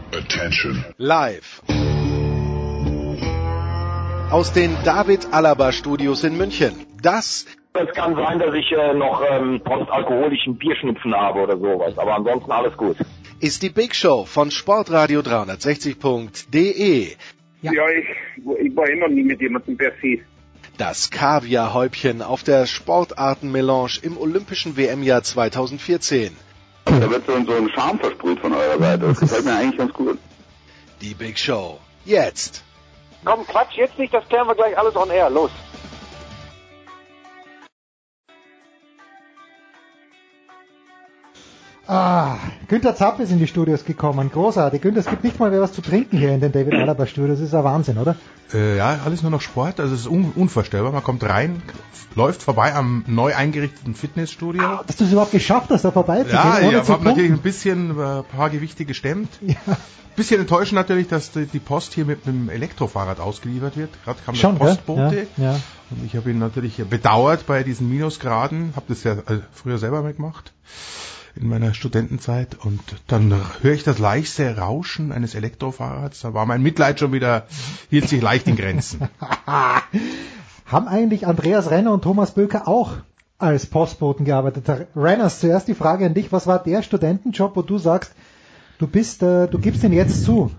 Attention. Live. Aus den David Alaba Studios in München. Es kann sein, dass ich noch postalkoholischen Bierschnupfen habe oder sowas, aber ansonsten alles gut. Ist die Big Show von Sportradio 360.de. Ja, ich war noch nie mit jemandem per se. Das Kaviarhäubchen auf der Sportartenmelange im Olympischen WM-Jahr 2014. Da wird so ein Charme versprüht von eurer Seite. Das gefällt mir eigentlich ganz gut. Die Big Show. Jetzt. Komm, Quatsch, jetzt nicht, das klären wir gleich alles on air. Los. Günther Zapp ist in die Studios gekommen. Großartig. Günther, es gibt nicht mal mehr was zu trinken hier in den David Alaba Studios. Das ist ja Wahnsinn, oder? Ja, alles nur noch Sport. Also es ist unvorstellbar. Man kommt rein, läuft vorbei am neu eingerichteten Fitnessstudio. Dass du es überhaupt geschafft hast, da vorbeizugehen. Ja, ich habe natürlich ein paar Gewichte gestemmt. Ja. Bisschen enttäuschend natürlich, dass die Post hier mit einem Elektrofahrrad ausgeliefert wird. Gerade kam der Postbote. Ja. Und ich habe ihn natürlich bedauert bei diesen Minusgraden. Habe das ja früher selber mitgemacht in meiner Studentenzeit, und dann höre ich das leichte Rauschen eines Elektrofahrrads. Da war mein Mitleid schon wieder, hielt sich leicht in Grenzen. Haben eigentlich Andreas Renner und Thomas Böker auch als Postboten gearbeitet? Renners, zuerst die Frage an dich, was war der Studentenjob, wo du sagst, du gibst den jetzt zu?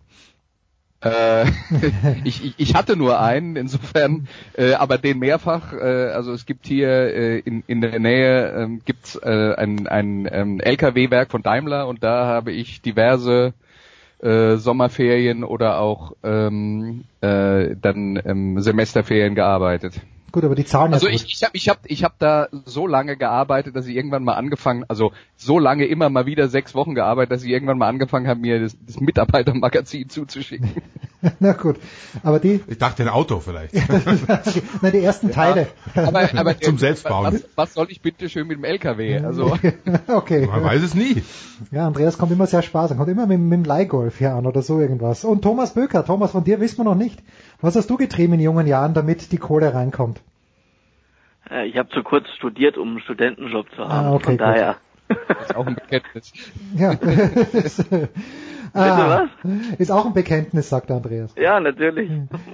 Ich hatte nur einen, insofern, aber den mehrfach. Also es gibt hier in der Nähe gibt's ein LKW-Werk von Daimler, und da habe ich diverse Sommerferien oder auch dann Semesterferien gearbeitet. Gut, aber die Zahlen. Also ich hab da so lange gearbeitet, dass ich irgendwann mal so lange immer mal wieder 6 Wochen gearbeitet, dass ich irgendwann mal angefangen habe, mir das Mitarbeitermagazin zuzuschicken. Na gut, aber ich dachte ein Auto vielleicht. Nein, die ersten Teile. Aber zum Selbstbauen. Was soll ich bitte schön mit dem LKW? Also okay. Man weiß es nie. Ja, Andreas kommt immer sehr sparsam, kommt immer mit dem Leihgolf hier an oder so irgendwas. Und Thomas Böker, von dir wissen wir noch nicht. Was hast du getrieben in jungen Jahren, damit die Kohle reinkommt? Ich habe zu kurz studiert, um einen Studentenjob zu haben. Okay, von daher. Das ist auch ein Bekenntnis. Ja. Bitte was? Ist auch ein Bekenntnis, sagt der Andreas. Ja, natürlich.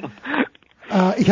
Ich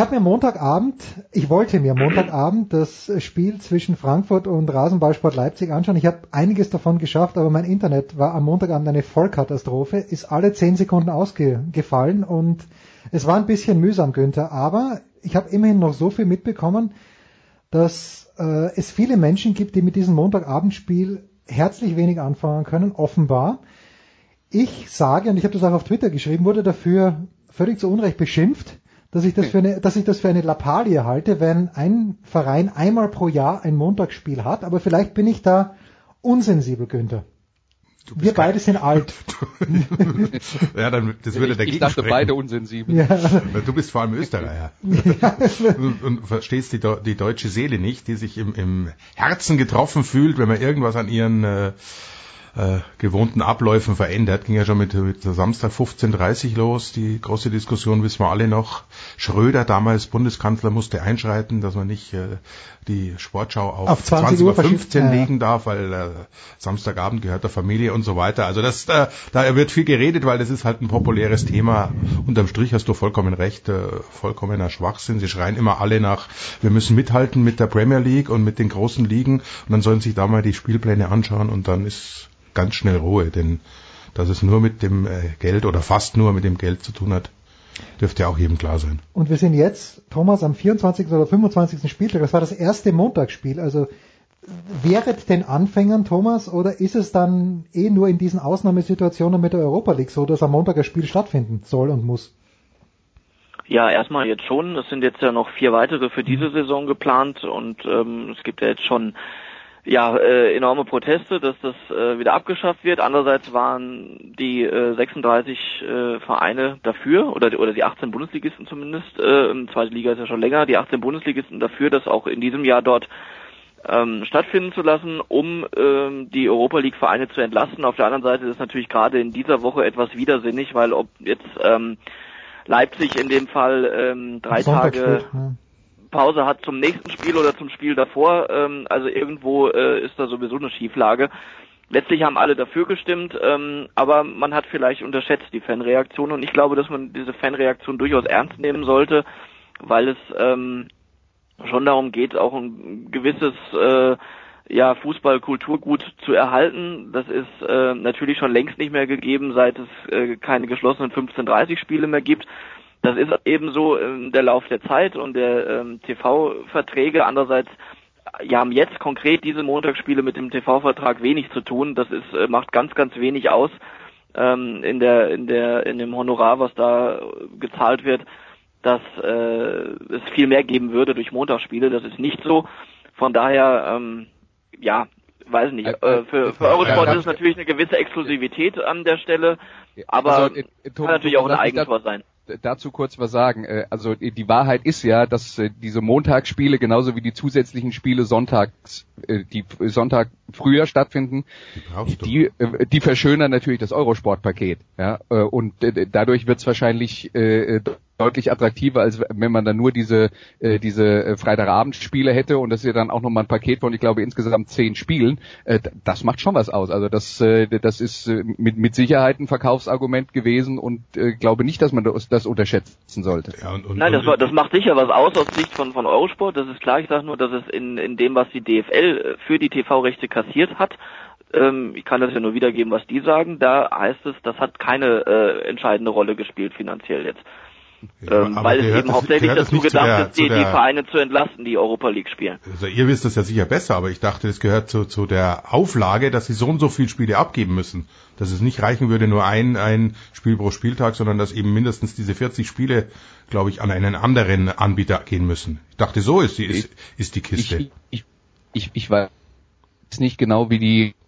wollte mir Montagabend das Spiel zwischen Frankfurt und Rasenballsport Leipzig anschauen. Ich habe einiges davon geschafft, aber mein Internet war am Montagabend eine Vollkatastrophe, ist alle 10 Sekunden ausgefallen und es war ein bisschen mühsam, Günther, aber ich habe immerhin noch so viel mitbekommen, dass es viele Menschen gibt, die mit diesem Montagabendspiel herzlich wenig anfangen können, offenbar. Ich sage, und ich habe das auch auf Twitter geschrieben, wurde dafür völlig zu Unrecht beschimpft, dass ich das für eine Lappalie halte, wenn ein Verein einmal pro Jahr ein Montagsspiel hat, aber vielleicht bin ich da unsensibel, Günther. Wir beide sind alt. Ja, dann, das würde dagegen Ich dachte sprechen. Beide unsensibel. Ja. Du bist vor allem Österreicher. Und verstehst die deutsche Seele nicht, die sich im Herzen getroffen fühlt, wenn man irgendwas an ihren gewohnten Abläufen verändert. Ging ja schon mit Samstag 15:30 los. Die große Diskussion wissen wir alle noch. Schröder, damals Bundeskanzler, musste einschreiten, dass man nicht die Sportschau auf 20:15 legen darf, weil Samstagabend gehört der Familie und so weiter. Also da wird viel geredet, weil das ist halt ein populäres Thema. Unterm Strich hast du vollkommen recht, vollkommener Schwachsinn. Sie schreien immer alle nach, wir müssen mithalten mit der Premier League und mit den großen Ligen, und dann sollen sich da mal die Spielpläne anschauen, und dann ist ganz schnell Ruhe, denn dass es nur mit dem Geld oder fast nur mit dem Geld zu tun hat, dürfte auch jedem klar sein. Und wir sind jetzt, Thomas, am 24. oder 25. Spieltag, das war das erste Montagsspiel, also wäret den Anfängern, Thomas, oder ist es dann nur in diesen Ausnahmesituationen mit der Europa League so, dass am Montag ein Spiel stattfinden soll und muss? Ja, erstmal jetzt schon. Es sind jetzt ja noch 4 weitere für diese Saison geplant, und es gibt ja jetzt schon enorme Proteste, dass das wieder abgeschafft wird. Andererseits waren die 36 Vereine dafür, oder die 18 Bundesligisten zumindest, zweite Liga ist ja schon länger, die 18 Bundesligisten dafür, das auch in diesem Jahr dort stattfinden zu lassen, um die Europa League Vereine zu entlasten. Auf der anderen Seite ist es natürlich gerade in dieser Woche etwas widersinnig, weil ob jetzt Leipzig in dem Fall 3 Tage Pause hat zum nächsten Spiel oder zum Spiel davor, also irgendwo ist da sowieso eine Schieflage. letztlich haben alle dafür gestimmt, aber man hat vielleicht unterschätzt die Fanreaktion und ich glaube, dass man diese Fanreaktion durchaus ernst nehmen sollte, weil es schon darum geht, auch ein gewisses Fußball-Kulturgut zu erhalten. Das ist natürlich schon längst nicht mehr gegeben, seit es keine geschlossenen 15:30-Spiele mehr gibt. Das ist ebenso der Lauf der Zeit und der TV-Verträge. Andererseits haben jetzt konkret diese Montagsspiele mit dem TV-Vertrag wenig zu tun. Das macht ganz, ganz wenig aus in dem Honorar, was da gezahlt wird, dass es viel mehr geben würde durch Montagsspiele. Das ist nicht so. Von daher, weiß nicht. Für Eurosport ist es natürlich eine gewisse Exklusivität an der Stelle, aber kann natürlich auch ein Eigentor sein. Dazu kurz was sagen. Also die Wahrheit ist ja, dass diese Montagsspiele genauso wie die zusätzlichen Spiele die Sonntag früher stattfinden, die verschönern natürlich das Eurosport-Paket. Ja? Und dadurch wird es wahrscheinlich deutlich attraktiver, als wenn man dann nur diese Freitagabendspiele hätte und das ist ja dann auch nochmal ein Paket von, ich glaube, insgesamt 10 Spielen. Das macht schon was aus. Also das ist mit Sicherheit ein Verkaufsargument gewesen und glaube nicht, dass man das unterschätzen sollte. Ja, Nein, das macht sicher was aus Sicht von Eurosport. Das ist klar. Ich sage nur, dass es in dem, was die DFL für die TV-Rechte kassiert hat, ich kann das ja nur wiedergeben, was die sagen, da heißt es, das hat keine entscheidende Rolle gespielt finanziell jetzt. Weil es eben hauptsächlich dazu gedacht ist, die Vereine zu entlasten, die Europa League spielen. Also ihr wisst das ja sicher besser, aber ich dachte, das gehört zu der Auflage, dass sie so und so viele Spiele abgeben müssen. Dass es nicht reichen würde, nur ein Spiel pro Spieltag, sondern dass eben mindestens diese 40 Spiele, glaube ich, an einen anderen Anbieter gehen müssen. Ich dachte, so ist die Kiste. Ich weiß nicht genau, wie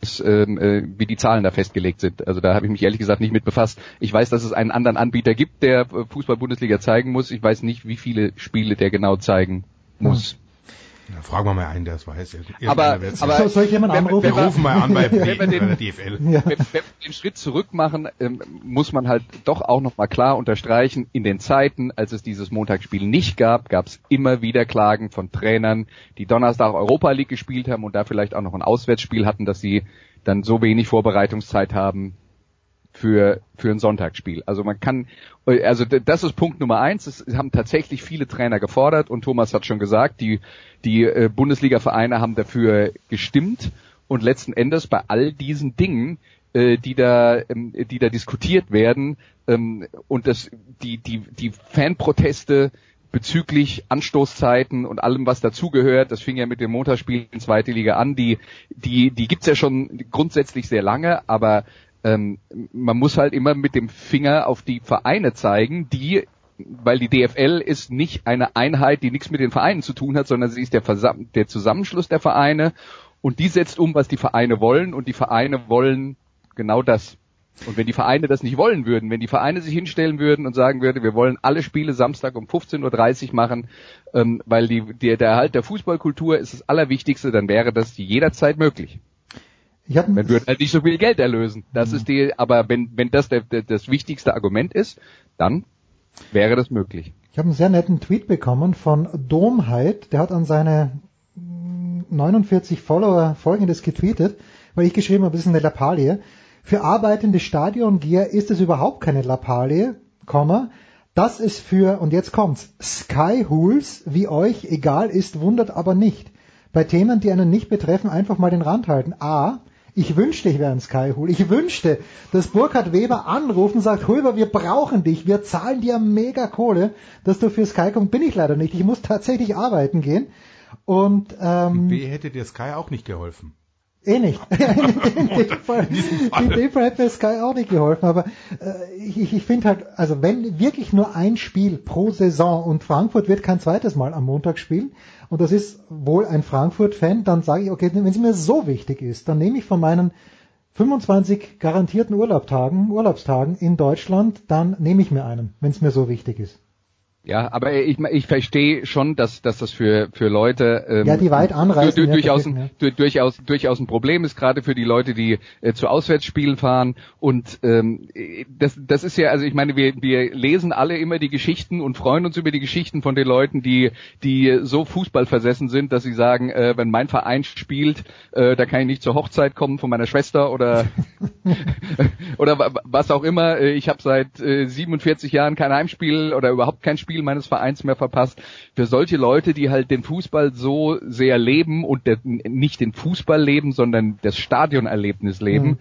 die Zahlen da festgelegt sind. Also da habe ich mich ehrlich gesagt nicht mit befasst. Ich weiß, dass es einen anderen Anbieter gibt, der Fußball-Bundesliga zeigen muss. Ich weiß nicht, wie viele Spiele der genau zeigen muss. Ja, fragen wir mal einen, der es weiß. Aber soll ich jemanden anrufen? Wir rufen mal an bei der DFL. Wenn wir den Schritt zurück machen, muss man halt doch auch noch mal klar unterstreichen, in den Zeiten, als es dieses Montagsspiel nicht gab, gab es immer wieder Klagen von Trainern, die Donnerstag Europa League gespielt haben und da vielleicht auch noch ein Auswärtsspiel hatten, dass sie dann so wenig Vorbereitungszeit haben für ein Sonntagsspiel. Also das ist Punkt Nummer 1. Es haben tatsächlich viele Trainer gefordert und Thomas hat schon gesagt, die Bundesliga-Vereine haben dafür gestimmt und letzten Endes bei all diesen Dingen, die da diskutiert werden und die Fanproteste bezüglich Anstoßzeiten und allem, was dazugehört, das fing ja mit dem Montagsspiel in 2. Liga an, die gibt's ja schon grundsätzlich sehr lange, aber man muss halt immer mit dem Finger auf die Vereine zeigen, weil die DFL ist nicht eine Einheit, die nichts mit den Vereinen zu tun hat, sondern sie ist der Zusammenschluss der Vereine und die setzt um, was die Vereine wollen und die Vereine wollen genau das. Und wenn die Vereine das nicht wollen würden, wenn die Vereine sich hinstellen würden und sagen würden, wir wollen alle Spiele Samstag um 15:30 Uhr machen, weil der Erhalt der Fußballkultur ist das Allerwichtigste, dann wäre das jederzeit möglich. Man würde halt nicht so viel Geld erlösen. Das ist aber wenn das das wichtigste Argument ist, dann wäre das möglich. Ich habe einen sehr netten Tweet bekommen von Domheit, der hat an seine 49 Follower Folgendes getweetet, weil ich geschrieben habe, das ist eine Lappalie. Für arbeitende Stadiongeher ist es überhaupt keine Lappalie, das ist für, und jetzt kommt's, Skyhools wie euch egal ist, wundert aber nicht. Bei Themen, die einen nicht betreffen, einfach mal den Rand halten. Ich wünschte, ich wäre ein Skyhool. Ich wünschte, dass Burkhard Weber anruft und sagt, Hulber, wir brauchen dich, wir zahlen dir mega Kohle, dass du für Sky kommst. Bin ich leider nicht. Ich muss tatsächlich arbeiten gehen. Und B hätte dir Sky auch nicht geholfen. Nicht. In dem Fall hätte mir Sky auch nicht geholfen, aber ich finde halt, also wenn wirklich nur ein Spiel pro Saison und Frankfurt wird kein zweites Mal am Montag spielen und das ist wohl ein Frankfurt-Fan, dann sage ich, okay, wenn es mir so wichtig ist, dann nehme ich von meinen 25 garantierten Urlaubstagen in Deutschland, dann nehme ich mir einen, wenn es mir so wichtig ist. Ja, aber ich verstehe schon, dass das für Leute die weit anreisen, durchaus ein Problem ist, gerade für die Leute, die zu Auswärtsspielen fahren. Und das ist ja, also ich meine, wir lesen alle immer die Geschichten und freuen uns über die Geschichten von den Leuten, die so fußballversessen sind, dass sie sagen, wenn mein Verein spielt, da kann ich nicht zur Hochzeit kommen von meiner Schwester oder oder was auch immer. Ich habe seit 47 Jahren kein Heimspiel oder überhaupt kein Spiel meines Vereins mehr verpasst. Für solche Leute, die halt den Fußball so sehr leben und nicht den Fußball leben, sondern das Stadionerlebnis leben,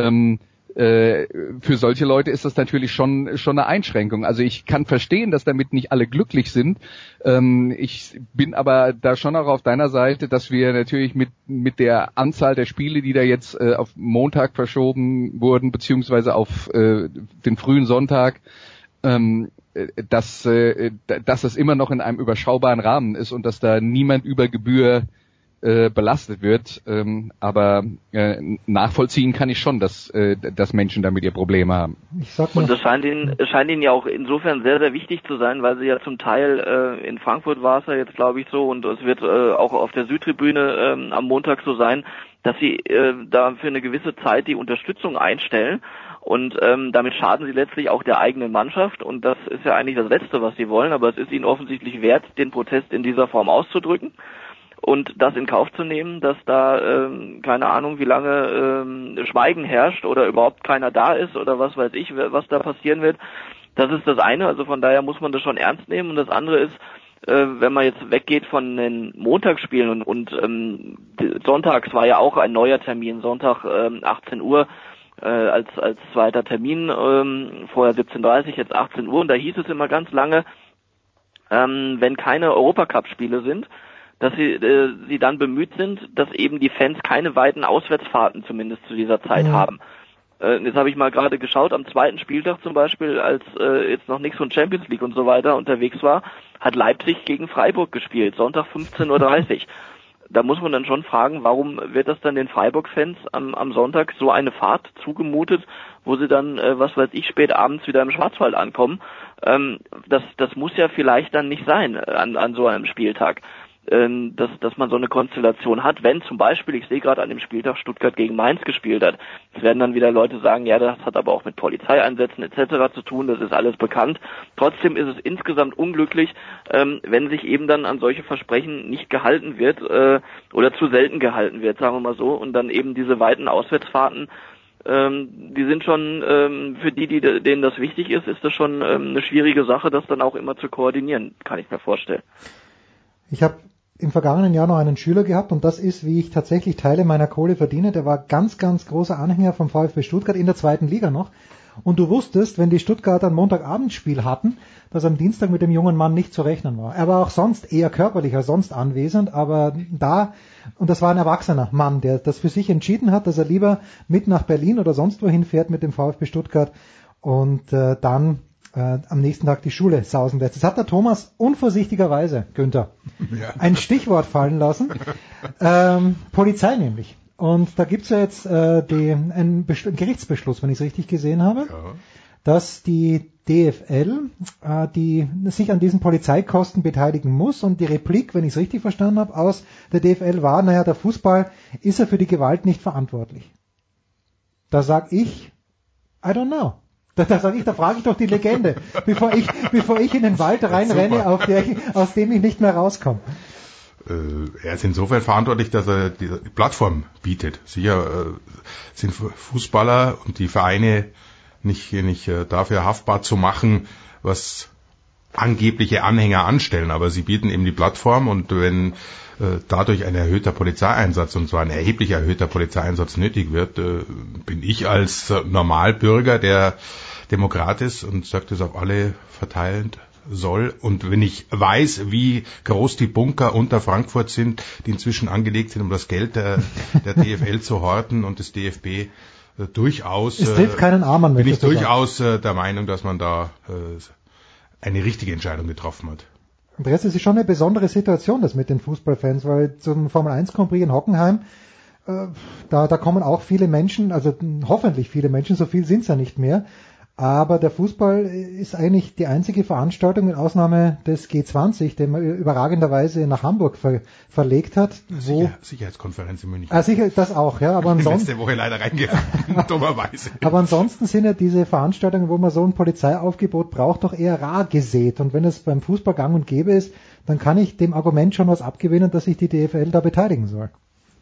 für solche Leute ist das natürlich schon eine Einschränkung. Also ich kann verstehen, dass damit nicht alle glücklich sind. Ich bin aber da schon auch auf deiner Seite, dass wir natürlich mit der Anzahl der Spiele, die da jetzt auf Montag verschoben wurden, beziehungsweise auf den frühen Sonntag, dass es immer noch in einem überschaubaren Rahmen ist und dass da niemand über Gebühr belastet wird, aber nachvollziehen kann ich schon, dass Menschen damit ihr Probleme haben. Und das scheint ihnen ja auch insofern sehr, sehr wichtig zu sein, weil sie ja zum Teil in Frankfurt war es ja jetzt, glaube ich, so, und es wird auch auf der Südtribüne am Montag so sein, dass sie da für eine gewisse Zeit die Unterstützung einstellen. Und damit schaden sie letztlich auch der eigenen Mannschaft, und das ist ja eigentlich das Letzte, was sie wollen, aber es ist ihnen offensichtlich wert, den Protest in dieser Form auszudrücken und das in Kauf zu nehmen, dass da keine Ahnung wie lange Schweigen herrscht oder überhaupt keiner da ist oder was weiß ich, was da passieren wird. Das ist das eine, also von daher muss man das schon ernst nehmen. Und das andere ist, wenn man jetzt weggeht von den Montagsspielen und sonntags war ja auch ein neuer Termin, Sonntag 18 Uhr, als zweiter Termin, vorher 17:30, jetzt 18 Uhr, und da hieß es immer ganz lange, wenn keine Europacup-Spiele sind, dass sie dann bemüht sind, dass eben die Fans keine weiten Auswärtsfahrten zumindest zu dieser Zeit haben. Jetzt habe ich mal gerade geschaut, am zweiten Spieltag zum Beispiel, als jetzt noch nichts von Champions League und so weiter unterwegs war, hat Leipzig gegen Freiburg gespielt, Sonntag 15:30 Uhr. Da muss man dann schon fragen, warum wird das dann den Freiburg-Fans am Sonntag so eine Fahrt zugemutet, wo sie dann, was weiß ich, spät abends wieder im Schwarzwald ankommen. Das muss ja vielleicht dann nicht sein an so einem Spieltag, dass man so eine Konstellation hat, wenn zum Beispiel, ich sehe gerade an dem Spieltag, Stuttgart gegen Mainz gespielt hat. Es werden dann wieder Leute sagen, ja, das hat aber auch mit Polizeieinsätzen etc. zu tun, das ist alles bekannt. Trotzdem ist es insgesamt unglücklich, wenn sich eben dann an solche Versprechen nicht gehalten wird oder zu selten gehalten wird, sagen wir mal so, und dann eben diese weiten Auswärtsfahrten, die sind schon, für denen das wichtig ist das schon eine schwierige Sache, das dann auch immer zu koordinieren, kann ich mir vorstellen. Ich habe im vergangenen Jahr noch einen Schüler gehabt, und das ist, wie ich tatsächlich Teile meiner Kohle verdiene. Der war ganz, ganz großer Anhänger vom VfB Stuttgart in der 2. Liga noch. Und du wusstest, wenn die Stuttgarter ein Montagabendspiel hatten, dass am Dienstag mit dem jungen Mann nicht zu rechnen war. Er war auch sonst eher körperlich als sonst anwesend, aber und das war ein erwachsener Mann, der das für sich entschieden hat, dass er lieber mit nach Berlin oder sonst wohin fährt mit dem VfB Stuttgart und dann am nächsten Tag die Schule sausen lässt. Das hat der Thomas unvorsichtigerweise, Günther, ein Stichwort fallen lassen. Polizei nämlich. Und da gibt's ja jetzt einen Gerichtsbeschluss, wenn ich es richtig gesehen habe, dass die DFL die sich an diesen Polizeikosten beteiligen muss. Und die Replik, wenn ich es richtig verstanden habe, aus der DFL war, naja, der Fußball ist ja für die Gewalt nicht verantwortlich. Da sag ich, I don't know. Da frage ich doch die Legende, bevor ich in den Wald reinrenne, aus dem ich nicht mehr rauskomme. Er ist insofern verantwortlich, dass er die Plattform bietet. Sicher sind Fußballer und die Vereine nicht dafür haftbar zu machen, was angebliche Anhänger anstellen, aber sie bieten eben die Plattform, und wenn dadurch ein erhöhter Polizeieinsatz, und zwar ein erheblich erhöhter Polizeieinsatz nötig wird, bin ich als Normalbürger, der Demokrat ist und sagt es auf alle verteilend soll, und wenn ich weiß, wie groß die Bunker unter Frankfurt sind, die inzwischen angelegt sind, um das Geld der DFL zu horten und des DFB, durchaus es hilft keinen Armen, bin ich durchaus der Meinung, dass man da eine richtige Entscheidung getroffen hat. Andreas, es ist schon eine besondere Situation, das mit den Fußballfans, weil zum Formel 1 Grand Prix in Hockenheim, da kommen auch viele Menschen, also hoffentlich viele Menschen, so viel sind's ja nicht mehr, Aber der Fußball ist eigentlich die einzige Veranstaltung mit Ausnahme des G20, den man überragenderweise nach Hamburg verlegt hat. Sicherheitskonferenz in München. Sicher, das auch, ja. Aber ansonsten letzte Woche leider reingeraten, dummerweise. Aber ansonsten sind ja diese Veranstaltungen, wo man so ein Polizeiaufgebot braucht, doch eher rar gesät. Und wenn es beim Fußball gang und gäbe ist, dann kann ich dem Argument schon was abgewinnen, dass sich die DFL da beteiligen soll.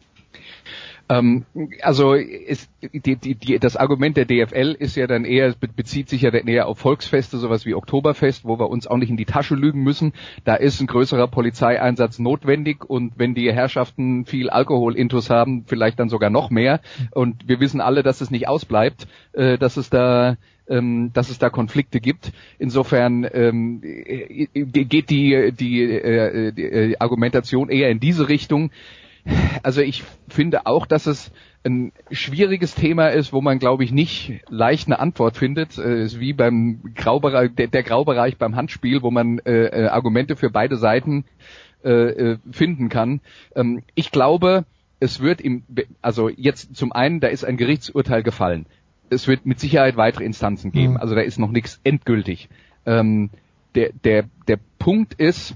Also das Argument der DFL ist ja dann eher, bezieht sich ja dann eher auf Volksfeste, sowas wie Oktoberfest, wo wir uns auch nicht in die Tasche lügen müssen. Da ist ein größerer Polizeieinsatz notwendig und wenn die Herrschaften viel Alkoholintus haben, vielleicht dann sogar noch mehr. Und wir wissen alle, dass es nicht ausbleibt, dass es da Konflikte gibt. Insofern geht die Argumentation eher in diese Richtung. Also ich finde auch, dass es ein schwieriges Thema ist, wo man, glaube ich, nicht leicht eine Antwort findet. Es ist wie beim Graubereich, der Graubereich beim Handspiel, wo man Argumente für beide Seiten finden kann. Ich glaube, es wird also jetzt zum einen, da ist ein Gerichtsurteil gefallen. Es wird mit Sicherheit weitere Instanzen geben. Also da ist noch nichts endgültig. Der Punkt ist,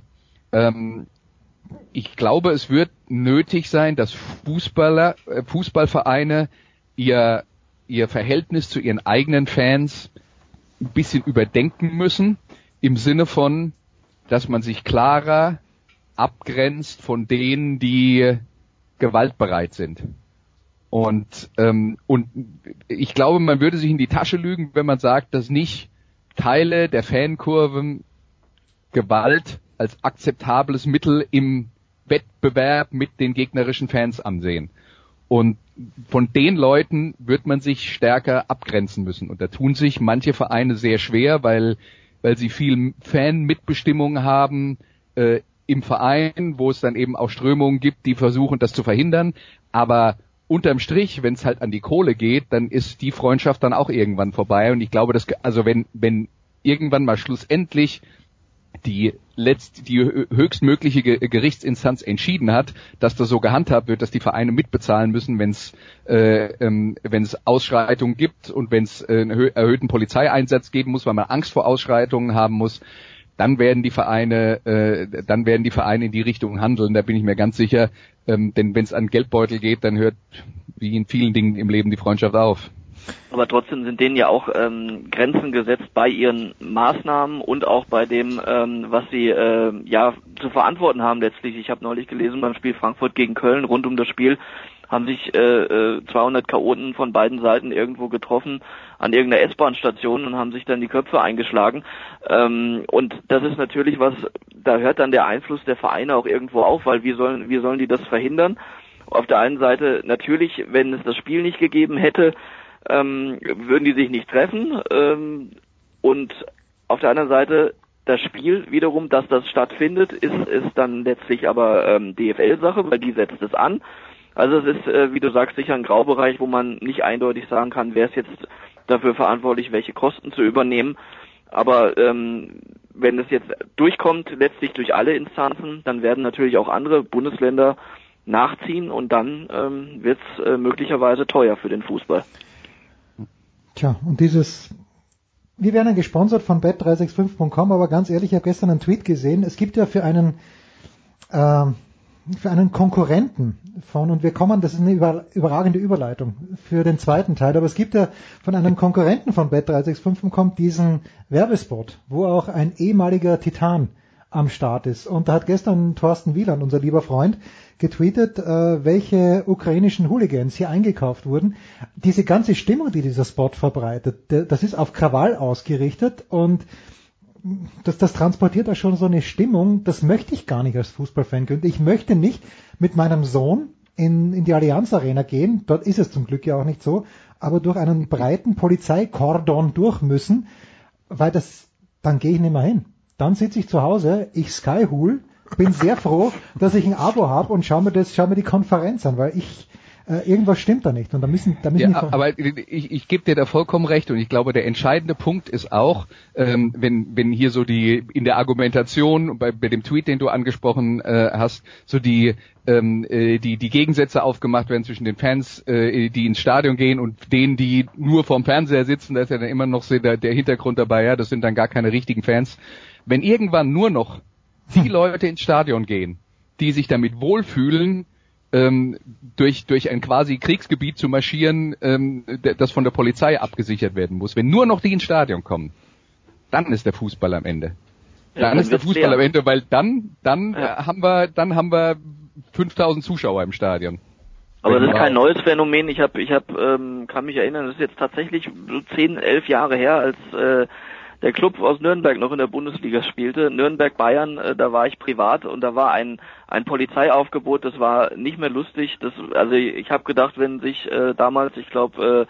ich glaube, es wird nötig sein, dass Fußballvereine ihr Verhältnis zu ihren eigenen Fans ein bisschen überdenken müssen, im Sinne von, dass man sich klarer abgrenzt von denen, die gewaltbereit sind. Und ich glaube, man würde sich in die Tasche lügen, wenn man sagt, dass nicht Teile der Fankurven Gewalt als akzeptables Mittel im Wettbewerb mit den gegnerischen Fans ansehen. Und von den Leuten wird man sich stärker abgrenzen müssen. Und da tun sich manche Vereine sehr schwer, weil sie viel Fan-Mitbestimmung haben im Verein, wo es dann eben auch Strömungen gibt, die versuchen, das zu verhindern. Aber unterm Strich, wenn es halt an die Kohle geht, dann ist die Freundschaft dann auch irgendwann vorbei. Und ich glaube, wenn irgendwann mal schlussendlich die höchstmögliche Gerichtsinstanz entschieden hat, dass das so gehandhabt wird, dass die Vereine mitbezahlen müssen, wenn es Ausschreitungen gibt und wenn es einen erhöhten Polizeieinsatz geben muss, weil man Angst vor Ausschreitungen haben muss, dann werden die Vereine in die Richtung handeln. Da bin ich mir ganz sicher, denn wenn es an Geldbeutel geht, dann hört wie in vielen Dingen im Leben die Freundschaft auf. Aber trotzdem sind denen ja auch Grenzen gesetzt bei ihren Maßnahmen und auch bei dem, was sie zu verantworten haben letztlich. Ich habe neulich gelesen beim Spiel Frankfurt gegen Köln, rund um das Spiel haben sich 200 Chaoten von beiden Seiten irgendwo getroffen an irgendeiner S-Bahn-Station und haben sich dann die Köpfe eingeschlagen. Und das ist natürlich was, da hört dann der Einfluss der Vereine auch irgendwo auf, weil wie sollen die das verhindern? Auf der einen Seite natürlich, wenn es das Spiel nicht gegeben hätte, würden die sich nicht treffen und auf der anderen Seite das Spiel wiederum, dass das stattfindet, ist dann letztlich aber DFL-Sache, weil die setzt es an. Also es ist, wie du sagst, sicher ein Graubereich, wo man nicht eindeutig sagen kann, wer ist jetzt dafür verantwortlich, welche Kosten zu übernehmen. Aber wenn es jetzt durchkommt, letztlich durch alle Instanzen, dann werden natürlich auch andere Bundesländer nachziehen und dann wird es möglicherweise teuer für den Fußball. Tja, und wir werden gesponsert von bet365.com, aber ganz ehrlich, ich habe gestern einen Tweet gesehen, es gibt ja für einen Konkurrenten und wir kommen, das ist eine überragende Überleitung für den zweiten Teil, aber es gibt ja von einem Konkurrenten von bet365.com diesen Werbespot, wo auch ein ehemaliger Titan am Start ist. Und da hat gestern Thorsten Wieland, unser lieber Freund, getweetet, welche ukrainischen Hooligans hier eingekauft wurden. Diese ganze Stimmung, die dieser Spot verbreitet, das ist auf Krawall ausgerichtet und das transportiert auch schon so eine Stimmung, das möchte ich gar nicht als Fußballfan. Ich möchte nicht mit meinem Sohn in die Allianz Arena gehen, dort ist es zum Glück ja auch nicht so, aber durch einen breiten Polizeikordon durch müssen, weil dann gehe ich nicht mehr hin. Dann sitze ich zu Hause, ich Skyhul, bin sehr froh, dass ich ein Abo habe und schau mir die Konferenz an, weil irgendwas stimmt da nicht. Und da müssen aber ich gebe dir da vollkommen recht und ich glaube, der entscheidende Punkt ist auch, wenn hier so in der Argumentation bei dem Tweet, den du angesprochen hast, so die Gegensätze aufgemacht werden zwischen den Fans, die ins Stadion gehen und denen, die nur vorm Fernseher sitzen. Da ist ja dann immer noch so der Hintergrund dabei, ja, das sind dann gar keine richtigen Fans. Wenn irgendwann nur noch die Leute ins Stadion gehen, die sich damit wohlfühlen, durch ein quasi Kriegsgebiet zu marschieren, das von der Polizei abgesichert werden muss. Wenn nur noch die ins Stadion kommen, dann ist der Fußball am Ende. Dann ist der Fußball am Ende, weil dann haben wir 5000 Zuschauer im Stadion. Aber das ist kein neues Phänomen. Ich kann mich erinnern, das ist jetzt tatsächlich so 10, 11 Jahre her, als der Club aus Nürnberg noch in der Bundesliga spielte. Nürnberg-Bayern, da war ich privat und da war ein Polizeiaufgebot, das war nicht mehr lustig. Also ich habe gedacht, wenn sich damals, ich glaube,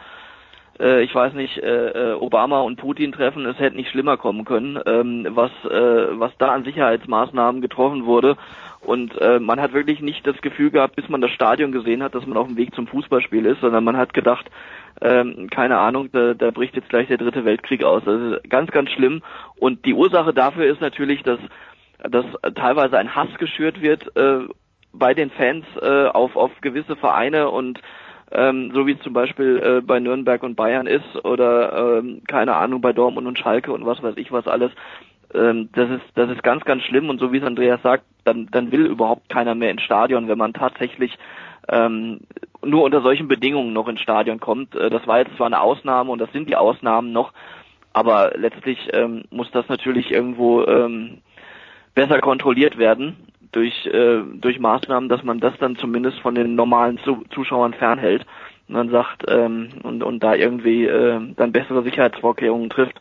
Obama und Putin treffen, es hätte nicht schlimmer kommen können, was da an Sicherheitsmaßnahmen getroffen wurde. Und man hat wirklich nicht das Gefühl gehabt, bis man das Stadion gesehen hat, dass man auf dem Weg zum Fußballspiel ist, sondern man hat gedacht, keine Ahnung, da bricht jetzt gleich der 3. Weltkrieg aus. Das ist ganz, ganz schlimm. Und die Ursache dafür ist natürlich, dass teilweise ein Hass geschürt wird bei den Fans auf gewisse Vereine und so wie es zum Beispiel bei Nürnberg und Bayern ist oder keine Ahnung bei Dortmund und Schalke und was weiß ich was alles. Das ist ganz, ganz schlimm und so wie es Andreas sagt, dann will überhaupt keiner mehr ins Stadion, wenn man tatsächlich nur unter solchen Bedingungen noch ins Stadion kommt. Das war jetzt zwar eine Ausnahme und das sind die Ausnahmen noch, aber letztlich muss das natürlich irgendwo besser kontrolliert werden durch Maßnahmen, dass man das dann zumindest von den normalen Zuschauern fernhält und dann sagt und da irgendwie dann bessere Sicherheitsvorkehrungen trifft.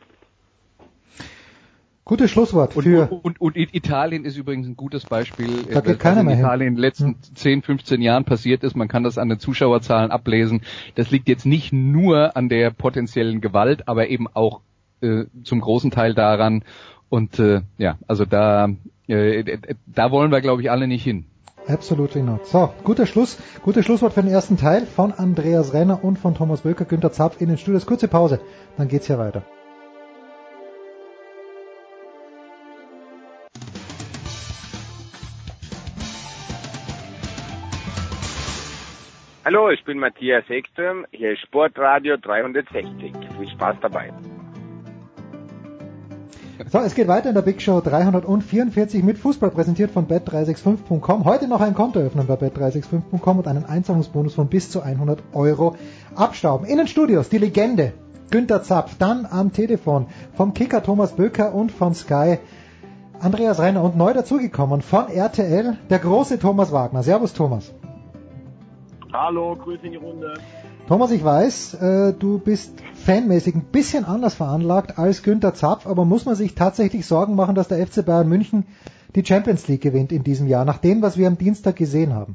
Gutes Schlusswort für... Und Italien ist übrigens ein gutes Beispiel, da geht keiner mehr in Italien in den letzten 10, 15 Jahren passiert ist. Man kann das an den Zuschauerzahlen ablesen. Das liegt jetzt nicht nur an der potenziellen Gewalt, aber eben auch zum großen Teil daran. Und also da wollen wir, glaube ich, alle nicht hin. Absolutely not. So, gutes Schlusswort für den ersten Teil von Andreas Renner und von Thomas Böker, Günther Zapf in den Studios. Kurze Pause, dann geht's hier weiter. Hallo, ich bin Matthias Ekström, hier ist Sportradio 360. Viel Spaß dabei. So, es geht weiter in der Big Show 344 mit Fußball, präsentiert von bet365.com. Heute noch ein Konto öffnen bei bet365.com und einen Einzahlungsbonus von bis zu 100 € abstauben. In den Studios die Legende Günther Zapf, dann am Telefon vom Kicker Thomas Böker und von Sky Andreas Renner und neu dazugekommen von RTL der große Thomas Wagner. Servus Thomas. Hallo, Grüße in die Runde. Thomas, ich weiß, du bist fanmäßig ein bisschen anders veranlagt als Günther Zapf, aber muss man sich tatsächlich Sorgen machen, dass der FC Bayern München die Champions League gewinnt in diesem Jahr, nach dem, was wir am Dienstag gesehen haben?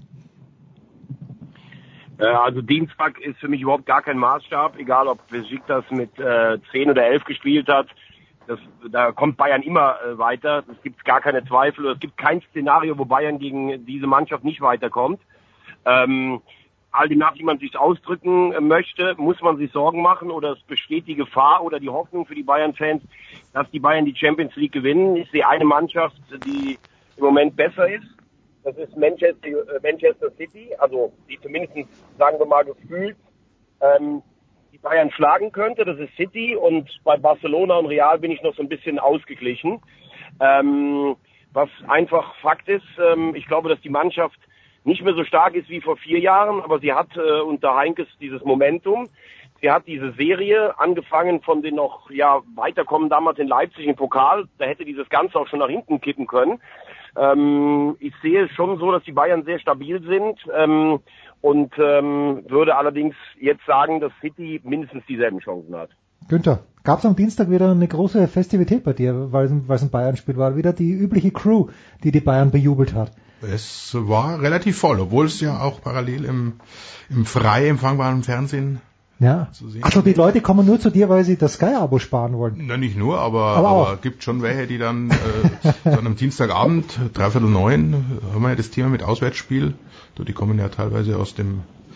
Also Dienstag ist für mich überhaupt gar kein Maßstab, egal ob Besiktas mit 10 oder 11 gespielt hat. Da kommt Bayern immer weiter, es gibt gar keine Zweifel, es gibt kein Szenario, wo Bayern gegen diese Mannschaft nicht weiterkommt. All demnach, wie man sich ausdrücken möchte, muss man sich Sorgen machen oder es besteht die Gefahr oder die Hoffnung für die Bayern-Fans, dass die Bayern die Champions League gewinnen. Ich sehe eine Mannschaft, die im Moment besser ist. Das ist Manchester City, also die zumindest, sagen wir mal, gefühlt die Bayern schlagen könnte. Das ist City und bei Barcelona und Real bin ich noch so ein bisschen ausgeglichen. Was einfach Fakt ist, ich glaube, dass die Mannschaft nicht mehr so stark ist wie vor 4 Jahren, aber sie hat unter Heinkes dieses Momentum. Sie hat diese Serie angefangen von den noch weiterkommen damals in Leipzig im Pokal. Da hätte dieses Ganze auch schon nach hinten kippen können. Ich sehe es schon so, dass die Bayern sehr stabil sind und würde allerdings jetzt sagen, dass City mindestens dieselben Chancen hat. Günther, gab es am Dienstag wieder eine große Festivität bei dir, weil es ein Bayern-Spiel war? Wieder die übliche Crew, die Bayern bejubelt hat? Es war relativ voll, obwohl es ja auch parallel im frei empfangbaren Fernsehen zu sehen. Also die Leute kommen nur zu dir, weil sie das Sky-Abo sparen wollen. Na, nicht nur, aber gibt schon welche, die dann am Dienstagabend, 8:45, haben wir ja das Thema mit Auswärtsspiel. Die kommen ja teilweise aus dem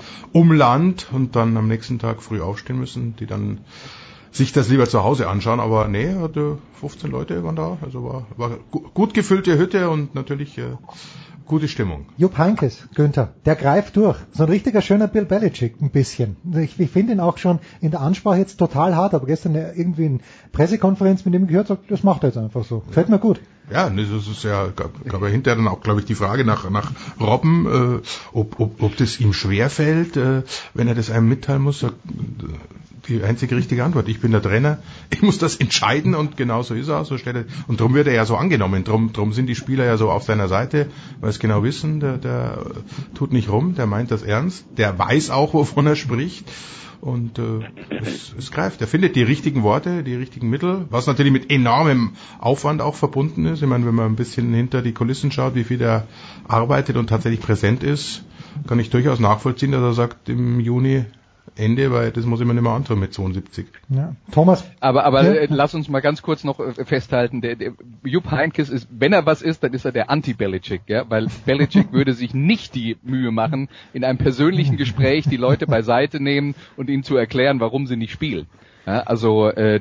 Umland und dann am nächsten Tag früh aufstehen müssen, die dann sich das lieber zu Hause anschauen. Aber nee, 15 Leute waren da, also war gut gefüllte Hütte und natürlich gute Stimmung. Jupp Heynckes, Günther, der greift durch. So ein richtiger schöner Bill Belichick, ein bisschen. Ich finde ihn auch schon in der Ansprache jetzt total hart, aber gestern irgendwie in Pressekonferenz mit ihm gehört, sagt, das macht er jetzt einfach so. Gefällt mir gut. Ja, das ist ja, gab ja hinterher dann auch, glaube ich, die Frage nach Robben, ob das ihm schwerfällt, wenn er das einem mitteilen muss. Die einzige richtige Antwort. Ich bin der Trainer, ich muss das entscheiden und genau so ist er. Und darum wird er ja so angenommen. Drum sind die Spieler ja so auf seiner Seite, weil sie genau wissen, der tut nicht rum, der meint das ernst, der weiß auch, wovon er spricht. Und es greift. Er findet die richtigen Worte, die richtigen Mittel, was natürlich mit enormem Aufwand auch verbunden ist. Ich meine, wenn man ein bisschen hinter die Kulissen schaut, wie viel der arbeitet und tatsächlich präsent ist, kann ich durchaus nachvollziehen, dass er sagt, im Juni Ende, weil das muss ich mir nicht mehr antun mit 72. Ja. Thomas? Aber lass uns mal ganz kurz noch festhalten, der Jupp Heynckes ist, wenn er was ist, dann ist er der Anti-Belichick, ja, weil Belichick würde sich nicht die Mühe machen, in einem persönlichen Gespräch die Leute beiseite nehmen und ihnen zu erklären, warum sie nicht spielen. Ja, also da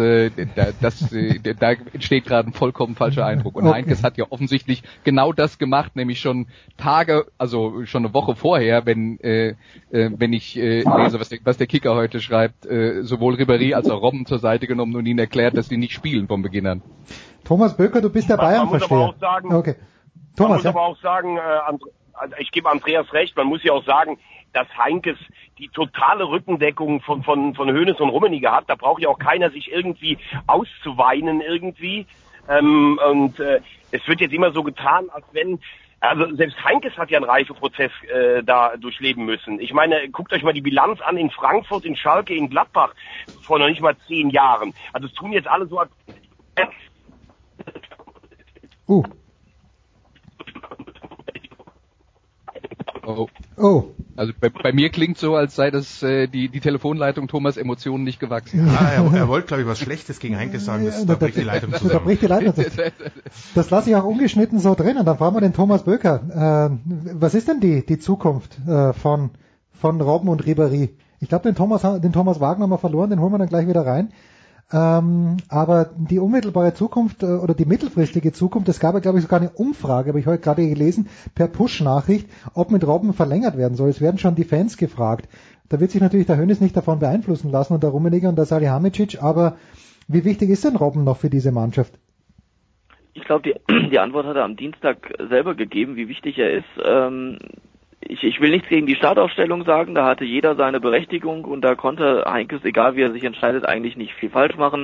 entsteht gerade ein vollkommen falscher Eindruck. Und Heynckes hat ja offensichtlich genau das gemacht, nämlich schon Tage, also schon eine Woche vorher, wenn ich lese, was der Kicker heute schreibt, sowohl Ribéry als auch Robben zur Seite genommen und ihnen erklärt, dass die nicht spielen vom Beginn an. Thomas Böker, du bist der Bayern-Versteher. Okay. Man muss aber auch sagen, ich gebe Andreas recht, man muss ja auch sagen, dass Heynckes die totale Rückendeckung von Hoeneß und Rummenigge hat. Da braucht ja auch keiner sich irgendwie auszuweinen irgendwie. Es wird jetzt immer so getan, als wenn, also selbst Heynckes hat ja einen Reifeprozess da durchleben müssen. Ich meine, guckt euch mal die Bilanz an in Frankfurt, in Schalke, in Gladbach vor noch nicht mal 10 Jahren. Also es tun jetzt alle so... Oh. Also bei mir klingt so, als sei das die Telefonleitung Thomas Emotionen nicht gewachsen. Er wollte, glaube ich, was Schlechtes gegen Heynckes sagen, da bricht die Leitung zusammen. Da bricht die Leitung zusammen. Das lasse ich auch ungeschnitten so drin und dann fragen wir den Thomas Böker. Was ist denn die Zukunft von Robben und Ribéry? Ich glaube, den Thomas Wagner haben wir verloren, den holen wir dann gleich wieder rein. Aber die unmittelbare Zukunft oder die mittelfristige Zukunft, es gab ja, glaube ich, sogar eine Umfrage, habe ich heute gerade gelesen, per Push-Nachricht, ob mit Robben verlängert werden soll. Es werden schon die Fans gefragt. Da wird sich natürlich der Hoeneß nicht davon beeinflussen lassen und der Rummenigge und der Salihamidzic, aber wie wichtig ist denn Robben noch für diese Mannschaft? Ich glaube, die Antwort hat er am Dienstag selber gegeben, wie wichtig er ist. Ich will nichts gegen die Startaufstellung sagen, da hatte jeder seine Berechtigung und da konnte Heynckes, egal wie er sich entscheidet, eigentlich nicht viel falsch machen,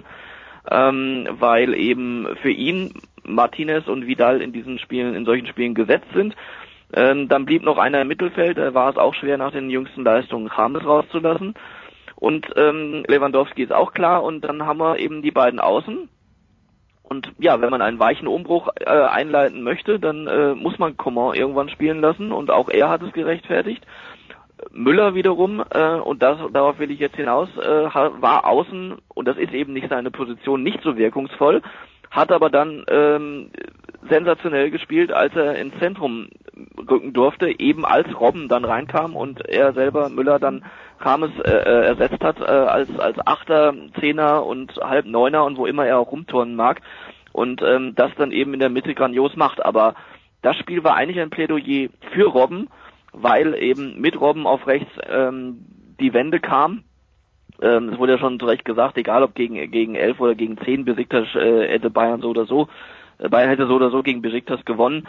weil eben für ihn Martinez und Vidal in solchen Spielen gesetzt sind. Dann blieb noch einer im Mittelfeld, da war es auch schwer, nach den jüngsten Leistungen James rauszulassen. Und Lewandowski ist auch klar und dann haben wir eben die beiden Außen. Und ja, wenn man einen weichen Umbruch einleiten möchte, dann muss man Coman irgendwann spielen lassen und auch er hat es gerechtfertigt. Müller wiederum, und darauf will ich jetzt hinaus, war außen, und das ist eben nicht seine Position, nicht so wirkungsvoll, hat aber dann sensationell gespielt, als er ins Zentrum rücken durfte, eben als Robben dann reinkam und er selber, Müller, dann James ersetzt hat als Achter, Zehner und halb Neuner und wo immer er auch rumturnen mag und das dann eben in der Mitte grandios macht. Aber das Spiel war eigentlich ein Plädoyer für Robben, weil eben mit Robben auf rechts die Wende kam. Es wurde ja schon zu Recht gesagt, egal ob gegen 11 oder gegen 10, Besiktas hätte Bayern so oder so, Bayern hätte so oder so gegen Besiktas gewonnen.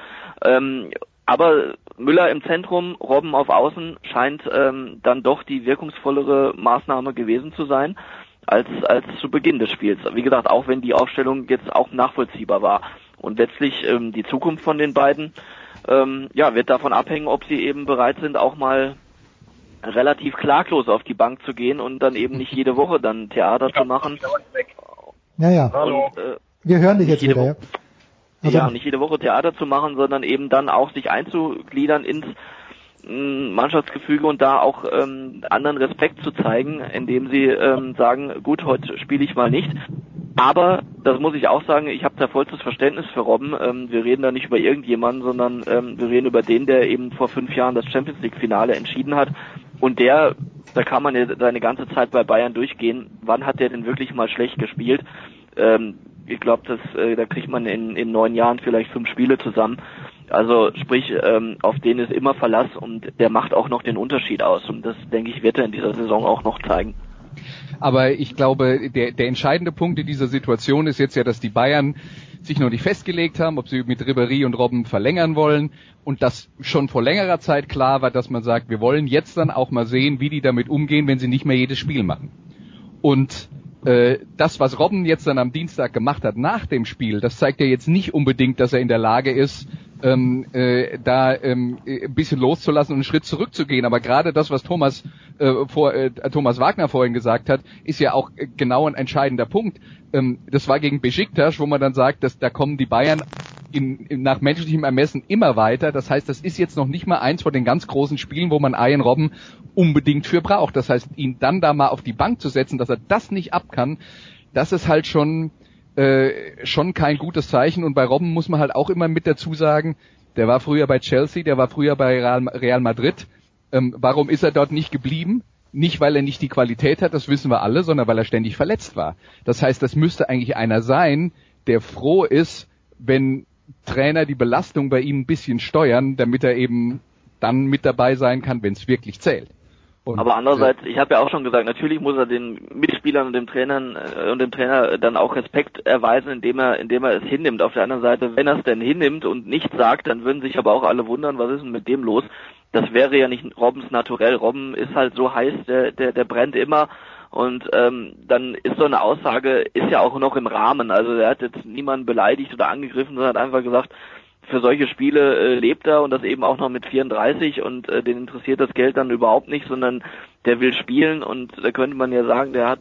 Aber Müller im Zentrum, Robben auf Außen scheint dann doch die wirkungsvollere Maßnahme gewesen zu sein als zu Beginn des Spiels. Wie gesagt, auch wenn die Aufstellung jetzt auch nachvollziehbar war. Und letztlich die Zukunft von den beiden wird davon abhängen, ob sie eben bereit sind, auch mal relativ klaglos auf die Bank zu gehen und dann eben nicht jede Woche dann Theater zu machen. Ja. Und, wir hören dich jetzt wieder, ja. Also, ja, nicht jede Woche Theater zu machen, sondern eben dann auch sich einzugliedern ins Mannschaftsgefüge und da auch anderen Respekt zu zeigen, indem sie sagen, gut, heute spiele ich mal nicht. Aber, das muss ich auch sagen, ich habe da vollstes Verständnis für Robben. Wir reden da nicht über irgendjemanden, sondern wir reden über den, der eben vor 5 Jahren das Champions-League-Finale entschieden hat Und da kann man ja seine ganze Zeit bei Bayern durchgehen. Wann hat der denn wirklich mal schlecht gespielt? Ich glaube, da kriegt man in 9 Jahren vielleicht 5 Spiele zusammen. Also sprich, auf den ist immer Verlass und der macht auch noch den Unterschied aus. Und das, denke ich, wird er in dieser Saison auch noch zeigen. Aber ich glaube, der entscheidende Punkt in dieser Situation ist jetzt ja, dass die Bayern sich noch nicht festgelegt haben, ob sie mit Ribéry und Robben verlängern wollen und dass schon vor längerer Zeit klar war, dass man sagt, wir wollen jetzt dann auch mal sehen, wie die damit umgehen, wenn sie nicht mehr jedes Spiel machen. Und das, was Robben jetzt dann am Dienstag gemacht hat nach dem Spiel, das zeigt ja jetzt nicht unbedingt, dass er in der Lage ist, ein bisschen loszulassen und einen Schritt zurückzugehen. Aber gerade das, was Thomas Wagner vorhin gesagt hat, ist ja auch genau ein entscheidender Punkt. Das war gegen Beşiktaş, wo man dann sagt, dass da kommen die Bayern nach menschlichem Ermessen immer weiter. Das heißt, das ist jetzt noch nicht mal eins von den ganz großen Spielen, wo man Arjen Robben unbedingt für braucht. Das heißt, ihn dann da mal auf die Bank zu setzen, dass er das nicht ab kann, das ist halt schon kein gutes Zeichen. Und bei Robben muss man halt auch immer mit dazu sagen, der war früher bei Chelsea, der war früher bei Real Madrid. Warum ist er dort nicht geblieben? Nicht, weil er nicht die Qualität hat, das wissen wir alle, sondern weil er ständig verletzt war. Das heißt, das müsste eigentlich einer sein, der froh ist, wenn Trainer die Belastung bei ihm ein bisschen steuern, damit er eben dann mit dabei sein kann, wenn es wirklich zählt. Und aber andererseits, ich habe ja auch schon gesagt, natürlich muss er den Mitspielern und dem Trainer dann auch Respekt erweisen, indem er es hinnimmt. Auf der anderen Seite, wenn er es denn hinnimmt und nichts sagt, dann würden sich aber auch alle wundern, was ist denn mit dem los? Das wäre ja nicht Robbens Naturell. Robben ist halt so heiß, der brennt immer. Und dann ist so eine Aussage, ist ja auch noch im Rahmen. Also er hat jetzt niemanden beleidigt oder angegriffen, sondern hat einfach gesagt, für solche Spiele lebt er und das eben auch noch mit 34 und den interessiert das Geld dann überhaupt nicht, sondern der will spielen und da könnte man ja sagen, der hat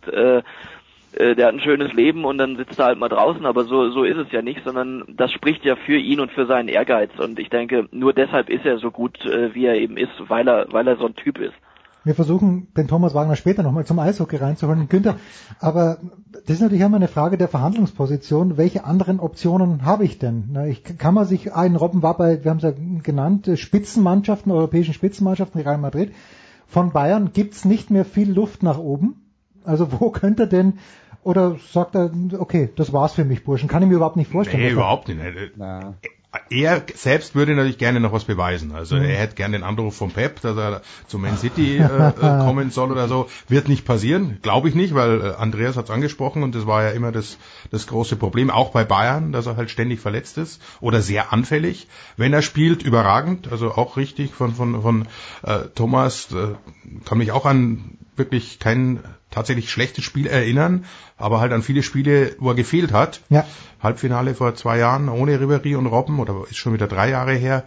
ein schönes Leben und dann sitzt er halt mal draußen, aber so ist es ja nicht, sondern das spricht ja für ihn und für seinen Ehrgeiz und ich denke, nur deshalb ist er so gut, wie er eben ist, weil er so ein Typ ist. Wir versuchen, den Thomas Wagner später nochmal zum Eishockey reinzuholen, Günther. Aber das ist natürlich immer eine Frage der Verhandlungsposition. Welche anderen Optionen habe ich denn? Kann man sich einen Robben war bei, wir haben es ja genannt, Spitzenmannschaften, europäischen Spitzenmannschaften, Real Madrid. Von Bayern gibt's nicht mehr viel Luft nach oben. Also wo könnte er denn, oder sagt er, okay, das war's für mich, Burschen. Kann ich mir überhaupt nicht vorstellen. Nee, überhaupt nicht. Na. Er selbst würde natürlich gerne noch was beweisen. Also er hätte gerne den Anruf von Pep, dass er zu Man City kommen soll oder so. Wird nicht passieren, glaube ich nicht, weil Andreas hat es angesprochen und das war ja immer das große Problem, auch bei Bayern, dass er halt ständig verletzt ist oder sehr anfällig. Wenn er spielt, überragend, also auch richtig von Thomas, kann mich auch an wirklich kein tatsächlich schlechtes Spiel erinnern, aber halt an viele Spiele, wo er gefehlt hat. Ja. Halbfinale vor 2 Jahren ohne Ribéry und Robben, oder ist schon wieder 3 Jahre her,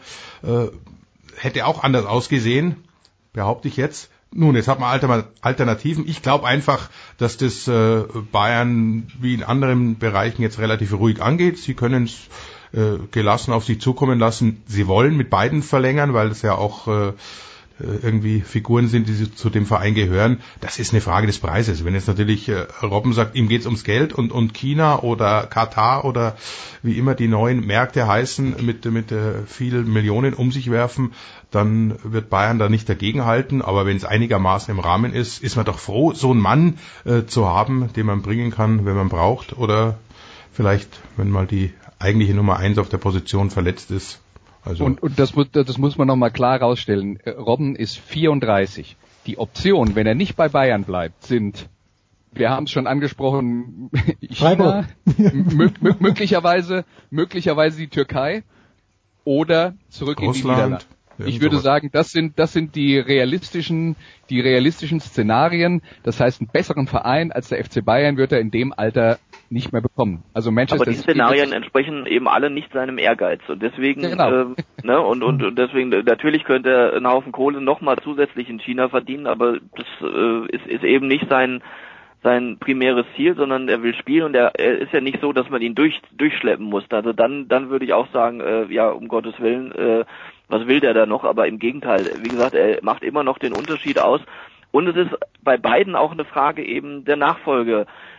hätte auch anders ausgesehen, behaupte ich jetzt. Nun, jetzt hat man Alternativen. Ich glaube einfach, dass das Bayern wie in anderen Bereichen jetzt relativ ruhig angeht. Sie können es gelassen auf sich zukommen lassen. Sie wollen mit beiden verlängern, weil es ja auch irgendwie Figuren sind, die zu dem Verein gehören. Das ist eine Frage des Preises. Wenn jetzt natürlich Robben sagt, ihm geht's ums Geld und China oder Katar oder wie immer die neuen Märkte heißen, mit vielen Millionen um sich werfen, dann wird Bayern da nicht dagegenhalten. Aber wenn es einigermaßen im Rahmen ist, ist man doch froh, so einen Mann zu haben, den man bringen kann, wenn man braucht. Oder vielleicht, wenn mal die eigentliche Nummer 1 auf der Position verletzt ist. Also und das muss man nochmal klar rausstellen. Robben ist 34. Die Option, wenn er nicht bei Bayern bleibt, sind, wir haben es schon angesprochen, China, möglicherweise die Türkei oder zurück Russland, in die Niederlande. Ich würde sagen, das sind die realistischen Szenarien. Das heißt, einen besseren Verein als der FC Bayern wird er in dem Alter nicht mehr bekommen. Also Manchester aber die Szenarien entsprechen eben alle nicht seinem Ehrgeiz und deswegen ja, genau. Und deswegen natürlich könnte er einen Haufen Kohle nochmal zusätzlich in China verdienen, aber das ist eben nicht sein primäres Ziel, sondern er will spielen und er ist ja nicht so, dass man ihn durchschleppen muss. Also dann würde ich auch sagen, ja, um Gottes Willen, was will der da noch? Aber im Gegenteil, wie gesagt, er macht immer noch den Unterschied aus und es ist bei beiden auch eine Frage eben der Nachfolge.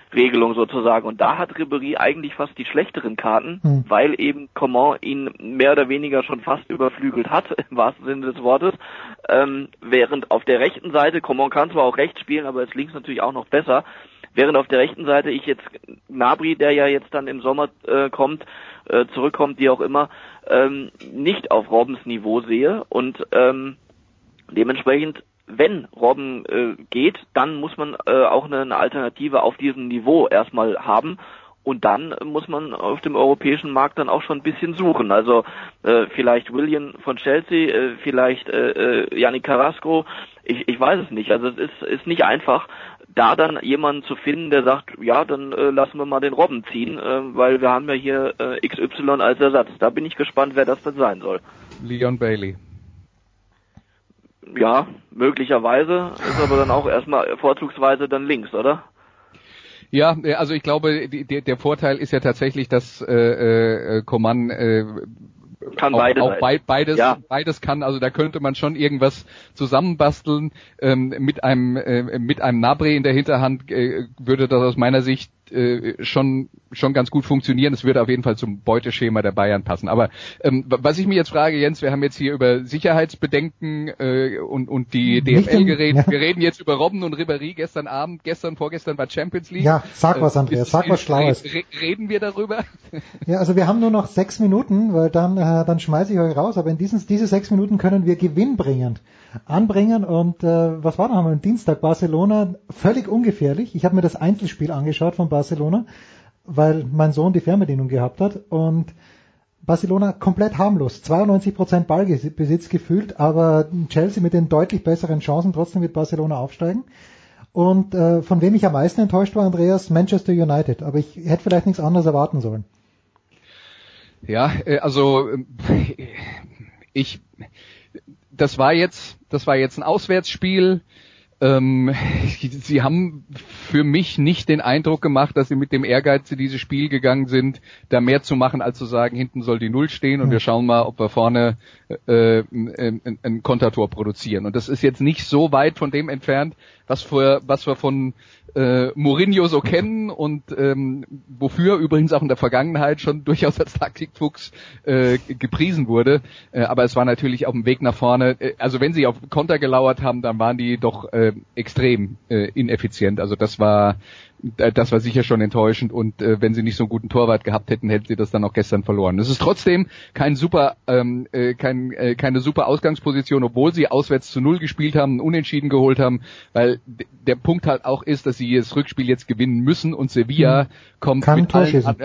Regelung sozusagen. Und da hat Ribéry eigentlich fast die schlechteren Karten, weil eben Coman ihn mehr oder weniger schon fast überflügelt hat, im wahrsten Sinne des Wortes. Während auf der rechten Seite, Coman kann zwar auch rechts spielen, aber ist links natürlich auch noch besser. Während auf der rechten Seite ich jetzt Gnabry, der ja jetzt dann im Sommer zurückkommt, wie auch immer, nicht auf Robbens Niveau sehe. Und dementsprechend, wenn Robben geht, dann muss man auch eine Alternative auf diesem Niveau erstmal haben. Und dann muss man auf dem europäischen Markt dann auch schon ein bisschen suchen. Also vielleicht Willian von Chelsea, vielleicht Yannick Carrasco, ich weiß es nicht. Also es ist nicht einfach, da dann jemanden zu finden, der sagt, ja, dann lassen wir mal den Robben ziehen, weil wir haben ja hier XY als Ersatz. Da bin ich gespannt, wer das dann sein soll. Leon Bailey. Ja, möglicherweise, ist aber dann auch erstmal vorzugsweise dann links, oder? Ja, also ich glaube, der Vorteil ist ja tatsächlich, dass Coman kann beides kann, also da könnte man schon irgendwas zusammenbasteln. Mit einem Gnabry in der Hinterhand würde das aus meiner Sicht schon ganz gut funktionieren. Es würde auf jeden Fall zum Beuteschema der Bayern passen. Aber was ich mir jetzt frage, Jens, wir haben jetzt hier über Sicherheitsbedenken und die DFL geredet. Ja. Wir reden jetzt über Robben und Ribéry. Vorgestern war Champions League. Ja, sag was, Andreas, sag was Schlaues. Reden wir darüber? Ja, also wir haben nur noch 6 Minuten, weil dann schmeiße ich euch raus. Aber in diese 6 Minuten können wir gewinnbringend anbringen. Und was war noch am Dienstag? Barcelona, völlig ungefährlich. Ich habe mir das Einzelspiel angeschaut von Barcelona, weil mein Sohn die Fernbedienung gehabt hat. Und Barcelona komplett harmlos. 92% Ballbesitz gefühlt, aber Chelsea mit den deutlich besseren Chancen. Trotzdem wird Barcelona aufsteigen. Und von wem ich am meisten enttäuscht war, Andreas, Manchester United. Aber ich hätte vielleicht nichts anderes erwarten sollen. Ja, also das war jetzt ein Auswärtsspiel. Sie haben für mich nicht den Eindruck gemacht, dass sie mit dem Ehrgeiz in dieses Spiel gegangen sind, da mehr zu machen, als zu sagen, hinten soll die Null stehen und wir schauen mal, ob wir vorne ein Kontertor produzieren. Und das ist jetzt nicht so weit von dem entfernt, was wir von Mourinho so kennen und wofür übrigens auch in der Vergangenheit schon durchaus als Taktikfuchs gepriesen wurde. Aber es war natürlich auf dem Weg nach vorne. Also wenn sie auf Konter gelauert haben, dann waren die doch extrem ineffizient. Also das war sicher schon enttäuschend und wenn sie nicht so einen guten Torwart gehabt hätten, hätten sie das dann auch gestern verloren. Es ist trotzdem keine super Ausgangsposition, obwohl sie auswärts zu 0 gespielt haben, einen Unentschieden geholt haben, weil der Punkt halt auch ist, dass sie das Rückspiel jetzt gewinnen müssen und Sevilla kommt mit einem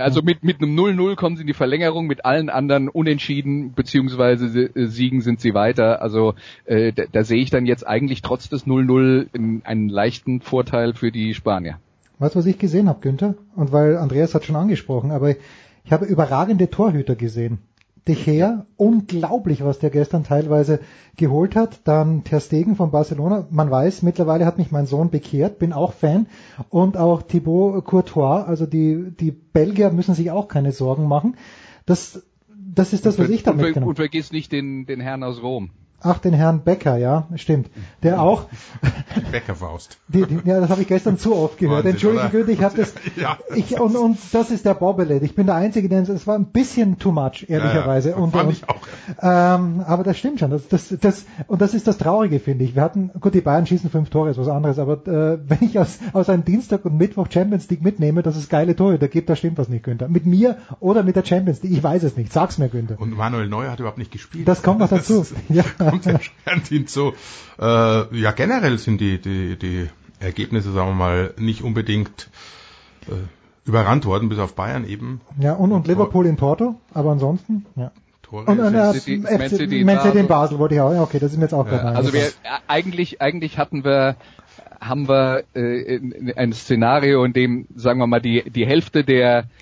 0-0 kommen sie in die Verlängerung, mit allen anderen Unentschieden beziehungsweise Siegen sind sie weiter. Also da sehe ich dann jetzt eigentlich trotz des 0-0 einen leichten Vorteil für die Spanier. Weißt du, was ich gesehen habe, Günther? Und weil Andreas hat schon angesprochen, aber ich habe überragende Torhüter gesehen. De Gea, unglaublich, was der gestern teilweise geholt hat. Dann Ter Stegen von Barcelona. Man weiß, mittlerweile hat mich mein Sohn bekehrt, bin auch Fan. Und auch Thibaut Courtois, also die Belgier müssen sich auch keine Sorgen machen. Das ist das, was ich damit mitgenommen habe. Und vergiss nicht den Herrn aus Rom. Ach, den Herrn Becker, ja, stimmt. Der auch. Beckerfaust. Ja, das habe ich gestern zu oft gehört. Wahnsinn, Entschuldigung, Günther, ich habe das. Ja. Und das ist der Bobbelet. Ich bin der Einzige, der es war ein bisschen too much, ehrlicherweise. Ja, fand ich auch. Aber das stimmt schon. Und das ist das Traurige, finde ich. Wir hatten, gut, die Bayern schießen 5 Tore, ist was anderes, aber wenn ich aus einem Dienstag und Mittwoch Champions League mitnehme, dass es geile Torhüter gibt, da stimmt was nicht, Günther. Mit mir oder mit der Champions League, ich weiß es nicht. Sag's mir, Günther. Und Manuel Neuer hat überhaupt nicht gespielt. Das kommt noch dazu. Ja. Und der scheint ihn so. Ja, generell sind die Ergebnisse, sagen wir mal, nicht unbedingt überrannt worden, bis auf Bayern eben. Ja, und Liverpool in Porto, aber ansonsten, ja. Tore. Und Man City in Basel wollte ich auch. Ja, okay, das ist mir jetzt auch gerade. Also eigentlich haben wir ein Szenario, in dem, sagen wir mal, die Hälfte der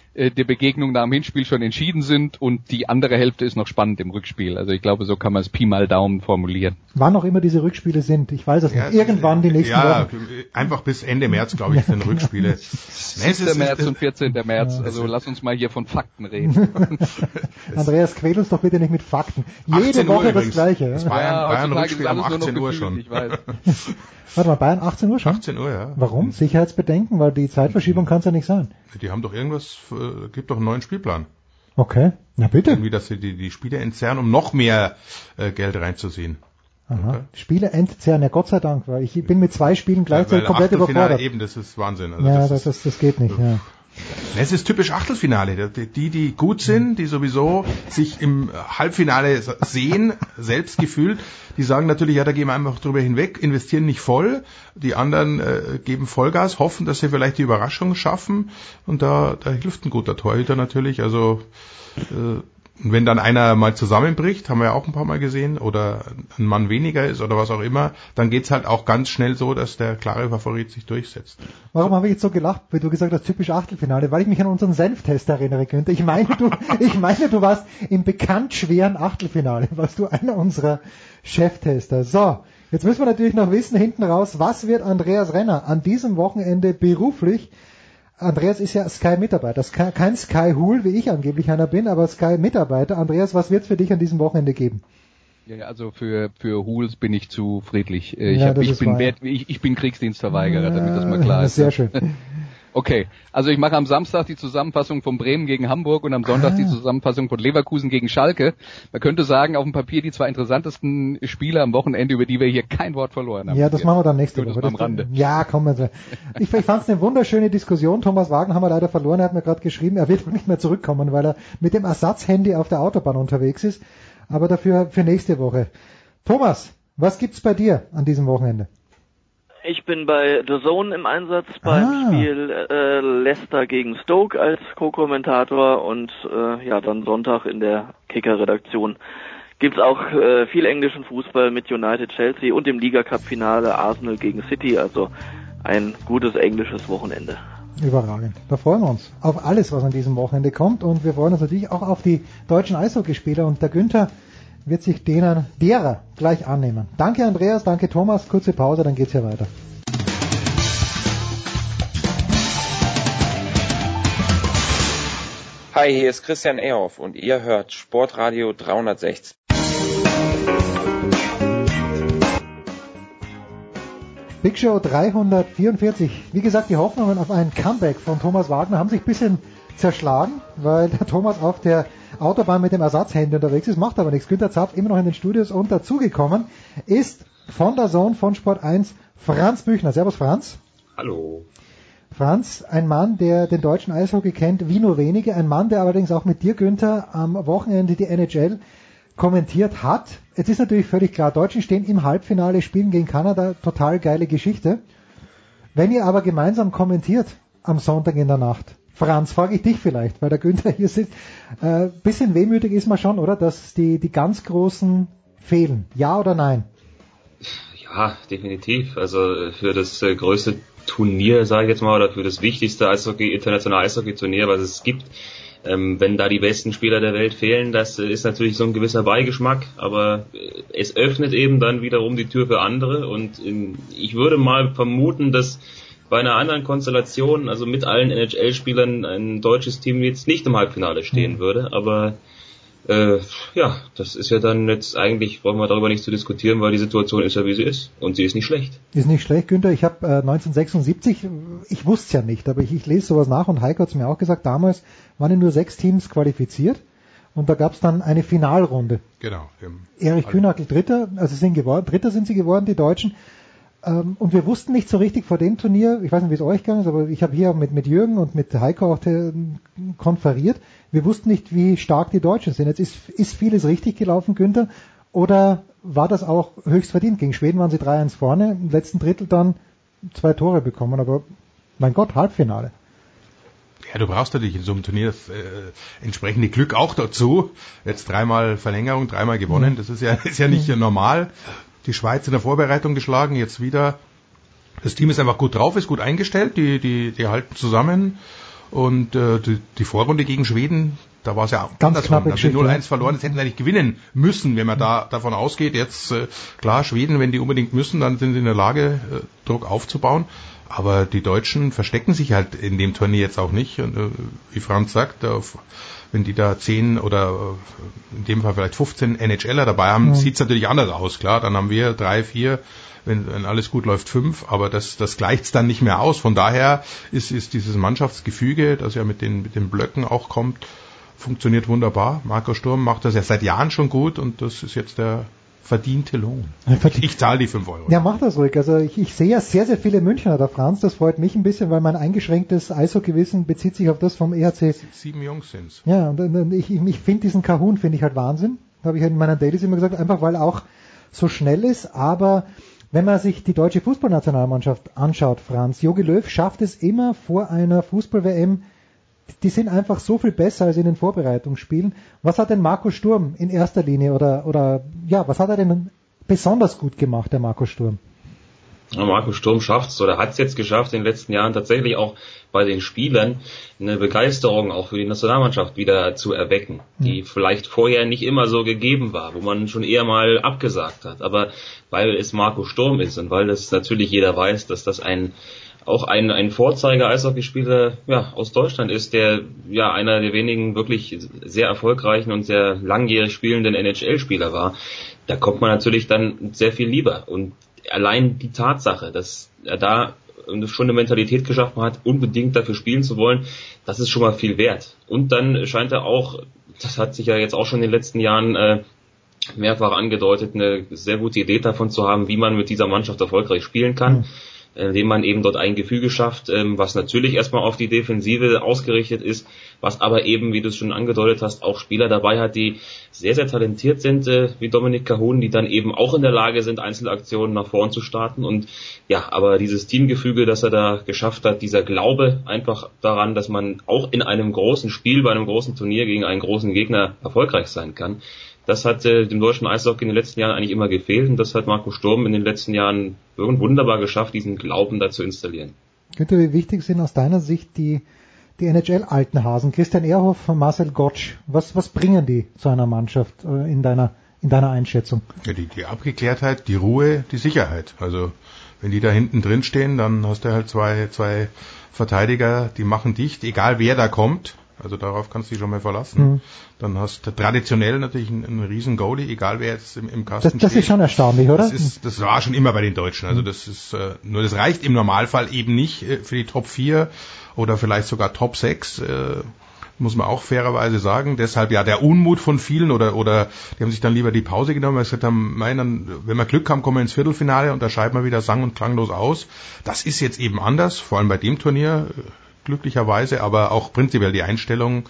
der Begegnung nach dem Hinspiel schon entschieden sind und die andere Hälfte ist noch spannend im Rückspiel. Also ich glaube, so kann man es Pi mal Daumen formulieren. Wann auch immer diese Rückspiele sind, ich weiß es nicht. Irgendwann die nächsten Wochen. Ja, einfach bis Ende März, glaube ich, sind Rückspiele. 7. März und 14. März, also lass uns mal hier von Fakten reden. Andreas, quäl uns doch bitte nicht mit Fakten. Jede Woche das Gleiche. Das Bayern Rückspiel um 18 Uhr schon. Ich weiß. Warte mal, Bayern 18 Uhr schon? 18 Uhr, ja. Warum? Sicherheitsbedenken? Weil die Zeitverschiebung kann es ja nicht sein. Die haben doch gibt doch einen neuen Spielplan. Okay, na bitte. Irgendwie, dass sie die Spiele entzerren, um noch mehr Geld reinzuziehen. Aha. Okay. Spiele entzerren, ja Gott sei Dank, weil ich bin mit 2 Spielen gleichzeitig komplett überfordert. Eben, das ist Wahnsinn. Also ja, das geht nicht, ja. Es ist typisch Achtelfinale. Die gut sind, die sowieso sich im Halbfinale sehen, selbst gefühlt, die sagen natürlich, ja, da gehen wir einfach drüber hinweg, investieren nicht voll. Die anderen geben Vollgas, hoffen, dass sie vielleicht die Überraschung schaffen. Und da hilft ein guter Torhüter natürlich. Also wenn dann einer mal zusammenbricht, haben wir ja auch ein paar Mal gesehen, oder ein Mann weniger ist oder was auch immer, dann geht's halt auch ganz schnell so, dass der klare Favorit sich durchsetzt. Warum habe ich jetzt so gelacht, wie du gesagt hast, typisch Achtelfinale? Weil ich mich an unseren Senftest erinnere, Günther. Ich meine, du warst im bekannt schweren Achtelfinale, warst du einer unserer Cheftester. So, jetzt müssen wir natürlich noch wissen, hinten raus, was wird Andreas Renner an diesem Wochenende beruflich? Andreas ist ja Sky-Mitarbeiter, kein Sky-Hul, wie ich angeblich einer bin, aber Sky-Mitarbeiter. Andreas, was wird's für dich an diesem Wochenende geben? Ja, also für Huls bin ich zu friedlich. Ich bin Kriegsdienstverweigerer, damit das mal klar ist. Sehr schön. Okay, also ich mache am Samstag die Zusammenfassung von Bremen gegen Hamburg und am Sonntag die Zusammenfassung von Leverkusen gegen Schalke. Man könnte sagen, auf dem Papier die 2 interessantesten Spiele am Wochenende, über die wir hier kein Wort verloren haben. Ja, das machen wir dann nächste Woche. Am Rande. Ja, komm. Ich fand es eine wunderschöne Diskussion. Thomas Wagner haben wir leider verloren. Er hat mir gerade geschrieben, er wird nicht mehr zurückkommen, weil er mit dem Ersatzhandy auf der Autobahn unterwegs ist. Aber dafür für nächste Woche. Thomas, was gibt's bei dir an diesem Wochenende? Ich bin bei The Zone im Einsatz beim Spiel Leicester gegen Stoke als Co-Kommentator und dann Sonntag in der Kicker-Redaktion gibt's auch viel englischen Fußball mit United, Chelsea und im Liga-Cup-Finale Arsenal gegen City, also ein gutes englisches Wochenende. Überragend. Da freuen wir uns auf alles, was an diesem Wochenende kommt und wir freuen uns natürlich auch auf die deutschen Eishockeyspieler und der Günther wird sich derer gleich annehmen. Danke Andreas, danke Thomas, kurze Pause, dann geht's hier weiter. Hi, hier ist Christian Ehoff und ihr hört Sportradio 360. Big Show 344. Wie gesagt, die Hoffnungen auf ein Comeback von Thomas Wagner haben sich ein bisschen zerschlagen, weil der Thomas auf der Autobahn mit dem Ersatzhandy unterwegs ist, macht aber nichts. Günther Zapf immer noch in den Studios und dazugekommen ist von der Zone von Sport 1 Franz Büchner. Servus Franz. Hallo. Franz, ein Mann, der den deutschen Eishockey kennt wie nur wenige, ein Mann, der allerdings auch mit dir, Günther, am Wochenende die NHL kommentiert hat. Jetzt ist natürlich völlig klar, Deutschen stehen im Halbfinale, spielen gegen Kanada, total geile Geschichte. Wenn ihr aber gemeinsam kommentiert am Sonntag in der Nacht, Franz, frage ich dich vielleicht, weil der Günther hier sitzt, bisschen wehmütig ist man schon, oder, dass die ganz Großen fehlen, ja oder nein? Ja, definitiv, also für das größte Turnier, sage ich jetzt mal, oder für das wichtigste internationale Eishockey-Turnier, was es gibt, wenn da die besten Spieler der Welt fehlen, das ist natürlich so ein gewisser Beigeschmack, aber es öffnet eben dann wiederum die Tür für andere und ich würde mal vermuten, dass bei einer anderen Konstellation, also mit allen NHL-Spielern, ein deutsches Team jetzt nicht im Halbfinale stehen würde, aber das ist ja dann jetzt eigentlich, brauchen wir darüber nicht zu diskutieren, weil die Situation ist ja, wie sie ist. Und sie ist nicht schlecht. Ist nicht schlecht, Günther. Ich habe 1976, ich wusste es ja nicht, aber ich lese sowas nach und Heiko hat es mir auch gesagt, damals waren ja nur 6 Teams qualifiziert und da gab es dann eine Finalrunde. Genau. Erich Kühnhackl Dritter, Dritter sind sie geworden, die Deutschen. Und wir wussten nicht so richtig vor dem Turnier, ich weiß nicht, wie es euch gegangen ist, aber ich habe hier mit Jürgen und mit Heiko auch konferiert. Wir wussten nicht, wie stark die Deutschen sind. Jetzt ist vieles richtig gelaufen, Günther, oder war das auch höchst verdient? Gegen Schweden waren sie 3-1 vorne, im letzten Drittel dann 2 Tore bekommen, aber mein Gott, Halbfinale. Ja, du brauchst natürlich in so einem Turnier das entsprechende Glück auch dazu. Jetzt 3-mal Verlängerung, 3-mal gewonnen, das ist ja nicht normal. Die Schweiz in der Vorbereitung geschlagen, jetzt wieder. Das Team ist einfach gut drauf, ist gut eingestellt, die halten zusammen Und die Vorrunde gegen Schweden, da war es ja ganz andersrum. knapp. Da haben wir 0-1 verloren, das hätten wir nicht gewinnen müssen, wenn man davon ausgeht. Jetzt, klar, Schweden, wenn die unbedingt müssen, dann sind sie in der Lage, Druck aufzubauen. Aber die Deutschen verstecken sich halt in dem Turnier jetzt auch nicht. Und wie Franz sagt, wenn die da 10 oder in dem Fall vielleicht 15 NHLer dabei haben, sieht's natürlich anders aus. Klar, dann haben wir 3, 4, wenn alles gut läuft 5, aber das gleicht's dann nicht mehr aus. Von daher ist dieses Mannschaftsgefüge, das ja mit den Blöcken auch kommt, funktioniert wunderbar. Marco Sturm macht das ja seit Jahren schon gut und das ist jetzt der verdiente Lohn. Ich zahle die 5 Euro. Ja, mach das ruhig. Also ich sehe ja sehr, sehr viele Münchner da, Franz. Das freut mich ein bisschen, weil mein eingeschränktes Eishockeywissen bezieht sich auf das vom EHC. 7 Jungs sind's. Ja, und ich finde diesen Kahun, finde ich halt Wahnsinn. Habe ich halt in meiner Dailies immer gesagt, einfach weil er auch so schnell ist, aber wenn man sich die deutsche Fußballnationalmannschaft anschaut, Franz, Jogi Löw schafft es immer vor einer Fußball-WM, die sind einfach so viel besser als in den Vorbereitungsspielen. Was hat denn Marco Sturm in erster Linie oder was hat er denn besonders gut gemacht, der Marco Sturm? Ja, Marco Sturm schafft's oder hat's jetzt geschafft, in den letzten Jahren tatsächlich auch bei den Spielern eine Begeisterung auch für die Nationalmannschaft wieder zu erwecken, die vielleicht vorher nicht immer so gegeben war, wo man schon eher mal abgesagt hat. Aber weil es Marco Sturm ist und weil das natürlich jeder weiß, dass das ein Vorzeiger-Eishockeyspieler aus Deutschland ist, der einer der wenigen wirklich sehr erfolgreichen und sehr langjährig spielenden NHL-Spieler war, da kommt man natürlich dann sehr viel lieber. Und allein die Tatsache, dass er da schon eine Mentalität geschaffen hat, unbedingt dafür spielen zu wollen, das ist schon mal viel wert. Und dann scheint er auch, das hat sich ja jetzt auch schon in den letzten Jahren mehrfach angedeutet, eine sehr gute Idee davon zu haben, wie man mit dieser Mannschaft erfolgreich spielen kann, indem man eben dort ein Gefüge schafft, was natürlich erstmal auf die Defensive ausgerichtet ist, was aber eben, wie du es schon angedeutet hast, auch Spieler dabei hat, die sehr, sehr talentiert sind, wie Dominik Kahun, die dann eben auch in der Lage sind, Einzelaktionen nach vorn zu starten. Und aber dieses Teamgefüge, das er da geschafft hat, dieser Glaube einfach daran, dass man auch in einem großen Spiel, bei einem großen Turnier gegen einen großen Gegner erfolgreich sein kann, das hat dem deutschen Eishockey in den letzten Jahren eigentlich immer gefehlt und das hat Marco Sturm in den letzten Jahren wunderbar geschafft, diesen Glauben da zu installieren. Günther, wie wichtig sind aus deiner Sicht die NHL-alten Hasen? Christian Ehrhoff, Marcel Gottsch, was bringen die zu einer Mannschaft in deiner Einschätzung? Ja, die Abgeklärtheit, die Ruhe, die Sicherheit. Also wenn die da hinten drin stehen, dann hast du halt zwei Verteidiger, die machen dicht, egal wer da kommt. Also darauf kannst du dich schon mal verlassen. Dann hast du traditionell natürlich einen riesen Goalie, egal wer jetzt im Kasten steht. Das ist schon erstaunlich, oder? Das war schon immer bei den Deutschen. Also das ist nur das reicht im Normalfall eben nicht für die Top 4 oder vielleicht sogar Top 6, muss man auch fairerweise sagen. Deshalb der Unmut von vielen oder die haben sich dann lieber die Pause genommen, weil sie gesagt haben, wenn wir Glück haben, kommen wir ins Viertelfinale und da scheiden wir wieder sang- und klanglos aus. Das ist jetzt eben anders, vor allem bei dem Turnier glücklicherweise, aber auch prinzipiell die Einstellung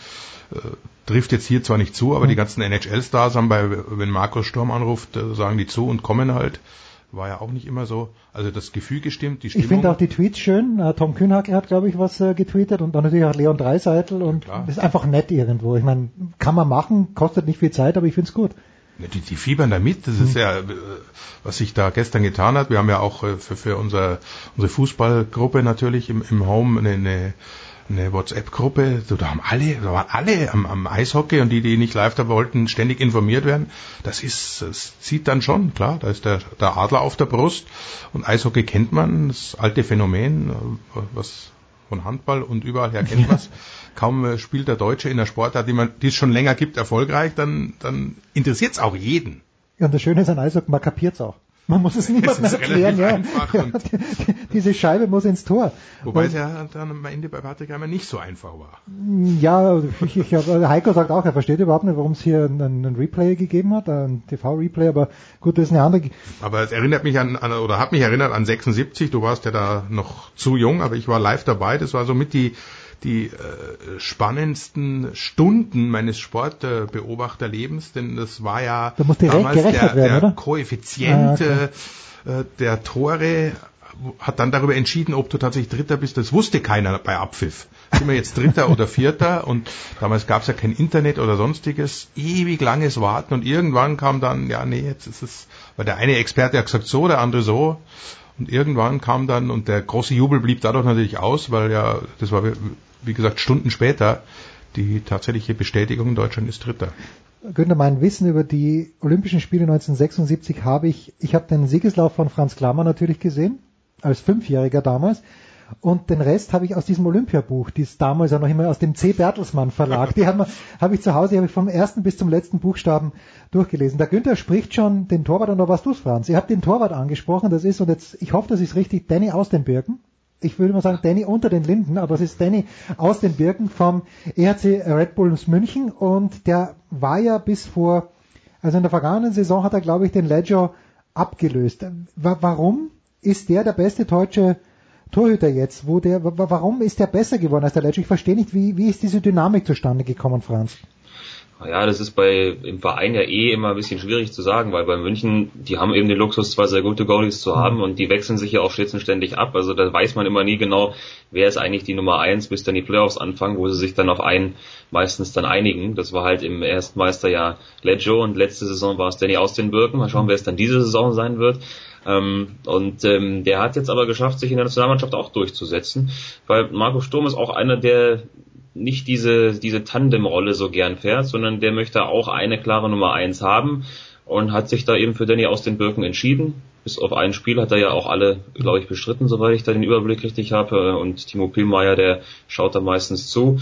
trifft jetzt hier zwar nicht zu, aber die ganzen NHL-Stars haben wenn Markus Sturm anruft, sagen die zu und kommen halt. War ja auch nicht immer so. Also das Gefüge stimmt, die Stimmung. Ich finde auch die Tweets schön. Tom Kühnhackl hat, glaube ich, was getweetet und dann natürlich auch Leon Draisaitl und ist einfach nett irgendwo. Ich meine, kann man machen, kostet nicht viel Zeit, aber ich finde es gut. Die fiebern da mit, das ist ja, was sich da gestern getan hat. Wir haben ja auch für unsere Fußballgruppe natürlich im Home eine WhatsApp-Gruppe, da waren alle am Eishockey und die nicht live da wollten, ständig informiert werden. Das zieht dann schon, klar, da ist der Adler auf der Brust und Eishockey kennt man, das alte Phänomen, was von Handball und überall her kennt man es. Kaum spielt der Deutsche in der Sportart, die es schon länger gibt, erfolgreich, dann interessiert es auch jeden. Ja, und das Schöne ist an Eishockey, man kapiert es auch. Man muss es niemandem mehr erklären, ja. Diese Scheibe muss ins Tor. Wobei es ja dann am Ende bei Patrick einmal nicht so einfach war. Ja, Heiko sagt auch, er versteht überhaupt nicht, warum es hier einen Replay gegeben hat, einen TV-Replay, aber gut, das ist eine andere. Aber es erinnert mich hat mich erinnert an 76, du warst ja da noch zu jung, aber ich war live dabei, das war somit die spannendsten Stunden meines Sportbeobachterlebens, denn das war ja damals der Koeffizient der Tore hat dann darüber entschieden, ob du tatsächlich Dritter bist. Das wusste keiner bei Abpfiff. Sind wir jetzt Dritter oder Vierter? Und damals gab es ja kein Internet oder sonstiges. Ewig langes Warten und irgendwann kam dann, jetzt ist es, weil der eine Experte hat gesagt so, der andere so. Und irgendwann kam dann, und der große Jubel blieb dadurch natürlich aus, weil das war wie gesagt, Stunden später die tatsächliche Bestätigung, Deutschland ist Dritter. Günther, mein Wissen über die Olympischen Spiele 1976 ich habe den Siegeslauf von Franz Klammer natürlich gesehen, als 5-Jähriger damals. Und den Rest habe ich aus diesem Olympiabuch, die ist damals ja noch immer aus dem C. Bertelsmann Verlag, die habe ich zu Hause, vom ersten bis zum letzten Buchstaben durchgelesen. Der Günther spricht schon den Torwart, und da warst du's, Franz. Ihr habt den Torwart angesprochen, das ist, und jetzt, ich hoffe, das ist richtig, Danny aus den Birken. Ich würde mal sagen Danny unter den Linden, aber es ist Danny aus den Birken vom EHC Red Bulls München, und der war ja also in der vergangenen Saison hat er, glaube ich, den Ledger abgelöst. Warum ist der beste deutsche Torhüter jetzt? Warum ist der besser geworden als der Ledger? Ich verstehe nicht, wie ist diese Dynamik zustande gekommen, Franz? Ja, das ist im Verein ja immer ein bisschen schwierig zu sagen, weil bei München, die haben eben den Luxus, zwei sehr gute Goalies zu haben, und die wechseln sich ja auch ständig ab. Also da weiß man immer nie genau, wer ist eigentlich die Nummer 1, bis dann die Playoffs anfangen, wo sie sich dann auf einen meistens dann einigen. Das war halt im ersten Meisterjahr Ledger, und letzte Saison war es Danny aus den Birken. Mal schauen, wer es dann diese Saison sein wird. Der hat jetzt aber geschafft, sich in der Nationalmannschaft auch durchzusetzen, weil Marco Sturm ist auch einer, der nicht diese Tandemrolle so gern fährt, sondern der möchte auch eine klare Nummer 1 haben und hat sich da eben für Danny aus den Birken entschieden. Bis auf ein Spiel hat er ja auch alle, glaube ich, bestritten, soweit ich da den Überblick richtig habe, und Timo Pielmeier, der schaut da meistens zu.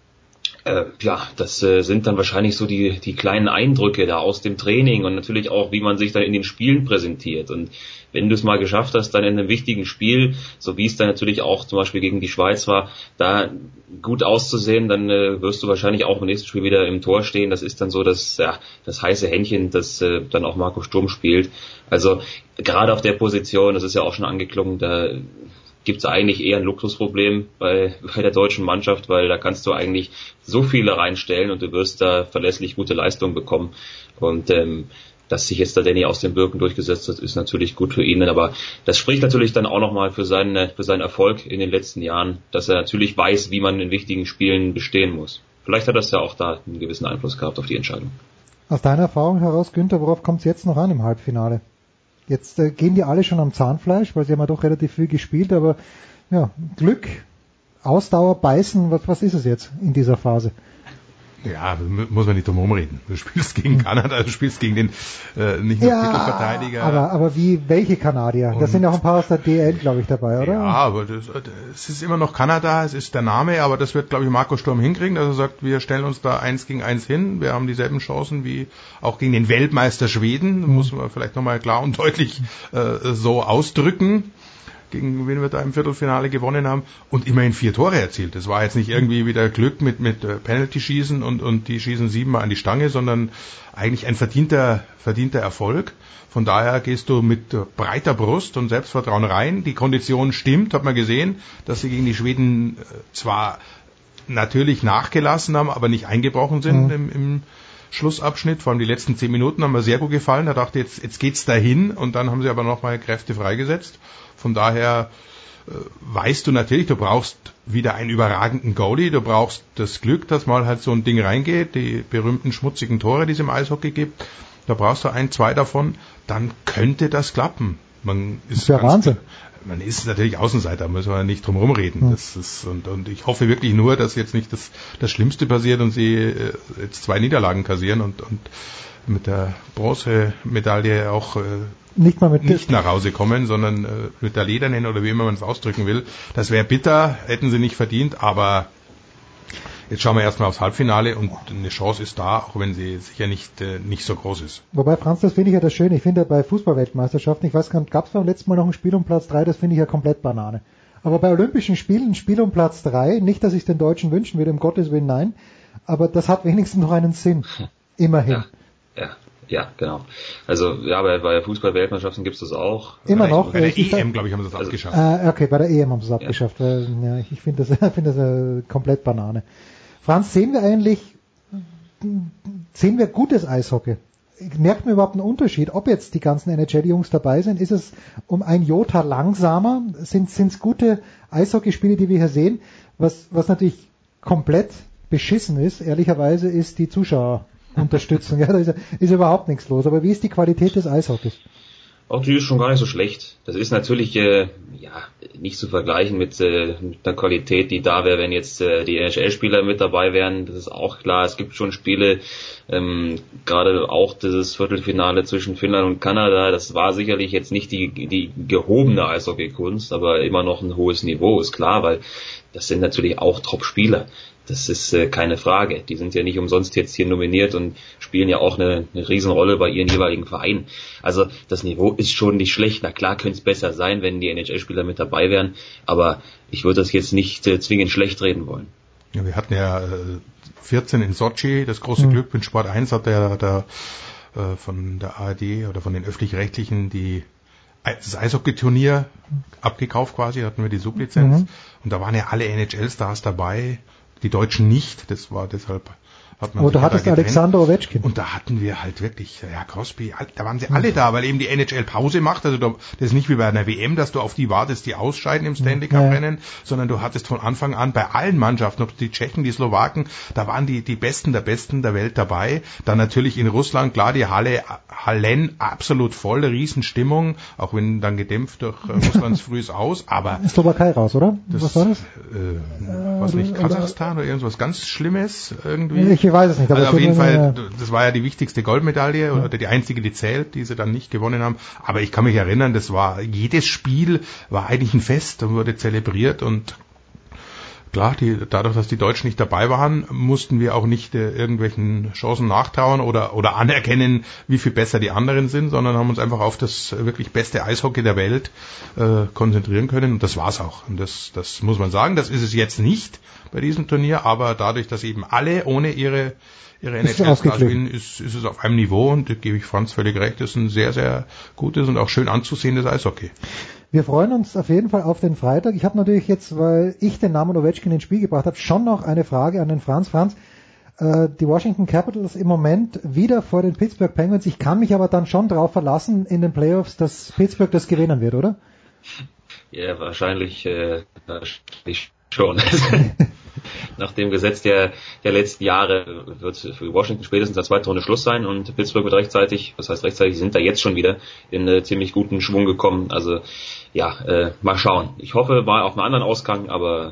Das sind dann wahrscheinlich so die kleinen Eindrücke da aus dem Training und natürlich auch, wie man sich dann in den Spielen präsentiert. Und wenn du es mal geschafft hast, dann in einem wichtigen Spiel, so wie es dann natürlich auch zum Beispiel gegen die Schweiz war, da gut auszusehen, dann wirst du wahrscheinlich auch im nächsten Spiel wieder im Tor stehen. Das ist dann so das heiße Händchen, das dann auch Marco Sturm spielt. Also gerade auf der Position, das ist ja auch schon angeklungen, da gibt es eigentlich eher ein Luxusproblem bei der deutschen Mannschaft, weil da kannst du eigentlich so viele reinstellen und du wirst da verlässlich gute Leistung bekommen. Und dass sich jetzt der Danny aus den Birken durchgesetzt hat, ist natürlich gut für ihn. Aber das spricht natürlich dann auch nochmal für seinen Erfolg in den letzten Jahren, dass er natürlich weiß, wie man in wichtigen Spielen bestehen muss. Vielleicht hat das ja auch da einen gewissen Einfluss gehabt auf die Entscheidung. Aus deiner Erfahrung heraus, Günther, worauf kommt es jetzt noch an im Halbfinale? Jetzt gehen die alle schon am Zahnfleisch, weil sie haben ja doch relativ viel gespielt, aber ja, Glück, Ausdauer, Beißen, was ist es jetzt in dieser Phase? Ja, muss man nicht drum herum reden. Du spielst gegen Kanada, du spielst gegen den nicht nur Titelverteidiger. Aber welche Kanadier? Da sind ja auch ein paar aus der DL, glaube ich, dabei, oder? Ja, aber es ist immer noch Kanada, es ist der Name, aber das wird, glaube ich, Marco Sturm hinkriegen, dass er sagt, wir stellen uns da 1 gegen 1 hin, wir haben dieselben Chancen wie auch gegen den Weltmeister Schweden, muss man vielleicht nochmal klar und deutlich so ausdrücken, gegen wen wir da im Viertelfinale gewonnen haben, und immerhin 4 Tore erzielt. Das war jetzt nicht irgendwie wieder Glück mit Penalty-Schießen und die schießen 7-mal an die Stange, sondern eigentlich ein verdienter Erfolg. Von daher gehst du mit breiter Brust und Selbstvertrauen rein. Die Kondition stimmt, hat man gesehen, dass sie gegen die Schweden zwar natürlich nachgelassen haben, aber nicht eingebrochen sind im Schlussabschnitt. Vor allem die letzten 10 Minuten haben mir sehr gut gefallen. Da dachte ich, jetzt geht's dahin, und dann haben sie aber nochmal Kräfte freigesetzt. Von daher weißt du natürlich, du brauchst wieder einen überragenden Goalie, du brauchst das Glück, dass mal halt so ein Ding reingeht, die berühmten schmutzigen Tore, die es im Eishockey gibt, da brauchst du 1, 2 davon, dann könnte das klappen. Das ist ja Wahnsinn. Man ist natürlich Außenseiter, müssen wir nicht drum rumreden. Das ist, und ich hoffe wirklich nur, dass jetzt nicht das Schlimmste passiert und sie jetzt 2 Niederlagen kassieren und mit der Bronzemedaille auch nicht nach Hause kommen, sondern mit der Ledernen oder wie immer man es ausdrücken will. Das wäre bitter, hätten sie nicht verdient, aber jetzt schauen wir erstmal aufs Halbfinale, und eine Chance ist da, auch wenn sie sicher nicht so groß ist. Wobei, Franz, das finde ich ja das Schöne. Ich finde bei Fußballweltmeisterschaften, ich weiß gar nicht, gab es beim letzten Mal noch ein Spiel um Platz 3, das finde ich ja komplett Banane. Aber bei Olympischen Spielen ein Spiel um Platz 3, nicht, dass ich es den Deutschen wünschen würde, um Gottes Willen, nein, aber das hat wenigstens noch einen Sinn. Immerhin. Ja, genau. Also ja, bei Fußball-Weltmeisterschaften gibt es das auch. Immer noch. Bei der EM, glaube ich, haben sie das abgeschafft. Okay, bei der EM haben sie es abgeschafft. Ja, ich finde das komplett Banane. Franz, sehen wir gutes Eishockey? Merkt man überhaupt einen Unterschied, ob jetzt die ganzen NHL-Jungs dabei sind? Ist es um ein Jota langsamer? Sind es gute Eishockeyspiele, die wir hier sehen? Was natürlich komplett beschissen ist, ehrlicherweise, ist die Zuschauerunterstützung. Ja, da ist überhaupt nichts los. Aber wie ist die Qualität des Eishockeys? Auch die ist schon gar nicht so schlecht. Das ist natürlich nicht zu vergleichen mit der Qualität, die da wäre, wenn jetzt die NHL-Spieler mit dabei wären. Das ist auch klar. Es gibt schon Spiele, gerade auch dieses Viertelfinale zwischen Finnland und Kanada. Das war sicherlich jetzt nicht die gehobene Eishockey-Kunst, aber immer noch ein hohes Niveau, ist klar, weil das sind natürlich auch Top-Spieler. Das ist keine Frage. Die sind ja nicht umsonst jetzt hier nominiert und spielen ja auch eine Riesenrolle bei ihren jeweiligen Vereinen. Also das Niveau ist schon nicht schlecht. Na klar könnte es besser sein, wenn die NHL-Spieler mit dabei wären, aber ich würde das jetzt nicht zwingend schlecht reden wollen. Ja, wir hatten ja 14 in Sochi, das große Glück. In Sport 1 hat der von der ARD oder von den Öffentlich-Rechtlichen das Eishockey-Turnier abgekauft quasi, da hatten wir die Sublizenz. Und da waren ja alle NHL-Stars dabei. Die Deutschen nicht, das war deshalb hat man. Aber du hattest Alexander Ovechkin. Und da hatten wir halt wirklich, Crosby, da waren sie alle da, weil eben die NHL Pause macht, also das ist nicht wie bei einer WM, dass du auf die wartest, die ausscheiden im Stanley Cup Rennen, sondern du hattest von Anfang an bei allen Mannschaften, ob die Tschechen, die Slowaken, da waren die Besten der Welt dabei. Dann natürlich in Russland, klar, die Hallen absolut voll, Riesenstimmung, auch wenn dann gedämpft durch Russlands frühes Aus, aber Slowakei raus, oder? Was war das? Was nicht, Kasachstan oder irgendwas ganz Schlimmes irgendwie? Ich weiß es nicht. Aber also auf jeden Fall, das war ja die wichtigste Goldmedaille oder die einzige, die zählt, die sie dann nicht gewonnen haben. Aber ich kann mich erinnern, jedes Spiel war eigentlich ein Fest und wurde zelebriert und klar, dadurch, dass die Deutschen nicht dabei waren, mussten wir auch nicht irgendwelchen Chancen nachtrauern oder anerkennen, wie viel besser die anderen sind, sondern haben uns einfach auf das wirklich beste Eishockey der Welt konzentrieren können und das war's auch. Und das muss man sagen, das ist es jetzt nicht bei diesem Turnier, aber dadurch, dass eben alle ohne ihre NHL-Stars spielen, ist es auf einem Niveau und da gebe ich Franz völlig recht, ist ein sehr, sehr gutes und auch schön anzusehendes Eishockey. Wir freuen uns auf jeden Fall auf den Freitag. Ich habe natürlich jetzt, weil ich den Namen Ovechkin ins Spiel gebracht habe, schon noch eine Frage an den Franz. Franz, die Washington Capitals im Moment wieder vor den Pittsburgh Penguins. Ich kann mich aber dann schon darauf verlassen in den Playoffs, dass Pittsburgh das gewinnen wird, oder? Ja, wahrscheinlich schon. Nach dem Gesetz der letzten Jahre wird für Washington spätestens der zweite Runde Schluss sein und Pittsburgh wird rechtzeitig, sind da jetzt schon wieder in ziemlich guten Schwung gekommen. Also mal schauen. Ich hoffe mal auf einen anderen Ausgang, aber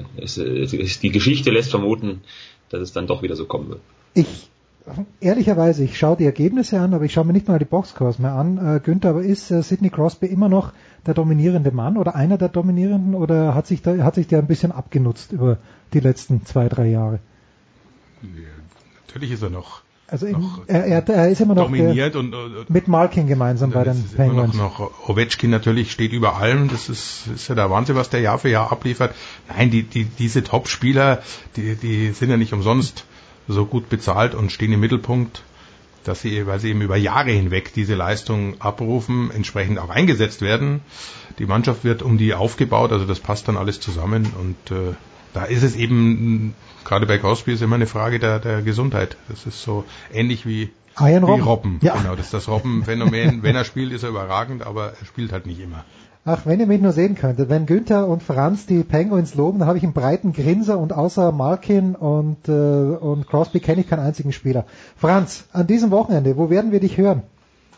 die Geschichte lässt vermuten, dass es dann doch wieder so kommen wird. Ehrlicherweise, ich schaue die Ergebnisse an, aber ich schaue mir nicht mal die Boxscores mehr an. Günther, aber ist Sidney Crosby immer noch der dominierende Mann oder einer der dominierenden oder hat sich der ein bisschen abgenutzt über die letzten 2-3 Jahre? Ja, natürlich ist er noch. Also er ist immer noch dominiert und mit Malkin gemeinsam bei den Penguins. Immer noch Ovechkin natürlich steht über allem. Das ist ja der Wahnsinn, was der Jahr für Jahr abliefert. Nein, diese Top-Spieler, die sind ja nicht umsonst so gut bezahlt und stehen im Mittelpunkt, weil sie eben über Jahre hinweg diese Leistung abrufen, entsprechend auch eingesetzt werden. Die Mannschaft wird um die aufgebaut, also das passt dann alles zusammen und da ist es eben, gerade bei Crosby ist immer eine Frage der Gesundheit. Das ist so ähnlich wie Robben. Ja. Genau, das ist das Robben-Phänomen. Wenn er spielt, ist er überragend, aber er spielt halt nicht immer. Ach, wenn ihr mich nur sehen könntet, wenn Günther und Franz die Penguins loben, dann habe ich einen breiten Grinser und außer Malkin und Crosby kenne ich keinen einzigen Spieler. Franz, an diesem Wochenende, wo werden wir dich hören?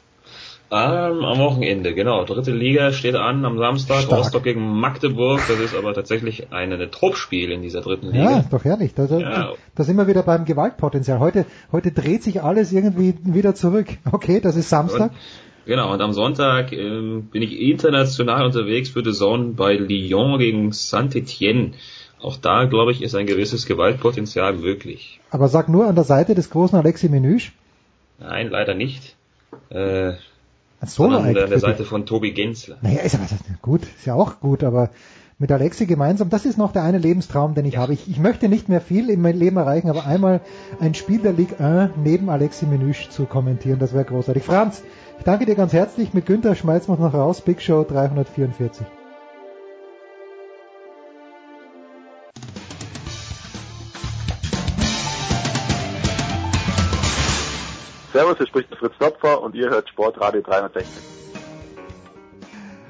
Am Wochenende, genau. 3. Liga steht an am Samstag. Stark. Rostock gegen Magdeburg. Das ist aber tatsächlich ein Topspiel in dieser 3. Liga. Ja, doch herrlich. Da sind wir wieder beim Gewaltpotenzial. Heute dreht sich alles irgendwie wieder zurück. Okay, das ist Samstag. Und am Sonntag bin ich international unterwegs für DAZN bei Lyon gegen Saint-Étienne. Auch da, glaube ich, ist ein gewisses Gewaltpotenzial möglich. Aber sag nur an der Seite des großen Alexis Menüsch? Nein, leider nicht. Sondern an der Seite von Tobi Gensler. Naja, ist ja auch gut, aber mit Alexi gemeinsam, das ist noch der eine Lebenstraum, den ich habe. Ich möchte nicht mehr viel in meinem Leben erreichen, aber einmal ein Spiel der Ligue 1 neben Alexis Menüsch zu kommentieren, das wäre großartig. Franz, ich danke dir ganz herzlich. Mit Günther schmeißen wir uns noch raus. Big Show 344. Servus, hier spricht der Fritz Topfer und ihr hört Sportradio 360.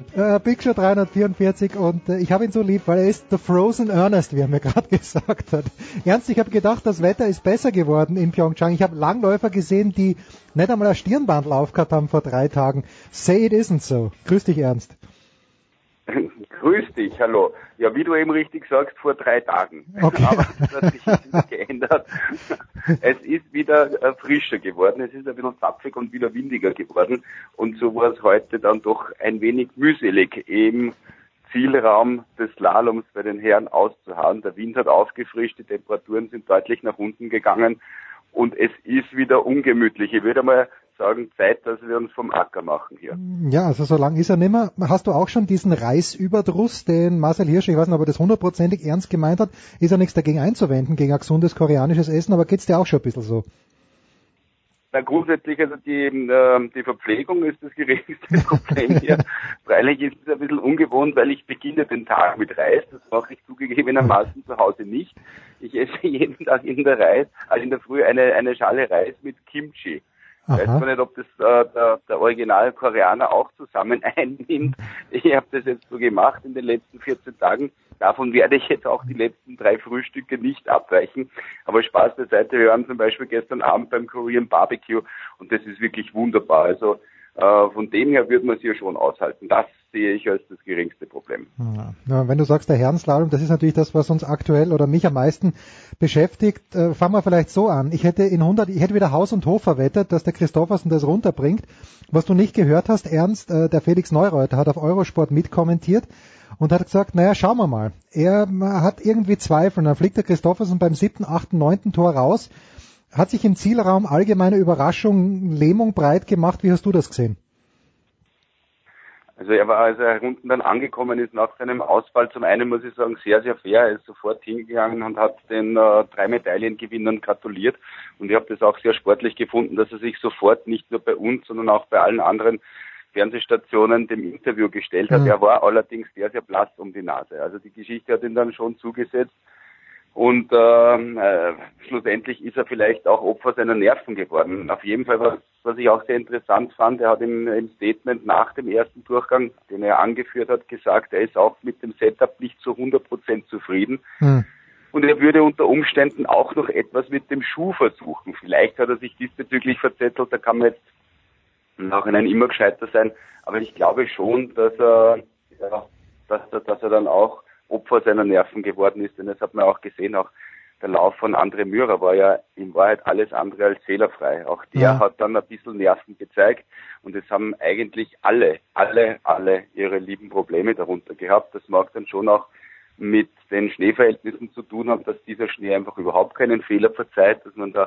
Big Show 344 und ich habe ihn so lieb, weil er ist the Frozen Ernest, wie er mir gerade gesagt hat. Ernst, ich habe gedacht, das Wetter ist besser geworden in Pyeongchang. Ich habe Langläufer gesehen, die nicht einmal ein Stirnbandel aufgehabt haben vor 3 Tagen. Say it isn't so. Grüß dich, Ernst. Grüß dich, hallo. Ja, wie du eben richtig sagst, vor 3 Tagen. Okay. Aber das hat sich jetzt geändert. Es ist wieder frischer geworden, es ist ein bisschen zapfig und wieder windiger geworden. Und so war es heute dann doch ein wenig mühselig, im Zielraum des Slaloms bei den Herren auszuharren. Der Wind hat aufgefrischt, die Temperaturen sind deutlich nach unten gegangen und es ist wieder ungemütlich. Ich würde mal sagen, Zeit, dass wir uns vom Acker machen hier. Ja, also so lang ist er nicht mehr. Hast du auch schon diesen Reisüberdruss, den Marcel Hirsch, ich weiß nicht, ob er das 100%ig ernst gemeint hat, ist ja nichts dagegen einzuwenden, gegen ein gesundes koreanisches Essen, aber geht's dir auch schon ein bisschen so? Na, grundsätzlich, also die Verpflegung ist das geringste Problem hier. Freilich ist es ein bisschen ungewohnt, weil ich beginne den Tag mit Reis. Das mache ich zugegebenermaßen zu Hause nicht. Ich esse jeden Tag in der Früh eine Schale Reis mit Kimchi. Ich weiß zwar nicht, ob das der Original-Koreaner auch zusammen einnimmt. Ich habe das jetzt so gemacht in den letzten 14 Tagen. Davon werde ich jetzt auch die letzten 3 Frühstücke nicht abweichen. Aber Spaß beiseite, wir waren zum Beispiel gestern Abend beim Korean Barbecue und das ist wirklich wunderbar. Also von dem her würde man es ja schon aushalten. Das sehe ich als das geringste Problem. Ja, wenn du sagst, der Herrenslalom, das ist natürlich das, was uns aktuell oder mich am meisten beschäftigt. Fangen wir vielleicht so an. Ich hätte wieder Haus und Hof verwettet, dass der Christoffersen das runterbringt. Was du nicht gehört hast, Ernst, der Felix Neureuter hat auf Eurosport mitkommentiert und hat gesagt, naja, schauen wir mal. Er hat irgendwie Zweifel. Dann fliegt der Christoffersen beim 7., 8., 9. Tor raus. Hat sich im Zielraum allgemeine Überraschung, Lähmung breit gemacht. Wie hast du das gesehen? Also er war, als er unten dann angekommen ist nach seinem Ausfall, zum einen muss ich sagen, sehr, sehr fair. Er ist sofort hingegangen und hat den 3 Medaillengewinnern gratuliert. Und ich habe das auch sehr sportlich gefunden, dass er sich sofort nicht nur bei uns, sondern auch bei allen anderen Fernsehstationen dem Interview gestellt hat. Er war allerdings sehr, sehr blass um die Nase. Also die Geschichte hat ihn dann schon zugesetzt. Und schlussendlich ist er vielleicht auch Opfer seiner Nerven geworden. Auf jeden Fall, was ich auch sehr interessant fand, er hat im Statement nach dem ersten Durchgang, den er angeführt hat, gesagt, er ist auch mit dem Setup nicht zu 100% zufrieden. Und er würde unter Umständen auch noch etwas mit dem Schuh versuchen. Vielleicht hat er sich diesbezüglich verzettelt, da kann man jetzt im Nachhinein immer gescheiter sein. Aber ich glaube schon, dass er dann auch Opfer seiner Nerven geworden ist, denn das hat man auch gesehen, auch der Lauf von André Mürer war ja in Wahrheit alles andere als fehlerfrei. Auch der hat dann ein bisschen Nerven gezeigt und es haben eigentlich alle ihre lieben Probleme darunter gehabt. Das mag dann schon auch mit den Schneeverhältnissen zu tun haben, dass dieser Schnee einfach überhaupt keinen Fehler verzeiht, dass man da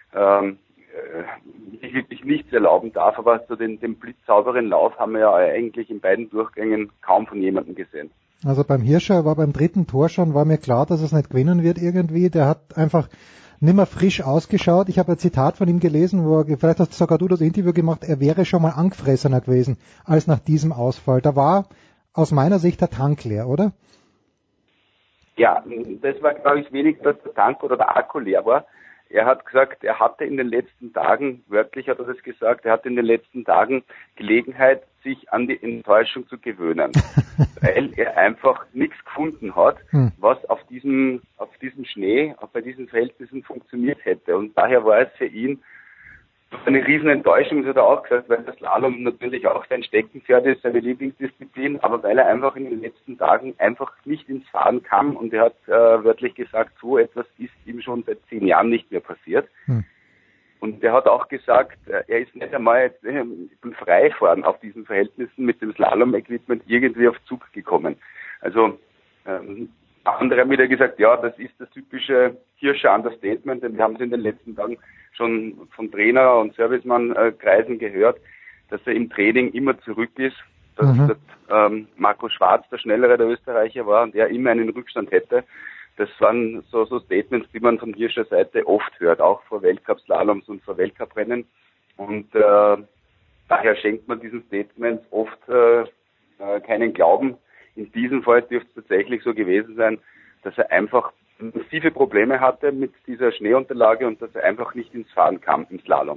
wirklich nichts erlauben darf, aber so den blitzsauberen Lauf haben wir ja eigentlich in beiden Durchgängen kaum von jemandem gesehen. Also beim Hirscher war beim 3. Tor schon, war mir klar, dass es nicht gewinnen wird irgendwie. Der hat einfach nimmer frisch ausgeschaut. Ich habe ein Zitat von ihm gelesen, vielleicht hast sogar du das Interview gemacht, er wäre schon mal angefressener gewesen als nach diesem Ausfall. Da war aus meiner Sicht der Tank leer, oder? Ja, das war, glaube ich, wenig, dass der Tank oder der Akku leer war. Er hat gesagt, er hatte in den letzten Tagen, wörtlich hat er das gesagt, er hatte in den letzten Tagen Gelegenheit, sich an die Enttäuschung zu gewöhnen, weil er einfach nichts gefunden hat, was auf diesem Schnee, auch bei diesen Verhältnissen funktioniert hätte. Und daher war es für ihn eine riesen Enttäuschung, das hat er auch gesagt, weil das Slalom natürlich auch sein Steckenpferd ist, seine Lieblingsdisziplin, aber weil er einfach in den letzten Tagen einfach nicht ins Fahren kam und er hat wörtlich gesagt, so etwas ist ihm schon seit 10 Jahren nicht mehr passiert. Und er hat auch gesagt, er ist nicht einmal beim Freifahren auf diesen Verhältnissen mit dem Slalom-Equipment irgendwie auf Zug gekommen. Also andere haben wieder gesagt, ja, das ist das typische Hirscher Understatement, denn wir haben es in den letzten Tagen schon von Trainer- und Servicemann-Kreisen gehört, dass er im Training immer zurück ist, dass Marco Schwarz der Schnellere der Österreicher war und er immer einen Rückstand hätte. Das waren so Statements, die man von Hirscher Seite oft hört, auch vor Weltcup-Slaloms und vor Weltcuprennen. Und daher schenkt man diesen Statements oft keinen Glauben. In diesem Fall dürfte es tatsächlich so gewesen sein, dass er einfach massive Probleme hatte mit dieser Schneeunterlage und dass er einfach nicht ins Fahren kam im Slalom.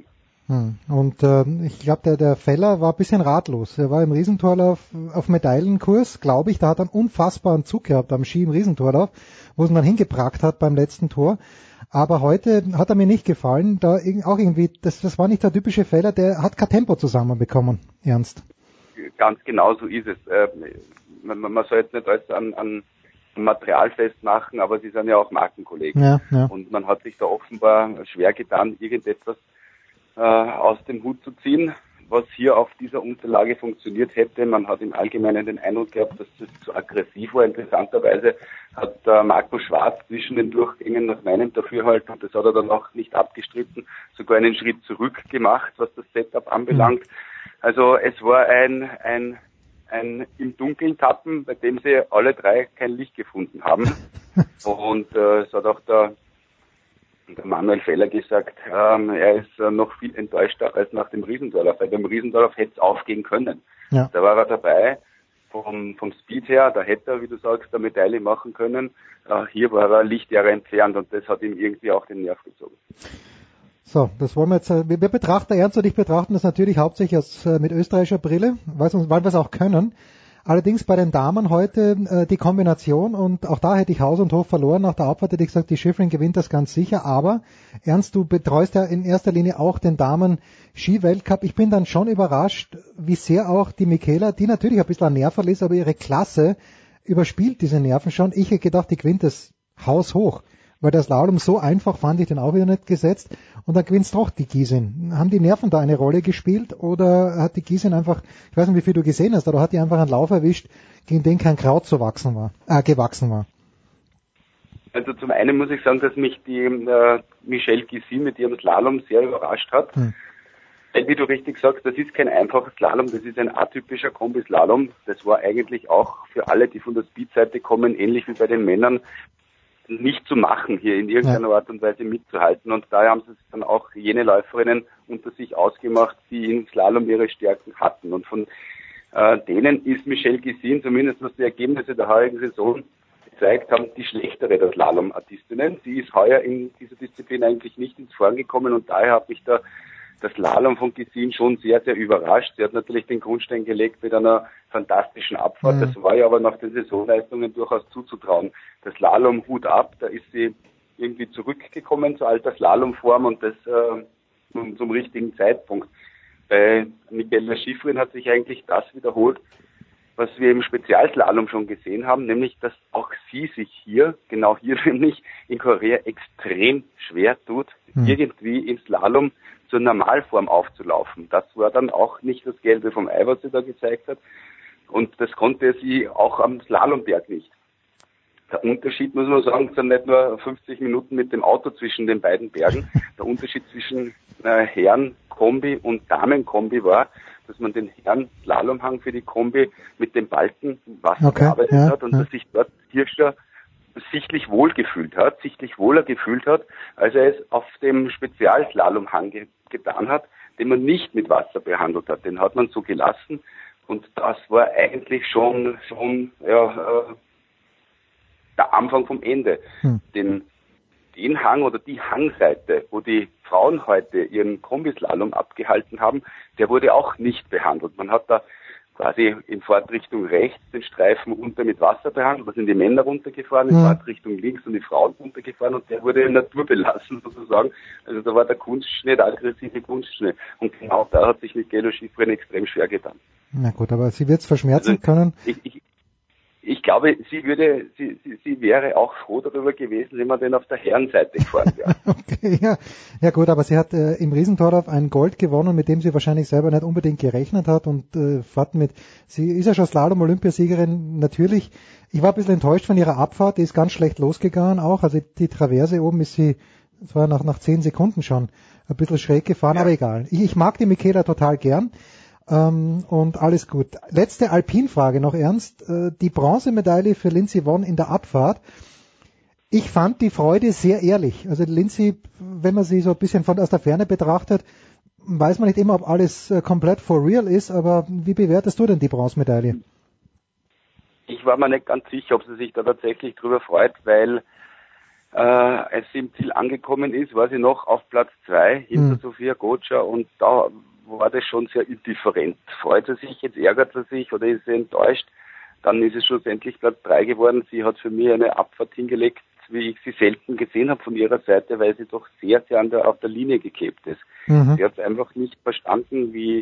Und ich glaube, der Feller war ein bisschen ratlos. Er war im Riesentorlauf auf Medaillenkurs, glaube ich. Da hat er einen unfassbaren Zug gehabt am Ski im Riesentorlauf, wo es ihn dann hingebracht hat beim letzten Tor. Aber heute hat er mir nicht gefallen. Da auch irgendwie, das war nicht der typische Feller, der hat kein Tempo zusammenbekommen. Ernst. Ganz genau so ist es. Man soll jetzt nicht alles an Material festmachen, aber sie sind ja auch Markenkollegen. Ja. Und man hat sich da offenbar schwer getan, irgendetwas aus dem Hut zu ziehen, was hier auf dieser Unterlage funktioniert hätte. Man hat im Allgemeinen den Eindruck gehabt, dass das zu aggressiv war. Interessanterweise hat Marco Schwarz zwischen den Durchgängen nach meinem Dafürhalten, und das hat er dann auch nicht abgestritten, sogar einen Schritt zurück gemacht, was das Setup anbelangt. Also es war ein im Dunkeln tappen, bei dem sie alle drei kein Licht gefunden haben. Und es hat auch der Manuel Feller gesagt, er ist noch viel enttäuschter als nach dem Riesendorlauf, weil beim Riesendorlauf hätte es aufgehen können. Ja. Da war er dabei, vom Speed her, da hätte er, wie du sagst, eine Medaille machen können. Hier war er Lichtjahre entfernt und das hat ihm irgendwie auch den Nerv gezogen. So, das wollen wir jetzt, wir betrachten, Ernst und ich betrachten das natürlich hauptsächlich mit österreichischer Brille, weil wir es auch können. Allerdings bei den Damen heute die Kombination, und auch da hätte ich Haus und Hof verloren. Nach der Abfahrt hätte ich gesagt, die Schifrin gewinnt das ganz sicher. Aber Ernst, du betreust ja in erster Linie auch den Damen-Ski-Weltcup. Ich bin dann schon überrascht, wie sehr auch die Michaela, die natürlich ein bisschen ein Nerverl ist, aber ihre Klasse überspielt diese Nerven schon. Ich hätte gedacht, die gewinnt das Haus hoch. Weil der Slalom so einfach fand ich den auch wieder nicht gesetzt. Und dann gewinnt's doch die Gysin. Haben die Nerven da eine Rolle gespielt oder hat die Gysin einfach, ich weiß nicht, wie viel du gesehen hast, aber hat die einfach einen Lauf erwischt, gegen den kein Kraut gewachsen war? Also zum einen muss ich sagen, dass mich die Michelle Gysin mit ihrem Slalom sehr überrascht hat. Weil, wie du richtig sagst, das ist kein einfacher Slalom, das ist ein atypischer Kombislalom. Das war eigentlich auch für alle, die von der Speedseite kommen, ähnlich wie bei den Männern, nicht zu machen, hier in irgendeiner Art und Weise mitzuhalten. Und daher haben sie es dann auch jene Läuferinnen unter sich ausgemacht, die im Slalom ihre Stärken hatten. Und von denen ist Michelle Gysin, zumindest was die Ergebnisse der heurigen Saison gezeigt haben, die schlechtere der Slalom-Artistinnen. Sie ist heuer in dieser Disziplin eigentlich nicht ins Fahren gekommen und daher hat mich da das Slalom von Gysin schon sehr, sehr überrascht. Sie hat natürlich den Grundstein gelegt mit einer fantastischen Abfahrt. Das war ja aber nach den Saisonleistungen durchaus zuzutrauen. Das Slalom Hut ab, da ist sie irgendwie zurückgekommen zur alter Slalomform und das zum richtigen Zeitpunkt. Bei Michaela Schifrin hat sich eigentlich das wiederholt, was wir im Spezialslalom schon gesehen haben, nämlich, dass auch sie sich genau hier nämlich in Korea extrem schwer tut, irgendwie im Slalom zur Normalform aufzulaufen. Das war dann auch nicht das Gelbe vom Ei, was sie da gezeigt hat. Und das konnte sie auch am Slalomberg nicht. Der Unterschied, muss man sagen, sind nicht nur 50 Minuten mit dem Auto zwischen den beiden Bergen. Der Unterschied zwischen Herren-Kombi und Damen-Kombi war, dass man den Herren-Slalomhang für die Kombi mit dem Balken Wasser gearbeitet hat und dass sich dort Hirscher sichtlich wohler gefühlt hat, als er es auf dem Spezialslalomhang getan hat, den man nicht mit Wasser behandelt hat. Den hat man so gelassen und das war eigentlich schon der Anfang vom Ende. Den Hang oder die Hangseite, wo die Frauen heute ihren Kombislalom abgehalten haben, der wurde auch nicht behandelt. Man hat da quasi in Fahrtrichtung rechts den Streifen runter mit Wasser behandelt, da sind die Männer runtergefahren, in Fahrtrichtung links und die Frauen runtergefahren und der wurde naturbelassen sozusagen. Also da war der Kunstschnee, der aggressive Kunstschnee. Und genau da hat sich Michaela Schifrin extrem schwer getan. Na gut, aber sie wird es verschmerzen können. Ich glaube, sie wäre auch froh darüber gewesen, wenn man denn auf der Herrenseite gefahren wäre. Okay, ja gut, aber sie hat im Riesentorlauf ein Gold gewonnen, mit dem sie wahrscheinlich selber nicht unbedingt gerechnet hat und sie ist ja schon Slalom-Olympiasiegerin, natürlich. Ich war ein bisschen enttäuscht von ihrer Abfahrt, die ist ganz schlecht losgegangen auch, also die Traverse oben ist sie, das war nach 10 Sekunden schon ein bisschen schräg gefahren, aber egal. Ich mag die Michaela total gern. Und alles gut. Letzte Alpinfrage noch, Ernst. Die Bronzemedaille für Lindsey Vonn in der Abfahrt. Ich fand die Freude sehr ehrlich. Also Lindsey, wenn man sie so ein bisschen aus der Ferne betrachtet, weiß man nicht immer, ob alles komplett for real ist, aber wie bewertest du denn die Bronzemedaille? Ich war mir nicht ganz sicher, ob sie sich da tatsächlich drüber freut, weil als sie im Ziel angekommen ist, war sie noch auf Platz 2 hinter Sofia Gotcha und da war das schon sehr indifferent. Freut sie sich, jetzt ärgert sie sich oder ist sie enttäuscht? Dann ist es schlussendlich Platz 3 geworden. Sie hat für mich eine Abfahrt hingelegt, wie ich sie selten gesehen habe von ihrer Seite, weil sie doch sehr, sehr auf der Linie geklebt ist. Sie hat es einfach nicht verstanden, wie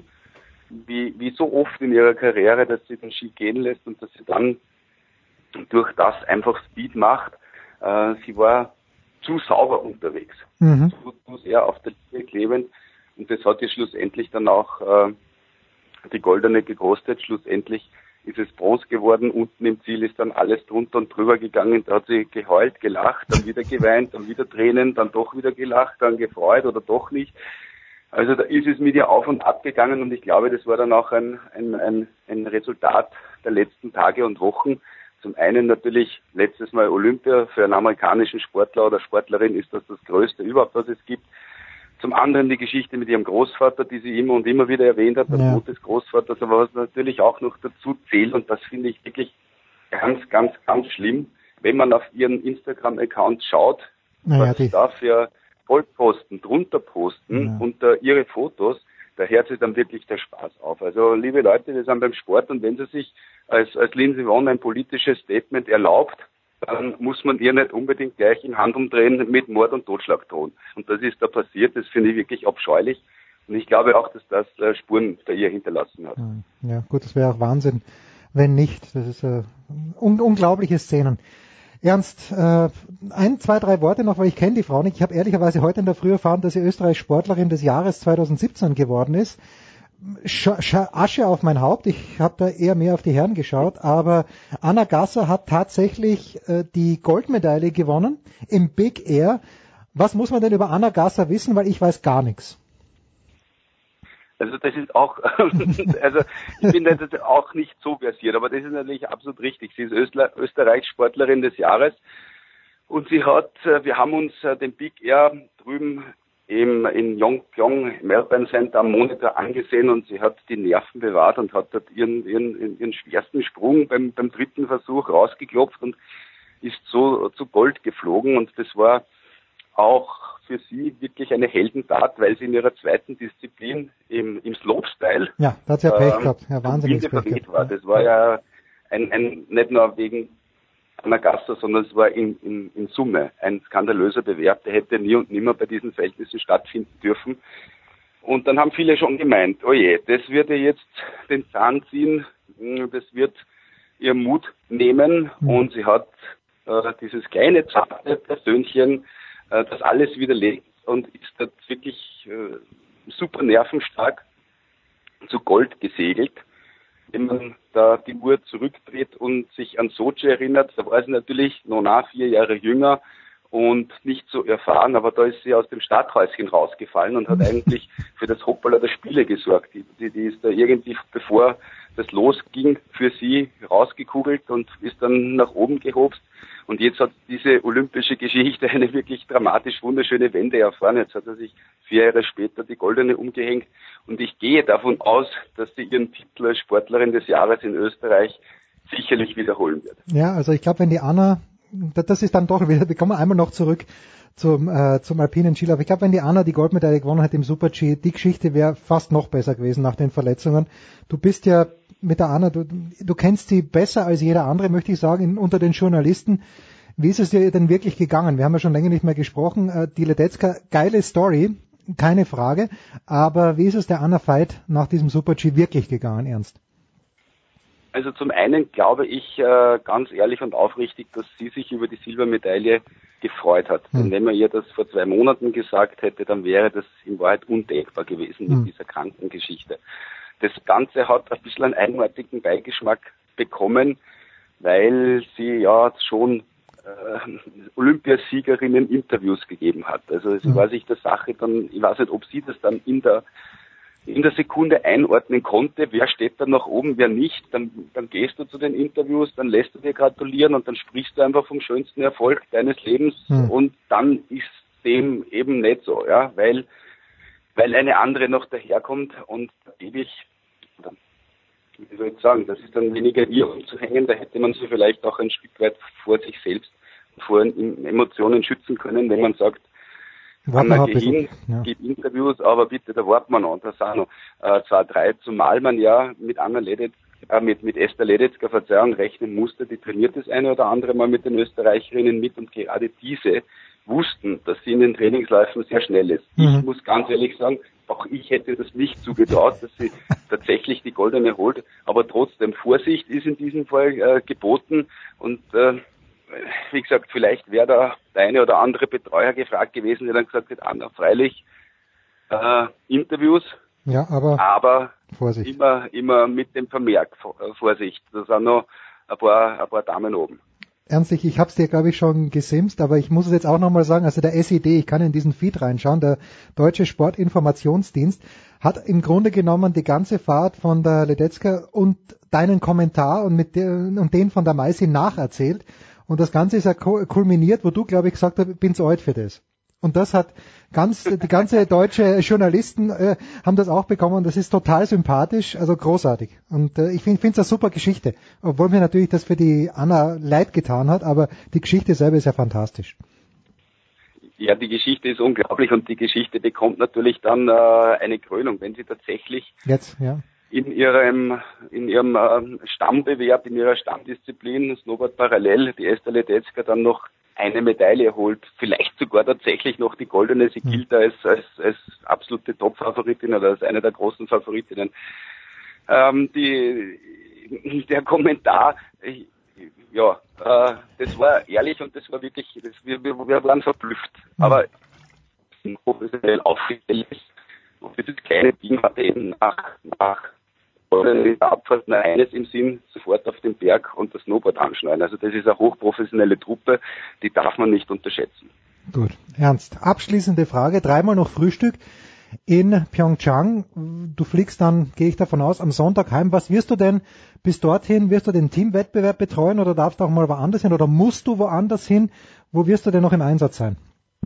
so oft in ihrer Karriere, dass sie den Ski gehen lässt und dass sie dann durch das einfach Speed macht. Sie war zu sauber unterwegs, zu sehr auf der Linie klebend und das hat ihr schlussendlich dann auch die Goldene gekostet. Schlussendlich ist es Bronze geworden, unten im Ziel ist dann alles drunter und drüber gegangen, da hat sie geheult, gelacht, dann wieder geweint, dann wieder Tränen, dann doch wieder gelacht, dann gefreut oder doch nicht. Also da ist es mit ihr auf und ab gegangen und ich glaube, das war dann auch ein Resultat der letzten Tage und Wochen. Zum einen natürlich letztes Mal Olympia, für einen amerikanischen Sportler oder Sportlerin ist das Größte überhaupt, was es gibt. Zum anderen die Geschichte mit ihrem Großvater, die sie immer und immer wieder erwähnt hat, der Tod des Großvaters, aber was natürlich auch noch dazu zählt, und das finde ich wirklich ganz, ganz, ganz schlimm, wenn man auf ihren Instagram-Account schaut, was sie da für Vollposten, drunter posten unter ihre Fotos, da hört sich dann wirklich der Spaß auf. Also liebe Leute, wir sind beim Sport und wenn sie sich als Lindsey Vonn ein politisches Statement erlaubt, dann muss man ihr nicht unbedingt gleich in Handumdrehen mit Mord und Totschlag drohen. Und das ist da passiert, das finde ich wirklich abscheulich. Und ich glaube auch, dass das Spuren bei ihr hinterlassen hat. Ja, gut, das wäre auch Wahnsinn, wenn nicht. Das ist unglaubliche Szenen. Ernst, 1, 2, 3 Worte noch, weil ich kenne die Frau nicht. Ich habe ehrlicherweise heute in der Früh erfahren, dass sie Österreichs Sportlerin des Jahres 2017 geworden ist. Asche auf mein Haupt, ich habe da eher mehr auf die Herren geschaut, aber Anna Gasser hat tatsächlich die Goldmedaille gewonnen im Big Air. Was muss man denn über Anna Gasser wissen, weil ich weiß gar nichts. Also das ist auch, also ich bin da auch nicht so versiert, aber das ist natürlich absolut richtig. Sie ist Österreichs Sportlerin des Jahres und wir haben uns den Big Air drüben in Yongpyong Melbourne Center am Monitor angesehen und sie hat die Nerven bewahrt und hat dort ihren schwersten Sprung beim dritten Versuch rausgeklopft und ist so zu Gold geflogen und das war auch für sie wirklich eine Heldentat, weil sie in ihrer zweiten Disziplin im Slopestyle da hat sie ja Pech gehabt, wahnsinnig Pech gehabt. War. Das war ja ein nicht nur wegen Anna Gasser, sondern es war in Summe ein skandalöser Bewerb, der hätte nie und nimmer bei diesen Verhältnissen stattfinden dürfen. Und dann haben viele schon gemeint, oh je, das wird ihr jetzt den Zahn ziehen, das wird ihr Mut nehmen und sie hat dieses kleine, zarte Persönchen, das alles widerlegt und ist dort wirklich super nervenstark zu Gold gesegelt. Wenn man da die Uhr zurückdreht und sich an Sochi erinnert, da war sie natürlich noch 4 Jahre jünger und nicht so erfahren, aber da ist sie aus dem Starthäuschen rausgefallen und hat eigentlich für das Hoppala der Spiele gesorgt. Die ist da irgendwie, bevor das losging, für sie rausgekugelt und ist dann nach oben gehopst. Und jetzt hat diese olympische Geschichte eine wirklich dramatisch wunderschöne Wende erfahren. Jetzt hat er sich 4 Jahre später die Goldene umgehängt. Und ich gehe davon aus, dass sie ihren Titel als Sportlerin des Jahres in Österreich sicherlich wiederholen wird. Ja, also ich glaube, wenn die Anna, das ist dann doch wieder, wir kommen einmal noch zurück zum alpinen Skilauf. Ich glaube, wenn die Anna die Goldmedaille gewonnen hat im Super-G, die Geschichte wäre fast noch besser gewesen nach den Verletzungen. Du bist ja mit der Anna, du kennst sie besser als jeder andere, möchte ich sagen, unter den Journalisten. Wie ist es dir denn wirklich gegangen? Wir haben ja schon länger nicht mehr gesprochen. Die Ledetzka, geile Story, keine Frage. Aber wie ist es der Anna Veit nach diesem Super-G wirklich gegangen, Ernst? Also zum einen glaube ich ganz ehrlich und aufrichtig, dass sie sich über die Silbermedaille gefreut hat. Denn wenn man ihr das vor 2 Monaten gesagt hätte, dann wäre das in Wahrheit undenkbar gewesen mit dieser Krankengeschichte. Das Ganze hat ein bisschen einen eigenartigen Beigeschmack bekommen, weil sie ja schon Olympiasiegerinnen Interviews gegeben hat. Also sie war sich der Sache dann, ich weiß nicht, ob sie das dann in der Sekunde einordnen konnte, wer steht da nach oben, wer nicht, dann gehst du zu den Interviews, dann lässt du dir gratulieren und dann sprichst du einfach vom schönsten Erfolg deines Lebens und dann ist dem eben nicht so, ja, weil eine andere noch daherkommt und ewig, wie soll ich sagen, das ist dann weniger ihr umzuhängen, da hätte man sie vielleicht auch ein Stück weit vor sich selbst vor Emotionen schützen können, wenn man sagt, Anna, geh hin, gib Interviews, aber bitte, da warten wir noch. Da sind noch 2, 3, zumal man ja mit Anna Ledetz, mit Esther Ledetzka, Verzeihung, rechnen musste, die trainiert das eine oder andere Mal mit den Österreicherinnen mit und gerade diese wussten, dass sie in den Trainingsläufen sehr schnell ist. Ich muss ganz ehrlich sagen, auch ich hätte das nicht zugetraut, dass sie tatsächlich die Goldene holt, aber trotzdem, Vorsicht ist in diesem Fall geboten und wie gesagt, vielleicht wäre da der eine oder andere Betreuer gefragt gewesen, der dann gesagt hat, Anna, freilich Interviews, ja, aber Vorsicht. Immer mit dem Vermerk Vorsicht. Da sind noch ein paar Damen oben. Ernstlich, ich habe es dir, glaube ich, schon gesimst, aber ich muss es jetzt auch nochmal sagen, also der SED, ich kann in diesen Feed reinschauen, der Deutsche Sportinformationsdienst, hat im Grunde genommen die ganze Fahrt von der Ledetzka und deinen Kommentar und den von der Meisin nacherzählt. Und das Ganze ist ja kulminiert, wo du, glaube ich, gesagt hast, ich bin zu alt für das. Und das hat die ganze deutsche Journalisten haben das auch bekommen. Das ist total sympathisch, also großartig. Und ich finde es eine super Geschichte. Obwohl mir natürlich das für die Anna leid getan hat, aber die Geschichte selber ist ja fantastisch. Ja, die Geschichte ist unglaublich und die Geschichte bekommt natürlich dann eine Krönung, wenn sie tatsächlich in ihrem Stammbewerb, in ihrer Stammdisziplin, Snowboard parallel, die Esther Ledetzka dann noch eine Medaille holt, vielleicht sogar tatsächlich noch die goldene, sie gilt als absolute Top-Favoritin oder als eine der großen Favoritinnen. Der Kommentar, das war ehrlich und das war wirklich, wir waren verblüfft, aber professionell aufgestellt ist und dieses kleine Team hatte eben nach der Abfahrt nur eines im Sinn, sofort auf den Berg und das Snowboard anschneiden. Also das ist eine hochprofessionelle Truppe, die darf man nicht unterschätzen. Gut, Ernst, abschließende Frage, 3-mal noch Frühstück in Pyeongchang. Du fliegst dann, gehe ich davon aus, am Sonntag heim. Was wirst du denn bis dorthin, wirst du den Teamwettbewerb betreuen oder darfst du auch mal woanders hin oder musst du woanders hin? Wo wirst du denn noch im Einsatz sein?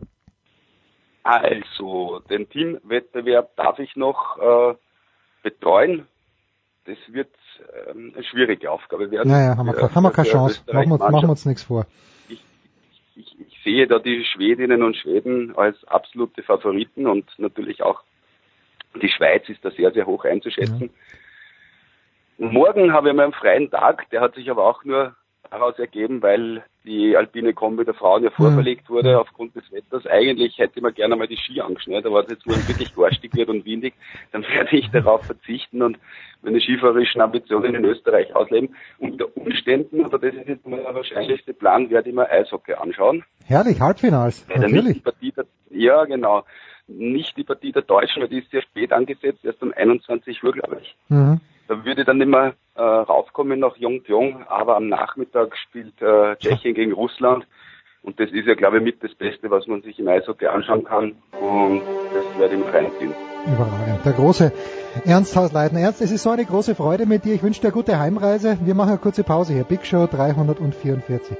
Also, den Teamwettbewerb darf ich noch betreuen. Das wird eine schwierige Aufgabe werden. Naja, haben wir keine Chance. Machen wir uns nichts vor. Ich sehe da die Schwedinnen und Schweden als absolute Favoriten und natürlich auch die Schweiz ist da sehr, sehr hoch einzuschätzen. Ja. Morgen habe ich mal einen freien Tag, der hat sich aber auch nur daraus ergeben, weil die alpine Kombi der Frauen ja vorverlegt wurde aufgrund des Wetters. Eigentlich hätte man gerne mal die Ski angeschnallt, aber wenn es jetzt mal wirklich garstig wird und windig, dann werde ich darauf verzichten und meine skifahrerischen Ambitionen in Österreich ausleben. Unter Umständen, aber das ist jetzt mal der wahrscheinlichste Plan, werde ich mir Eishockey anschauen. Herrlich, Halbfinals, natürlich. Ja, genau. Nicht die Partie der Deutschen, weil die ist sehr spät angesetzt, erst um 21 Uhr, glaube ich. Da würde ich dann nicht mehr raufkommen nach Yongpyong, aber am Nachmittag spielt Tschechien gegen Russland und das ist ja, glaube ich, mit das Beste, was man sich im Eishockey anschauen kann und das werde ich mir reinziehen. Überragend. Der große Ernst Hausleitner. Ernst, es ist so eine große Freude mit dir. Ich wünsche dir eine gute Heimreise. Wir machen eine kurze Pause hier. Big Show 344.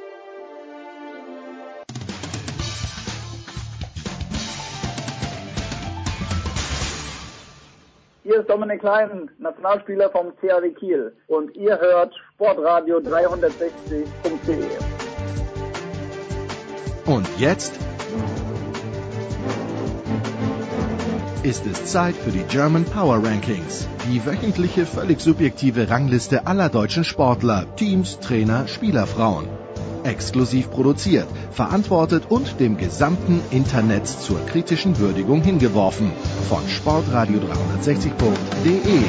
Hier ist Dominik Klein, Nationalspieler vom CAW Kiel und ihr hört Sportradio 360.de. Und jetzt ist es Zeit für die German Power Rankings, die wöchentliche, völlig subjektive Rangliste aller deutschen Sportler, Teams, Trainer, Spielerfrauen. Exklusiv produziert, verantwortet und dem gesamten Internet zur kritischen Würdigung hingeworfen. Von sportradio360.de.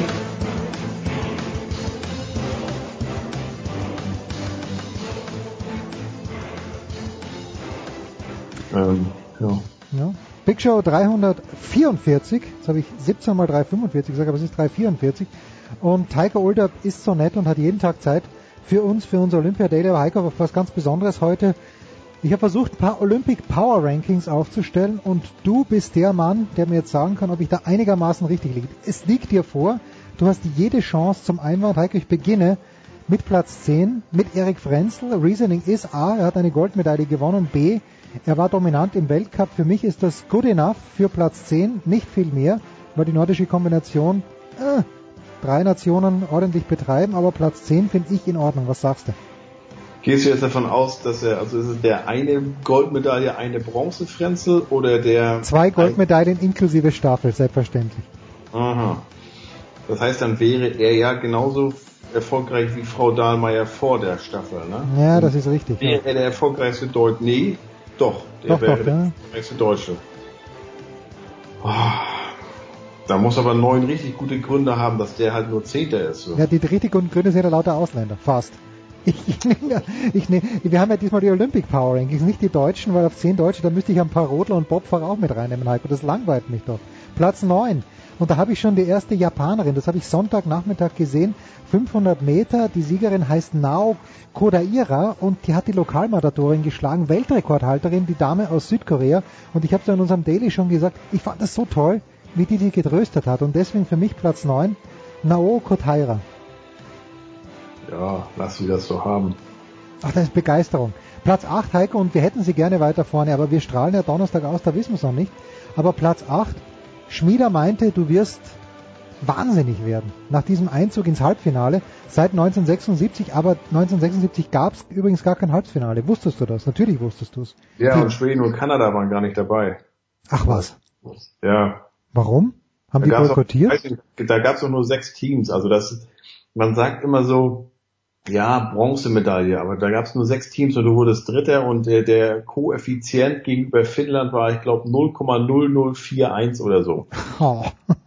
Ja. Big Show 344, jetzt habe ich 17 mal 345 gesagt, aber es ist 344. Und Heiko Olderb ist so nett und hat jeden Tag Zeit für uns, für unser Olympia Daily. Aber Heiko, auf was ganz Besonderes heute. Ich habe versucht, ein paar Olympic Power Rankings aufzustellen und du bist der Mann, der mir jetzt sagen kann, ob ich da einigermaßen richtig liege. Es liegt dir vor, du hast jede Chance zum Einwand. Heiko, ich beginne mit Platz 10, mit Erik Frenzel. Reasoning ist A, er hat eine Goldmedaille gewonnen, B, er war dominant im Weltcup. Für mich ist das good enough für Platz 10, nicht viel mehr, weil die nordische Kombination 3 Nationen ordentlich betreiben, aber Platz 10 finde ich in Ordnung. Was sagst du? Gehst du jetzt davon aus, dass also ist es der eine Goldmedaille, eine Bronzefrenzel oder der... 2 Goldmedaillen inklusive Staffel, selbstverständlich. Aha. Das heißt, dann wäre er ja genauso erfolgreich wie Frau Dahlmeier vor der Staffel, ne? Ja, das ist richtig. Wäre er der erfolgreichste Deutsche? Nee, doch. Der wäre der erfolgreichste Deutsche. Oh. Da muss aber 9 richtig gute Gründe haben, dass der halt nur 10. ist. So. Ja, die richtig guten Gründe sind ja lauter Ausländer. Fast. Wir haben ja diesmal die Olympic Power Rankings, nicht die Deutschen, weil auf 10 Deutsche, da müsste ich ein paar Rodler und Bobfahrer auch mit reinnehmen, Heiko. Das langweilt mich doch. Platz 9. Und da habe ich schon die erste Japanerin, das habe ich Sonntagnachmittag gesehen, 500 Meter, die Siegerin heißt Nao Kodaira und die hat die Lokalmatatorin geschlagen, Weltrekordhalterin, die Dame aus Südkorea. Und ich habe es ja in unserem Daily schon gesagt, ich fand das so toll, wie die getröstet hat. Und deswegen für mich Platz 9, Nao Kodaira. Ja, lass sie das so haben. Ach, das ist Begeisterung. Platz 8, Heiko, und wir hätten sie gerne weiter vorne, aber wir strahlen ja Donnerstag aus, da wissen wir es noch nicht. Aber Platz 8, Schmieder meinte, du wirst wahnsinnig werden nach diesem Einzug ins Halbfinale seit 1976, aber 1976 gab es übrigens gar kein Halbfinale. Wusstest du das? Natürlich wusstest du es. Ja, und Schweden und Kanada waren gar nicht dabei. Ach was? Ja. Warum? Haben die boykottiert? Da gab es doch nur 6 Teams, also man sagt immer so, ja, Bronzemedaille, aber da gab es nur 6 Teams und du wurdest Dritter und der Koeffizient gegenüber Finnland war, ich glaube, 0,0041 oder so. Oh,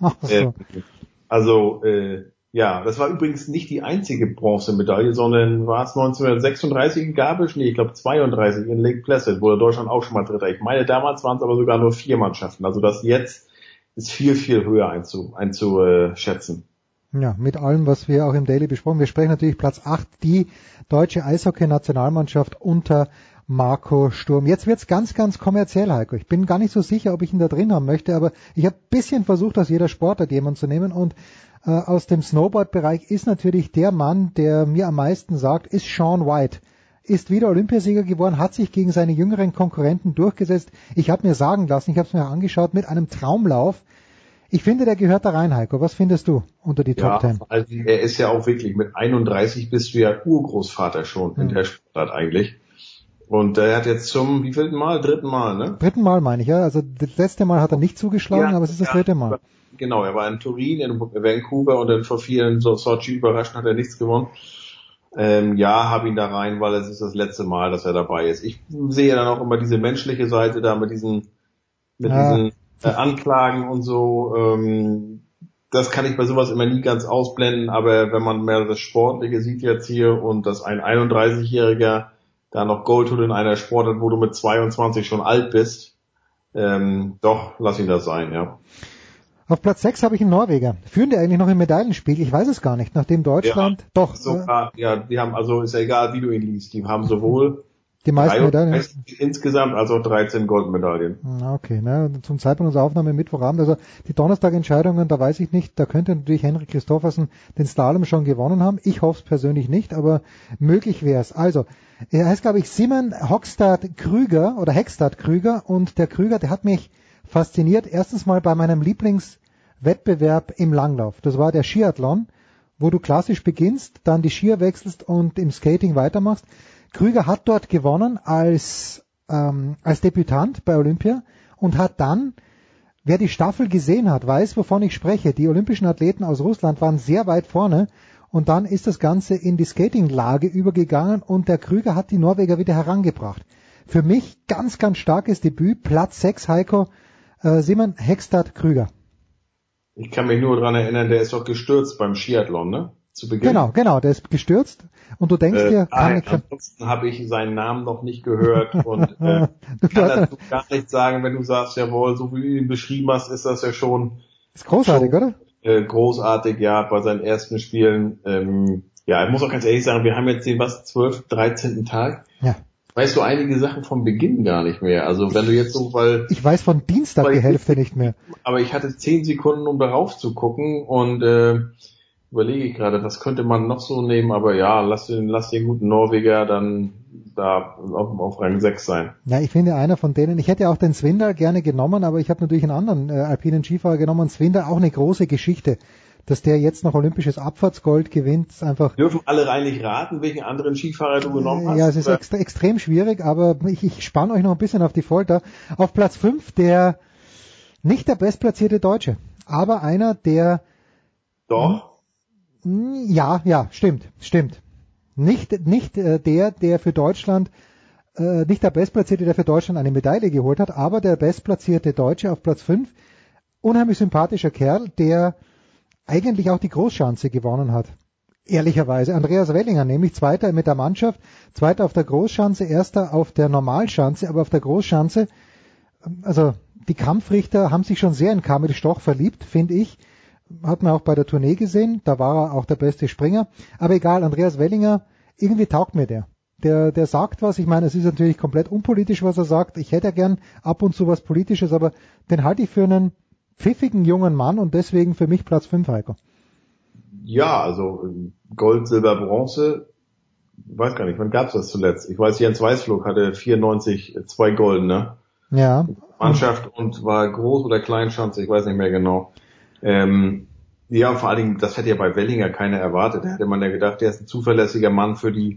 so. Ja, das war übrigens nicht die einzige Bronzemedaille, sondern war es 1936 in Garmisch? Nee, ich glaube 32 in Lake Placid, wurde Deutschland auch schon mal Dritter. Ich meine, damals waren es aber sogar nur 4 Mannschaften, also das jetzt ist viel, viel höher einzuschätzen. Ja, mit allem, was wir auch im Daily besprochen. Wir sprechen natürlich Platz 8, die deutsche Eishockey-Nationalmannschaft unter Marco Sturm. Jetzt wird's ganz, ganz kommerziell, Heiko. Ich bin gar nicht so sicher, ob ich ihn da drin haben möchte, aber ich habe ein bisschen versucht, aus jeder Sportart jemanden zu nehmen und aus dem Snowboard-Bereich ist natürlich der Mann, der mir am meisten sagt, ist Shaun White. Ist wieder Olympiasieger geworden, hat sich gegen seine jüngeren Konkurrenten durchgesetzt. Ich habe mir sagen lassen, ich habe es mir angeschaut, mit einem Traumlauf. Ich finde, der gehört da rein, Heiko. Was findest du unter die Top 10? Also er ist ja auch wirklich, mit 31 bist du ja Urgroßvater schon in der Sportart eigentlich. Und er hat jetzt zum wievielten Mal? 3. Mal, ne? 3. Mal meine ich, ja. Also das letzte Mal hat er nicht zugeschlagen, aber es ist das 3. Mal. Genau, er war in Turin, in Vancouver und dann vor 4 in Sochi überraschend hat er nichts gewonnen. Hab ihn da rein, weil es ist das letzte Mal, dass er dabei ist. Ich sehe dann auch immer diese menschliche Seite da mit diesen Anklagen und so. Das kann ich bei sowas immer nie ganz ausblenden, aber wenn man mehr das Sportliche sieht jetzt hier und dass ein 31-Jähriger da noch Gold holt in einer Sportart, wo du mit 22 schon alt bist, doch, lass ihn das sein, ja. Auf Platz 6 habe ich einen Norweger. Führen die eigentlich noch im Medaillenspiel? Ich weiß es gar nicht, nachdem Deutschland die haben, also ist ja egal, wie du ihn liest, die haben sowohl die meisten Medaillen insgesamt als auch 13 Goldmedaillen. Okay, zum Zeitpunkt unserer Aufnahme Mittwochabend, also die Donnerstag-Entscheidungen, da weiß ich nicht, da könnte natürlich Henrik Christoffersen den Slalom schon gewonnen haben. Ich hoffe es persönlich nicht, aber möglich wäre es. Also, er heißt, glaube ich, Simon Hextad-Krüger und der Krüger, der hat mich fasziniert. Erstens mal bei meinem Lieblingswettbewerb im Langlauf. Das war der Skiathlon, wo du klassisch beginnst, dann die Skier wechselst und im Skating weitermachst. Krüger hat dort gewonnen als Debütant bei Olympia und hat dann, wer die Staffel gesehen hat, weiß, wovon ich spreche. Die olympischen Athleten aus Russland waren sehr weit vorne und dann ist das Ganze in die Skatinglage übergegangen und der Krüger hat die Norweger wieder herangebracht. Für mich ganz, ganz starkes Debüt, Platz 6, Heiko, Simon Hextad-Krüger. Ich kann mich nur daran erinnern, der ist doch gestürzt beim Skiathlon, ne? Zu Beginn. Genau, der ist gestürzt und du denkst dir, ansonsten habe ich seinen Namen noch nicht gehört und kann dazu gar nichts sagen, wenn du sagst, jawohl, so wie du ihn beschrieben hast, ist das ja schon ist großartig, oder? Großartig, ja, bei seinen ersten Spielen. Ich muss auch ganz ehrlich sagen, wir haben jetzt den 12., 13. Tag. Ja. Weißt du einige Sachen vom Beginn gar nicht mehr. Also wenn du jetzt so, ich weiß von Dienstag die Hälfte nicht mehr. Aber ich hatte 10 Sekunden, um darauf zu gucken und überlege ich gerade, was könnte man noch so nehmen, aber ja, lass den guten Norweger dann da auf Rang 6 sein. Ja, ich finde einer von denen, ich hätte auch den Svindal gerne genommen, aber ich habe natürlich einen anderen alpinen Skifahrer genommen. Svindal, auch eine große Geschichte dass der jetzt noch olympisches Abfahrtsgold gewinnt, ist einfach... Dürfen alle eigentlich raten, welchen anderen Skifahrer du genommen hast? Ja, es ist extrem schwierig, aber ich spanne euch noch ein bisschen auf die Folter. Auf Platz 5 nicht der bestplatzierte Deutsche, aber einer, der... Doch. Ja, stimmt. Nicht der für Deutschland, nicht der Bestplatzierte, der für Deutschland eine Medaille geholt hat, aber der bestplatzierte Deutsche auf Platz 5. Unheimlich sympathischer Kerl, der eigentlich auch die Großschanze gewonnen hat. Ehrlicherweise. Andreas Wellinger, nämlich Zweiter mit der Mannschaft, Zweiter auf der Großschanze, Erster auf der Normalschanze, aber auf der Großschanze, also die Kampfrichter haben sich schon sehr in Kamil Stoch verliebt, finde ich. Hat man auch bei der Tournee gesehen, da war er auch der beste Springer. Aber egal, Andreas Wellinger, irgendwie taugt mir der. Der sagt was, ich meine, es ist natürlich komplett unpolitisch, was er sagt. Ich hätte ja gern ab und zu was Politisches, aber den halte ich für einen pfiffigen jungen Mann und deswegen für mich Platz 5, Heiko. Ja, also Gold, Silber, Bronze, weiß gar nicht, wann gab's das zuletzt? Ich weiß, Jens Weißflug hatte 94 2 goldene. Ja. Mannschaft und war Groß- oder Kleinschanze, ich weiß nicht mehr genau. Ja, vor allen Dingen, das hätte ja bei Wellinger keiner erwartet. Da hätte man ja gedacht, der ist ein zuverlässiger Mann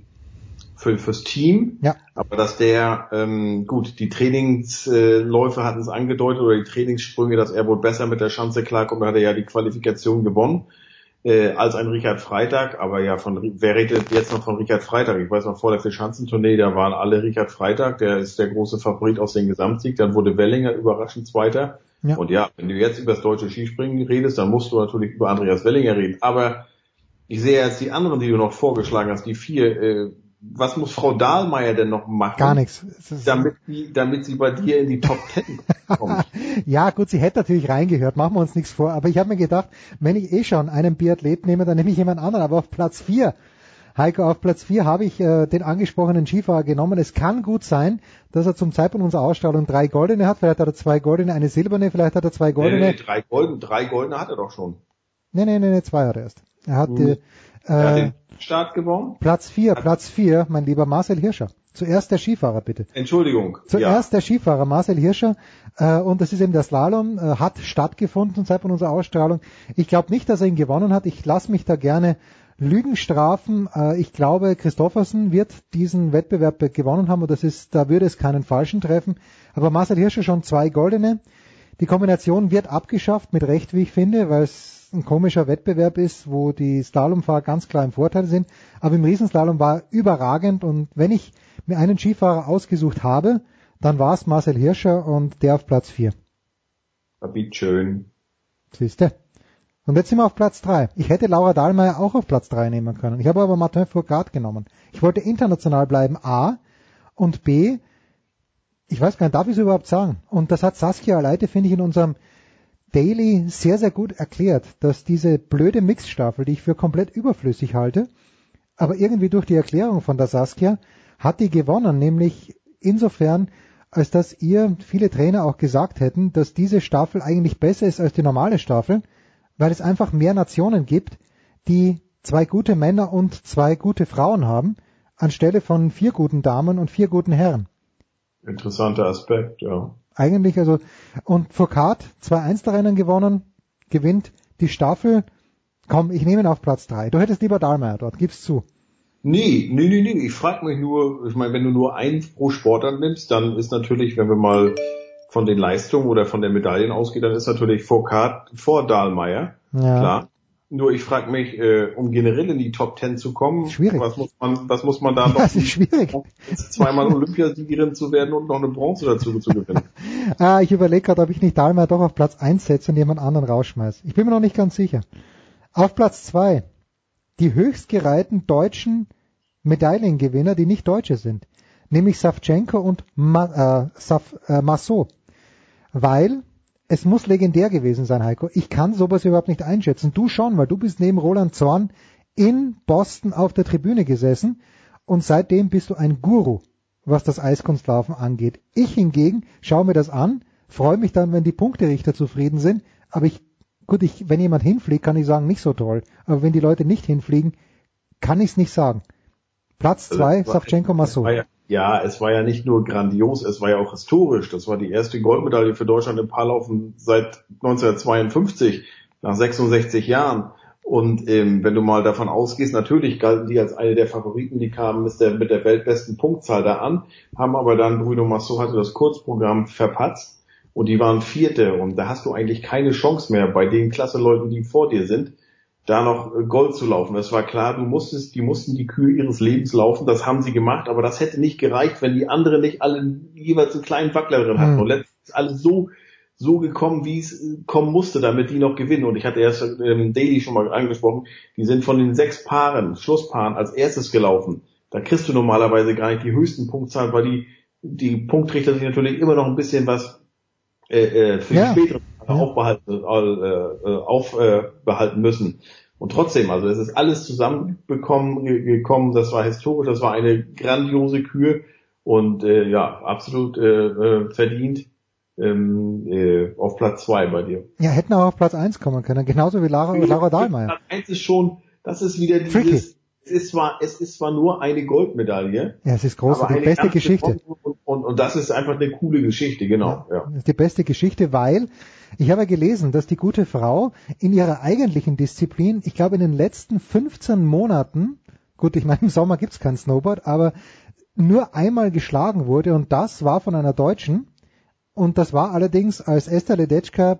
fürs Team. Ja. Aber dass der, gut, die Trainingsläufe hatten es angedeutet oder die Trainingssprünge, dass er wohl besser mit der Schanze klarkommt. Da hat er ja die Qualifikation gewonnen, als ein Richard Freitag. Aber ja, wer redet jetzt noch von Richard Freitag? Ich weiß noch, vor der Vierschanzentournee, da waren alle Richard Freitag. Der ist der große Favorit aus dem Gesamtsieg. Dann wurde Wellinger überraschend Zweiter. Ja. Und ja, wenn du jetzt über das deutsche Skispringen redest, dann musst du natürlich über Andreas Wellinger reden. Aber ich sehe jetzt die anderen, die du noch vorgeschlagen hast, die 4. Was muss Frau Dahlmeier denn noch machen? Gar nichts. Damit sie bei dir in die Top 10 kommt. Ja, gut, sie hätte natürlich reingehört, machen wir uns nichts vor. Aber ich habe mir gedacht, wenn ich schon einen Biathlet nehme, dann nehme ich jemand anderen. Aber auf Platz 4, Heiko, auf Platz 4 habe ich den angesprochenen Skifahrer genommen. Es kann gut sein, dass er zum Zeitpunkt unserer Ausstrahlung 3 goldene hat. Vielleicht hat er 2 goldene, eine silberne, vielleicht hat er 2 goldene. Nee, 3 goldene hat er doch schon. Nee, 2 hat er erst. Er hat den Start gewonnen. Platz 4, mein lieber Marcel Hirscher. Zuerst der Skifahrer, bitte. Entschuldigung. Zuerst der Skifahrer, Marcel Hirscher. Und das ist eben der Slalom, hat stattgefunden zum Zeitpunkt unserer Ausstrahlung. Ich glaube nicht, dass er ihn gewonnen hat. Ich lasse mich da gerne Lügen strafen. Ich glaube, Christoffersen wird diesen Wettbewerb gewonnen haben und da würde es keinen Falschen treffen. Aber Marcel Hirscher schon 2 goldene. Die Kombination wird abgeschafft, mit Recht, wie ich finde, weil es ein komischer Wettbewerb ist, wo die Slalomfahrer ganz klar im Vorteil sind. Aber im Riesenslalom war überragend und wenn ich mir einen Skifahrer ausgesucht habe, dann war es Marcel Hirscher und der auf Platz 4. Schön. Siehste. Und jetzt sind wir auf Platz 3. Ich hätte Laura Dahlmeier auch auf Platz 3 nehmen können. Ich habe aber Martin Fourcade genommen. Ich wollte international bleiben, A, und B, ich weiß gar nicht, darf ich es überhaupt sagen? Und das hat Saskia Aleite, finde ich, in unserem Daily sehr, sehr gut erklärt, dass diese blöde Mixstaffel, die ich für komplett überflüssig halte, aber irgendwie durch die Erklärung von der Saskia hat die gewonnen, nämlich insofern, als dass ihr viele Trainer auch gesagt hätten, dass diese Staffel eigentlich besser ist als die normale Staffel, weil es einfach mehr Nationen gibt, die 2 gute Männer und 2 gute Frauen haben, anstelle von 4 guten Damen und 4 guten Herren. Interessanter Aspekt, ja. Eigentlich, also, und Fourcade, 2 Einzelrennen gewonnen, gewinnt die Staffel. Komm, ich nehme ihn auf Platz 3. Du hättest lieber Dahlmeier dort, gib's zu. Nee. Ich frage mich nur, ich meine, wenn du nur einen pro Sportart nimmst, dann ist natürlich, wenn wir mal von den Leistungen oder von den Medaillen ausgehen, dann ist natürlich Fourcade vor Dahlmeier. Ja. Klar. Nur ich frage mich, um generell in die Top 10 zu kommen, schwierig. Was muss man da noch? Das ist schwierig. 2-mal Olympiasiegerin zu werden und noch eine Bronze dazu zu gewinnen. Ich überlege gerade, ob ich nicht Dahlmeier doch auf Platz 1 setze und jemand anderen rausschmeiße. Ich bin mir noch nicht ganz sicher. Auf Platz 2, die höchstgereihten deutschen Medaillengewinner, die nicht Deutsche sind, nämlich Savchenko und Massot. Weil es muss legendär gewesen sein, Heiko. Ich kann sowas überhaupt nicht einschätzen. Du schon, weil du bist neben Roland Zorn in Boston auf der Tribüne gesessen und seitdem bist du ein Guru, was das Eiskunstlaufen angeht. Ich hingegen schaue mir das an, freue mich dann, wenn die Punkterichter zufrieden sind, aber wenn jemand hinfliegt, kann ich sagen, nicht so toll. Aber wenn die Leute nicht hinfliegen, kann ich es nicht sagen. Platz 2, Savchenko, Massot. Ja, es war ja nicht nur grandios, es war ja auch historisch. Das war die erste Goldmedaille für Deutschland im Paarlaufen seit 1952, nach 66 Jahren. Und wenn du mal davon ausgehst, natürlich galten die als eine der Favoriten, die kamen mit der weltbesten Punktzahl da an, haben aber dann Bruno Massot hatte das Kurzprogramm verpatzt und die waren Vierte und da hast du eigentlich keine Chance mehr bei den Klasse-Leuten, die vor dir sind, da noch Gold zu laufen. Das war klar, die mussten die Kühe ihres Lebens laufen, das haben sie gemacht, aber das hätte nicht gereicht, wenn die anderen nicht alle jeweils einen kleinen Wackler drin hatten. Und letztens ist alles so gekommen, wie es kommen musste, damit die noch gewinnen. Und ich hatte erst Daily schon mal angesprochen, die sind von den 6 Schlusspaaren als erstes gelaufen. Da kriegst du normalerweise gar nicht die höchsten Punktzahlen, weil die Punktrichter sich natürlich immer noch ein bisschen was für die späteren aufbehalten müssen. Und trotzdem, also es ist alles zusammengekommen, das war historisch, das war eine grandiose Kür und absolut verdient. Auf Platz 2 bei dir. Ja, hätten auch auf Platz 1 kommen können, genauso wie Laura Dahlmeier. Platz 1 ist schon, das ist wieder dieses, es ist zwar nur eine Goldmedaille. Ja, es ist groß, die beste Geschichte. Und das ist einfach eine coole Geschichte, genau. Ja. Das ist die beste Geschichte, weil ich habe ja gelesen, dass die gute Frau in ihrer eigentlichen Disziplin, ich glaube in den letzten 15 Monaten, gut, ich meine im Sommer gibt's kein Snowboard, aber nur einmal geschlagen wurde und das war von einer Deutschen. Und das war allerdings, als Esther Ledecky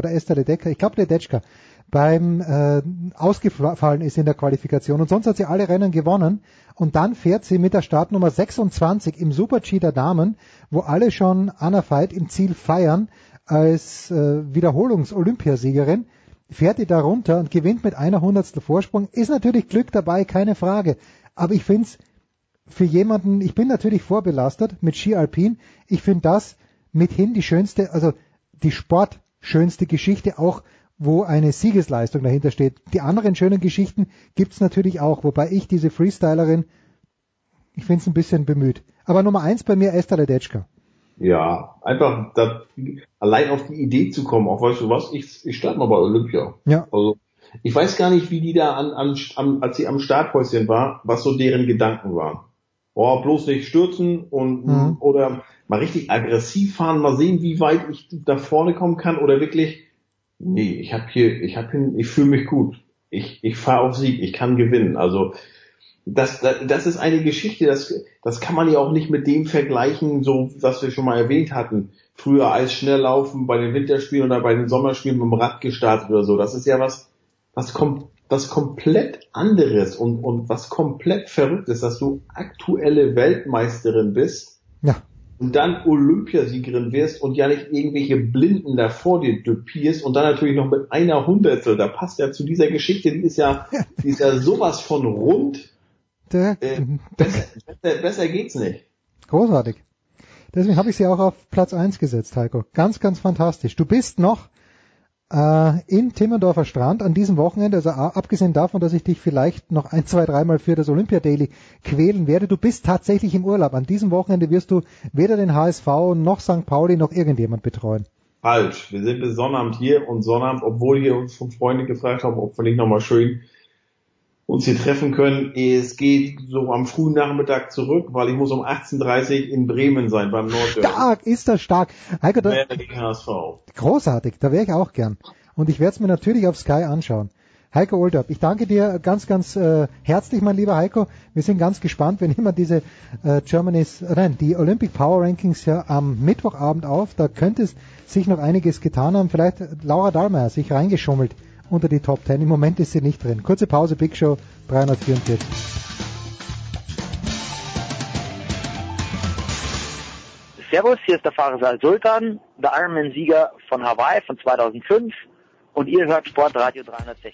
beim ausgefallen ist in der Qualifikation. Und sonst hat sie alle Rennen gewonnen. Und dann fährt sie mit der Startnummer 26 im Super-G der Damen, wo alle schon Anna Veit im Ziel feiern, als Wiederholungs-Olympiasiegerin, fährt die da runter und gewinnt mit 1/100 Vorsprung. Ist natürlich Glück dabei, keine Frage. Aber ich finde es für jemanden, ich bin natürlich vorbelastet mit Ski Alpin. Ich finde das mithin die schönste, also die sportschönste Geschichte auch, wo eine Siegesleistung dahinter steht. Die anderen schönen Geschichten gibt's natürlich auch, wobei ich diese Freestylerin, ich finde es ein bisschen bemüht. Aber Nummer 1 bei mir Esther Ledecky. Ja, einfach allein auf die Idee zu kommen, auch weißt du was, ich starte mal bei Olympia. Ja. Also ich weiß gar nicht, wie die da als sie am Starthäuschen war, was so deren Gedanken waren. Oh, bloß nicht stürzen und oder mal richtig aggressiv fahren, mal sehen, wie weit ich da vorne kommen kann oder wirklich, nee, ich fühle mich gut. Ich fahre auf Sieg, ich kann gewinnen. Also das ist eine Geschichte, das kann man ja auch nicht mit dem vergleichen, so was wir schon mal erwähnt hatten. Früher Eisschnelllaufen bei den Winterspielen oder bei den Sommerspielen mit dem Rad gestartet oder so. Das ist ja was komplett anderes und was komplett verrückt ist, dass du aktuelle Weltmeisterin bist und dann Olympiasiegerin wirst und ja nicht irgendwelche Blinden da vor dir dupierst und dann natürlich noch mit 1/100. Da passt ja zu dieser Geschichte, die ist ja sowas von rund. Besser geht's nicht. Großartig. Deswegen habe ich sie auch auf Platz 1 gesetzt, Heiko. Ganz, ganz fantastisch. Du bist noch in Timmendorfer Strand an diesem Wochenende, also abgesehen davon, dass ich dich vielleicht noch 1, 2, 3 Mal für das Olympia Daily quälen werde, du bist tatsächlich im Urlaub. An diesem Wochenende wirst du weder den HSV noch St. Pauli noch irgendjemand betreuen. Falsch. Wir sind bis Sonnabend hier und Sonnabend, obwohl hier uns von Freunden gefragt haben, ob wir nicht nochmal schön uns hier treffen können. Es geht so am frühen Nachmittag zurück, weil ich muss um 18:30 in Bremen sein beim Nordderby. Stark, ist das stark. Heiko, gegen HSV. Großartig, da wäre ich auch gern. Und ich werde es mir natürlich auf Sky anschauen. Heiko Olderb, ich danke dir ganz, ganz herzlich, mein lieber Heiko. Wir sind ganz gespannt, wir nehmen diese die Olympic Power Rankings ja am Mittwochabend auf. Da könnte es sich noch einiges getan haben. Vielleicht Laura Dahlmeier sich reingeschummelt unter die Top 10. Im Moment ist sie nicht drin. Kurze Pause, Big Show 344. Servus, hier ist der Farsal Sultan, der Ironman-Sieger von Hawaii von 2005 und ihr hört Sportradio 360.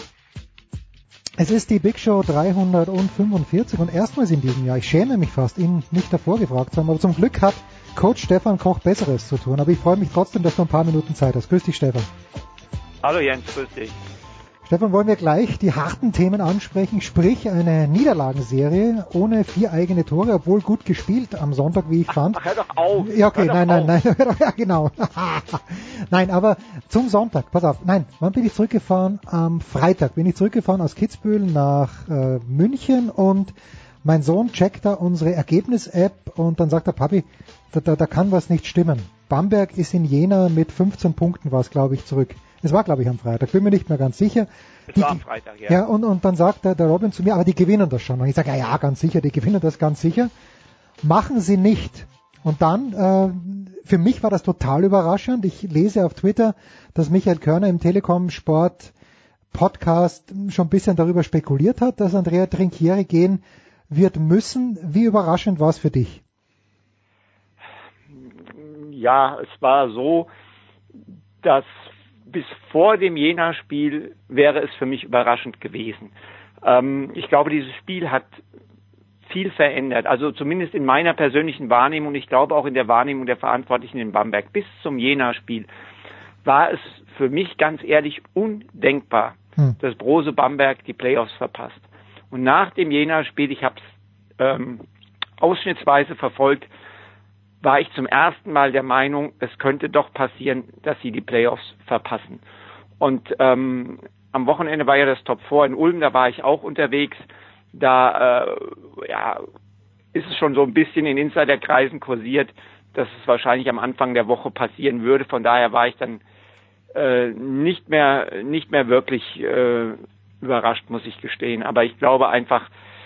Es ist die Big Show 345 und erstmals in diesem Jahr. Ich schäme mich fast, ihn nicht davor gefragt zu haben, aber zum Glück hat Coach Stefan Koch Besseres zu tun. Aber ich freue mich trotzdem, dass du ein paar Minuten Zeit hast. Grüß dich, Stefan. Hallo Jens, grüß dich. Stefan, wollen wir gleich die harten Themen ansprechen, sprich eine Niederlagenserie ohne 4 eigene Tore, obwohl gut gespielt am Sonntag, wie ich fand. Ach, hör doch auf. Ja, okay, nein, ja, genau. Nein, aber zum Sonntag, pass auf, wann bin ich zurückgefahren? Am Freitag bin ich zurückgefahren aus Kitzbühel nach München und mein Sohn checkt da unsere Ergebnis-App und dann sagt der Papi, da kann was nicht stimmen. Bamberg ist in Jena mit 15 Punkten, war es, glaube ich, zurück. Es war, glaube ich, am Freitag, bin mir nicht mehr ganz sicher. Es war am Freitag, ja. Ja, und dann sagt der Robin zu mir, aber die gewinnen das schon. Und ich sage, ja, ganz sicher, die gewinnen das ganz sicher. Machen sie nicht. Und dann, für mich war das total überraschend. Ich lese auf Twitter, dass Michael Körner im Telekom Sport Podcast schon ein bisschen darüber spekuliert hat, dass Andrea Trinchieri gehen wird müssen. Wie überraschend war es für dich? Ja, es war so, dass bis vor dem Jena-Spiel wäre es für mich überraschend gewesen. Ich glaube, dieses Spiel hat viel verändert, also zumindest in meiner persönlichen Wahrnehmung und ich glaube auch in der Wahrnehmung der Verantwortlichen in Bamberg. Bis zum Jena-Spiel war es für mich ganz ehrlich undenkbar, dass Brose Bamberg die Playoffs verpasst. Und nach dem Jena-Spiel, ich habe es ausschnittsweise verfolgt, war ich zum ersten Mal der Meinung, es könnte doch passieren, dass sie die Playoffs verpassen. Und am Wochenende war ja das Top 4 in Ulm, da war ich auch unterwegs. Da ist es schon so ein bisschen in Insiderkreisen kursiert, dass es wahrscheinlich am Anfang der Woche passieren würde. Von daher war ich dann nicht mehr wirklich überrascht, muss ich gestehen. Aber ich glaube einfach,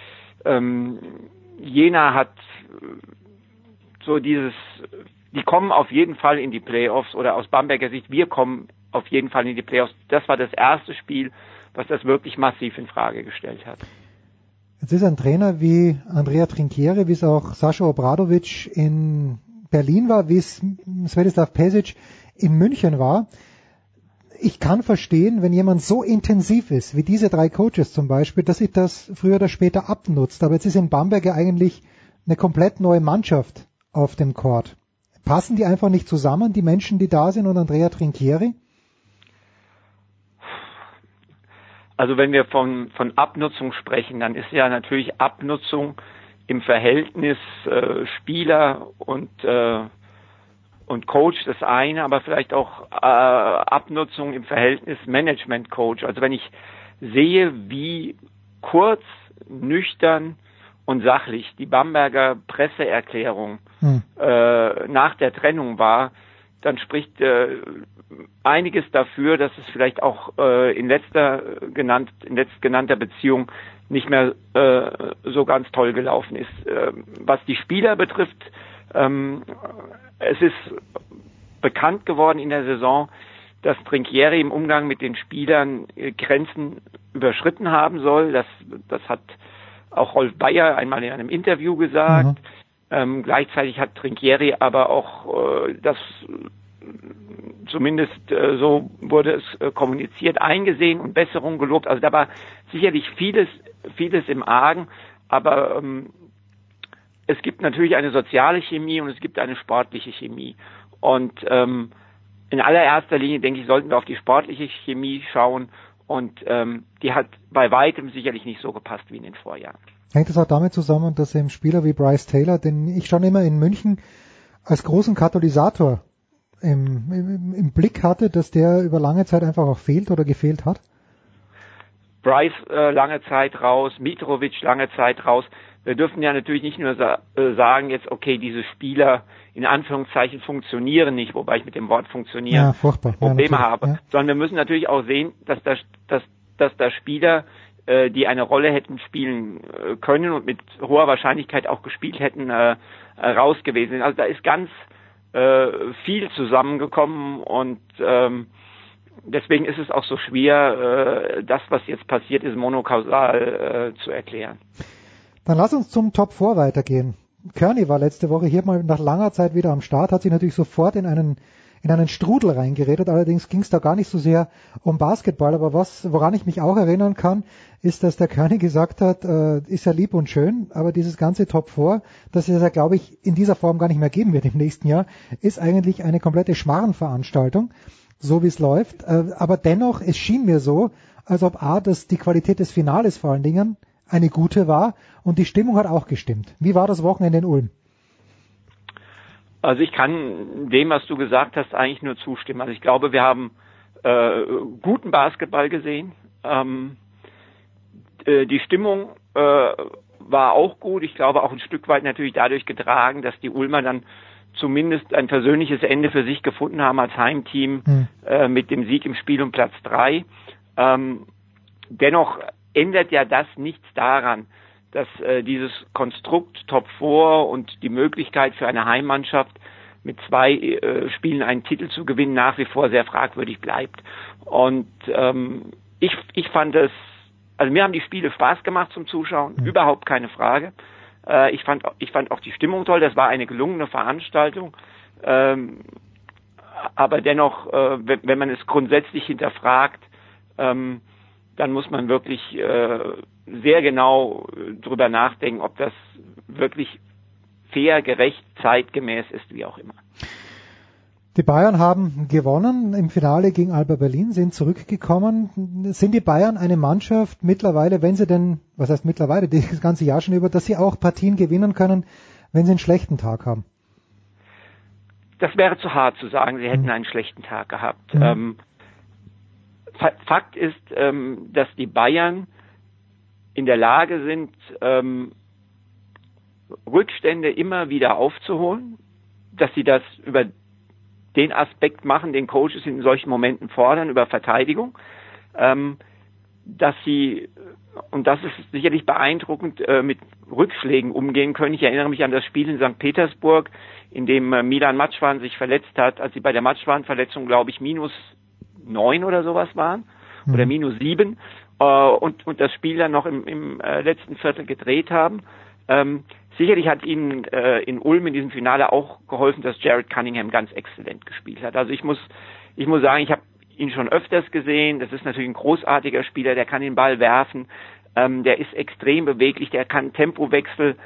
Jena hat so die kommen auf jeden Fall in die Playoffs oder aus Bamberger Sicht, wir kommen auf jeden Fall in die Playoffs. Das war das erste Spiel, was das wirklich massiv in Frage gestellt hat. Jetzt ist ein Trainer wie Andrea Trinchieri, wie es auch Sascha Obradovic in Berlin war, wie es Svetislav Pesic in München war. Ich kann verstehen, wenn jemand so intensiv ist, wie diese 3 Coaches zum Beispiel, dass sich das früher oder später abnutzt. Aber jetzt ist in Bamberg ja eigentlich eine komplett neue Mannschaft auf dem Court. Passen die einfach nicht zusammen, die Menschen, die da sind, und Andrea Trinchieri? Also wenn wir von Abnutzung sprechen, dann ist ja natürlich Abnutzung im Verhältnis Spieler und Coach das eine, aber vielleicht auch Abnutzung im Verhältnis Management-Coach. Also wenn ich sehe, wie kurz, nüchtern und sachlich die Bamberger Presseerklärung nach der Trennung war, dann spricht einiges dafür, dass es vielleicht auch in letztgenannter Beziehung nicht mehr so ganz toll gelaufen ist. Was die Spieler betrifft, es ist bekannt geworden in der Saison, dass Trinchieri im Umgang mit den Spielern Grenzen überschritten haben soll. Das hat auch Rolf Bayer einmal in einem Interview gesagt. Gleichzeitig hat Trinchieri aber auch das zumindest so wurde es kommuniziert, eingesehen und Besserung gelobt. Also da war sicherlich vieles im Argen, aber es gibt natürlich eine soziale Chemie und es gibt eine sportliche Chemie. Und in allererster Linie, denke ich, sollten wir auf die sportliche Chemie schauen und die hat bei weitem sicherlich nicht so gepasst wie in den Vorjahren. Hängt es auch damit zusammen, dass eben Spieler wie Bryce Taylor, den ich schon immer in München als großen Katalysator im Blick hatte, dass der über lange Zeit einfach auch fehlt oder gefehlt hat? Bryce lange Zeit raus, Mitrovic lange Zeit raus. Wir dürfen ja natürlich nicht nur sagen jetzt, okay, diese Spieler in Anführungszeichen funktionieren nicht, wobei ich mit dem Wort funktionieren Probleme habe, sondern wir müssen natürlich auch sehen, dass da Spieler, die eine Rolle hätten spielen können und mit hoher Wahrscheinlichkeit auch gespielt hätten, raus gewesen sind. Also da ist ganz viel zusammengekommen und deswegen ist es auch so schwer, das, was jetzt passiert ist, monokausal zu erklären. Dann lass uns zum Top 4 weitergehen. Kearney war letzte Woche hier mal nach langer Zeit wieder am Start, hat sich natürlich sofort in einen Strudel reingeredet, allerdings ging es da gar nicht so sehr um Basketball, aber woran ich mich auch erinnern kann, ist, dass der Kearney gesagt hat, ist ja lieb und schön, aber dieses ganze Top 4, das es ja, glaube ich, in dieser Form gar nicht mehr geben wird im nächsten Jahr, ist eigentlich eine komplette Schmarrenveranstaltung, so wie es läuft, aber dennoch, es schien mir so, als ob dass die Qualität des Finales vor allen Dingen eine gute war und die Stimmung hat auch gestimmt. Wie war das Wochenende in Ulm? Also ich kann dem, was du gesagt hast, eigentlich nur zustimmen. Also ich glaube, wir haben guten Basketball gesehen. Die Stimmung war auch gut. Ich glaube auch ein Stück weit natürlich dadurch getragen, dass die Ulmer dann zumindest ein versöhnliches Ende für sich gefunden haben als Heimteam mit dem Sieg im Spiel um Platz 3. Dennoch ändert ja das nichts daran, dass dieses Konstrukt Top 4 und die Möglichkeit für eine Heimmannschaft mit 2 Spielen einen Titel zu gewinnen nach wie vor sehr fragwürdig bleibt. Und ich fand es, also mir haben die Spiele Spaß gemacht zum Zuschauen, überhaupt keine Frage. Ich fand auch die Stimmung toll, das war eine gelungene Veranstaltung. Aber dennoch, wenn man es grundsätzlich hinterfragt, dann muss man wirklich sehr genau drüber nachdenken, ob das wirklich fair, gerecht, zeitgemäß ist, wie auch immer. Die Bayern haben gewonnen im Finale gegen Alba Berlin, sind zurückgekommen. Sind die Bayern eine Mannschaft mittlerweile, wenn sie denn, was heißt mittlerweile, das ganze Jahr schon über, dass sie auch Partien gewinnen können, wenn sie einen schlechten Tag haben? Das wäre zu hart zu sagen, sie hätten einen schlechten Tag gehabt. Fakt ist, dass die Bayern in der Lage sind, Rückstände immer wieder aufzuholen, dass sie das über den Aspekt machen, den Coaches in solchen Momenten fordern, über Verteidigung, dass sie, und das ist sicherlich beeindruckend, mit Rückschlägen umgehen können. Ich erinnere mich an das Spiel in St. Petersburg, in dem Milan Matschwan sich verletzt hat, als sie bei der Matschwan-Verletzung, glaube ich, -9 oder sowas waren, oder -7, und das Spiel dann noch im letzten Viertel gedreht haben. Sicherlich hat ihnen in Ulm in diesem Finale auch geholfen, dass Jared Cunningham ganz exzellent gespielt hat. Also ich muss sagen, ich habe ihn schon öfters gesehen. Das ist natürlich ein großartiger Spieler, der kann den Ball werfen, der ist extrem beweglich, der kann Tempowechsel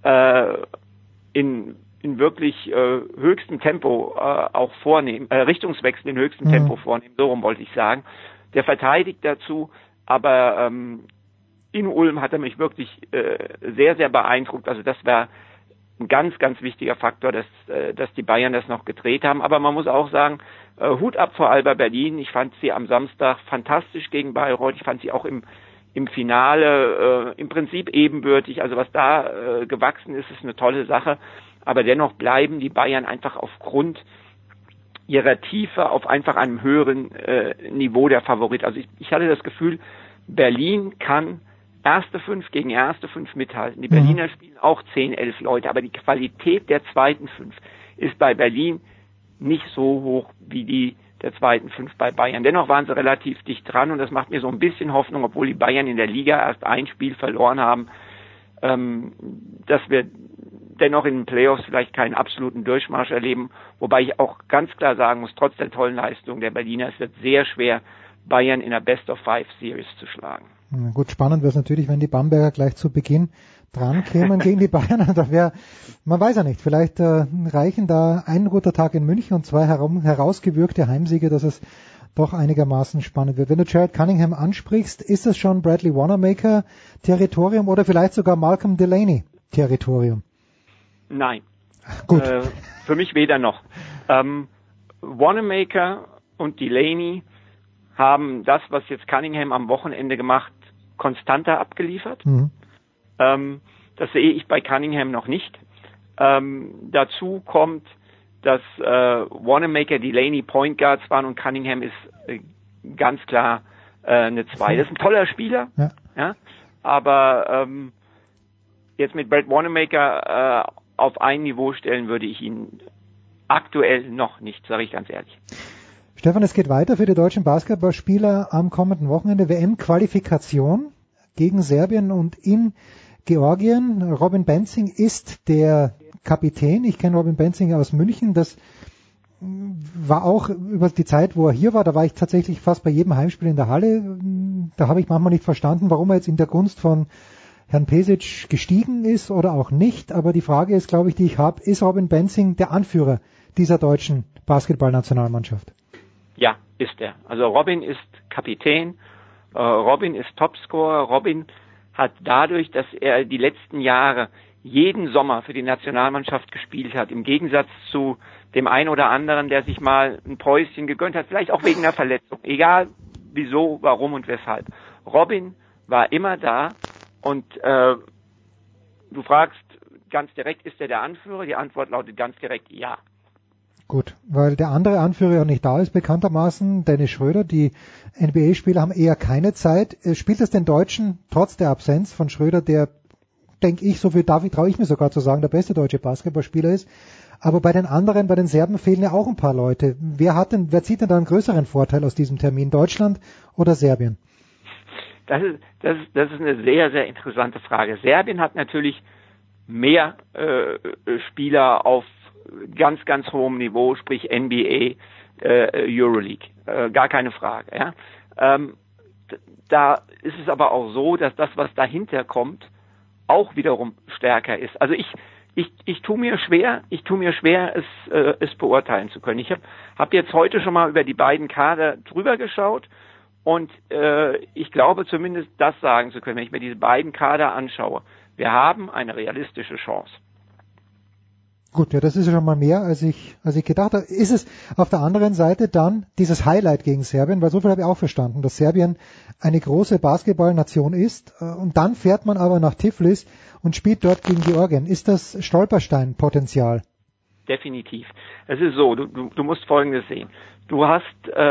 in wirklich höchstem Tempo auch vornehmen, Richtungswechsel in höchstem Tempo vornehmen, so rum wollte ich sagen. Der verteidigt dazu, aber in Ulm hat er mich wirklich sehr, sehr beeindruckt. Also das war ein ganz, ganz wichtiger Faktor, dass die Bayern das noch gedreht haben. Aber man muss auch sagen, Hut ab vor Alba Berlin. Ich fand sie am Samstag fantastisch gegen Bayreuth. Ich fand sie auch im Finale im Prinzip ebenbürtig. Also was da gewachsen ist, ist eine tolle Sache. Aber dennoch bleiben die Bayern einfach aufgrund ihrer Tiefe auf einfach einem höheren Niveau der Favorit. Also ich hatte das Gefühl, Berlin kann erste 5 gegen erste 5 mithalten. Die Berliner spielen auch 10, 11 Leute, aber die Qualität der zweiten 5 ist bei Berlin nicht so hoch wie die der zweiten 5 bei Bayern. Dennoch waren sie relativ dicht dran und das macht mir so ein bisschen Hoffnung, obwohl die Bayern in der Liga erst ein Spiel verloren haben, dass wir dennoch in den Playoffs vielleicht keinen absoluten Durchmarsch erleben, wobei ich auch ganz klar sagen muss, trotz der tollen Leistung der Berliner, es wird sehr schwer, Bayern in der Best-of-5-Series zu schlagen. Ja, gut, spannend wäre es natürlich, wenn die Bamberger gleich zu Beginn dran kämen gegen die Bayern. Da wäre, man weiß ja nicht, vielleicht reichen da ein guter Tag in München und 2 herausgewürgte Heimsiege, dass es doch einigermaßen spannend wird. Wenn du Jared Cunningham ansprichst, ist das schon Bradley Wanamaker Territorium oder vielleicht sogar Malcolm Delaney Territorium? Nein. Gut. Für mich weder noch. Wanamaker und Delaney haben das, was jetzt Cunningham am Wochenende gemacht, konstanter abgeliefert. Das sehe ich bei Cunningham noch nicht. Dazu kommt, dass Wanamaker, Delaney Point Guards waren und Cunningham ist ganz klar eine 2. Das ist ein toller Spieler, ja, aber jetzt mit Brad Wanamaker auf ein Niveau stellen würde ich ihn aktuell noch nicht, sage ich ganz ehrlich. Stefan, es geht weiter für die deutschen Basketballspieler am kommenden Wochenende. WM-Qualifikation gegen Serbien und in Georgien. Robin Benzing ist der Kapitän. Ich kenne Robin Benzing aus München. Das war auch über die Zeit, wo er hier war, da war ich tatsächlich fast bei jedem Heimspiel in der Halle. Da habe ich manchmal nicht verstanden, warum er jetzt in der Gunst von Herrn Pesic gestiegen ist oder auch nicht. Aber die Frage ist, glaube ich, die ich habe, ist Robin Benzing der Anführer dieser deutschen Basketballnationalmannschaft? Ja, ist er. Also Robin ist Kapitän, Robin ist Topscorer, Robin hat dadurch, dass er die letzten Jahre jeden Sommer für die Nationalmannschaft gespielt hat, im Gegensatz zu dem einen oder anderen, der sich mal ein Päuschen gegönnt hat, vielleicht auch wegen einer Verletzung, egal wieso, warum und weshalb. Robin war immer da und du fragst ganz direkt, ist er der Anführer? Die Antwort lautet ganz direkt ja. Gut, weil der andere Anführer ja nicht da ist, bekanntermaßen, Dennis Schröder. Die NBA-Spieler haben eher keine Zeit. Spielt es den Deutschen trotz der Absenz von Schröder, der, denke ich, so viel traue ich mir sogar zu sagen, der beste deutsche Basketballspieler ist? Aber bei den anderen, bei den Serben fehlen ja auch ein paar Leute. Wer zieht denn da einen größeren Vorteil aus diesem Termin? Deutschland oder Serbien? Das ist eine sehr, sehr interessante Frage. Serbien hat natürlich mehr Spieler auf ganz, ganz hohem Niveau, sprich NBA, Euroleague. Gar keine Frage. Ja? Da ist es aber auch so, dass das, was dahinter kommt, auch wiederum stärker ist. Also ich tue mir schwer, es beurteilen zu können. Ich hab jetzt heute schon mal über die beiden Kader drüber geschaut und ich glaube zumindest das sagen zu können, wenn ich mir diese beiden Kader anschaue. Wir haben eine realistische Chance. Gut, ja, das ist ja schon mal mehr, als ich gedacht habe. Ist es auf der anderen Seite dann dieses Highlight gegen Serbien, weil so viel habe ich auch verstanden, dass Serbien eine große Basketballnation ist und dann fährt man aber nach Tiflis und spielt dort gegen Georgien. Ist das Stolpersteinpotenzial? Definitiv. Es ist so, du musst Folgendes sehen. Du hast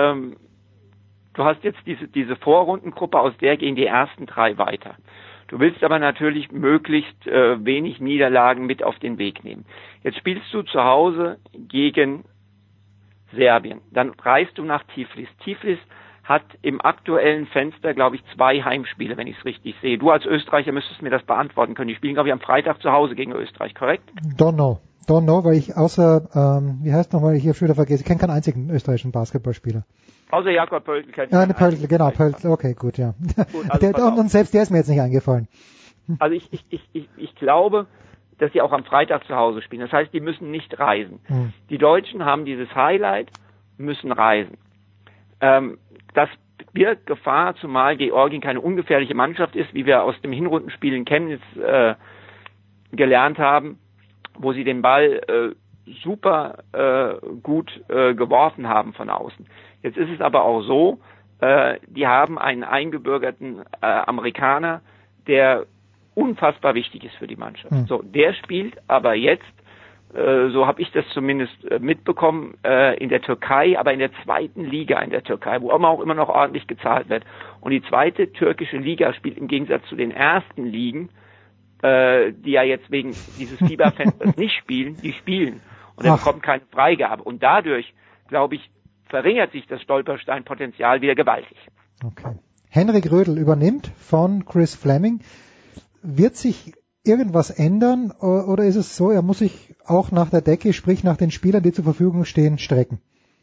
jetzt diese Vorrundengruppe, aus der gehen die ersten 3 weiter. Du willst aber natürlich möglichst wenig Niederlagen mit auf den Weg nehmen. Jetzt spielst du zu Hause gegen Serbien. Dann reist du nach Tiflis. Tiflis hat im aktuellen Fenster, glaube ich, 2 Heimspiele, wenn ich es richtig sehe. Du als Österreicher müsstest mir das beantworten können. Die spielen, glaube ich, am Freitag zu Hause gegen Österreich, korrekt? Don't know, weil ich außer, wie heißt nochmal, ich hier schon wieder vergesse, ich kenne keinen einzigen österreichischen Basketballspieler. Außer Jakob Pöltl kennt ich. Pöltl, genau, Pöltl, okay, gut, ja. Gut, also und selbst der ist mir jetzt nicht eingefallen. Also ich glaube, dass sie auch am Freitag zu Hause spielen. Das heißt, die müssen nicht reisen. Die Deutschen haben dieses Highlight, müssen reisen. Das birgt Gefahr, zumal Georgien keine ungefährliche Mannschaft ist, wie wir aus dem Hinrundenspiel in Chemnitz gelernt haben, wo sie den Ball super gut geworfen haben von außen. Jetzt ist es aber auch so, die haben einen eingebürgerten Amerikaner, der unfassbar wichtig ist für die Mannschaft. So, der spielt aber jetzt, so habe ich das zumindest mitbekommen, in der Türkei, aber in der 2. Liga in der Türkei, wo auch immer noch ordentlich gezahlt wird. Und die 2. türkische Liga spielt im Gegensatz zu den ersten Ligen, die ja jetzt wegen dieses Fieberfensters nicht spielen, die spielen. Und er bekommt keine Freigabe. Und dadurch, glaube ich, verringert sich das Stolpersteinpotenzial wieder gewaltig. Okay. Henrik Rödl übernimmt von Chris Fleming. Wird sich irgendwas ändern oder ist es so, er muss sich auch nach der Decke, sprich nach den Spielern, die zur Verfügung stehen, strecken?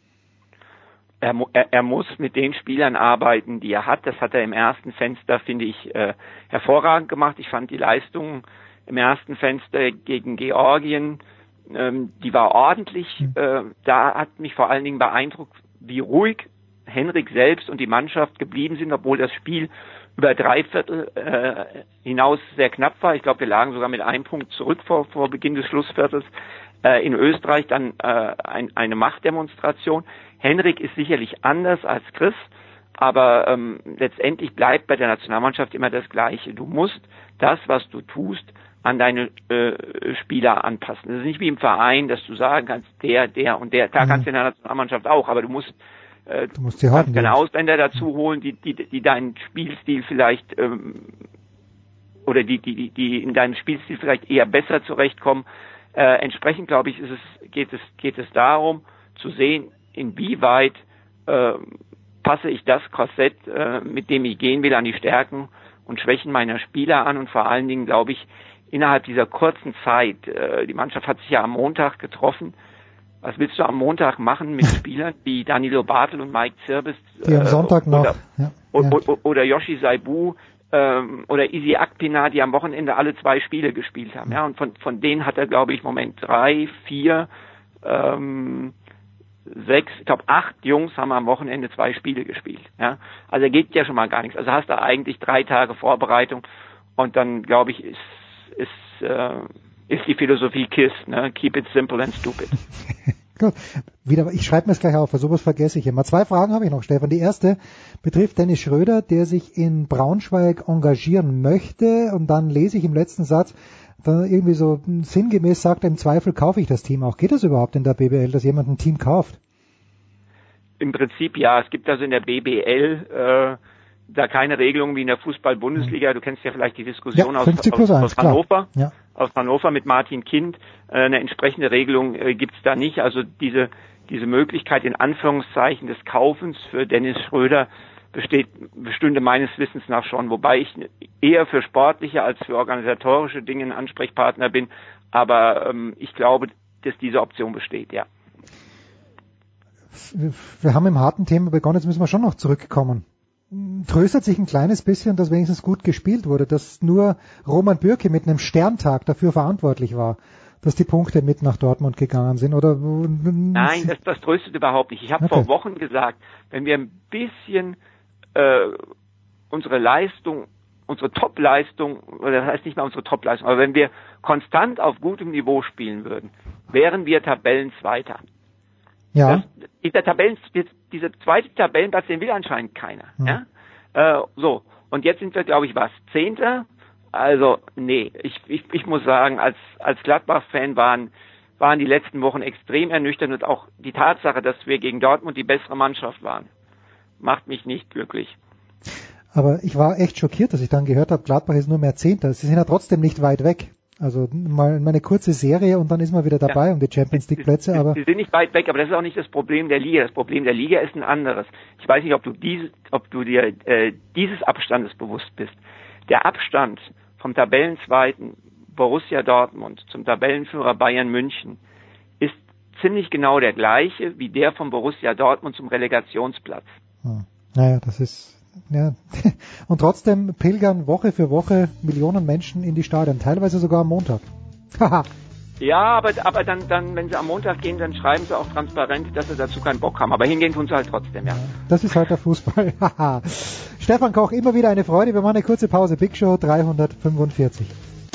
Er muss mit den Spielern arbeiten, die er hat. Das hat er im ersten Fenster, finde ich, hervorragend gemacht. Ich fand die Leistung im ersten Fenster gegen Georgien, die war ordentlich. Da hat mich vor allen Dingen beeindruckt, wie ruhig Henrik selbst und die Mannschaft geblieben sind, obwohl das Spiel über 3/4 hinaus sehr knapp war. Ich glaube, wir lagen sogar mit 1 Punkt zurück vor Beginn des Schlussviertels. In Österreich dann eine Machtdemonstration. Henrik ist sicherlich anders als Chris, aber letztendlich bleibt bei der Nationalmannschaft immer das Gleiche. Du musst das, was du tust, an deine Spieler anpassen. Das ist nicht wie im Verein, dass du sagen kannst, der und der. Klar kannst du in der Nationalmannschaft auch, aber du musst keine Ausländer dazu holen, die deinen Spielstil vielleicht oder die in deinem Spielstil vielleicht eher besser zurechtkommen. Entsprechend, glaube ich, geht es darum, zu sehen, inwieweit passe ich das Korsett, mit dem ich gehen will, an die Stärken und Schwächen meiner Spieler an und vor allen Dingen, glaube ich, innerhalb dieser kurzen Zeit, die Mannschaft hat sich ja am Montag getroffen. Was willst du am Montag machen mit Spielern wie Danilo Bartel und Mike Zirbis? Die am Sonntag noch. Oder Yoshi Saibu oder Easy Akpina, die am Wochenende alle 2 Spiele gespielt haben. Ja, und von denen hat er, glaube ich, im Moment 3, 4, 6, ich glaube 8 Jungs haben am Wochenende 2 Spiele gespielt. Ja, also geht ja schon mal gar nichts. Also hast du eigentlich 3 Tage Vorbereitung und dann, glaube ich, ist die Philosophie KISS, ne? Keep it simple and stupid. Gut. Ich schreibe mir es gleich auf, weil sowas vergesse ich immer. 2 Fragen habe ich noch, Stefan. Die erste betrifft Dennis Schröder, der sich in Braunschweig engagieren möchte. Und dann lese ich im letzten Satz, da irgendwie so sinngemäß sagt, im Zweifel kaufe ich das Team auch. Geht das überhaupt in der BBL, dass jemand ein Team kauft? Im Prinzip ja. Es gibt also in der BBL da keine Regelung wie in der Fußball-Bundesliga. Du kennst ja vielleicht die Diskussion aus Hannover. Ja. Aus Hannover mit Martin Kind. Eine entsprechende Regelung gibt's da nicht. Also diese Möglichkeit in Anführungszeichen des Kaufens für Dennis Schröder bestünde meines Wissens nach schon, wobei ich eher für sportliche als für organisatorische Dinge ein Ansprechpartner bin. Aber ich glaube, dass diese Option besteht, ja. Wir haben im harten Thema begonnen, jetzt müssen wir schon noch zurückkommen. Tröstet sich ein kleines bisschen, dass wenigstens gut gespielt wurde, dass nur Roman Bürki mit einem Sterntag dafür verantwortlich war, dass die Punkte mit nach Dortmund gegangen sind, oder? Nein, das tröstet überhaupt nicht. Ich habe vor Wochen gesagt, wenn wir ein bisschen unsere Top-Leistung, oder das heißt nicht mal unsere Top-Leistung, aber wenn wir konstant auf gutem Niveau spielen würden, wären wir Tabellenzweiter. Ja. Dieser zweite Tabellenplatz, den will anscheinend keiner. Ja? So. Und jetzt sind wir, glaube ich, 10. Also, nee. Ich muss sagen, als Gladbach-Fan waren die letzten Wochen extrem ernüchternd und auch die Tatsache, dass wir gegen Dortmund die bessere Mannschaft waren, macht mich nicht glücklich. Aber ich war echt schockiert, dass ich dann gehört habe, Gladbach ist nur mehr 10. Sie sind ja trotzdem nicht weit weg. Also mal eine kurze Serie und dann ist man wieder dabei um die Champions League Plätze. Aber sie sind nicht weit weg, aber das ist auch nicht das Problem der Liga. Das Problem der Liga ist ein anderes. Ich weiß nicht, ob du dir dieses Abstandes bewusst bist. Der Abstand vom Tabellenzweiten Borussia Dortmund zum Tabellenführer Bayern München ist ziemlich genau der gleiche wie der vom Borussia Dortmund zum Relegationsplatz. Naja, das ist... Ja. Und trotzdem pilgern Woche für Woche Millionen Menschen in die Stadien, teilweise sogar am Montag. Ja, aber dann, wenn sie am Montag gehen, dann schreiben sie auch transparent, dass sie dazu keinen Bock haben. Aber hingehen tun sie halt trotzdem, ja. Das ist halt der Fußball. Stefan Koch, immer wieder eine Freude. Wir machen eine kurze Pause. Big Show 345.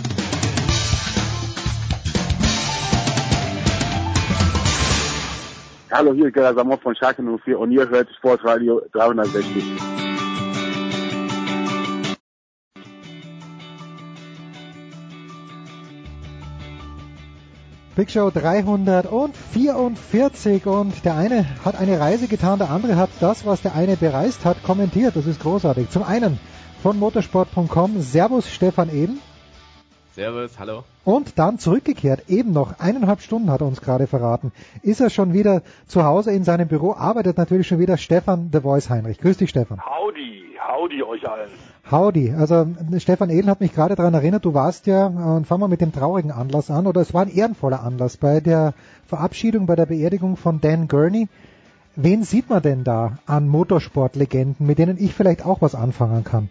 Hallo, hier ist Gerhard Samot von Schalke 04 und ihr hört Sportradio 360. Big Show 344 und der eine hat eine Reise getan, der andere hat das, was der eine bereist hat, kommentiert. Das ist großartig. Zum einen von motorsport.com, Servus Stefan Ehlen. Servus, hallo. Und dann zurückgekehrt, eben noch 1,5 Stunden hat er uns gerade verraten, ist er schon wieder zu Hause in seinem Büro, arbeitet natürlich schon wieder Stefan The Voice Heinrich. Grüß dich, Stefan. Howdy euch allen. Howdy, also Stefan Ehlen hat mich gerade daran erinnert, du warst ja, und fangen wir mit dem traurigen Anlass an, oder es war ein ehrenvoller Anlass, bei der Verabschiedung, bei der Beerdigung von Dan Gurney. Wen sieht man denn da an Motorsportlegenden, mit denen ich vielleicht auch was anfangen kann?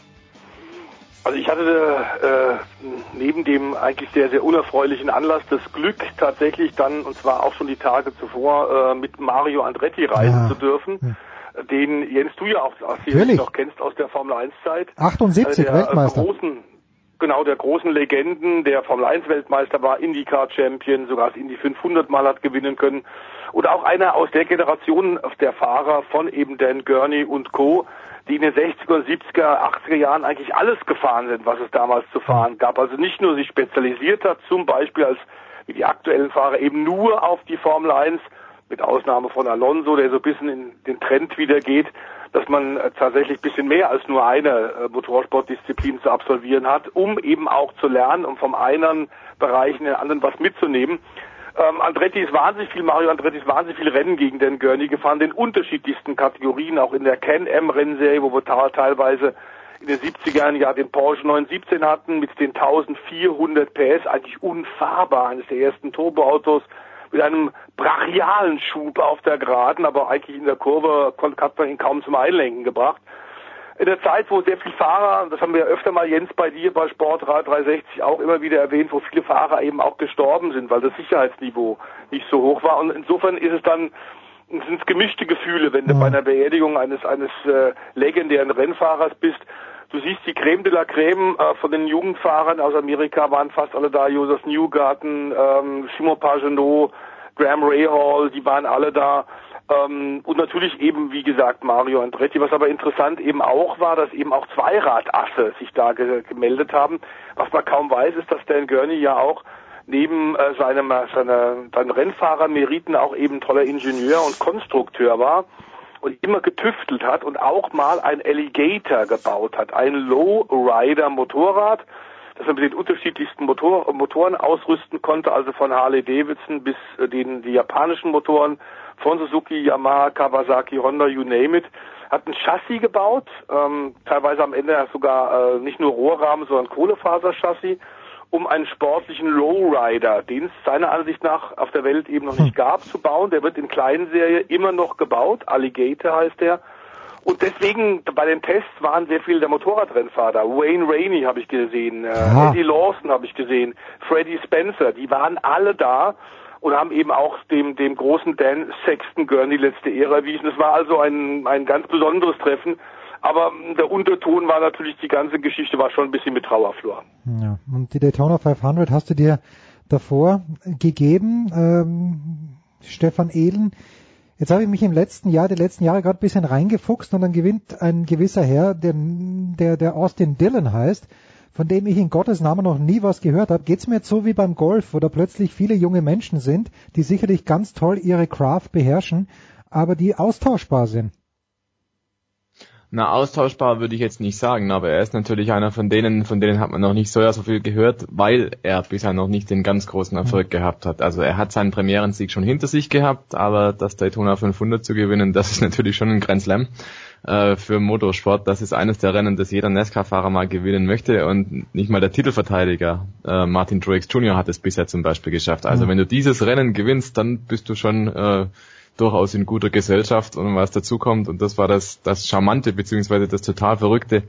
Also ich hatte neben dem eigentlich sehr, sehr unerfreulichen Anlass das Glück, tatsächlich dann, und zwar auch schon die Tage zuvor, mit Mario Andretti reisen zu dürfen, den Jens du ja auch sicherlich noch kennst aus der Formel 1 Zeit. 78 Weltmeister. Der großen Legenden, der Formel 1 Weltmeister war, IndyCar Champion, sogar das Indy 500 Mal hat gewinnen können. Oder auch einer aus der Generation der Fahrer von eben Dan Gurney und Co., die in den 60er, 70er, 80er Jahren eigentlich alles gefahren sind, was es damals zu fahren gab. Also nicht nur sich spezialisiert hat, zum Beispiel als wie die aktuellen Fahrer eben nur auf die Formel 1, mit Ausnahme von Alonso, der so ein bisschen in den Trend wieder geht, dass man tatsächlich ein bisschen mehr als nur eine Motorsportdisziplin zu absolvieren hat, um eben auch zu lernen, um vom einen Bereich in den anderen was mitzunehmen. Mario Andretti ist wahnsinnig viele Rennen gegen Dan Gurney gefahren, den unterschiedlichsten Kategorien, auch in der Can-Am-Rennserie, wo wir teilweise in den 70ern ja den Porsche 917 hatten, mit den 1400 PS, eigentlich unfahrbar, eines der ersten Turboautos, mit einem brachialen Schub auf der Geraden, aber eigentlich in der Kurve hat man ihn kaum zum Einlenken gebracht. In der Zeit, wo sehr viele Fahrer, das haben wir ja öfter mal, Jens, bei dir bei Sportradio 360 auch immer wieder erwähnt, wo viele Fahrer eben auch gestorben sind, weil das Sicherheitsniveau nicht so hoch war. Und insofern sind es gemischte Gefühle, wenn du bei einer Beerdigung eines legendären Rennfahrers bist. Du siehst die Creme de la Creme von den Jugendfahrern aus Amerika, waren fast alle da, Joseph Newgarden, Simon Pagenaud, Graham Rahal, die waren alle da. Und natürlich eben, wie gesagt, Mario Andretti. Was aber interessant eben auch war, dass eben auch Zweiradasse sich da gemeldet haben. Was man kaum weiß, ist, dass Dan Gurney ja auch neben seinen Rennfahrermeriten auch eben toller Ingenieur und Konstrukteur war und immer getüftelt hat und auch mal ein Alligator gebaut hat, ein Lowrider-Motorrad, das man mit den unterschiedlichsten Motoren ausrüsten konnte, also von Harley Davidson bis die japanischen Motoren, von Suzuki, Yamaha, Kawasaki, Honda, you name it, hat ein Chassis gebaut, teilweise am Ende sogar nicht nur Rohrrahmen, sondern Kohlefaserchassis, um einen sportlichen Lowrider, den es seiner Ansicht nach auf der Welt eben noch nicht gab, zu bauen. Der wird in Kleinserie immer noch gebaut, Alligator heißt der. Und deswegen, bei den Tests waren sehr viele der Motorradrennfahrer. Wayne Rainey habe ich gesehen, Eddie Lawson habe ich gesehen, Freddie Spencer, die waren alle da und haben eben auch dem großen Dan Sexton Gurney letzte Ehre erwiesen. Es war also ein ganz besonderes Treffen, aber der Unterton war natürlich, die ganze Geschichte war schon ein bisschen mit Trauerflor. Ja, und die Daytona 500 hast du dir davor gegeben, Stefan Ehlen. Jetzt habe ich mich die letzten Jahre gerade ein bisschen reingefuchst und dann gewinnt ein gewisser Herr, der Austin Dillon heißt, von dem ich in Gottes Namen noch nie was gehört habe. Geht's mir jetzt so wie beim Golf, wo da plötzlich viele junge Menschen sind, die sicherlich ganz toll ihre Craft beherrschen, aber die austauschbar sind? Na, austauschbar würde ich jetzt nicht sagen, aber er ist natürlich einer von denen hat man noch nicht so viel gehört, weil er bisher noch nicht den ganz großen Erfolg gehabt hat. Also er hat seinen Premierensieg schon hinter sich gehabt, aber das Daytona 500 zu gewinnen, das ist natürlich schon ein Grand Slam für Motorsport. Das ist eines der Rennen, das jeder NASCAR-Fahrer mal gewinnen möchte und nicht mal der Titelverteidiger Martin Truex Jr. hat es bisher zum Beispiel geschafft. Also wenn du dieses Rennen gewinnst, dann bist du schon durchaus in guter Gesellschaft und was dazu kommt, und das war das Charmante beziehungsweise das total Verrückte,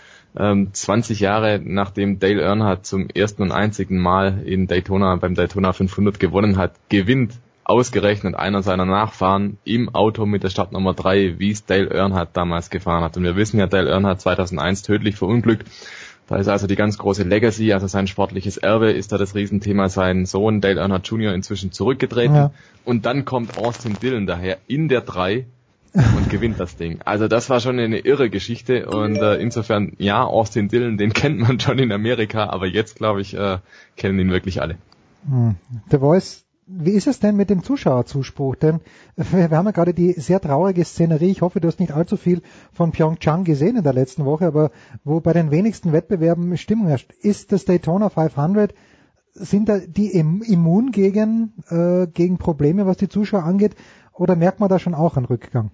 20 Jahre nachdem Dale Earnhardt zum ersten und einzigen Mal beim Daytona 500 gewonnen hat, gewinnt ausgerechnet einer seiner Nachfahren im Auto mit der Startnummer 3, wie es Dale Earnhardt damals gefahren hat. Und wir wissen ja, Dale Earnhardt 2001 tödlich verunglückt. Da ist also die ganz große Legacy, also sein sportliches Erbe, ist da das Riesenthema. Sein Sohn Dale Earnhardt Jr. inzwischen zurückgetreten. Ja. Und dann kommt Austin Dillon daher in der 3 und gewinnt das Ding. Also das war schon eine irre Geschichte und insofern, ja, Austin Dillon, den kennt man schon in Amerika, aber jetzt, glaube ich, kennen ihn wirklich alle. The Voice, wie ist es denn mit dem Zuschauerzuspruch? Denn wir haben ja gerade die sehr traurige Szenerie, ich hoffe, du hast nicht allzu viel von Pyeongchang gesehen in der letzten Woche, aber wo bei den wenigsten Wettbewerben Stimmung herrscht. Ist das Daytona 500, sind da die immun gegen Probleme, was die Zuschauer angeht, oder merkt man da schon auch einen Rückgang?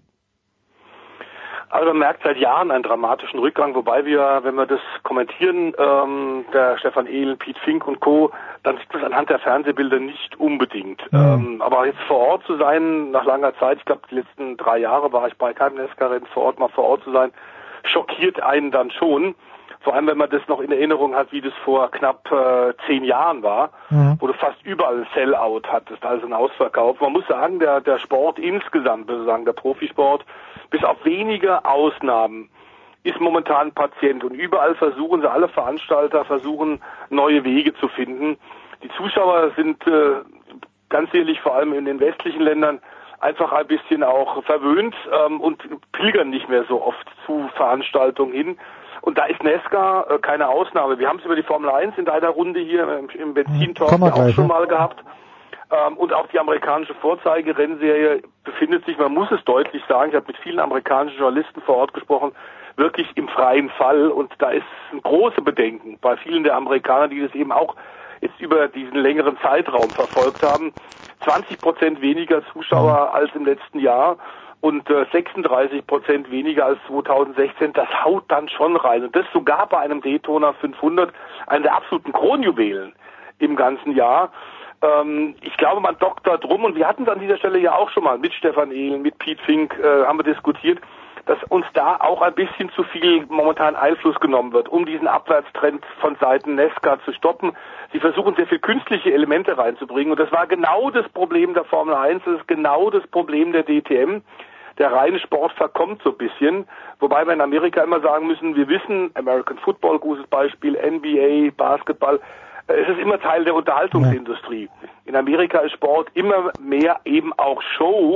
Also man merkt seit Jahren einen dramatischen Rückgang, wobei wir, wenn wir das kommentieren, der Stefan Ehlen, Pete Fink und Co., dann sieht man es anhand der Fernsehbilder nicht unbedingt. Aber jetzt vor Ort zu sein, nach langer Zeit, ich glaube die letzten 3 Jahre war ich bei keinem NASCAR-Rennen mal vor Ort zu sein, schockiert einen dann schon. Vor allem, wenn man das noch in Erinnerung hat, wie das vor knapp 10 Jahren war, wo du fast überall ein Sellout hattest, also ein Ausverkauf. Man muss sagen, der Sport insgesamt, sozusagen der Profisport, bis auf wenige Ausnahmen, ist momentan Patient. Und überall alle Veranstalter versuchen, neue Wege zu finden. Die Zuschauer sind ganz ehrlich, vor allem in den westlichen Ländern, einfach ein bisschen auch verwöhnt und pilgern nicht mehr so oft zu Veranstaltungen hin. Und da ist NASCAR keine Ausnahme. Wir haben es über die Formel 1 in deiner Runde hier im Benzintalk auch schon mal gehabt. Und auch die amerikanische Vorzeigerennserie befindet sich, man muss es deutlich sagen, ich habe mit vielen amerikanischen Journalisten vor Ort gesprochen, wirklich im freien Fall. Und da ist ein großes Bedenken bei vielen der Amerikaner, die das eben auch jetzt über diesen längeren Zeitraum verfolgt haben. 20% weniger Zuschauer als im letzten Jahr. Und 36% weniger als 2016, das haut dann schon rein. Und das sogar bei einem Daytona 500, einer der absoluten Kronjuwelen im ganzen Jahr. Ich glaube, man dockt da drum, und wir hatten es an dieser Stelle ja auch schon mal mit Stefan Ehlen, mit Pete Fink, haben wir diskutiert, dass uns da auch ein bisschen zu viel momentan Einfluss genommen wird, um diesen Abwärtstrend von Seiten NASCAR zu stoppen. Sie versuchen sehr viel künstliche Elemente reinzubringen, und das war genau das Problem der Formel 1, das ist genau das Problem der DTM. Der reine Sport verkommt so ein bisschen, wobei wir in Amerika immer sagen müssen, wir wissen, American Football, gutes Beispiel, NBA, Basketball, es ist immer Teil der Unterhaltungsindustrie. In Amerika ist Sport immer mehr eben auch Show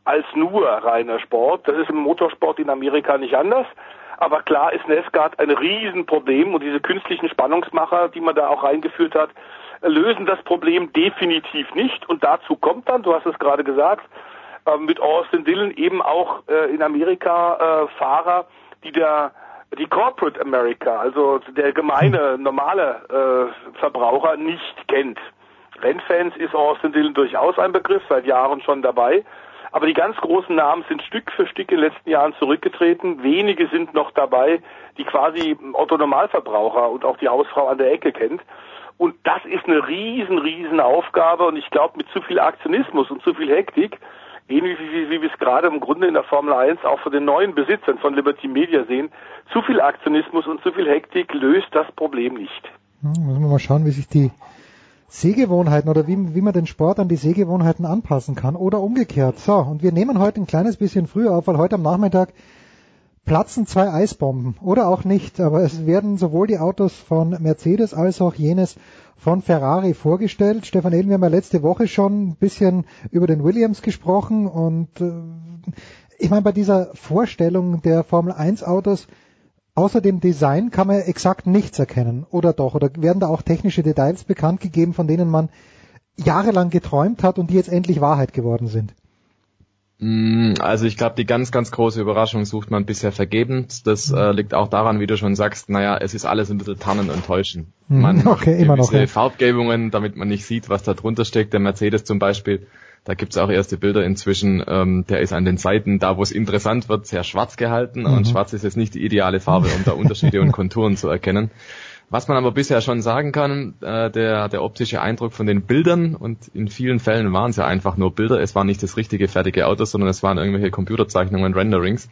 als nur reiner Sport. Das ist im Motorsport in Amerika nicht anders. Aber klar ist NASCAR ein Riesenproblem und diese künstlichen Spannungsmacher, die man da auch reingeführt hat, lösen das Problem definitiv nicht. Und dazu kommt dann, du hast es gerade gesagt, mit Austin Dillon eben auch in Amerika Fahrer, die Corporate America, also der gemeine, normale Verbraucher nicht kennt. Rennfans ist Austin Dillon durchaus ein Begriff, seit Jahren schon dabei. Aber die ganz großen Namen sind Stück für Stück in den letzten Jahren zurückgetreten. Wenige sind noch dabei, die quasi Otto-Normalverbraucher und auch die Hausfrau an der Ecke kennt. Und das ist eine riesen Aufgabe. Und ich glaube, mit zu viel Aktionismus und zu viel Hektik, ähnlich wie wir es gerade im Grunde in der Formel 1 auch von den neuen Besitzern von Liberty Media sehen, zu viel Aktionismus und zu viel Hektik löst das Problem nicht. Müssen wir mal schauen, wie sich die Sehgewohnheiten oder wie man den Sport an die Sehgewohnheiten anpassen kann oder umgekehrt. So, und wir nehmen heute ein kleines bisschen früher auf, weil heute am Nachmittag platzen 2 Eisbomben oder auch nicht, aber es werden sowohl die Autos von Mercedes als auch jenes von Ferrari vorgestellt. Stefan Ehlen, wir haben ja letzte Woche schon ein bisschen über den Williams gesprochen und ich meine, bei dieser Vorstellung der Formel 1 Autos außer dem Design kann man exakt nichts erkennen, oder doch? Oder werden da auch technische Details bekannt gegeben, von denen man jahrelang geträumt hat und die jetzt endlich Wahrheit geworden sind? Also ich glaube, die ganz große Überraschung sucht man bisher vergebens. Das liegt auch daran, wie du schon sagst, naja, es ist alles ein bisschen tarnen und täuschen. Man macht gewisse Farbgebungen, damit man nicht sieht, was da drunter steckt. Der Mercedes zum Beispiel, da gibt's auch erste Bilder inzwischen, der ist an den Seiten, da wo es interessant wird, sehr schwarz gehalten. Und schwarz ist jetzt nicht die ideale Farbe, um da Unterschiede und Konturen zu erkennen. Was man aber bisher schon sagen kann, der optische Eindruck von den Bildern, und in vielen Fällen waren es ja einfach nur Bilder, es war nicht das richtige fertige Auto, sondern es waren irgendwelche Computerzeichnungen, Renderings.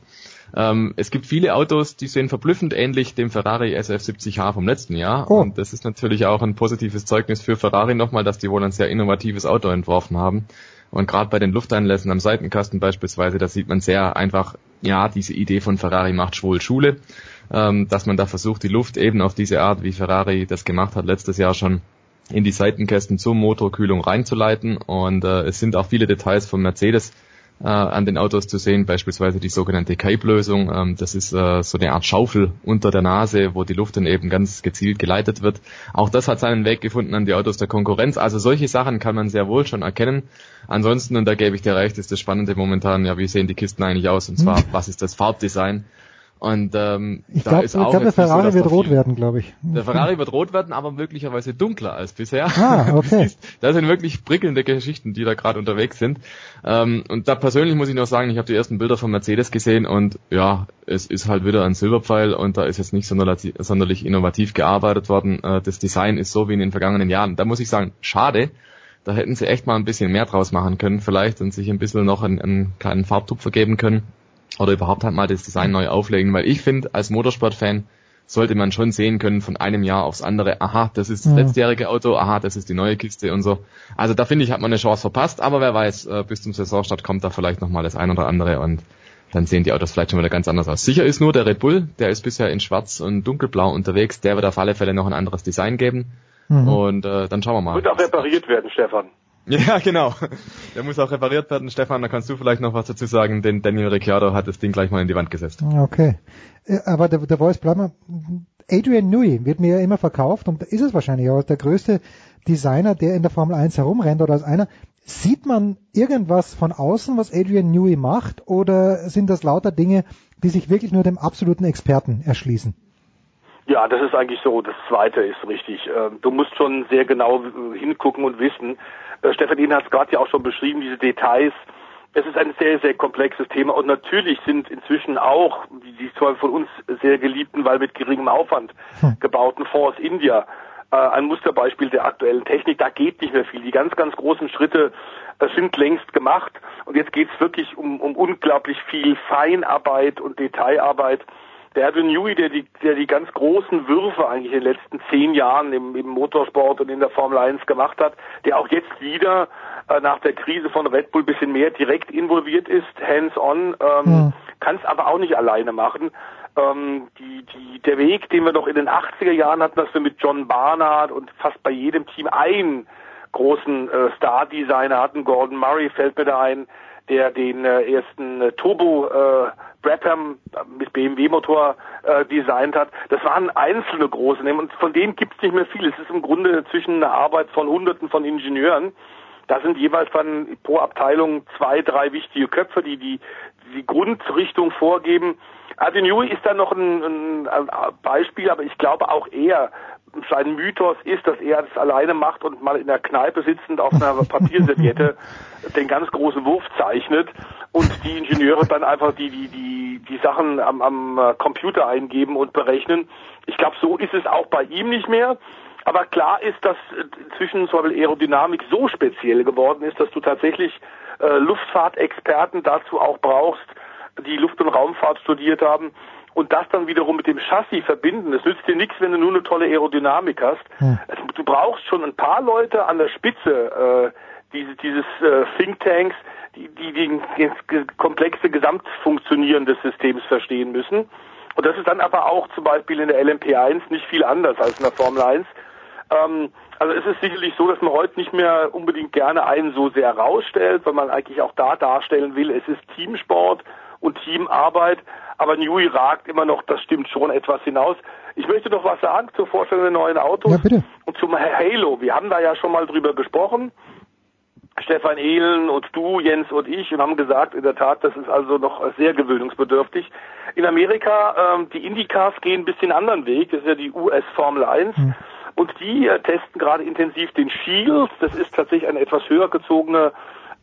Es gibt viele Autos, die sehen verblüffend ähnlich dem Ferrari SF70H vom letzten Jahr. Oh. Und das ist natürlich auch ein positives Zeugnis für Ferrari nochmal, dass die wohl ein sehr innovatives Auto entworfen haben. Und gerade bei den Lufteinlässen am Seitenkasten beispielsweise, da sieht man sehr einfach, ja, diese Idee von Ferrari macht schwul Schule, dass man da versucht, die Luft eben auf diese Art, wie Ferrari das gemacht hat, letztes Jahr schon in die Seitenkästen zur Motorkühlung reinzuleiten. Und es sind auch viele Details von Mercedes an den Autos zu sehen, beispielsweise die sogenannte Cape-Lösung. Das ist so eine Art Schaufel unter der Nase, wo die Luft dann eben ganz gezielt geleitet wird. Auch das hat seinen Weg gefunden an die Autos der Konkurrenz. Also solche Sachen kann man sehr wohl schon erkennen. Ansonsten, und da gebe ich dir recht, ist das Spannende momentan, ja, wie sehen die Kisten eigentlich aus? Und zwar, was ist das Farbdesign? Und ich glaube, der Ferrari wird rot werden, glaube ich. Der Ferrari wird rot werden, aber möglicherweise dunkler als bisher. Ah, okay. Das sind wirklich prickelnde Geschichten, die da gerade unterwegs sind. Und da persönlich muss ich noch sagen, ich habe die ersten Bilder von Mercedes gesehen und ja, es ist halt wieder ein Silberpfeil und da ist jetzt nicht sonderlich innovativ gearbeitet worden. Das Design ist so wie in den vergangenen Jahren. Da muss ich sagen, schade. Da hätten sie echt mal ein bisschen mehr draus machen können vielleicht und sich ein bisschen noch einen kleinen Farbtupfer geben können. Oder überhaupt halt mal das Design neu auflegen, weil ich finde, als Motorsportfan sollte man schon sehen können von einem Jahr aufs andere, aha, das ist das letztjährige Auto, aha, das ist die neue Kiste und so. Also da finde ich, hat man eine Chance verpasst, aber wer weiß, bis zum Saisonstart kommt da vielleicht nochmal das ein oder andere und dann sehen die Autos vielleicht schon wieder ganz anders aus. Sicher ist nur der Red Bull, der ist bisher in schwarz und dunkelblau unterwegs, der wird auf alle Fälle noch ein anderes Design geben und dann schauen wir mal. Wird auch repariert werden, Stefan. Ja, genau. Der muss auch repariert werden. Stefan, da kannst du vielleicht noch was dazu sagen, denn Daniel Ricciardo hat das Ding gleich mal in die Wand gesetzt. Okay. Aber der Voice, bleib mal. Adrian Newey wird mir ja immer verkauft und ist es wahrscheinlich auch der größte Designer, der in der Formel 1 herumrennt oder als einer. Sieht man irgendwas von außen, was Adrian Newey macht, oder sind das lauter Dinge, die sich wirklich nur dem absoluten Experten erschließen? Ja, das ist eigentlich so. Das Zweite ist richtig. Du musst schon sehr genau hingucken und wissen. Stefan Ehlen hat es gerade ja auch schon beschrieben, diese Details. Es ist ein sehr, sehr komplexes Thema und natürlich sind inzwischen auch die zwar von uns sehr geliebten, weil mit geringem Aufwand gebauten Force India ein Musterbeispiel der aktuellen Technik. Da geht nicht mehr viel. Die ganz großen Schritte sind längst gemacht und jetzt geht es wirklich um unglaublich viel Feinarbeit und Detailarbeit. Der Adrian Newey, der die ganz großen Würfe eigentlich in den letzten 10 Jahren im Motorsport und in der Formel 1 gemacht hat, der auch jetzt wieder nach der Krise von Red Bull ein bisschen mehr direkt involviert ist, hands-on, kann es aber auch nicht alleine machen. Der Weg, den wir noch in den 80er Jahren hatten, dass wir mit John Barnard und fast bei jedem Team einen großen Star-Designer hatten, Gordon Murray fällt mir da ein, der den ersten Turbo Brabham mit BMW-Motor designt hat. Das waren einzelne große Namen und von denen gibt es nicht mehr viel. Es ist im Grunde inzwischen eine Arbeit von Hunderten von Ingenieuren. Da sind jeweils dann pro Abteilung 2, 3 wichtige Köpfe, die Grundrichtung vorgeben. Adrian Newey ist da noch ein Beispiel, aber ich glaube auch sein Mythos ist, dass er das alleine macht und mal in der Kneipe sitzend auf einer Papierserviette den ganz großen Wurf zeichnet und die Ingenieure dann einfach die Sachen am Computer eingeben und berechnen. Ich glaube, so ist es auch bei ihm nicht mehr. Aber klar ist, dass inzwischen zum Beispiel Aerodynamik so speziell geworden ist, dass du tatsächlich Luftfahrtexperten dazu auch brauchst, die Luft- und Raumfahrt studiert haben und das dann wiederum mit dem Chassis verbinden. Es nützt dir nichts, wenn du nur eine tolle Aerodynamik hast. Du brauchst schon ein paar Leute an der Spitze dieses Thinktanks, die komplexe Gesamtfunktionieren des Systems verstehen müssen. Und das ist dann aber auch zum Beispiel in der LMP1 nicht viel anders als in der Formel 1. Also es ist sicherlich so, dass man heute nicht mehr unbedingt gerne einen so sehr herausstellt, weil man eigentlich auch da darstellen will, es ist Teamsport und Teamarbeit, aber Newey ragt immer noch, das stimmt schon, etwas hinaus. Ich möchte noch was sagen zur Vorstellung der neuen Autos und zum Halo. Wir haben da ja schon mal drüber gesprochen, Stefan Ehlen und du, Jens und ich, und haben gesagt, in der Tat, das ist also noch sehr gewöhnungsbedürftig. In Amerika, die Indycars gehen ein bisschen anderen Weg, das ist ja die US Formel 1. Und die testen gerade intensiv den Shield. Das ist tatsächlich ein etwas höher gezogenes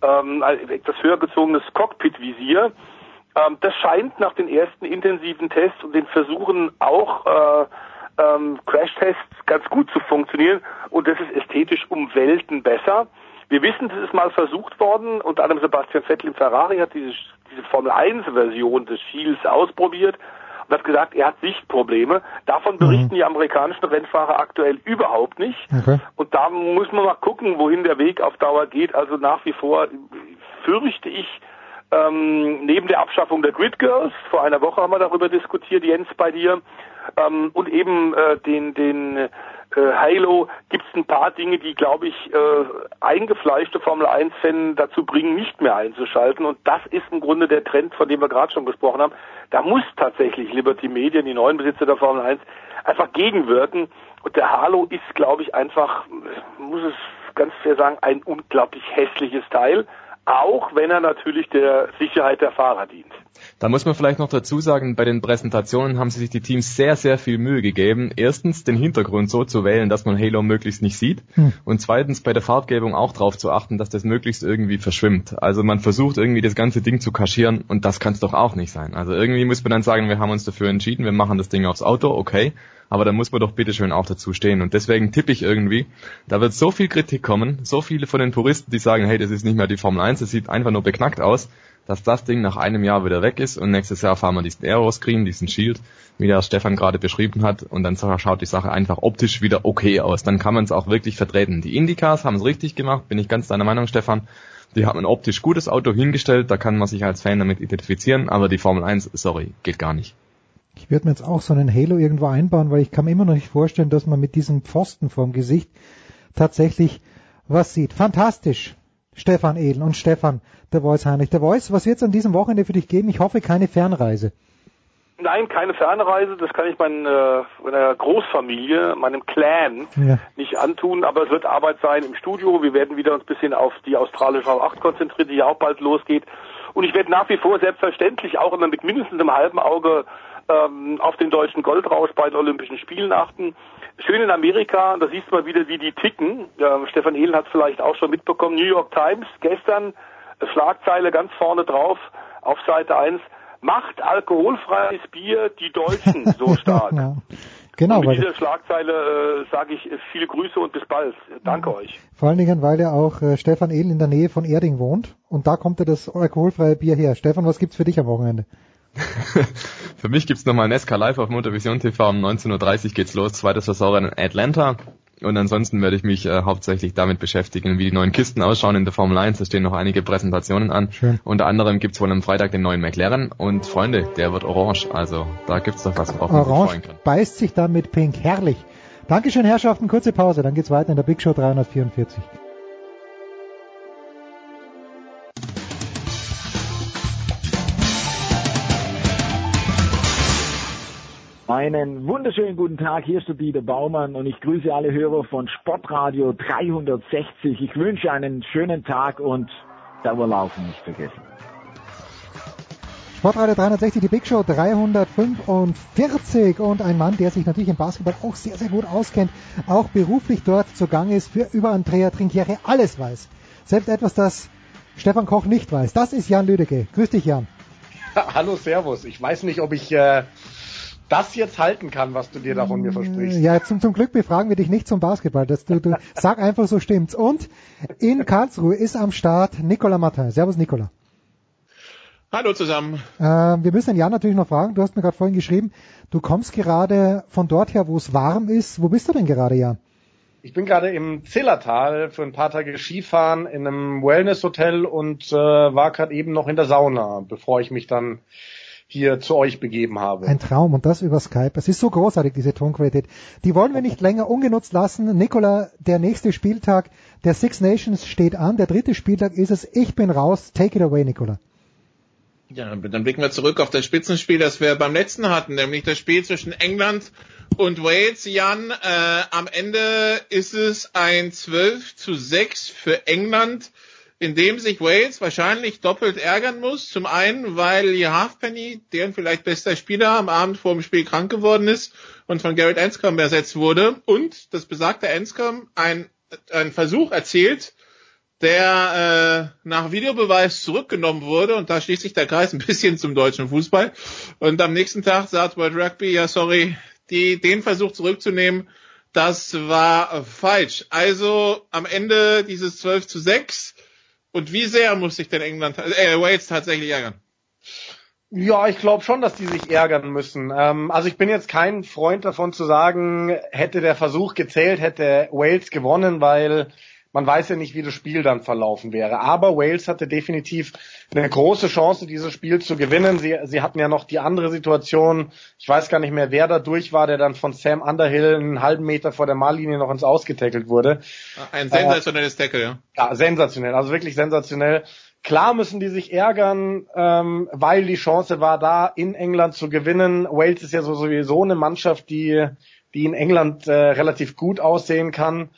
Cockpit-Visier. Das scheint nach den ersten intensiven Tests und den Versuchen auch Crash-Tests ganz gut zu funktionieren. Und das ist ästhetisch um Welten besser. Wir wissen, das ist mal versucht worden. Unter anderem Sebastian Vettel im Ferrari hat diese Formel 1-Version des Shields ausprobiert. Und hat gesagt, er hat Sichtprobleme. Davon berichten die amerikanischen Rennfahrer aktuell überhaupt nicht. Okay. Und da muss man mal gucken, wohin der Weg auf Dauer geht. Also nach wie vor fürchte ich, neben der Abschaffung der Grid Girls, vor einer Woche haben wir darüber diskutiert, Jens, bei dir, und eben den Halo, gibt es ein paar Dinge, die, glaube ich, eingefleischte Formel-1-Fan dazu bringen, nicht mehr einzuschalten. Und das ist im Grunde der Trend, von dem wir gerade schon gesprochen haben. Da muss tatsächlich Liberty Media, die neuen Besitzer der Formel 1, einfach gegenwirken. Und der Halo ist, glaube ich, einfach, muss es ganz fair sagen, ein unglaublich hässliches Teil. Auch wenn er natürlich der Sicherheit der Fahrer dient. Da muss man vielleicht noch dazu sagen, bei den Präsentationen haben sich die Teams sehr, sehr viel Mühe gegeben. Erstens, den Hintergrund so zu wählen, dass man Halo möglichst nicht sieht. Und zweitens, bei der Farbgebung auch darauf zu achten, dass das möglichst irgendwie verschwimmt. Also man versucht irgendwie das ganze Ding zu kaschieren und das kann es doch auch nicht sein. Also irgendwie muss man dann sagen, wir haben uns dafür entschieden, wir machen das Ding aufs Auto, okay. Aber da muss man doch bitteschön auch dazu stehen. Und deswegen tippe ich irgendwie, da wird so viel Kritik kommen, so viele von den Puristen, die sagen, hey, das ist nicht mehr die Formel 1, das sieht einfach nur beknackt aus, dass das Ding nach einem Jahr wieder weg ist und nächstes Jahr fahren wir diesen Aeroscreen, diesen Shield, wie der Stefan gerade beschrieben hat, und dann schaut die Sache einfach optisch wieder okay aus. Dann kann man es auch wirklich vertreten. Die Indycars haben es richtig gemacht, bin ich ganz deiner Meinung, Stefan. Die haben ein optisch gutes Auto hingestellt, da kann man sich als Fan damit identifizieren, aber die Formel 1, sorry, geht gar nicht. Ich würde mir jetzt auch so einen Halo irgendwo einbauen, weil ich kann mir immer noch nicht vorstellen, dass man mit diesem Pfosten vorm Gesicht tatsächlich was sieht. Fantastisch, Stefan Ehlen und Stefan The Voice Heinrich. The Voice, was wird es an diesem Wochenende für dich geben? Ich hoffe, keine Fernreise. Nein, keine Fernreise. Das kann ich meiner Großfamilie, meinem Clan nicht antun. Aber es wird Arbeit sein im Studio. Wir werden wieder uns ein bisschen auf die australische V8 konzentrieren, die ja auch bald losgeht. Und ich werde nach wie vor selbstverständlich auch immer mit mindestens einem halben Auge auf den deutschen Goldrausch bei den Olympischen Spielen achten. Schön in Amerika, da siehst du mal wieder, wie die ticken. Stefan Ehlen hat es vielleicht auch schon mitbekommen. New York Times, gestern, Schlagzeile ganz vorne drauf, auf Seite 1, macht alkoholfreies Bier die Deutschen so stark. Ja. Genau, und mit dieser Schlagzeile sage ich viele Grüße und bis bald. Danke euch. Vor allen Dingen, weil ja auch Stefan Ehlen in der Nähe von Erding wohnt und da kommt ja das alkoholfreie Bier her. Stefan, was gibt's für dich am Wochenende? Für mich gibt's nochmal ein SK Live auf Motorvision TV. Um 19.30 Uhr geht's los, zweites Saisonrennen in Atlanta. Und ansonsten werde ich mich hauptsächlich damit beschäftigen, wie die neuen Kisten ausschauen in der Formel 1. Da stehen noch einige Präsentationen an. Schön. Unter anderem gibt's wohl am Freitag den neuen McLaren. Und Freunde, der wird orange. Also da gibt's doch was, worauf man sich freuen kann. Beißt sich dann mit Pink. Herrlich. Dankeschön, Herrschaften. Kurze Pause, dann geht's weiter in der Big Show 344. Einen wunderschönen guten Tag, hier ist der Dieter Baumann und ich grüße alle Hörer von Sportradio 360. Ich wünsche einen schönen Tag und Dauerlaufen nicht vergessen. Sportradio 360, die Big Show 345 und ein Mann, der sich natürlich im Basketball auch sehr, sehr gut auskennt, auch beruflich dort zugange ist, für über Andrea Trinchieri alles weiß. Selbst etwas, das Stefan Koch nicht weiß. Das ist Jan Lüdecke. Grüß dich, Jan. Hallo, Servus. Ich weiß nicht, ob ich das jetzt halten kann, was du dir da von mir versprichst. Ja, zum Glück befragen wir dich nicht zum Basketball. Du sag einfach, so stimmt's. Und in Karlsruhe ist am Start Nicolas Martin. Servus, Nicolas. Hallo zusammen. Wir müssen den Jan natürlich noch fragen. Du hast mir gerade vorhin geschrieben, du kommst gerade von dort her, wo es warm ist. Wo bist du denn gerade, Jan? Ich bin gerade im Zillertal für ein paar Tage Skifahren in einem Wellness-Hotel und war gerade eben noch in der Sauna, bevor ich mich dann hier zu euch begeben habe. Ein Traum und das über Skype. Es ist so großartig, diese Tonqualität. Die wollen wir nicht länger ungenutzt lassen. Nicola, der nächste Spieltag der Six Nations steht an. Der 3. Spieltag ist es. Ich bin raus. Take it away, Nicola. Ja, dann blicken wir zurück auf das Spitzenspiel, das wir beim letzten hatten, nämlich das Spiel zwischen England und Wales. Jan, am Ende ist es ein 12:6 für England, in dem sich Wales wahrscheinlich doppelt ärgern muss. Zum einen, weil Lee Halfpenny, deren vielleicht bester Spieler, am Abend vor dem Spiel krank geworden ist und von Garrett Anscombe ersetzt wurde. Und das besagte Anscombe einen Versuch erzielt, der nach Videobeweis zurückgenommen wurde. Und da schließt sich der Kreis ein bisschen zum deutschen Fußball. Und am nächsten Tag sagt World Rugby, ja sorry, den Versuch zurückzunehmen, das war falsch. Also am Ende dieses 12:6. Und wie sehr muss sich denn Wales tatsächlich ärgern? Ja, ich glaube schon, dass die sich ärgern müssen. Also ich bin jetzt kein Freund davon zu sagen, hätte der Versuch gezählt, hätte Wales gewonnen, weil man weiß ja nicht, wie das Spiel dann verlaufen wäre. Aber Wales hatte definitiv eine große Chance, dieses Spiel zu gewinnen. Sie hatten ja noch die andere Situation, ich weiß gar nicht mehr, wer da durch war, der dann von Sam Underhill einen halben Meter vor der Mahllinie noch ins Aus getackelt wurde. Ein sensationelles Tackle, ja. Ja, sensationell, also wirklich sensationell. Klar müssen die sich ärgern, weil die Chance war da, in England zu gewinnen. Wales ist ja sowieso eine Mannschaft, die in England relativ gut aussehen kann.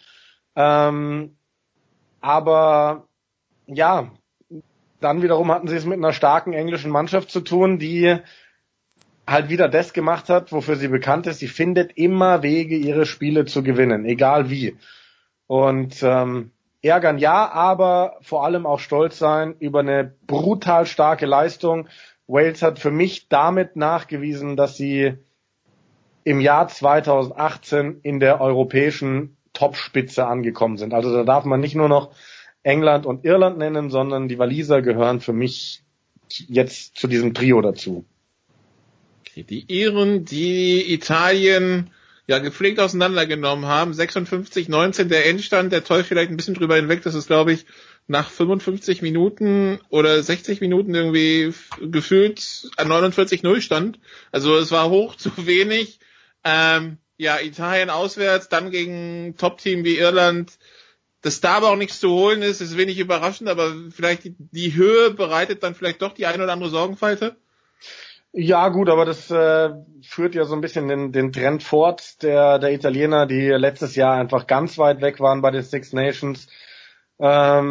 Aber ja, dann wiederum hatten sie es mit einer starken englischen Mannschaft zu tun, die halt wieder das gemacht hat, wofür sie bekannt ist. Sie findet immer Wege, ihre Spiele zu gewinnen, egal wie. Und ärgern ja, aber vor allem auch stolz sein über eine brutal starke Leistung. Wales hat für mich damit nachgewiesen, dass sie im Jahr 2018 in der europäischen Topspitze angekommen sind. Also da darf man nicht nur noch England und Irland nennen, sondern die Waliser gehören für mich jetzt zu diesem Trio dazu. Okay, die Iren, die Italien ja gepflegt auseinandergenommen haben, 56-19 der Endstand, der täuscht vielleicht ein bisschen drüber hinweg, das ist glaube ich nach 55 Minuten oder 60 Minuten irgendwie gefühlt 49-0 stand. Also es war hoch zu wenig. Ja, Italien auswärts, dann gegen Top-Team wie Irland. Dass da aber auch nichts zu holen ist wenig überraschend, aber vielleicht die Höhe bereitet dann vielleicht doch die eine oder andere Sorgenfalte? Ja gut, aber das führt ja so ein bisschen den Trend fort der Italiener, die letztes Jahr einfach ganz weit weg waren bei den Six Nations. Was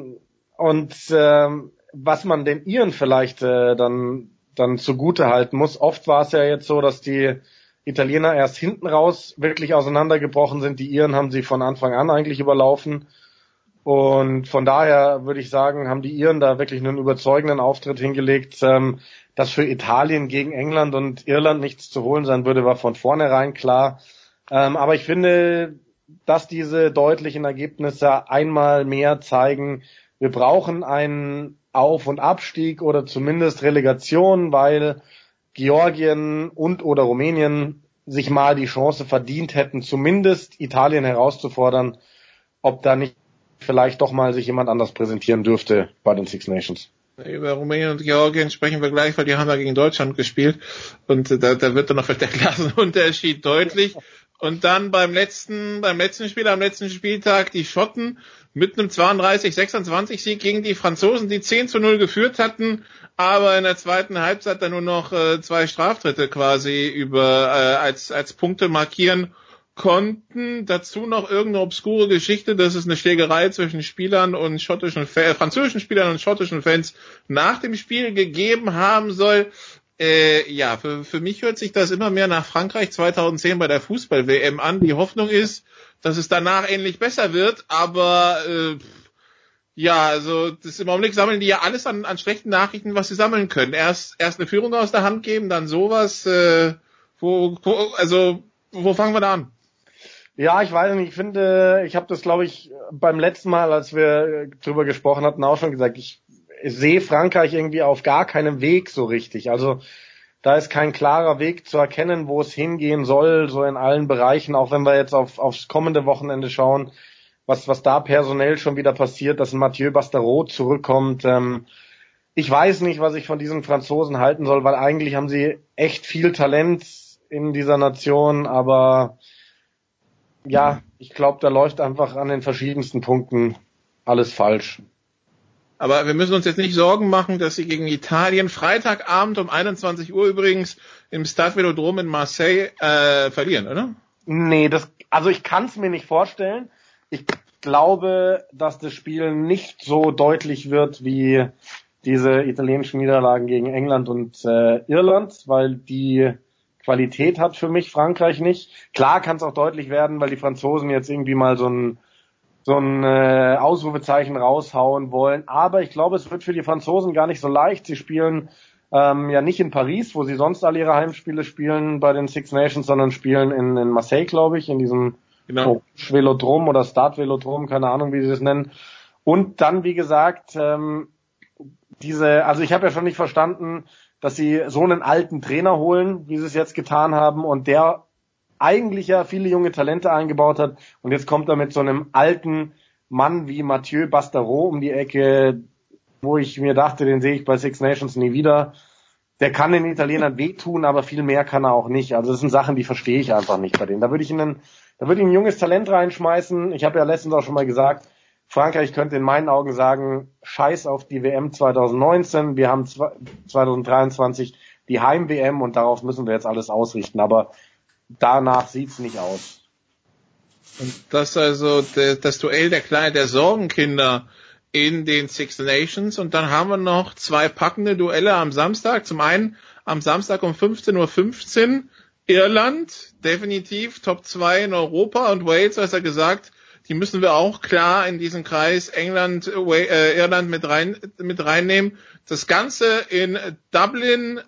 man den Iren vielleicht dann zugute halten muss, oft war es ja jetzt so, dass die Italiener erst hinten raus wirklich auseinandergebrochen sind. Die Iren haben sie von Anfang an eigentlich überlaufen. Und von daher würde ich sagen, haben die Iren da wirklich einen überzeugenden Auftritt hingelegt. Dass für Italien gegen England und Irland nichts zu holen sein würde, war von vornherein klar. Aber ich finde, dass diese deutlichen Ergebnisse einmal mehr zeigen, wir brauchen einen Auf- und Abstieg oder zumindest Relegation, weil Georgien oder Rumänien sich mal die Chance verdient hätten, zumindest Italien herauszufordern, ob da nicht vielleicht doch mal sich jemand anders präsentieren dürfte bei den Six Nations. Über Rumänien und Georgien sprechen wir gleich, weil die haben ja gegen Deutschland gespielt und da wird dann noch der Klassenunterschied deutlich. Und dann beim letzten Spiel, am letzten Spieltag, die Schotten mit einem 32-26 Sieg gegen die Franzosen, die 10-0 geführt hatten, aber in der zweiten Halbzeit dann nur noch 2 Straftritte quasi als Punkte markieren konnten. Dazu noch irgendeine obskure Geschichte, dass es eine Schlägerei zwischen Spielern und französischen Spielern und schottischen Fans nach dem Spiel gegeben haben soll. Für mich hört sich das immer mehr nach Frankreich 2010 bei der Fußball-WM an. Die Hoffnung ist, dass es danach ähnlich besser wird, aber also das im Augenblick sammeln die ja alles an schlechten Nachrichten, was sie sammeln können. Erst eine Führung aus der Hand geben, dann sowas. Wo fangen wir da an? Ja, ich weiß nicht, ich finde, ich habe das, glaube ich, beim letzten Mal, als wir drüber gesprochen hatten, auch schon gesagt, ich sehe Frankreich irgendwie auf gar keinem Weg so richtig. Also da ist kein klarer Weg zu erkennen, wo es hingehen soll, so in allen Bereichen, auch wenn wir jetzt aufs kommende Wochenende schauen, was da personell schon wieder passiert, dass Mathieu Bastareaud zurückkommt. Ich weiß nicht, was ich von diesen Franzosen halten soll, weil eigentlich haben sie echt viel Talent in dieser Nation, aber ja, ich glaube, da läuft einfach an den verschiedensten Punkten alles falsch. Aber wir müssen uns jetzt nicht Sorgen machen, dass sie gegen Italien Freitagabend um 21 Uhr übrigens im Stade Velodrome in Marseille verlieren, oder? Nee, ich kann es mir nicht vorstellen. Ich glaube, dass das Spiel nicht so deutlich wird wie diese italienischen Niederlagen gegen England und Irland, weil die Qualität hat für mich Frankreich nicht. Klar kann es auch deutlich werden, weil die Franzosen jetzt irgendwie mal so ein Ausrufezeichen raushauen wollen. Aber ich glaube, es wird für die Franzosen gar nicht so leicht. Sie spielen ja nicht in Paris, wo sie sonst alle ihre Heimspiele spielen bei den Six Nations, sondern spielen in Marseille, glaube ich, in diesem Velodrom oder Stade Velodrom, keine Ahnung, wie sie das nennen. Und dann, wie gesagt, ich habe ja schon nicht verstanden, dass sie so einen alten Trainer holen, wie sie es jetzt getan haben, und der eigentlich ja viele junge Talente eingebaut hat, und jetzt kommt er mit so einem alten Mann wie Mathieu Bastareaud um die Ecke, wo ich mir dachte, den sehe ich bei Six Nations nie wieder. Der kann den Italienern wehtun, aber viel mehr kann er auch nicht. Also das sind Sachen, die verstehe ich einfach nicht bei denen. Da würde ich ein junges Talent reinschmeißen. Ich habe ja letztens auch schon mal gesagt, Frankreich könnte in meinen Augen sagen, scheiß auf die WM 2019, wir haben 2023 die Heim-WM und darauf müssen wir jetzt alles ausrichten. Aber danach sieht's nicht aus. Und das also das Duell der Sorgenkinder in den Six Nations. Und dann haben wir noch 2 packende Duelle am Samstag. Zum einen am Samstag um 15:15 Uhr Irland, definitiv Top 2 in Europa, und Wales, was er gesagt, die müssen wir auch klar in diesen Kreis Irland mit reinnehmen. Das Ganze in Dublin,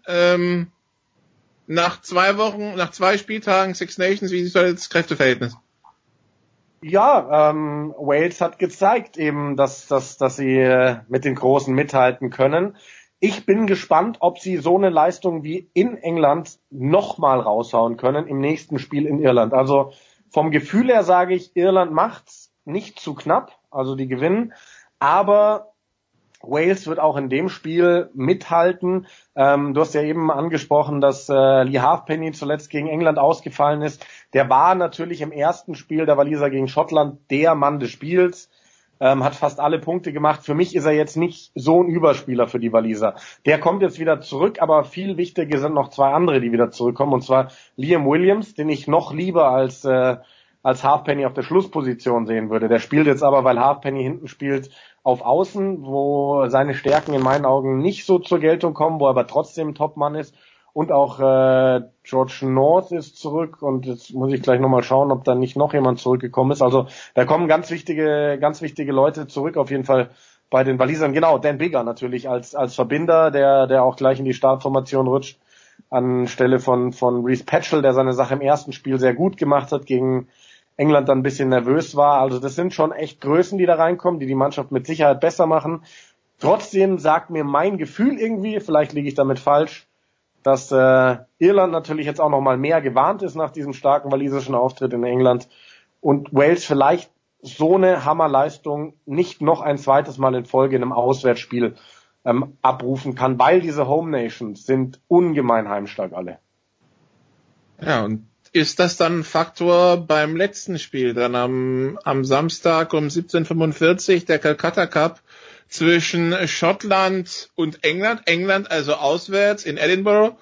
nach 2 Spieltagen Six Nations, wie ist das Kräfteverhältnis? Ja, Wales hat gezeigt eben, dass sie mit den Großen mithalten können. Ich bin gespannt, ob sie so eine Leistung wie in England nochmal raushauen können im nächsten Spiel in Irland. Also vom Gefühl her sage ich, Irland macht's nicht zu knapp, also die gewinnen, aber Wales wird auch in dem Spiel mithalten. Du hast ja eben angesprochen, dass Lee Halfpenny zuletzt gegen England ausgefallen ist. Der war natürlich im ersten Spiel der Waliser gegen Schottland der Mann des Spiels, hat fast alle Punkte gemacht. Für mich ist er jetzt nicht so ein Überspieler für die Waliser. Der kommt jetzt wieder zurück, aber viel wichtiger sind noch 2 andere, die wieder zurückkommen, und zwar Liam Williams, den ich noch lieber als Halfpenny auf der Schlussposition sehen würde. Der spielt jetzt aber, weil Halfpenny hinten spielt, auf Außen, wo seine Stärken in meinen Augen nicht so zur Geltung kommen, wo er aber trotzdem ein Top-Mann ist. Und auch George North ist zurück, und jetzt muss ich gleich nochmal schauen, ob da nicht noch jemand zurückgekommen ist. Also da kommen ganz wichtige Leute zurück, auf jeden Fall bei den Walisern. Genau, Dan Biggar natürlich als Verbinder, der auch gleich in die Startformation rutscht, anstelle von Reece Patchell, der seine Sache im ersten Spiel sehr gut gemacht hat, gegen England dann ein bisschen nervös war. Also das sind schon echt Größen, die da reinkommen, die Mannschaft mit Sicherheit besser machen. Trotzdem sagt mir mein Gefühl irgendwie, vielleicht liege ich damit falsch, dass Irland natürlich jetzt auch noch mal mehr gewarnt ist nach diesem starken walisischen Auftritt in England und Wales vielleicht so eine Hammerleistung nicht noch ein zweites Mal in Folge in einem Auswärtsspiel abrufen kann, weil diese Home Nations sind ungemein heimstark alle. Ja, und ist das dann ein Faktor beim letzten Spiel, dann am Samstag um 17:45, der Calcutta Cup zwischen Schottland und England. England also auswärts in Edinburgh.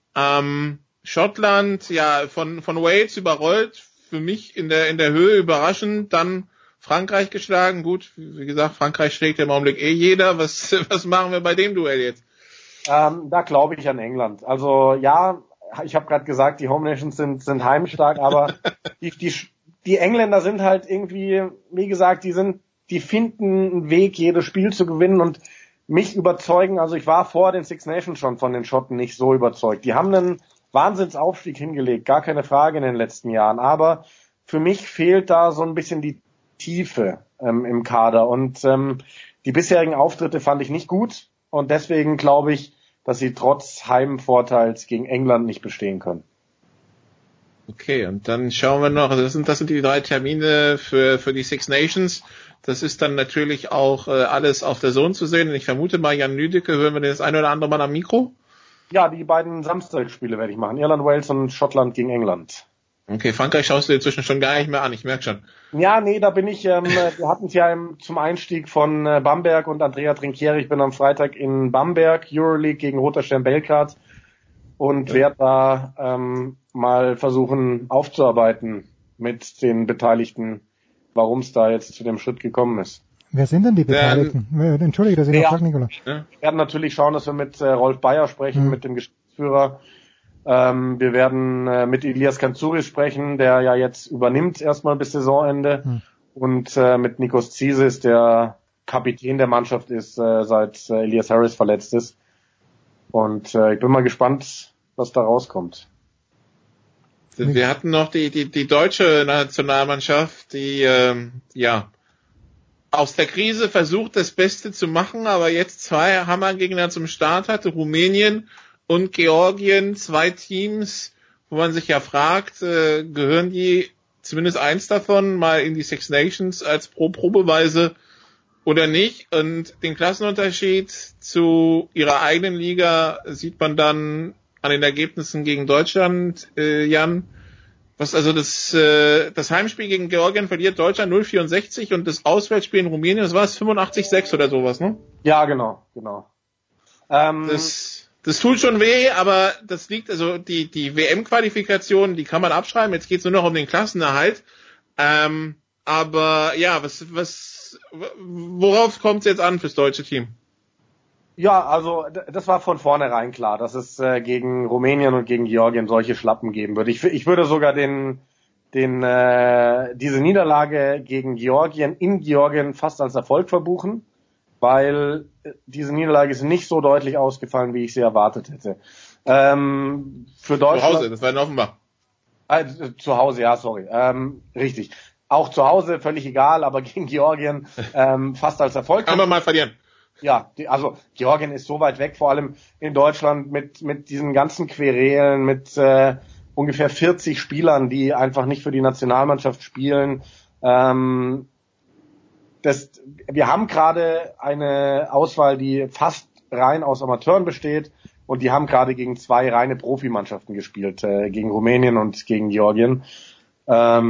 Schottland, ja, von Wales überrollt, für mich in der Höhe überraschend, dann Frankreich geschlagen. Gut, wie gesagt, Frankreich schlägt im Augenblick jeder. Was machen wir bei dem Duell jetzt? Da glaube ich an England. Also ja, ich habe gerade gesagt, die Home Nations sind heimstark, aber die Engländer sind halt irgendwie, wie gesagt, die finden einen Weg, jedes Spiel zu gewinnen und mich überzeugen. Also ich war vor den Six Nations schon von den Schotten nicht so überzeugt. Die haben einen Wahnsinnsaufstieg hingelegt, gar keine Frage in den letzten Jahren. Aber für mich fehlt da so ein bisschen die Tiefe im Kader und die bisherigen Auftritte fand ich nicht gut und deswegen glaube ich, dass sie trotz Heimvorteils gegen England nicht bestehen können. Okay, und dann schauen wir noch, das sind die 3 Termine für die Six Nations. Das ist dann natürlich auch alles auf der Zone zu sehen. Und ich vermute mal, Jan Lüdecke, hören wir das eine oder andere Mal am Mikro? Ja, die beiden Samstagsspiele werde ich machen. Irland, Wales und Schottland gegen England. Okay, Frankreich schaust du inzwischen schon gar nicht mehr an, ich merke schon. Ja, nee, da bin ich, wir hatten es ja zum Einstieg von Bamberg und Andrea Trinchieri. Ich bin am Freitag in Bamberg, Euroleague gegen Roter Stern Belgrad und werde da mal versuchen aufzuarbeiten mit den Beteiligten, warum es da jetzt zu dem Schritt gekommen ist. Wer sind denn die Beteiligten? Entschuldige, dass ich noch frage, Nicola. Wir werden natürlich schauen, dass wir mit Rolf Bayer sprechen, mit dem Geschäftsführer. Wir werden mit Elias Kantzouris sprechen, der ja jetzt übernimmt erstmal bis Saisonende. Und mit Nikos Zisis, der Kapitän der Mannschaft ist, seit Elias Harris verletzt ist. Und ich bin mal gespannt, was da rauskommt. Wir hatten noch die deutsche Nationalmannschaft, die aus der Krise versucht, das Beste zu machen, aber jetzt 2 Hammergegner zum Start hatte, Rumänien und Georgien, 2 Teams, wo man sich ja fragt, gehören die, zumindest eins davon, mal in die Six Nations als Probeweise oder nicht? Und den Klassenunterschied zu ihrer eigenen Liga sieht man dann an den Ergebnissen gegen Deutschland, Jan. Was also das Heimspiel gegen Georgien verliert Deutschland 0,64 und das Auswärtsspiel in Rumänien, das war es 85,6 oder sowas, ne? Ja, genau. Das tut schon weh, aber das liegt, also die WM-Qualifikation, die kann man abschreiben, jetzt geht's nur noch um den Klassenerhalt. Aber ja, worauf kommt's jetzt an fürs deutsche Team? Ja, also das war von vornherein klar, dass es gegen Rumänien und gegen Georgien solche Schlappen geben würde. Ich würde sogar diese Niederlage gegen Georgien in Georgien fast als Erfolg verbuchen, weil diese Niederlage ist nicht so deutlich ausgefallen, wie ich sie erwartet hätte. Für Deutschland, zu Hause, das war in Offenbach. Zu Hause, ja, sorry. Richtig. Auch zu Hause, völlig egal, aber gegen Georgien fast als Erfolg. Kann man mal verlieren. Ja, also Georgien ist so weit weg, vor allem in Deutschland mit diesen ganzen Querelen, mit ungefähr 40 Spielern, die einfach nicht für die Nationalmannschaft spielen. Wir haben gerade eine Auswahl, die fast rein aus Amateuren besteht und die haben gerade gegen 2 reine Profimannschaften gespielt, gegen Rumänien und gegen Georgien. Das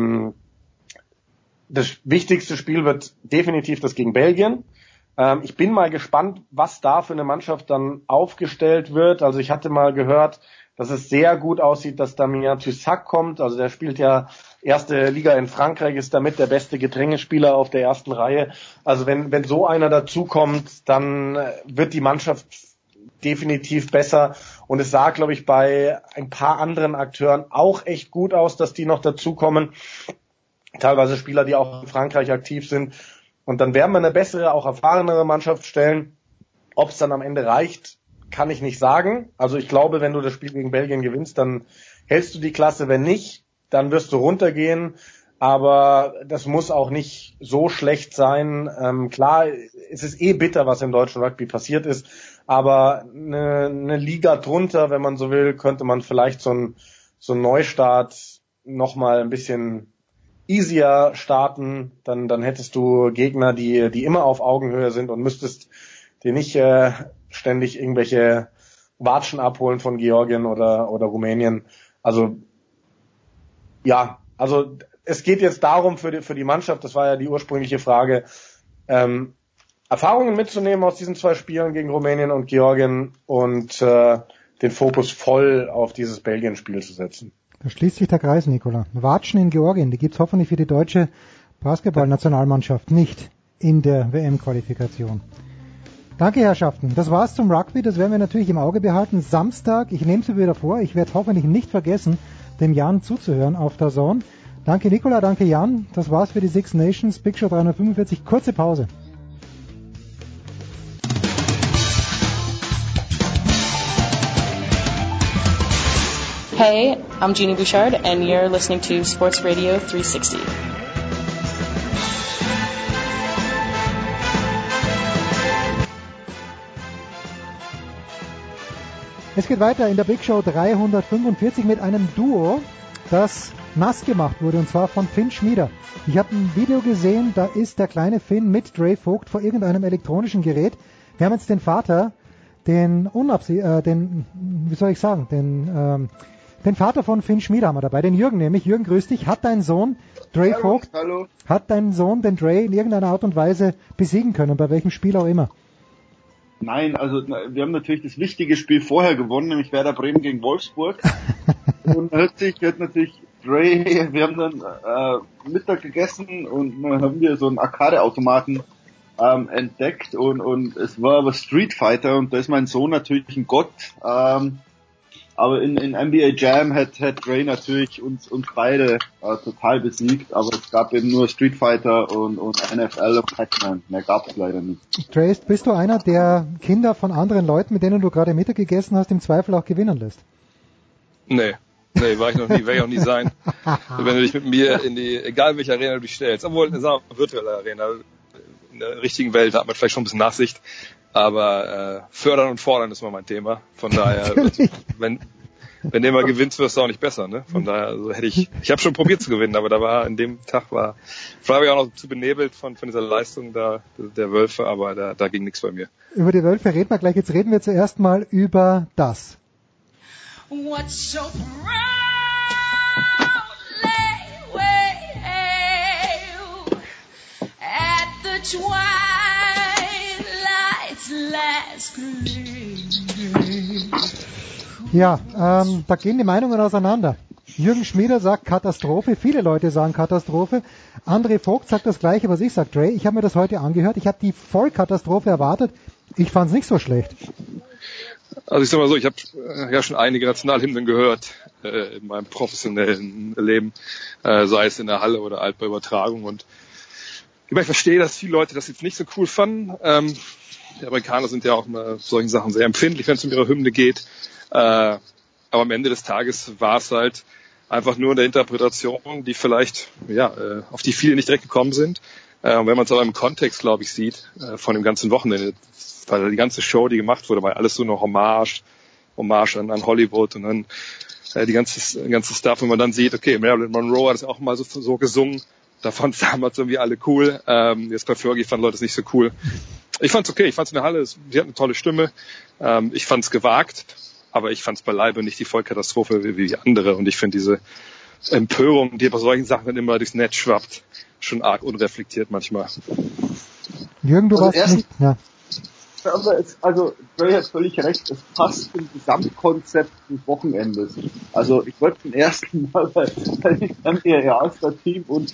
wichtigste Spiel wird definitiv das gegen Belgien. Ich bin mal gespannt, was da für eine Mannschaft dann aufgestellt wird. Also ich hatte mal gehört, dass es sehr gut aussieht, dass Damien Tussac kommt. Also der spielt ja erste Liga in Frankreich, ist damit der beste Gedrängespieler auf der ersten Reihe. Also wenn so einer dazukommt, dann wird die Mannschaft definitiv besser. Und es sah, glaube ich, bei ein paar anderen Akteuren auch echt gut aus, dass die noch dazukommen. Teilweise Spieler, die auch in Frankreich aktiv sind. Und dann werden wir eine bessere, auch erfahrenere Mannschaft stellen. Ob es dann am Ende reicht, kann ich nicht sagen. Also ich glaube, wenn du das Spiel gegen Belgien gewinnst, dann hältst du die Klasse. Wenn nicht, dann wirst du runtergehen. Aber das muss auch nicht so schlecht sein. Klar, es ist bitter, was im deutschen Rugby passiert ist. Aber eine Liga drunter, wenn man so will, könnte man vielleicht so einen Neustart nochmal ein bisschen easier starten, dann hättest du Gegner, die immer auf Augenhöhe sind und müsstest dir nicht ständig irgendwelche Watschen abholen von Georgien oder Rumänien. Also Ja, also es geht jetzt darum für die Mannschaft, das war ja die ursprüngliche Frage, Erfahrungen mitzunehmen aus diesen 2 Spielen gegen Rumänien und Georgien und den Fokus voll auf dieses Belgien-Spiel zu setzen. Da schließt sich der Kreis, Nikola. Watschen in Georgien, die gibt's hoffentlich für die deutsche Basketballnationalmannschaft nicht in der WM-Qualifikation. Danke, Herrschaften. Das war's zum Rugby. Das werden wir natürlich im Auge behalten. Samstag, ich nehme es wieder vor, ich werde hoffentlich nicht vergessen, dem Jan zuzuhören auf der Zone. Danke, Nikola, danke, Jan. Das war's für die Six Nations. Big Show 345. Kurze Pause. Hey, I'm Jeannie Bouchard, and you're listening to Sports Radio 360. Es geht weiter in der Big Show 345 mit einem Duo, das nass gemacht wurde, und zwar von Finn Schmieder. Ich habe ein Video gesehen, da ist der kleine Finn mit Dre Vogt vor irgendeinem elektronischen Gerät. Wir haben jetzt den Vater, den Vater von Finn Schmieder haben wir dabei, den Jürgen nämlich. Jürgen, grüß dich. Hat dein Sohn Dre Vogt, hat dein Sohn den Dre in irgendeiner Art und Weise besiegen können, bei welchem Spiel auch immer? Nein, also wir haben natürlich das wichtige Spiel vorher gewonnen, nämlich Werder Bremen gegen Wolfsburg. Und hört natürlich Dre, wir haben dann Mittag gegessen und dann haben wir so einen Arcade-Automaten entdeckt und es war aber Street Fighter und da ist mein Sohn natürlich ein Gott. Aber in NBA Jam hat Dre natürlich uns beide total besiegt, aber es gab eben nur Street Fighter und NFL und Pac-Man. Mehr gab es leider nicht. Dre, bist du einer, der Kinder von anderen Leuten, mit denen du gerade Mittag gegessen hast, im Zweifel auch gewinnen lässt? Nee, war ich noch nie, werde ich auch nie sein. Wenn du dich mit mir egal welche Arena du dich stellst, obwohl eine virtuelle Arena, in der richtigen Welt hat man vielleicht schon ein bisschen Nachsicht. Aber fördern und fordern ist immer mein Thema. Von daher, wenn du immer gewinnst, wirst du auch nicht besser. Ne? Von daher, also ich habe schon probiert zu gewinnen, aber an dem Tag war ich auch noch zu benebelt von dieser Leistung der Wölfe, aber da ging nichts bei mir. Über die Wölfe reden wir gleich. Jetzt reden wir zuerst mal über das. What's so proudly wave at the twilight's last gleam. Ja, da gehen die Meinungen auseinander. Jürgen Schmieder sagt Katastrophe, viele Leute sagen Katastrophe. André Vogt sagt das Gleiche, was ich sage. Dre, ich habe mir das heute angehört, ich habe die Vollkatastrophe erwartet. Ich fand es nicht so schlecht. Also ich sag mal so, ich habe ja schon einige Nationalhymnen gehört in meinem professionellen Leben, sei es in der Halle oder halt bei Übertragung. Und ich verstehe, dass viele Leute das jetzt nicht so cool fanden. Die Amerikaner sind ja auch immer solchen Sachen sehr empfindlich, wenn es um ihre Hymne geht. Aber am Ende des Tages war es halt einfach nur eine Interpretation, die vielleicht auf die viele nicht direkt gekommen sind. Und wenn man es aber im Kontext, glaube ich, sieht, von dem ganzen Wochenende, weil die ganze Show, die gemacht wurde, war alles so eine Hommage an Hollywood und dann die ganze Stuff, wenn man dann sieht, okay, Marilyn Monroe hat es auch mal so gesungen, da fanden es damals irgendwie alle cool. Jetzt bei Fergie fanden Leute es nicht so cool. Ich fand's okay, ich fand's in der Halle, sie hat eine tolle Stimme, ich fand's gewagt, aber ich fand's beileibe nicht die Vollkatastrophe wie andere und ich finde diese Empörung, die bei solchen Sachen dann immer durchs Netz schwappt, schon arg unreflektiert manchmal. Jürgen, du warst nicht, ja. Also, Dre hat völlig recht, es passt zum Gesamtkonzept des Wochenendes. Also, ich wollte zum ersten Mal bei dem All-Star-Team und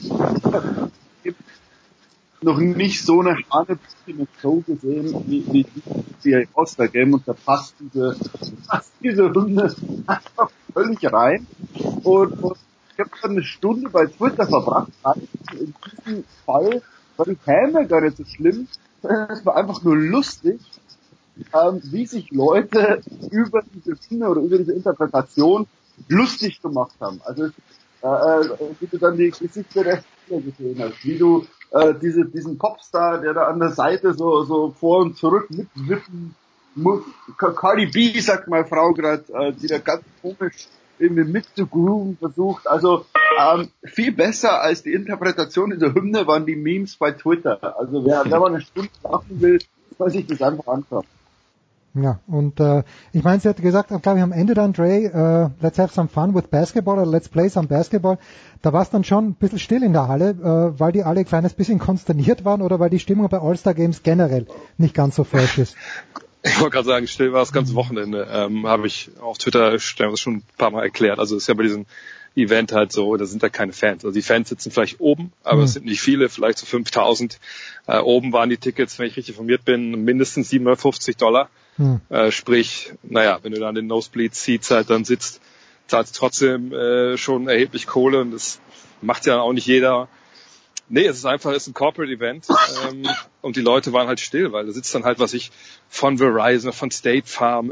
noch nicht so eine hanebüchene Show gesehen wie die All-Star-Game und da passt diese Hymne einfach völlig rein. Und ich habe dann eine Stunde bei Twitter verbracht, in diesem Fall war die Häme gar nicht so schlimm. Es war einfach nur lustig, wie sich Leute über diese Hymne oder über diese Interpretation lustig gemacht haben. Also wie du dann die Gesichter der Spieler gesehen hast, wie du diesen Popstar, der da an der Seite so vor und zurück mitwippen muss. Cardi B, sagt meine Frau gerade, die da ganz komisch irgendwie mitzugrooven versucht. Also viel besser als die Interpretation dieser Hymne waren die Memes bei Twitter. Also wer mal eine Stunde machen will, soll sich das einfach anschauen. Ja, und ich meine, sie hat gesagt, glaube ich, am Ende dann, Dre, let's have some fun with basketball oder let's play some basketball. Da war es dann schon ein bisschen still in der Halle, weil die alle ein kleines bisschen konsterniert waren oder weil die Stimmung bei All-Star Games generell nicht ganz so fresh ist. Ich wollte gerade sagen, still war das ganze Wochenende. Habe ich auf Twitter schon ein paar Mal erklärt. Also ist ja bei diesem Event halt so, da sind ja keine Fans. Also die Fans sitzen vielleicht oben, aber es sind nicht viele, vielleicht so 5.000. Oben waren die Tickets, wenn ich richtig informiert bin, mindestens $750. Sprich, naja, wenn du da an den Nosebleed-Seats halt dann sitzt, zahlst du trotzdem schon erheblich Kohle und das macht ja auch nicht jeder. Nee, es ist ein Corporate-Event und die Leute waren halt still, weil da sitzt dann halt, von Verizon, von State Farm,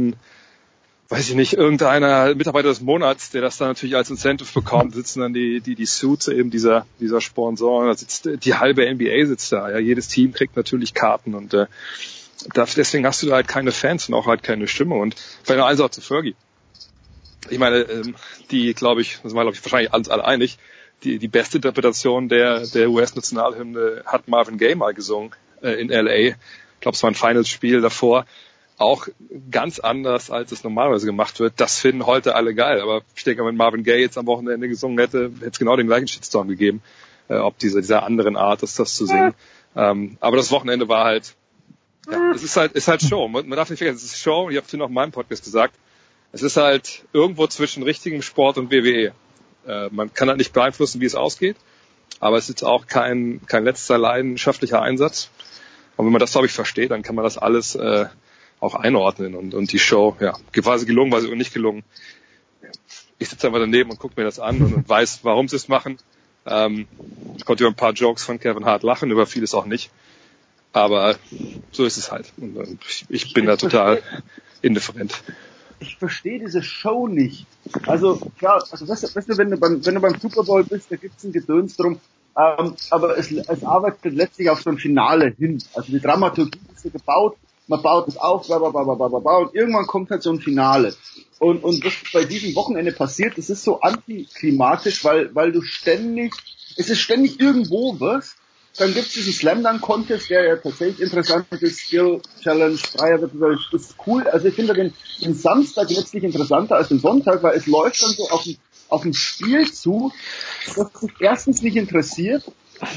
irgendeiner Mitarbeiter des Monats, der das dann natürlich als Incentive bekommt, sitzen dann die Suits eben dieser Sponsoren, da sitzt die halbe NBA sitzt da, ja, jedes Team kriegt natürlich Karten und deswegen hast du da halt keine Fans und auch halt keine Stimmung und vielleicht noch eins auch zu Fergie. Ich meine, wahrscheinlich alle einig, die beste Interpretation der US-Nationalhymne hat Marvin Gaye mal gesungen in LA. Ich glaube, es war ein Finals-Spiel davor. Auch ganz anders, als es normalerweise gemacht wird. Das finden heute alle geil. Aber ich denke, wenn Marvin Gaye jetzt am Wochenende gesungen hätte es genau den gleichen Shitstorm gegeben, ob dieser anderen Art ist, das zu singen. Aber das Wochenende war halt, ja, es ist halt Show. Man darf nicht vergessen, es ist Show. Ich habe es noch in meinem Podcast gesagt. Es ist halt irgendwo zwischen richtigem Sport und WWE. Man kann halt nicht beeinflussen, wie es ausgeht. Aber es ist auch kein letzter leidenschaftlicher Einsatz. Und wenn man das, glaube ich, versteht, dann kann man das alles auch einordnen und die Show, ja, war sie gelungen, war sie nicht gelungen. Ich sitze einfach daneben und gucke mir das an und weiß, warum sie es machen. Ich konnte über ein paar Jokes von Kevin Hart lachen, über vieles auch nicht. Aber so ist es halt. Und ich bin da total indifferent. Ich verstehe diese Show nicht. Also klar, weißt du, wenn du beim Super Bowl bist, da gibt's ein Gedöns drum. Aber es arbeitet letztlich auf so ein Finale hin. Also die Dramaturgie ist so gebaut. Man baut es auf, und irgendwann kommt halt so ein Finale. Und was bei diesem Wochenende passiert, das ist so antiklimatisch, weil es ist ständig irgendwo was. Dann gibt es diesen Slam-Dunk-Contest, der ja tatsächlich interessant ist, Skill, Challenge, Dreierwettbewerb, das ist cool. Also ich finde den Samstag letztlich interessanter als den Sonntag, weil es läuft dann so auf ein Spiel zu, das sich erstens nicht interessiert,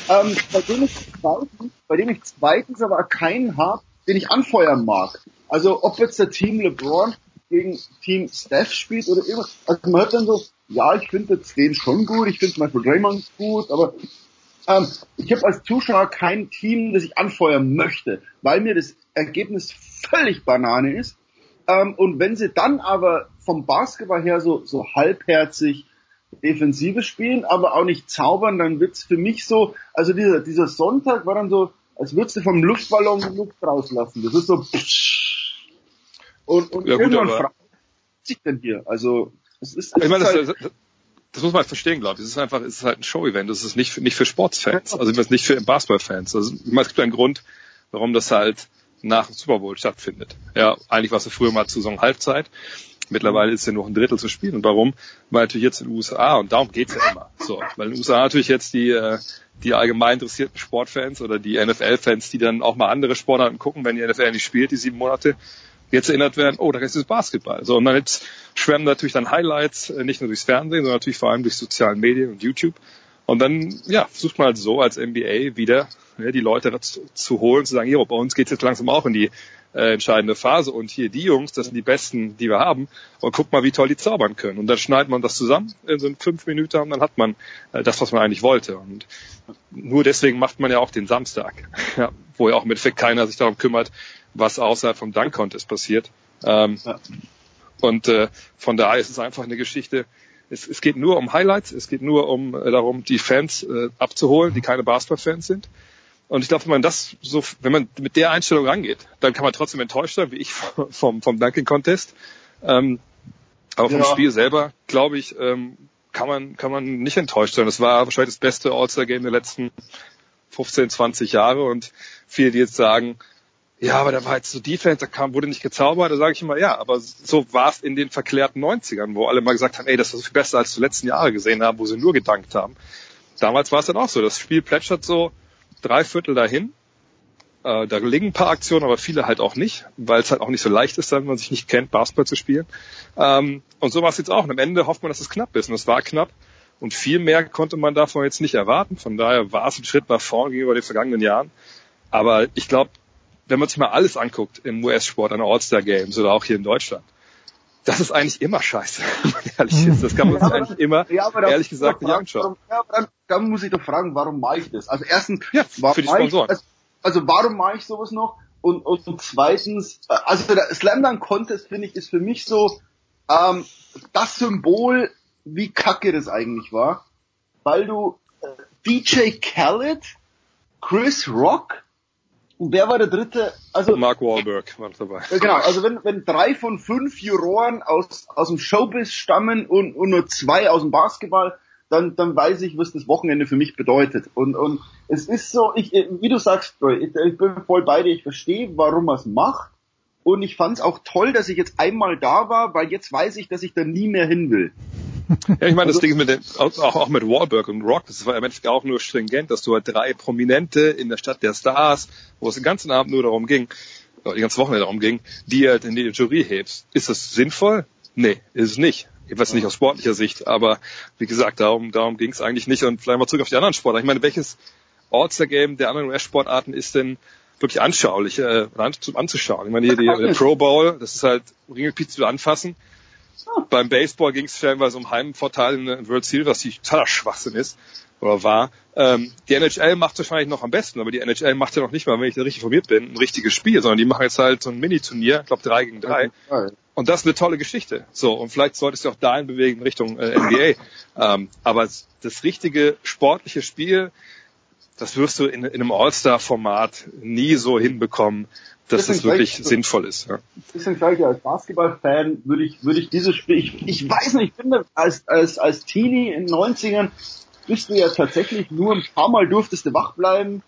bei dem ich zweitens aber keinen habe, den ich anfeuern mag. Also ob jetzt der Team LeBron gegen Team Steph spielt oder irgendwas. Also man hört dann so, ja, ich finde jetzt den schon gut, ich finde zum Beispiel Draymond gut, aber ich habe als Zuschauer kein Team, das ich anfeuern möchte, weil mir das Ergebnis völlig Banane ist. Und wenn sie dann aber vom Basketball her so halbherzig Defensive spielen, aber auch nicht zaubern, dann wird's für mich so, also dieser Sonntag war dann so, als würdest du vom Luftballon die Luft rauslassen. Das ist so und ja, irgendwann fragt sich denn hier. Also es ist ich meine, das muss man halt verstehen, glaube ich. Es ist halt ein Show-Event. Das ist nicht für Sportsfans. Also nicht für Basketballfans. Also es gibt einen Grund, warum das halt nach dem Super Bowl stattfindet. Ja, eigentlich war es ja früher mal Saison-Halbzeit. Mittlerweile ist ja noch ein Drittel zu spielen. Und warum? Weil natürlich jetzt in den USA, und darum geht's ja immer. So, weil in den USA natürlich jetzt die allgemein interessierten Sportfans oder die NFL-Fans, die dann auch mal andere Sportarten gucken, wenn die NFL nicht spielt, die 7 Monate, jetzt erinnert werden, oh, da ist das Basketball. So, und dann jetzt schwärmen natürlich dann Highlights, nicht nur durchs Fernsehen, sondern natürlich vor allem durch sozialen Medien und YouTube. Und dann, ja, versucht man halt so als NBA wieder die Leute zu holen, zu sagen, hier, bei uns geht's jetzt langsam auch in die entscheidende Phase und hier die Jungs, das sind die Besten, die wir haben und guck mal, wie toll die zaubern können. Und dann schneidet man das zusammen in so 5 Minuten und dann hat man das, was man eigentlich wollte. Und nur deswegen macht man ja auch den Samstag, ja, wo ja auch im Endeffekt keiner sich darum kümmert, was außerhalb vom Dunk-Contest passiert. Und von daher ist es einfach eine Geschichte. Es geht nur um Highlights, es geht nur darum, die Fans abzuholen, die keine Basketball-Fans sind. Und ich glaube, wenn man mit der Einstellung rangeht, dann kann man trotzdem enttäuscht sein, wie ich vom Dunking Contest. Aber vom Spiel selber, glaube ich, kann man nicht enttäuscht sein. Das war wahrscheinlich das beste All-Star-Game der letzten 15, 20 Jahre. Und viele, die jetzt sagen, ja, aber da war jetzt so Defense, wurde nicht gezaubert, da sage ich immer, ja, aber so war es in den verklärten 90ern, wo alle mal gesagt haben, ey, das war so viel besser, als die letzten Jahre gesehen haben, wo sie nur gedankt haben. Damals war es dann auch so, das Spiel plätschert so 3/4 dahin Da liegen ein paar Aktionen, aber viele halt auch nicht, weil es halt auch nicht so leicht ist, wenn man sich nicht kennt, Basketball zu spielen. Und so war es jetzt auch. Und am Ende hofft man, dass es knapp ist. Und es war knapp. Und viel mehr konnte man davon jetzt nicht erwarten. Von daher war es ein Schritt nach vorn gegenüber den vergangenen Jahren. Aber ich glaube, wenn man sich mal alles anguckt im US-Sport, an All-Star-Games oder auch hier in Deutschland, das ist eigentlich immer scheiße, wenn man ehrlich ist. Das kann man sich eigentlich immer, ehrlich gesagt, nicht anschauen. Ja, aber dann muss ich doch fragen, warum mache ich das? Also erstens, für die Sponsoren. Also warum mache ich sowas noch? Und zweitens, also der Slam Dunk Contest, finde ich, ist für mich so das Symbol, wie kacke das eigentlich war. Weil du DJ Khaled, Chris Rock und wer war der dritte? Also Mark Wahlberg war dabei. Genau, also wenn 3 von 5 Juroren aus dem Showbiz stammen und nur 2 aus dem Basketball, dann weiß ich, was das Wochenende für mich bedeutet. Und es ist so, wie du sagst, ich bin voll bei dir, ich verstehe, warum er es macht. Und ich fand es auch toll, dass ich jetzt einmal da war, weil jetzt weiß ich, dass ich da nie mehr hin will. Ja, ich meine, das Ding auch mit Wahlberg und Rock, das war im Endeffekt auch nur stringent, dass du halt 3 Prominente in der Stadt der Stars, wo es den ganzen Abend nur darum ging, oder die ganze Wochenende darum ging, die halt in die Jury hebst. Ist das sinnvoll? Nee, ist es nicht. Jedenfalls nicht aus sportlicher Sicht, aber wie gesagt, darum ging es eigentlich nicht. Und vielleicht mal zurück auf die anderen Sportarten. Ich meine, welches All-Star-Game der anderen US-Sportarten ist denn wirklich anschaulich anzuschauen? Ich meine, hier die Pro Bowl, das ist halt Ringelpiez zu anfassen. Beim Baseball ging es stellenweise um Heimvorteile in der World Series, was totaler Schwachsinn ist oder war. Die NHL macht es wahrscheinlich noch am besten, aber die NHL macht ja noch nicht mal, wenn ich da richtig informiert bin, ein richtiges Spiel, sondern die machen jetzt halt so ein Mini-Turnier, ich glaube 3 gegen 3. Und das ist eine tolle Geschichte. So, und vielleicht solltest du auch dahin bewegen in Richtung NBA. Aber das richtige sportliche Spiel, das wirst du in einem All-Star-Format nie so hinbekommen, dass das wirklich sinnvoll ist. Ja. Deswegen sage ich ja, als Basketball-Fan würde ich dieses Spiel, ich weiß nicht, ich finde, als Teenie in den 90ern bist du ja tatsächlich nur ein paar Mal durftest du wach bleiben,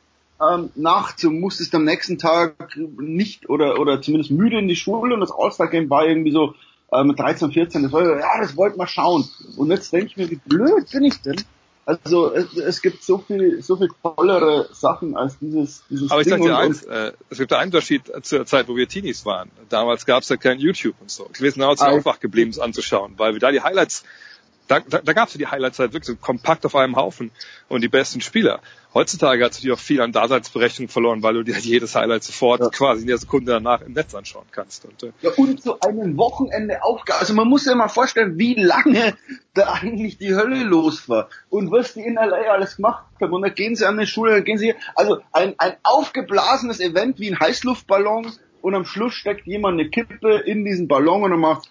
nachts und musstest am nächsten Tag nicht oder zumindest müde in die Schule und das All-Star-Game war irgendwie so mit 13, 14, das wollten wir schauen. Und jetzt denke ich mir, wie blöd bin ich denn? Also es gibt so viel tollere Sachen als dieses Aber ich sag dir eins, es gibt einen Unterschied zur Zeit, wo wir Teenies waren. Damals gab es ja kein YouTube und so. Wir sind damals auch wach geblieben, es anzuschauen, weil wir da die Highlights, da gab es die Highlights halt wirklich so kompakt auf einem Haufen und die besten Spieler. Heutzutage hat es natürlich auch viel an Daseinsberechtigung verloren, weil du dir jedes Highlight sofort quasi in der Sekunde danach im Netz anschauen kannst. Und so einem Wochenende Aufgabe. Also man muss sich mal vorstellen, wie lange da eigentlich die Hölle los war. Und was die in LA alles gemacht haben. Und da gehen sie an die Schule, da gehen sie, also ein aufgeblasenes Event wie ein Heißluftballon und am Schluss steckt jemand eine Kippe in diesen Ballon und dann macht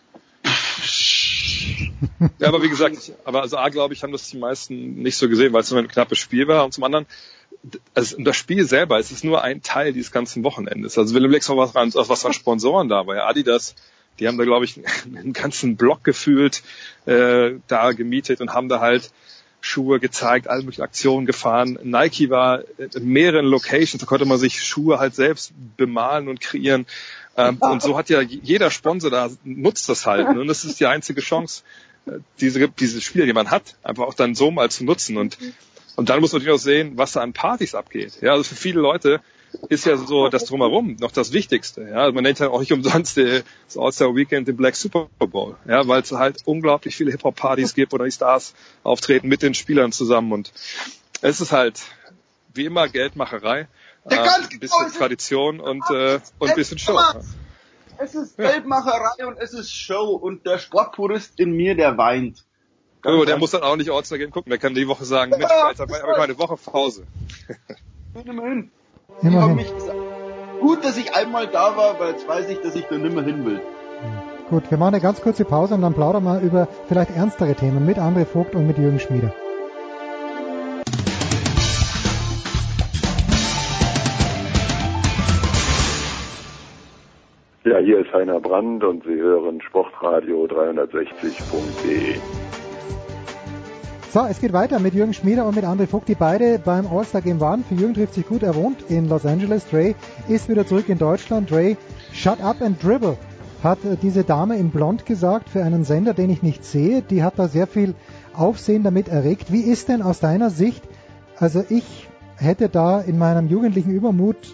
Ja, aber wie gesagt, glaube ich, haben das die meisten nicht so gesehen, weil es nur ein knappes Spiel war. Und zum anderen, das Spiel selber, es ist nur ein Teil dieses ganzen Wochenendes. Also Willem Lex was an Sponsoren da war. Ja, Adidas, die haben da, glaube ich, einen ganzen Block gefühlt da gemietet und haben da halt Schuhe gezeigt, alle möglichen Aktionen gefahren. Nike war in mehreren Locations, da konnte man sich Schuhe halt selbst bemalen und kreieren. Und so hat ja jeder Sponsor da, nutzt das halt. Und das ist die einzige Chance, diese Spiele, die man hat, einfach auch dann so mal zu nutzen. Und dann muss man natürlich auch sehen, was da an Partys abgeht. Ja, also für viele Leute ist ja so das Drumherum noch das Wichtigste. Ja, also man nennt ja auch nicht umsonst das All-Star Weekend den Black Super Bowl. Ja, weil es halt unglaublich viele Hip-Hop-Partys gibt, oder die Stars auftreten mit den Spielern zusammen. Und es ist halt wie immer Geldmacherei, ein bisschen Tradition und ein bisschen Show. Es ist Geldmacherei und es ist Show und der Sportpurist in mir, der weint. Der muss dann auch nicht All-Star Game gucken. Der kann die Woche sagen, Mensch, jetzt habe ich eine Woche Pause. Immerhin. Ich hab mich gesagt, gut, dass ich einmal da war, weil jetzt weiß ich, dass ich da nimmer hin will. Gut, wir machen eine ganz kurze Pause und dann plaudern wir über vielleicht ernstere Themen mit André Vogt und mit Jürgen Schmieder. Ja, hier ist Heiner Brandt und Sie hören Sportradio 360.de. So, es geht weiter mit Jürgen Schmieder und mit André Vogt, die beide beim All-Star-Game waren. Für Jürgen trifft sich gut, er wohnt in Los Angeles. Dre ist wieder zurück in Deutschland. Dre, shut up and dribble, hat diese Dame in Blond gesagt für einen Sender, den ich nicht sehe. Die hat da sehr viel Aufsehen damit erregt. Wie ist denn aus deiner Sicht, also ich hätte da in meinem jugendlichen Übermut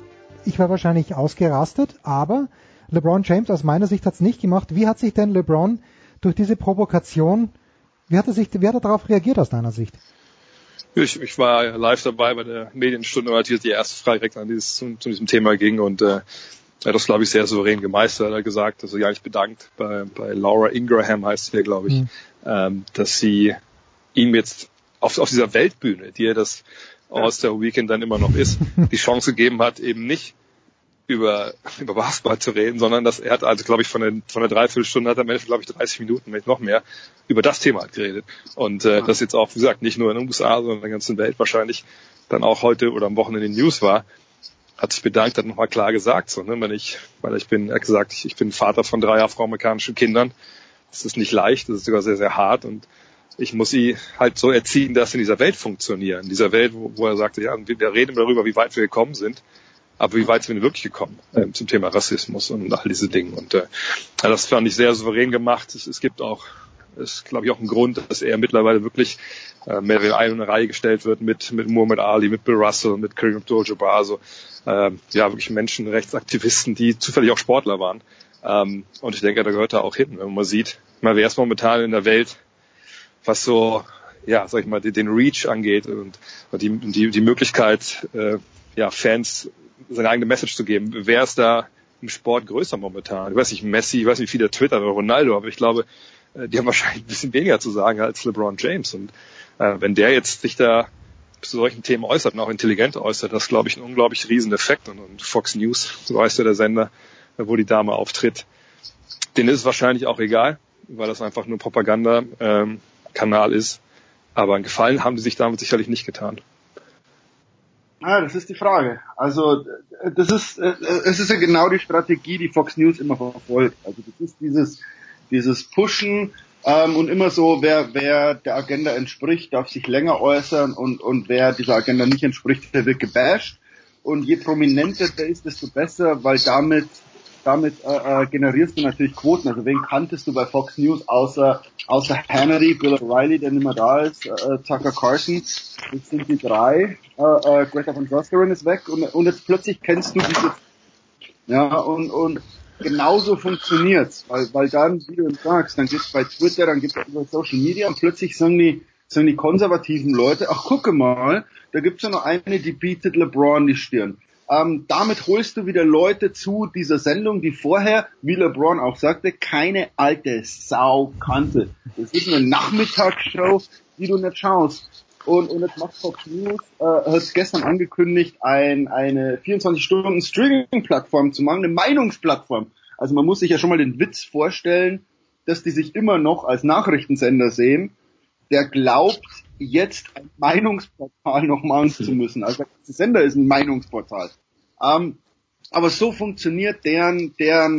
ich war wahrscheinlich ausgerastet, aber LeBron James aus meiner Sicht hat es nicht gemacht. Wie hat sich denn LeBron durch diese Provokation, wie hat er darauf reagiert aus deiner Sicht? Ich war live dabei bei der Medienstunde, weil die erste Frage direkt zu diesem Thema ging und er hat das, glaube ich, sehr souverän gemeistert. Er hat gesagt, also ja, ich bedankt bei Laura Ingraham, heißt sie, glaube ich, dass sie ihm jetzt auf dieser Weltbühne, die er das All-Star Weekend dann immer noch ist, die Chance gegeben hat, eben nicht über Basketball zu reden, sondern dass er hat, also glaube ich, von der Dreiviertelstunde hat er am Ende, glaube ich, 30 Minuten, wenn nicht noch mehr, über das Thema hat geredet. Und das jetzt auch, wie gesagt, nicht nur in den USA, sondern in der ganzen Welt wahrscheinlich dann auch heute oder am Wochenende in den News war, hat sich bedankt, hat nochmal klar gesagt, so, ne, er hat gesagt, ich bin Vater von 3 afroamerikanischen Kindern. Das ist nicht leicht, das ist sogar sehr, sehr hart und ich muss sie halt so erziehen, dass sie in dieser Welt funktionieren. In dieser Welt, wo er sagte, ja, wir reden darüber, wie weit wir gekommen sind, aber wie weit sind wir wirklich gekommen zum Thema Rassismus und all diese Dinge. Und das fand ich sehr souverän gemacht. Es gibt auch, ist glaube ich auch ein Grund, dass er mittlerweile wirklich mehr in eine Reihe gestellt wird mit Muhammad Ali, mit Bill Russell, mit Kareem Abdul-Jabbar, also ja, wirklich Menschenrechtsaktivisten, die zufällig auch Sportler waren. Und ich denke, da gehört er auch hin, wenn man mal sieht, wer ist momentan in der Welt, was so, ja, sag ich mal, den Reach angeht und die Möglichkeit, Fans seine eigene Message zu geben. Wer ist da im Sport größer momentan? Ich weiß nicht, Messi, ich weiß nicht, wie viele Twitter oder Ronaldo, aber ich glaube, die haben wahrscheinlich ein bisschen weniger zu sagen als LeBron James. Und wenn der jetzt sich da zu solchen Themen äußert und auch intelligent äußert, das ist, glaube ich, ein unglaublich riesen Effekt. Und Fox News, so heißt ja der Sender, wo die Dame auftritt, denen ist es wahrscheinlich auch egal, weil das einfach nur Propaganda-Kanal ist. Aber einen Gefallen haben die sich damit sicherlich nicht getan. Ah, das ist die Frage. Also es ist ja genau die Strategie, die Fox News immer verfolgt. Also das ist dieses Pushen und immer so, wer der Agenda entspricht, darf sich länger äußern und wer dieser Agenda nicht entspricht, der wird gebasht. Und je prominenter der ist, desto besser, weil damit generierst du natürlich Quoten. Also wen kanntest du bei Fox News außer Hannity, Bill O'Reilly, der nicht mehr da ist, Tucker Carlson. Jetzt sind die 3. Greta Van Susteren ist weg und jetzt plötzlich kennst du diese. Ja, und genauso funktioniert's, weil dann, wie du sagst, dann gibt's bei Twitter, dann gibt's über Social Media und plötzlich sagen die konservativen Leute, ach gucke mal, da gibt's ja noch eine, die bietet LeBron die Stirn. Damit holst du wieder Leute zu dieser Sendung, die vorher, wie LeBron auch sagte, keine alte Sau kannte. Das ist eine Nachmittagsshow, die du nicht schaust. Und jetzt macht Fox News, hat gestern angekündigt, eine 24-Stunden-Streaming-Plattform zu machen, eine Meinungsplattform. Also man muss sich ja schon mal den Witz vorstellen, dass die sich immer noch als Nachrichtensender sehen, der glaubt, jetzt ein Meinungsportal noch machen zu müssen. Also der Sender ist ein Meinungsportal. Aber so funktioniert deren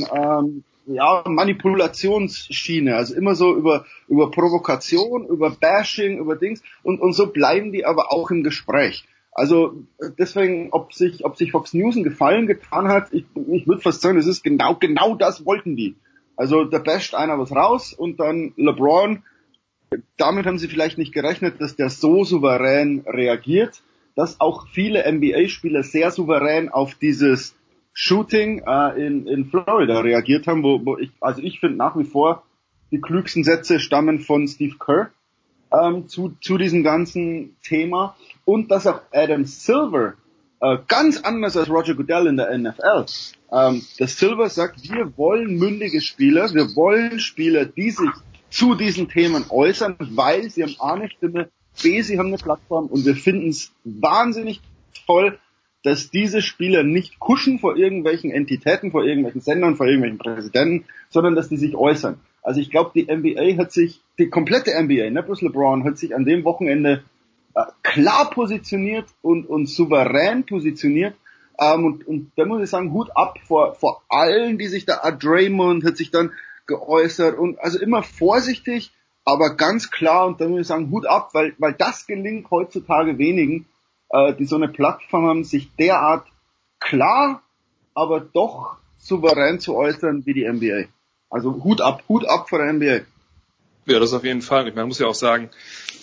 Manipulationsschiene. Also immer so über Provokation, über Bashing, über Dings. Und so bleiben die aber auch im Gespräch. Also deswegen, ob sich Fox News einen Gefallen getan hat, ich würde fast sagen, es ist genau das wollten die. Also da basht einer was raus und dann LeBron. Damit haben sie vielleicht nicht gerechnet, dass der so souverän reagiert, dass auch viele NBA-Spieler sehr souverän auf dieses Shooting in Florida reagiert haben, wo ich finde nach wie vor, die klügsten Sätze stammen von Steve Kerr zu diesem ganzen Thema und dass auch Adam Silver ganz anders als Roger Goodell in der NFL. Der Silver sagt, wir wollen mündige Spieler, wir wollen Spieler, die sich zu diesen Themen äußern, weil sie haben A eine Stimme, B, sie haben eine Plattform und wir finden es wahnsinnig toll, dass diese Spieler nicht kuschen vor irgendwelchen Entitäten, vor irgendwelchen Sendern, vor irgendwelchen Präsidenten, sondern dass die sich äußern. Also ich glaube, die komplette NBA, nicht bloß LeBron, hat sich an dem Wochenende klar positioniert und souverän positioniert. Und da muss ich sagen, Hut ab vor allen, die sich da, Draymond hat sich dann geäußert und also immer vorsichtig, aber ganz klar und dann muss ich sagen, Hut ab, weil das gelingt heutzutage wenigen, die so eine Plattform haben, sich derart klar, aber doch souverän zu äußern wie die NBA. Also Hut ab vor der NBA. Ja, das auf jeden Fall. Man muss ja auch sagen,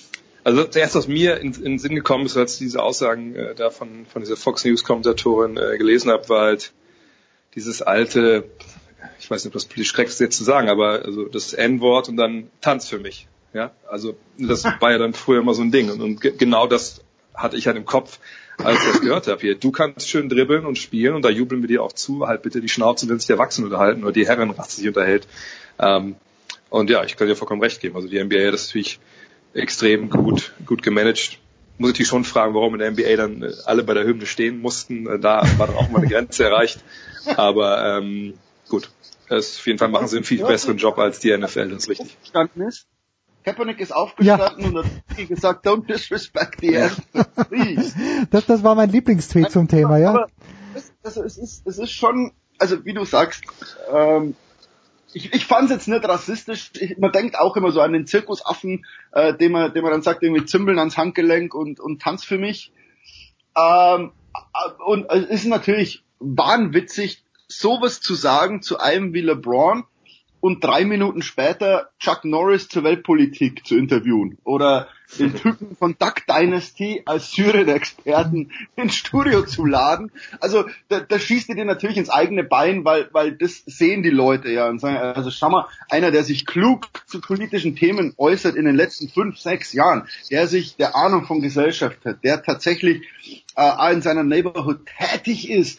Also zuerst, was mir in den Sinn gekommen ist, als ich diese Aussagen da von dieser Fox News Kommentatorin gelesen habe, war halt dieses alte, ich weiß nicht, ob das politisch korrekt ist jetzt zu sagen, aber also das N-Wort und dann Tanz für mich. Ja, also das war ja dann früher immer so ein Ding und genau das hatte ich halt im Kopf, als ich das gehört habe. Hier, du kannst schön dribbeln und spielen und da jubeln wir dir auch zu, halt bitte die Schnauze, wenn sich die Erwachsenen unterhalten oder die Herrenrasse sich unterhält. Und ja, ich kann dir vollkommen recht geben. Also die NBA hat das natürlich extrem gut gemanagt. Muss ich natürlich schon fragen, warum in der NBA dann alle bei der Hymne stehen mussten. Da war dann auch mal eine Grenze erreicht. Aber gut, auf jeden Fall machen sie einen viel besseren Job als die NFL, das ist richtig. Kaepernick ist aufgestanden und hat gesagt, don't disrespect the anthem, please. Das war mein Lieblingstweet zum Thema, ja. Aber es ist schon, also wie du sagst, ich fand es jetzt nicht rassistisch. Man denkt auch immer so an den Zirkusaffen, dem man dann sagt, irgendwie Zimbeln ans Handgelenk und Tanz für mich. Und es ist natürlich wahnwitzig, sowas zu sagen zu einem wie LeBron und 3 Minuten später Chuck Norris zur Weltpolitik zu interviewen oder den Typen von Duck Dynasty als Syrien-Experten ins Studio zu laden. Also da schießt er dir natürlich ins eigene Bein, weil das sehen die Leute ja und sagen, also schau mal, einer, der sich klug zu politischen Themen äußert in den letzten 5, 6 Jahren, der Ahnung von Gesellschaft hat, der tatsächlich in seiner Neighborhood tätig ist,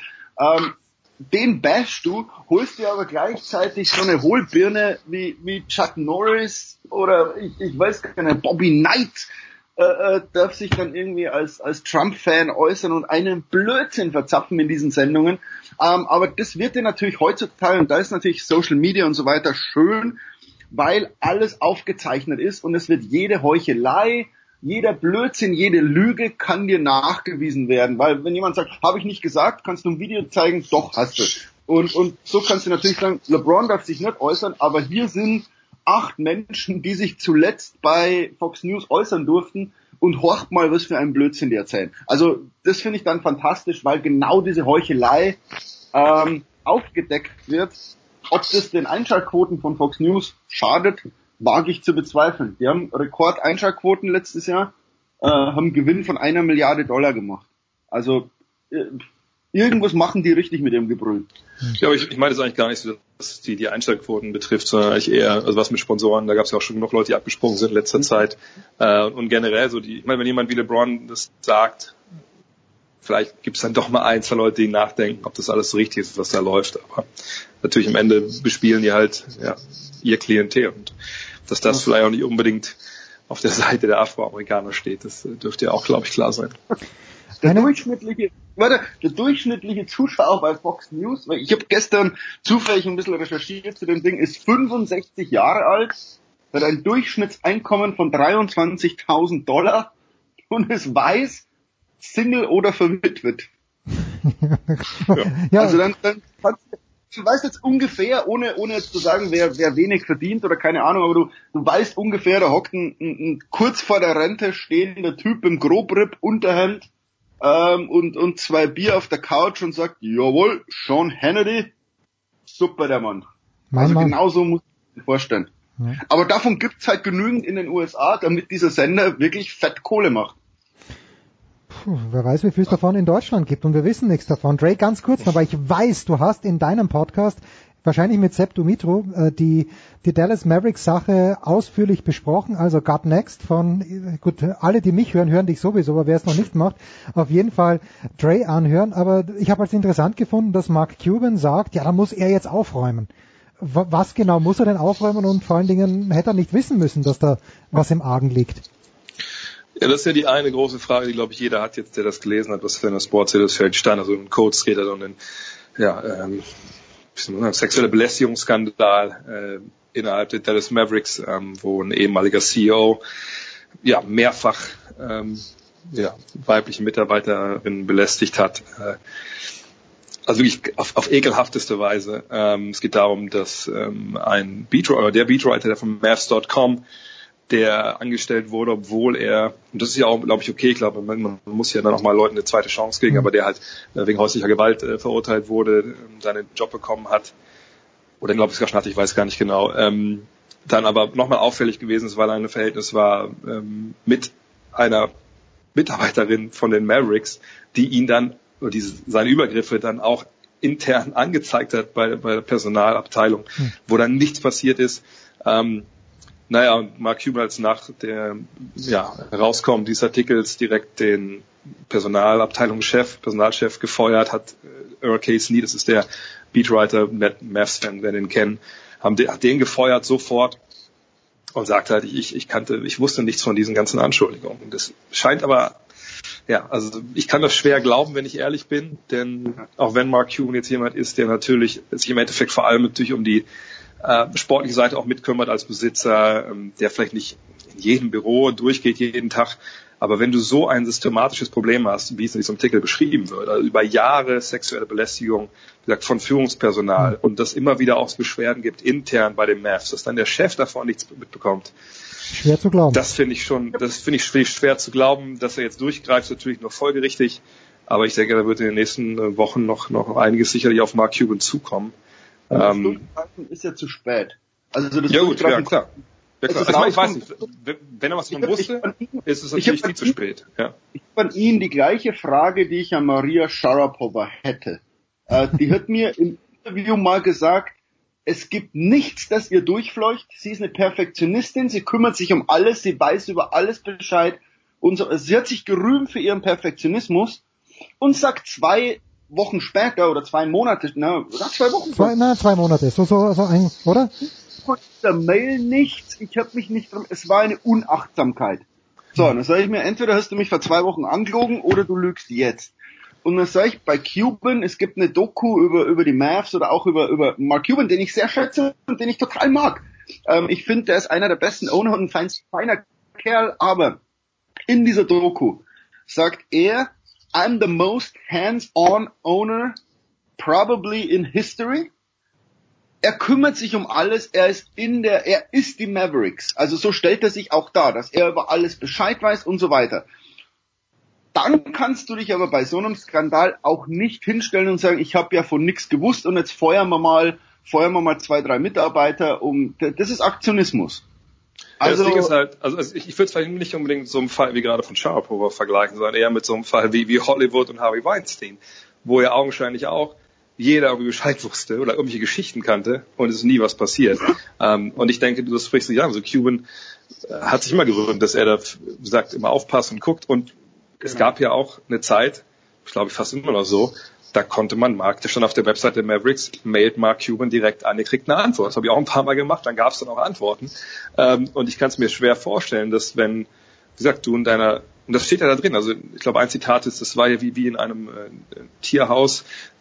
den bashst du, holst dir aber gleichzeitig so eine Hohlbirne wie Chuck Norris oder ich weiß gar nicht, Bobby Knight darf sich dann irgendwie als Trump-Fan äußern und einen Blödsinn verzapfen in diesen Sendungen. Aber das wird dir natürlich heutzutage, und da ist natürlich Social Media und so weiter schön, weil alles aufgezeichnet ist und es wird jede Heuchelei, jeder Blödsinn, jede Lüge kann dir nachgewiesen werden, weil wenn jemand sagt, habe ich nicht gesagt, kannst du ein Video zeigen, doch, hast du. Und so kannst du natürlich sagen, LeBron darf sich nicht äußern, aber hier sind 8 Menschen, die sich zuletzt bei Fox News äußern durften und horcht mal, was für einen Blödsinn die erzählen. Also das finde ich dann fantastisch, weil genau diese Heuchelei aufgedeckt wird. Ob das den Einschaltquoten von Fox News schadet, wage ich zu bezweifeln. Die haben Rekord-Einschaltquoten letztes Jahr, haben einen Gewinn von $1 Milliarde gemacht. Also irgendwas machen die richtig mit ihrem Gebrüll. Ja, aber ich meine es eigentlich gar nicht so, dass die Einschaltquoten betrifft, sondern eigentlich eher, also was mit Sponsoren, da gab es ja auch schon genug Leute, die abgesprungen sind in letzter Zeit. Und generell so ich meine, wenn jemand wie LeBron das sagt, vielleicht gibt es dann doch mal 1, 2 Leute, die nachdenken, ob das alles so richtig ist, was da läuft. Aber natürlich am Ende bespielen die halt ihr Klientel. Und dass das vielleicht auch nicht unbedingt auf der Seite der Afroamerikaner steht, das dürfte ja auch, glaube ich, klar sein. Der durchschnittliche Zuschauer bei Fox News, weil ich habe gestern zufällig ein bisschen recherchiert zu dem Ding, ist 65 Jahre alt, hat ein Durchschnittseinkommen von $23.000 und ist weiß, Single oder verwitwet. Ja. Also dann du weißt jetzt ungefähr, ohne jetzt zu sagen, wer wenig verdient oder keine Ahnung, aber du weißt ungefähr, da hockt ein kurz vor der Rente stehender Typ im Grobripp Unterhemd und 2 Bier auf der Couch und sagt, jawohl, Sean Hannity, super der Mann. Genau so muss ich mir vorstellen. Ja. Aber davon gibt's halt genügend in den USA, damit dieser Sender wirklich fett Kohle macht. Wer weiß, wie viel es davon in Deutschland gibt und wir wissen nichts davon. Dre, ganz kurz, aber ich weiß, du hast in deinem Podcast, wahrscheinlich mit Sepp Dumitru, die Dallas Mavericks Sache ausführlich besprochen, also Gut Next gut, alle, die mich hören dich sowieso, aber wer es noch nicht macht, auf jeden Fall Dre anhören, aber ich habe als interessant gefunden, dass Mark Cuban sagt, ja, da muss er jetzt aufräumen. Was genau muss er denn aufräumen und vor allen Dingen hätte er nicht wissen müssen, dass da was im Argen liegt? Ja, das ist ja die eine große Frage, die, glaube ich, jeder hat jetzt, der das gelesen hat, was für eine Sports Illustrated stand, also ein Coach-Skater und ein sexueller Belästigungsskandal innerhalb der Dallas Mavericks, wo ein ehemaliger CEO mehrfach weibliche Mitarbeiterinnen belästigt hat. Also wirklich auf ekelhafteste Weise. Es geht darum, dass der Beatwriter, der von Mavs.com, der angestellt wurde, obwohl er, und das ist ja auch, glaube ich, okay, ich glaube, man muss ja dann auch mal Leuten eine zweite Chance geben, aber der halt wegen häuslicher Gewalt verurteilt wurde, seinen Job bekommen hat, oder glaube ich sogar schon hatte, ich weiß gar nicht genau, dann aber nochmal auffällig gewesen ist, weil er in einem Verhältnis war mit einer Mitarbeiterin von den Mavericks, die ihn dann, oder seine Übergriffe dann auch intern angezeigt hat bei der Personalabteilung, wo dann nichts passiert ist. Und Mark Cuban als nach der Herauskommen dieses Artikels direkt den Personalchef gefeuert, hat Earl Casey, das ist der Beatwriter, Mavs-Fan, wer den kennen, hat den gefeuert sofort und sagt halt, ich wusste nichts von diesen ganzen Anschuldigungen. Das scheint aber, also ich kann das schwer glauben, wenn ich ehrlich bin, denn auch wenn Mark Cuban jetzt jemand ist, der natürlich sich im Endeffekt vor allem natürlich um die sportliche Seite auch mitkümmert als Besitzer, der vielleicht nicht in jedem Büro durchgeht jeden Tag, aber wenn du so ein systematisches Problem hast, wie es in diesem Artikel beschrieben wird, also über Jahre sexuelle Belästigung, wie gesagt, von Führungspersonal und das immer wieder auch Beschwerden gibt intern bei den Mavs, dass dann der Chef davon nichts mitbekommt. Schwer zu glauben. Das finde ich schwer zu glauben, dass er jetzt durchgreift, natürlich nur folgerichtig, aber ich denke, da wird in den nächsten Wochen noch einiges sicherlich auf Mark Cuban zukommen. Das Durchgreifen ist ja zu spät. Also das klar. Ja, klar. Also ich weiß nicht, wenn er was von wusste, ist es natürlich nie zu spät. Ja. Ich habe an ihn die gleiche Frage, die ich an Maria Sharapova hätte. Die hat mir im Interview mal gesagt, es gibt nichts, das ihr durchfleucht. Sie ist eine Perfektionistin, sie kümmert sich um alles, sie weiß über alles Bescheid. Und so. Sie hat sich gerühmt für ihren Perfektionismus und sagt 2 Wochen später oder 2 Monate, 2 Wochen. 2 Monate, so ein, oder? Der Mail nichts, ich habe mich nicht drum, es war eine Unachtsamkeit. So, dann sage ich mir, entweder hast du mich vor 2 Wochen angelogen oder du lügst jetzt. Und dann sage ich bei Cuban, es gibt eine Doku über die Mavs oder auch über Mark Cuban, den ich sehr schätze und den ich total mag. Ich finde, der ist einer der besten Owner und ein feiner Kerl, aber in dieser Doku sagt er, I'm the most hands-on owner probably in history. Er kümmert sich um alles, er ist die Mavericks. Also so stellt er sich auch dar, dass er über alles Bescheid weiß und so weiter. Dann kannst du dich aber bei so einem Skandal auch nicht hinstellen und sagen, ich habe ja von nichts gewusst und jetzt feuern wir mal 2, 3 Mitarbeiter das ist Aktionismus. Also das Ding ist halt, ich würde es vielleicht nicht unbedingt so einem Fall wie gerade von Sharapova vergleichen, sondern eher mit so einem Fall wie Hollywood und Harvey Weinstein, wo ja augenscheinlich auch jeder irgendwie Bescheid wusste oder irgendwelche Geschichten kannte und es ist nie was passiert. Und ich denke, du sprichst nicht an, also Cuban hat sich immer gerühmt, dass er da, wie gesagt, immer aufpasst und guckt und es gab ja auch eine Zeit, ich glaube fast immer noch so, da konnte man der stand auf der Website der Mavericks, mailt Mark Cuban direkt an, der kriegt eine Antwort. Das habe ich auch ein paar Mal gemacht, dann gab es dann auch Antworten. Und ich kann es mir schwer vorstellen, dass wenn, wie gesagt, du in deiner, und das steht ja da drin, also ich glaube ein Zitat ist, das war ja wie in einem Tierhaus,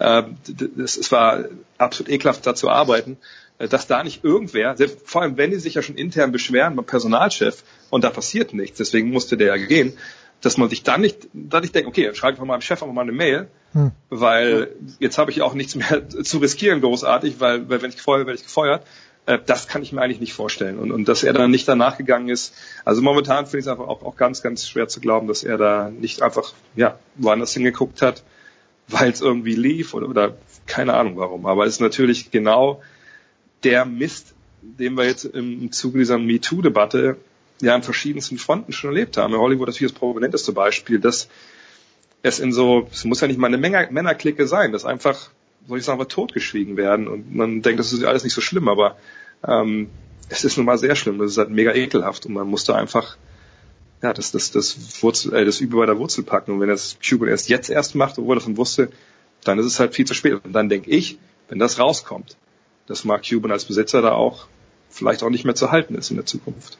es war absolut ekelhaft da zu arbeiten, dass da nicht irgendwer, vor allem wenn die sich ja schon intern beschweren beim Personalchef und da passiert nichts, deswegen musste der ja gehen, dass man sich dann nicht denkt, okay, schreibe ich von meinem Chef einfach mal eine Mail, weil jetzt habe ich auch nichts mehr zu riskieren großartig, weil wenn ich gefeuert werde ich gefeuert. Das kann ich mir eigentlich nicht vorstellen. Und dass er dann nicht danach gegangen ist, also momentan finde ich es einfach auch ganz, ganz schwer zu glauben, dass er da nicht einfach woanders hingeguckt hat, weil es irgendwie lief oder keine Ahnung warum. Aber es ist natürlich genau der Mist, den wir jetzt im Zuge dieser MeToo-Debatte an verschiedensten Fronten schon erlebt haben. In Hollywood ist natürlich das prominenteste Beispiel, dass es muss ja nicht mal eine Männerklicke sein, dass einfach, soll ich sagen, totgeschwiegen werden und man denkt, das ist alles nicht so schlimm, aber es ist nun mal sehr schlimm, das ist halt mega ekelhaft und man musste einfach das Übel bei der Wurzel packen und wenn das Cuban erst macht, obwohl er davon wusste, dann ist es halt viel zu spät und dann denke ich, wenn das rauskommt, dass Mark Cuban als Besitzer da auch vielleicht auch nicht mehr zu halten ist in der Zukunft.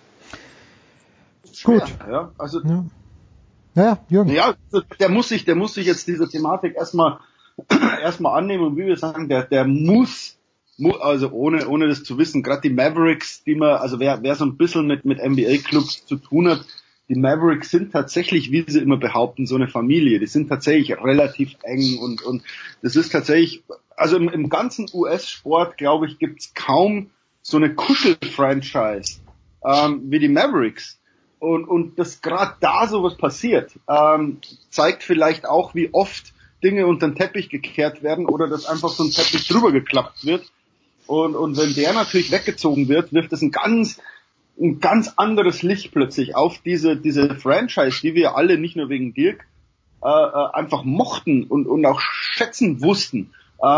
Gut. Ja, also ja, Jürgen. Ja, der muss sich jetzt dieser Thematik erstmal annehmen und wie wir sagen, der muss, also ohne das zu wissen, gerade die Mavericks, wer so ein bisschen mit NBA-Clubs zu tun hat, die Mavericks sind tatsächlich, wie sie immer behaupten, so eine Familie. Die sind tatsächlich relativ eng und das ist tatsächlich, also im ganzen US-Sport, glaube ich, gibt's kaum so eine Kuschel-Franchise wie die Mavericks. Und dass gerade da sowas passiert, zeigt vielleicht auch, wie oft Dinge unter den Teppich gekehrt werden oder dass einfach so ein Teppich drüber geklappt wird. Und wenn der natürlich weggezogen wird, wirft das ein ganz ein ganz anderes Licht plötzlich auf diese Franchise, die wir alle nicht nur wegen Dirk einfach mochten und auch schätzen wussten.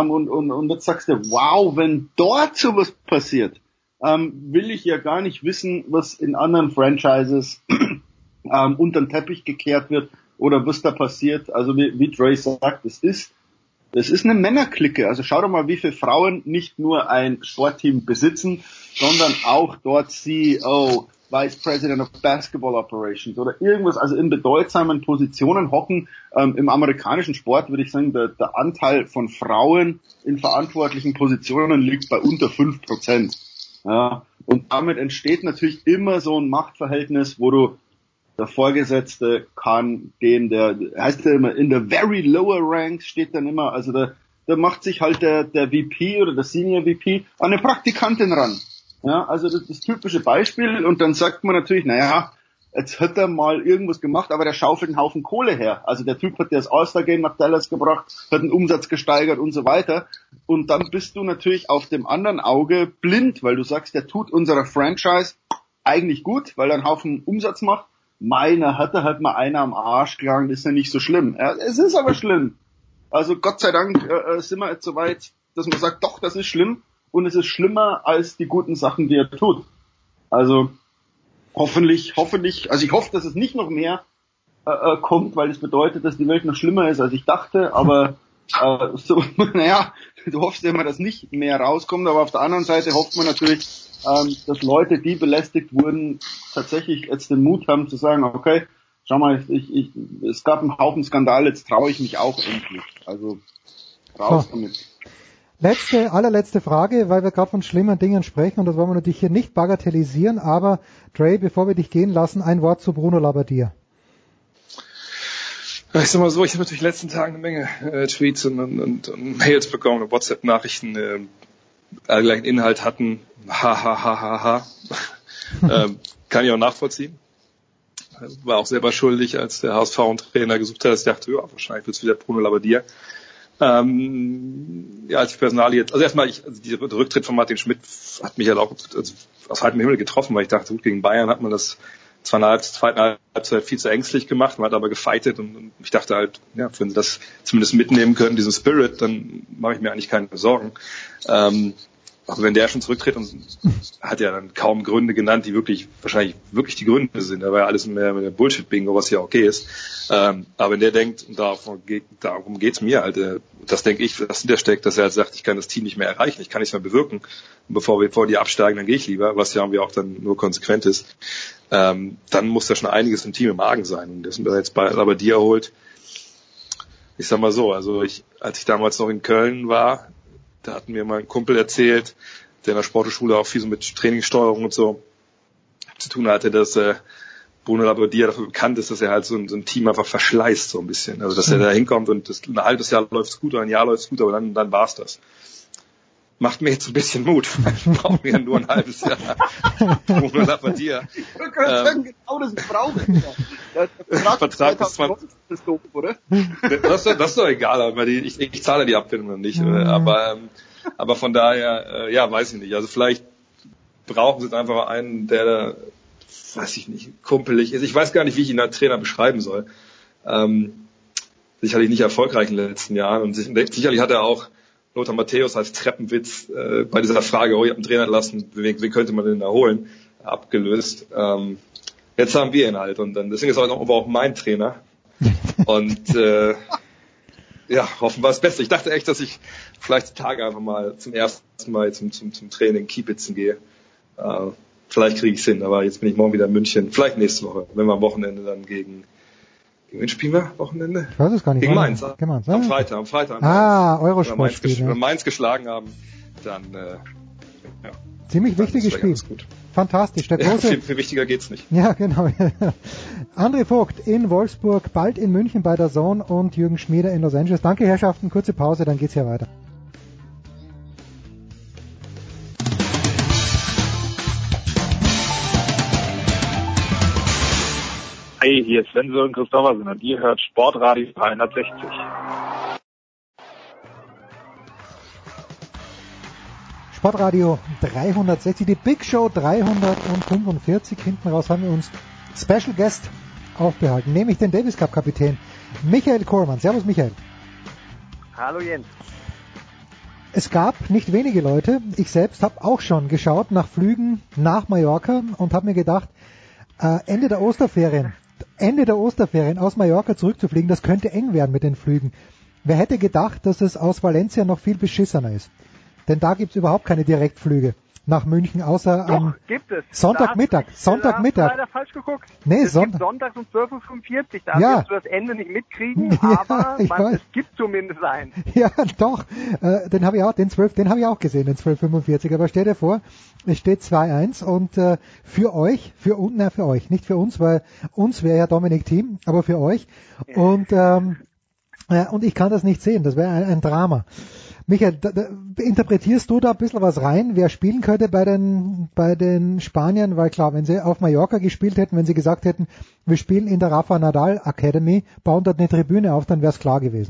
Und jetzt sagst du, wow, wenn dort sowas passiert, will ich ja gar nicht wissen, was in anderen Franchises unter den Teppich gekehrt wird oder was da passiert. Also wie Dre sagt, das ist eine Männerklicke. Also schau doch mal, wie viele Frauen nicht nur ein Sportteam besitzen, sondern auch dort CEO, Vice President of Basketball Operations oder irgendwas, also in bedeutsamen Positionen hocken. Im amerikanischen Sport würde ich sagen, der Anteil von Frauen in verantwortlichen Positionen liegt bei unter 5%. Ja, und damit entsteht natürlich immer so ein Machtverhältnis, wo du der Vorgesetzte kann den, der heißt ja immer in the very lower ranks steht dann immer, also da macht sich halt der VP oder der Senior VP an eine Praktikantin ran. Ja, also das typische Beispiel und dann sagt man natürlich, naja, jetzt hat er mal irgendwas gemacht, aber der schaufelt einen Haufen Kohle her. Also der Typ hat das All-Star-Game nach Dallas gebracht, hat den Umsatz gesteigert und so weiter. Und dann bist du natürlich auf dem anderen Auge blind, weil du sagst, der tut unserer Franchise eigentlich gut, weil er einen Haufen Umsatz macht. Meiner hat er halt mal einer am Arsch gelangt, ist ja nicht so schlimm. Ja, es ist aber schlimm. Also Gott sei Dank sind wir jetzt so weit, dass man sagt, doch, das ist schlimm. Und es ist schlimmer als die guten Sachen, die er tut. Also hoffentlich, also ich hoffe, dass es nicht noch mehr kommt, weil es bedeutet, dass die Welt noch schlimmer ist, als ich dachte. Aber so, naja, du hoffst ja immer, dass nicht mehr rauskommt. Aber auf der anderen Seite hofft man natürlich, dass Leute, die belästigt wurden, tatsächlich jetzt den Mut haben zu sagen, okay, schau mal, es gab einen Haufen Skandal, jetzt traue ich mich auch endlich. Also raus damit. Allerletzte Frage, weil wir gerade von schlimmen Dingen sprechen und das wollen wir natürlich hier nicht bagatellisieren, aber Dre, bevor wir dich gehen lassen, ein Wort zu Bruno Labbadia. Ich sag mal so, ich habe natürlich in den letzten Tagen eine Menge Tweets und Mails bekommen und WhatsApp-Nachrichten, alle gleichen Inhalt hatten. Kann ich auch nachvollziehen. War auch selber schuldig, als der HSV einen Trainer gesucht hat. Ich dachte, ja, wahrscheinlich wird es wieder Bruno Labbadia. Ja, als ich Personalie jetzt, also erstmal, der Rücktritt von Martin Schmidt hat mich halt auch aus heiterem Himmel getroffen, weil ich dachte, gut, gegen Bayern hat man das zwar in der zweiten Halbzeit viel zu ängstlich gemacht, man hat aber gefightet und ich dachte halt, ja, wenn sie das zumindest mitnehmen können, diesen Spirit, dann mache ich mir eigentlich keine Sorgen. Aber wenn der schon zurücktritt und hat ja dann kaum Gründe genannt, die wahrscheinlich wirklich die Gründe sind, da war ja alles mehr mit der Bullshit-Bingo, was ja okay ist. Aber wenn der denkt, und darum geht's mir halt, das denke ich, was hinter steckt, dass er halt sagt, ich kann das Team nicht mehr erreichen, ich kann nichts mehr bewirken. Und bevor die absteigen, dann gehe ich lieber, was ja irgendwie auch dann nur konsequent ist. Dann muss da schon einiges im Team im Argen sein. Und das jetzt bei Labbadia holt, ich sag mal so, also als ich damals noch in Köln war, da hatten mir mal ein Kumpel erzählt, der in der Sporthochschule auch viel so mit Trainingssteuerung und so zu tun hatte, dass Bruno Labbadia dafür bekannt ist, dass er halt so ein Team einfach verschleißt so ein bisschen. Also dass er da hinkommt und ein halbes Jahr läuft's gut oder ein Jahr läuft's gut, aber dann war's das. Macht mir jetzt ein bisschen Mut. Ich brauche ja nur ein halbes Jahr. Bruno Labbadia. Ich wollte gerade sagen, genau das brauche ich ja. Der Vertrag ist 20 ist doof, oder? Das ist doch egal, aber ich zahle die Abfindung nicht. Aber von daher, ja, weiß ich nicht. Also vielleicht brauchen sie jetzt einfach einen, der da, weiß ich nicht, kumpelig ist. Ich weiß gar nicht, wie ich ihn als Trainer beschreiben soll. Sicherlich nicht erfolgreich in den letzten Jahren und sicherlich hat er auch Lothar Matthäus als Treppenwitz bei dieser Frage, ich habe einen Trainer entlassen, wen könnte man denn da holen, abgelöst. Jetzt haben wir ihn halt und dann deswegen ist er aber auch mein Trainer. Und ja, hoffen wir das Beste. Ich dachte echt, dass ich vielleicht die Tage einfach mal zum ersten Mal zum Training Kiepitzen gehe. Vielleicht kriege ich es hin, aber jetzt bin ich morgen wieder in München. Vielleicht nächste Woche, wenn wir am Wochenende dann gegen wen spielen wir? Wochenende? Ich weiß es gar nicht. Gegen Mainz. Am Freitag. Eurosport-Spiel. Wenn wir Mainz geschlagen haben, dann ja. Ziemlich wichtiges Spiel. Fantastisch. Der große. Ja, viel wichtiger geht's nicht. Ja, genau. André Vogt in Wolfsburg, bald in München bei der Zone und Jürgen Schmieder in Los Angeles. Danke, Herrschaften. Kurze Pause, dann geht's hier weiter. Hey, hier ist Sven und Christoffersen und ihr hört Sportradio 360. Sportradio 360, die Big Show 345. Hinten raus haben wir uns Special Guest aufbehalten, nämlich den Davis Cup Kapitän Michael Kohlmann. Servus Michael. Hallo Jens. Es gab nicht wenige Leute, ich selbst habe auch schon geschaut nach Flügen nach Mallorca und habe mir gedacht, Ende der Osterferien aus Mallorca zurückzufliegen, das könnte eng werden mit den Flügen. Wer hätte gedacht, dass es aus Valencia noch viel beschissener ist? Denn da gibt's überhaupt keine Direktflüge nach München, außer am Sonntagmittag. Da hast du leider falsch geguckt. Nee, es gibt sonntags um 12.45 Uhr, da wirst du das Ende nicht mitkriegen, aber es gibt zumindest einen. Ja, doch, den habe ich auch gesehen, den 12.45, aber stell dir vor, es steht 2-1 und für euch, nicht für uns, weil uns wäre ja Dominik Thiem, aber für euch und ich kann das nicht sehen, das wäre ein Drama. Michael, interpretierst du da ein bisschen was rein, wer spielen könnte bei den Spaniern? Weil klar, wenn sie auf Mallorca gespielt hätten, wenn sie gesagt hätten, wir spielen in der Rafa Nadal Academy, bauen dort eine Tribüne auf, dann wäre es klar gewesen.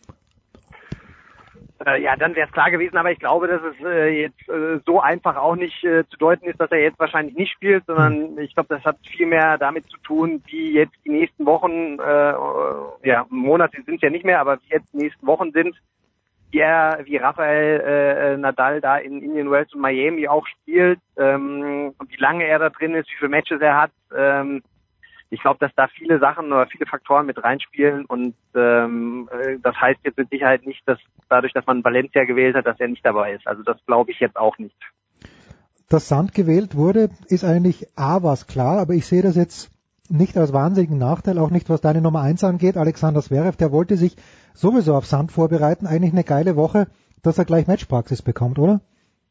Ja, dann wäre es klar gewesen, aber ich glaube, dass es jetzt so einfach auch nicht zu deuten ist, dass er jetzt wahrscheinlich nicht spielt, sondern ich glaube, das hat viel mehr damit zu tun, wie jetzt die nächsten Wochen, Monate sind es ja nicht mehr, aber wie jetzt die nächsten Wochen sind, wie Rafael Nadal da in Indian Wells und Miami auch spielt, und wie lange er da drin ist, wie viele Matches er hat. Ich glaube, dass da viele Sachen oder viele Faktoren mit reinspielen und das heißt jetzt mit Sicherheit nicht, dass dadurch, dass man Valencia gewählt hat, dass er nicht dabei ist. Also das glaube ich jetzt auch nicht. Dass Sand gewählt wurde, ist eigentlich was klar, aber ich sehe das jetzt nicht als wahnsinnigen Nachteil, auch nicht was deine Nummer 1 angeht. Alexander Zverev, der wollte sich sowieso auf Sand vorbereiten, eigentlich eine geile Woche, dass er gleich Matchpraxis bekommt, oder?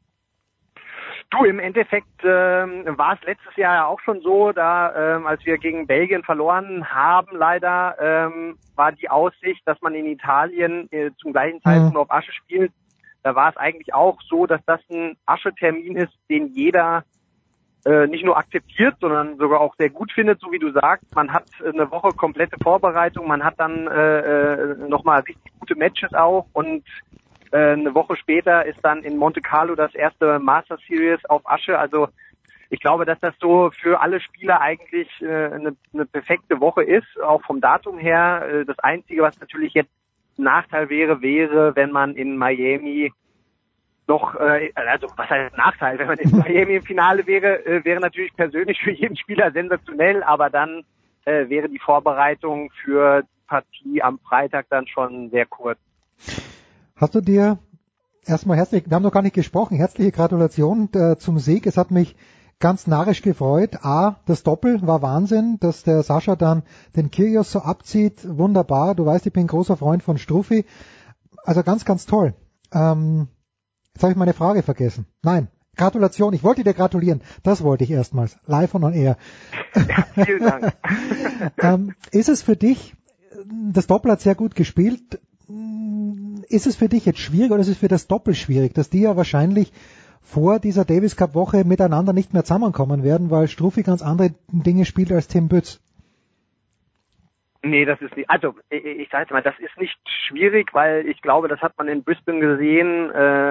Du, im Endeffekt war es letztes Jahr ja auch schon so, da als wir gegen Belgien verloren haben, leider war die Aussicht, dass man in Italien zum gleichen Zeitpunkt auf Asche spielt. Da war es eigentlich auch so, dass das ein Aschetermin ist, den jeder nicht nur akzeptiert, sondern sogar auch sehr gut findet, so wie du sagst. Man hat eine Woche komplette Vorbereitung, man hat dann nochmal richtig gute Matches auch und eine Woche später ist dann in Monte Carlo das erste Master Series auf Asche. Also ich glaube, dass das so für alle Spieler eigentlich eine perfekte Woche ist, auch vom Datum her. Das Einzige, was natürlich jetzt ein Nachteil wäre, wenn man in Miami noch, was heißt Nachteil, wenn man in Miami im Finale wäre natürlich persönlich für jeden Spieler sensationell, aber dann wäre die Vorbereitung für die Partie am Freitag dann schon sehr kurz. Hast du dir erstmal wir haben noch gar nicht gesprochen, herzliche Gratulation zum Sieg. Es hat mich ganz narrisch gefreut. Das Doppel war Wahnsinn, dass der Sascha dann den Kyrgios so abzieht. Wunderbar. Du weißt, ich bin ein großer Freund von Struffi. Also ganz, ganz toll. Jetzt habe ich meine Frage vergessen. Nein, Gratulation. Ich wollte dir gratulieren. Das wollte ich erstmals. Live und on air. Ja, vielen Dank. Ist es für dich, das Doppel hat sehr gut gespielt, ist es für dich jetzt schwierig oder ist es für das Doppel schwierig, dass die ja wahrscheinlich vor dieser Davis Cup Woche miteinander nicht mehr zusammenkommen werden, weil Struffi ganz andere Dinge spielt als Tim Bütz? Nee, das ist nicht, also ich sage jetzt mal, das ist nicht schwierig, weil ich glaube, das hat man in Brisbane gesehen,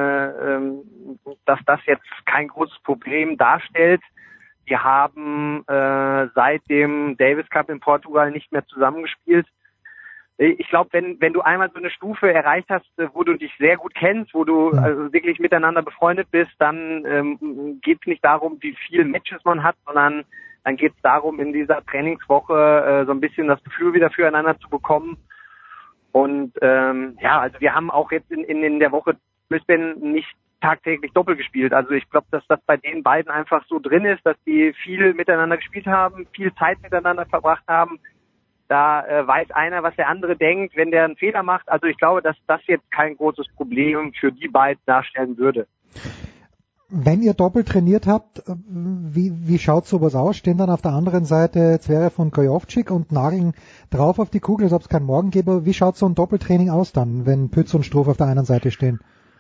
dass das jetzt kein großes Problem darstellt. Die haben seit dem Davis Cup in Portugal nicht mehr zusammengespielt. Ich glaube, wenn du einmal so eine Stufe erreicht hast, wo du dich sehr gut kennst, wo du also wirklich miteinander befreundet bist, dann geht es nicht darum, wie viele Matches man hat, sondern dann geht es darum, in dieser Trainingswoche so ein bisschen das Gefühl wieder füreinander zu bekommen. Und also wir haben auch jetzt in der Woche Brisbane nicht tagtäglich Doppel gespielt. Also ich glaube, dass das bei den beiden einfach so drin ist, dass die viel miteinander gespielt haben, viel Zeit miteinander verbracht haben. Da weiß einer, was der andere denkt, wenn der einen Fehler macht. Also ich glaube, dass das jetzt kein großes Problem für die beiden darstellen würde. Wenn ihr doppelt trainiert habt, wie schaut sowas aus? Stehen dann auf der anderen Seite Zverev und Gojovcik und nageln drauf auf die Kugel, als ob es keinen Morgen gäbe. Wie schaut so ein Doppeltraining aus dann, wenn Pütz und Struff auf der einen Seite stehen?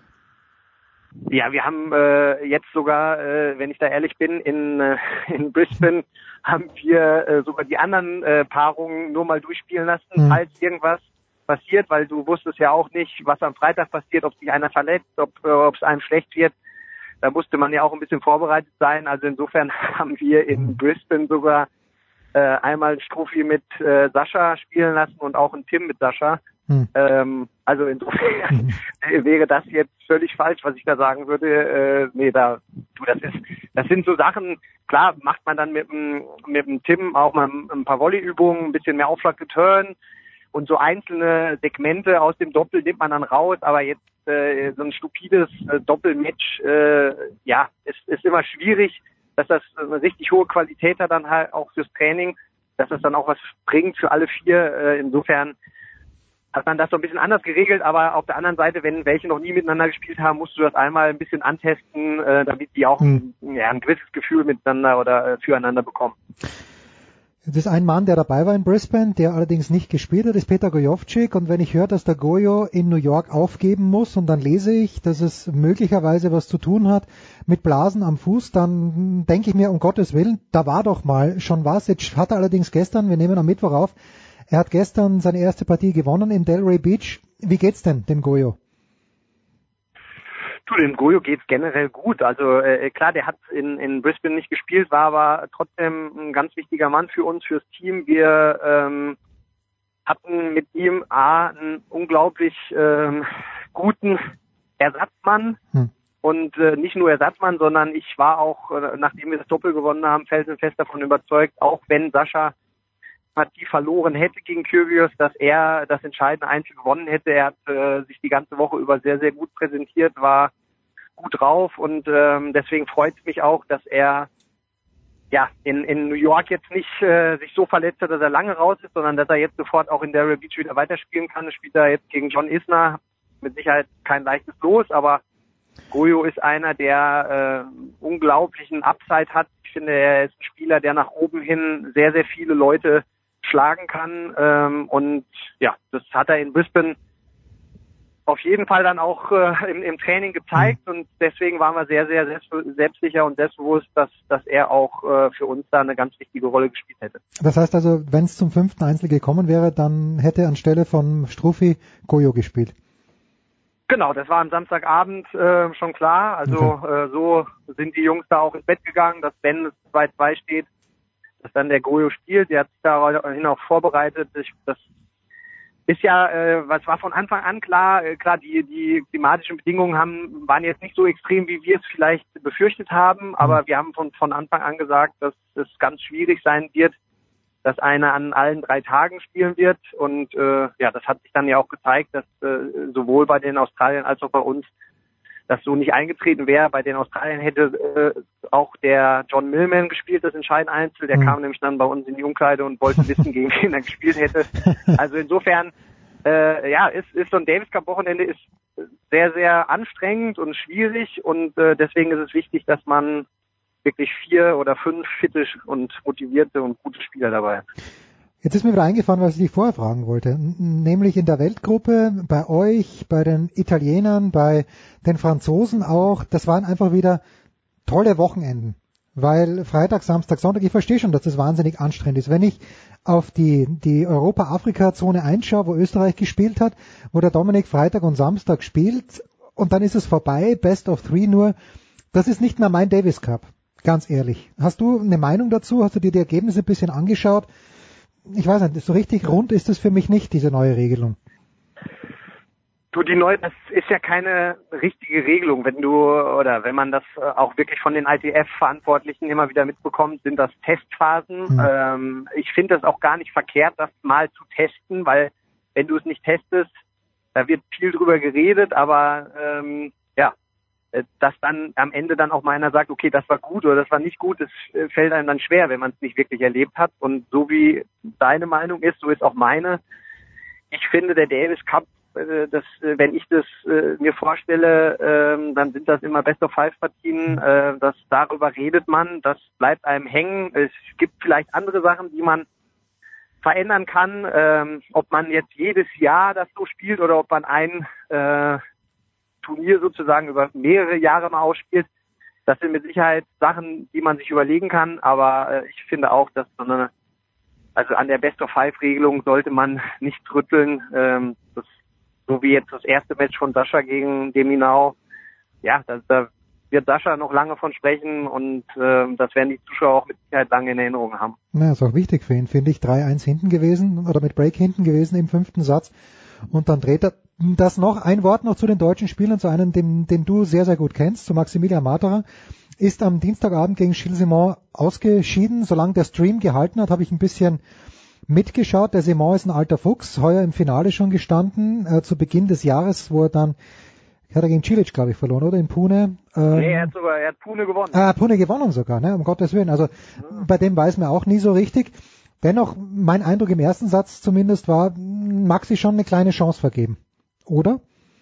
Ja, wir haben jetzt sogar, wenn ich da ehrlich bin, in Brisbane haben wir sogar die anderen Paarungen nur mal durchspielen lassen, falls irgendwas passiert, weil du wusstest ja auch nicht, was am Freitag passiert, ob sich einer verletzt, ob es einem schlecht wird. Da musste man ja auch ein bisschen vorbereitet sein. Also insofern haben wir in Brisbane sogar einmal Struffi mit Sascha spielen lassen und auch einen Tim mit Sascha. Also insofern wäre das jetzt völlig falsch, was ich da sagen würde. Das sind so Sachen, klar macht man dann mit dem Tim auch mal ein paar Volleyübungen, ein bisschen mehr Aufschlag-Return und so einzelne Segmente aus dem Doppel nimmt man dann raus, aber jetzt so ein stupides Doppelmatch, ist immer schwierig, dass das eine richtig hohe Qualität hat dann halt auch fürs Training, dass das dann auch was bringt für alle vier. Insofern hat man das so ein bisschen anders geregelt, aber auf der anderen Seite, wenn welche noch nie miteinander gespielt haben, musst du das einmal ein bisschen antesten, damit die auch ein gewisses Gefühl miteinander oder füreinander bekommen. Das ist ein Mann, der dabei war in Brisbane, der allerdings nicht gespielt hat, ist Peter Gojowczyk. Und wenn ich höre, dass der Gojo in New York aufgeben muss und dann lese ich, dass es möglicherweise was zu tun hat mit Blasen am Fuß, dann denke ich mir, um Gottes Willen, da war doch mal schon was. Jetzt hat er allerdings gestern, wir nehmen am Mittwoch auf, er hat gestern seine erste Partie gewonnen in Delray Beach. Wie geht's denn dem Gojo? Dem Gojo geht's generell gut. Also klar, der hat in Brisbane nicht gespielt, war aber trotzdem ein ganz wichtiger Mann für uns, fürs Team. Wir hatten mit ihm einen unglaublich guten Ersatzmann. Und nicht nur Ersatzmann, sondern ich war auch, nachdem wir das Doppel gewonnen haben, felsenfest davon überzeugt, auch wenn Sascha Partie verloren hätte gegen Kyrgios, dass er das entscheidende Einzel gewonnen hätte. Er hat sich die ganze Woche über sehr, sehr gut präsentiert, war gut drauf und deswegen freut es mich auch, dass er in New York jetzt nicht sich so verletzt hat, dass er lange raus ist, sondern dass er jetzt sofort auch in Delray Beach wieder weiterspielen kann. Er spielt da jetzt gegen John Isner, mit Sicherheit kein leichtes Los, aber Gojo ist einer, der unglaublichen Upside hat. Ich finde, er ist ein Spieler, der nach oben hin sehr, sehr viele Leute schlagen kann. Und ja, das hat er in Brisbane auf jeden Fall dann auch im Training gezeigt. Und deswegen waren wir sehr, sehr selbstsicher und selbstbewusst, dass er auch für uns da eine ganz wichtige Rolle gespielt hätte. Das heißt also, wenn es zum 5. Einzel gekommen wäre, dann hätte anstelle von Struffi Gojo gespielt. Genau, das war am Samstagabend schon klar. Also so sind die Jungs da auch ins Bett gegangen, dass wenn es 2-2 steht, dass dann der Gojo spielt. Der hat sich dahin auch vorbereitet. Das ist ja, was war von Anfang an klar. Klar, die klimatischen Bedingungen waren jetzt nicht so extrem, wie wir es vielleicht befürchtet haben. Aber wir haben von Anfang an gesagt, dass es ganz schwierig sein wird, dass einer an allen 3 Tagen spielen wird. Und das hat sich dann ja auch gezeigt, dass sowohl bei den Australiern als auch bei uns das so nicht eingetreten wäre. Bei den Australiern hätte auch der John Millman gespielt, das entscheidende Einzel. Der kam nämlich dann bei uns in die Umkleide und wollte wissen, gegen wen er gespielt hätte. Also insofern, ist so ein Davis Cup Wochenende ist sehr, sehr anstrengend und schwierig und deswegen ist es wichtig, dass man wirklich 4 oder 5 fitte und motivierte und gute Spieler dabei. Jetzt ist mir wieder eingefallen, was ich dich vorher fragen wollte, nämlich in der Weltgruppe, bei euch, bei den Italienern, bei den Franzosen auch, das waren einfach wieder tolle Wochenenden, weil Freitag, Samstag, Sonntag, ich verstehe schon, dass das wahnsinnig anstrengend ist. Wenn ich auf die Europa-Afrika-Zone einschaue, wo Österreich gespielt hat, wo der Dominik Freitag und Samstag spielt und dann ist es vorbei, Best of 3 nur, das ist nicht mehr mein Davis Cup. Ganz ehrlich. Hast du eine Meinung dazu? Hast du dir die Ergebnisse ein bisschen angeschaut? Ich weiß nicht, so richtig rund ist es für mich nicht, diese neue Regelung. Das ist ja keine richtige Regelung. Wenn man das auch wirklich von den ITF-Verantwortlichen immer wieder mitbekommt, sind das Testphasen. Ich finde das auch gar nicht verkehrt, das mal zu testen, weil wenn du es nicht testest, da wird viel drüber geredet, aber dass dann am Ende dann auch mal einer sagt, okay, das war gut oder das war nicht gut, das fällt einem dann schwer, wenn man es nicht wirklich erlebt hat. Und so wie deine Meinung ist, so ist auch meine. Ich finde, der Davis Cup, wenn ich das mir vorstelle, dann sind das immer Best-of-5-Partien, darüber redet man, das bleibt einem hängen. Es gibt vielleicht andere Sachen, die man verändern kann, ob man jetzt jedes Jahr das so spielt oder ob man ein Turnier sozusagen über mehrere Jahre mal ausspielt. Das sind mit Sicherheit Sachen, die man sich überlegen kann, aber ich finde auch, dass an der Best-of-5-Regelung sollte man nicht rütteln. So wie jetzt das erste Match von Sascha gegen Deminau. Ja, da wird Sascha noch lange von sprechen und das werden die Zuschauer auch mit Sicherheit lange in Erinnerung haben. Na, ist auch wichtig für ihn, finde ich. 3-1 hinten gewesen oder mit Break hinten gewesen im 5. Satz und dann dreht er das noch. Ein Wort noch zu den deutschen Spielern, zu einem, den du sehr, sehr gut kennst, zu Maximilian Matera. Ist am Dienstagabend gegen Gilles Simon ausgeschieden. Solange der Stream gehalten hat, habe ich ein bisschen mitgeschaut. Der Simon ist ein alter Fuchs, heuer im Finale schon gestanden, zu Beginn des Jahres, wo er dann, hat er gegen Cilic, glaube ich, verloren, oder? In Pune. Nee, er hat Pune gewonnen. Pune gewonnen sogar, ne? Um Gottes Willen. Also bei dem weiß man auch nie so richtig. Dennoch, mein Eindruck im ersten Satz zumindest war, Maxi schon eine kleine Chance vergeben. Oder?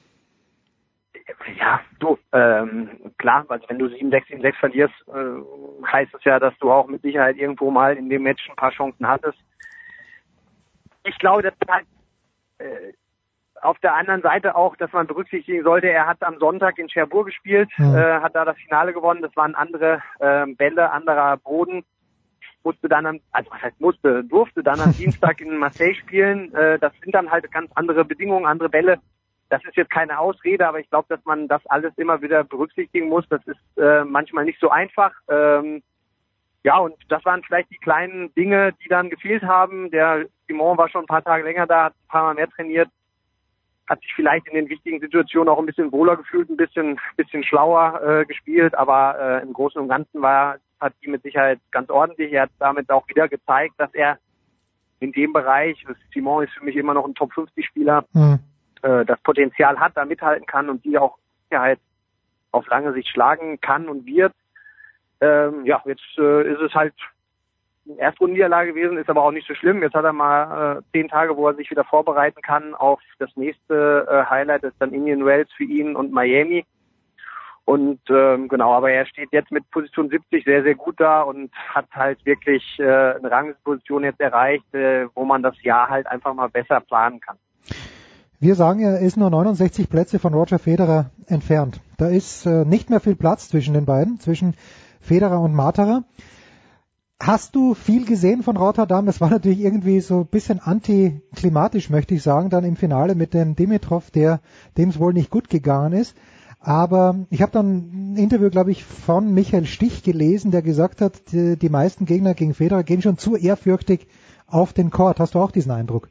Ja, du, klar, also wenn du 7-6, 7-6 verlierst, heißt es ja, dass du auch mit Sicherheit irgendwo mal in dem Match ein paar Chancen hattest. Ich glaube, dass halt auf der anderen Seite auch, dass man berücksichtigen sollte, er hat am Sonntag in Cherbourg gespielt, hat da das Finale gewonnen, das waren andere Bälle, anderer Boden, durfte dann am Dienstag in Marseille spielen, das sind dann halt ganz andere Bedingungen, andere Bälle. Das ist jetzt keine Ausrede, aber ich glaube, dass man das alles immer wieder berücksichtigen muss. Das ist manchmal nicht so einfach. Ja, und das waren vielleicht die kleinen Dinge, die dann gefehlt haben. Der Simon war schon ein paar Tage länger da, hat ein paar Mal mehr trainiert, hat sich vielleicht in den wichtigen Situationen auch ein bisschen wohler gefühlt, ein bisschen schlauer gespielt, aber im Großen und Ganzen war die Partie mit Sicherheit ganz ordentlich. Er hat damit auch wieder gezeigt, dass er in dem Bereich, Simon ist für mich immer noch ein Top-50-Spieler, das Potenzial hat, da mithalten kann und die auch Sicherheit auf lange Sicht schlagen kann und wird. Ja, jetzt ist es halt eine Erstrundenniederlage gewesen, ist aber auch nicht so schlimm. Jetzt hat er mal 10 Tage, wo er sich wieder vorbereiten kann auf das nächste Highlight, das ist dann Indian Wells für ihn und Miami. Und genau, aber er steht jetzt mit Position 70 sehr, sehr gut da und hat halt wirklich eine Rangposition jetzt erreicht, wo man das Jahr halt einfach mal besser planen kann. Wir sagen, er ist nur 69 Plätze von Roger Federer entfernt. Da ist nicht mehr viel Platz zwischen den beiden, zwischen Federer und Matera. Hast du viel gesehen von Rotterdam? Das war natürlich irgendwie so ein bisschen antiklimatisch, möchte ich sagen, dann im Finale mit dem Dimitrov, dem es wohl nicht gut gegangen ist. Aber ich habe dann ein Interview, glaube ich, von Michael Stich gelesen, der gesagt hat, die meisten Gegner gegen Federer gehen schon zu ehrfürchtig auf den Court. Hast du auch diesen Eindruck?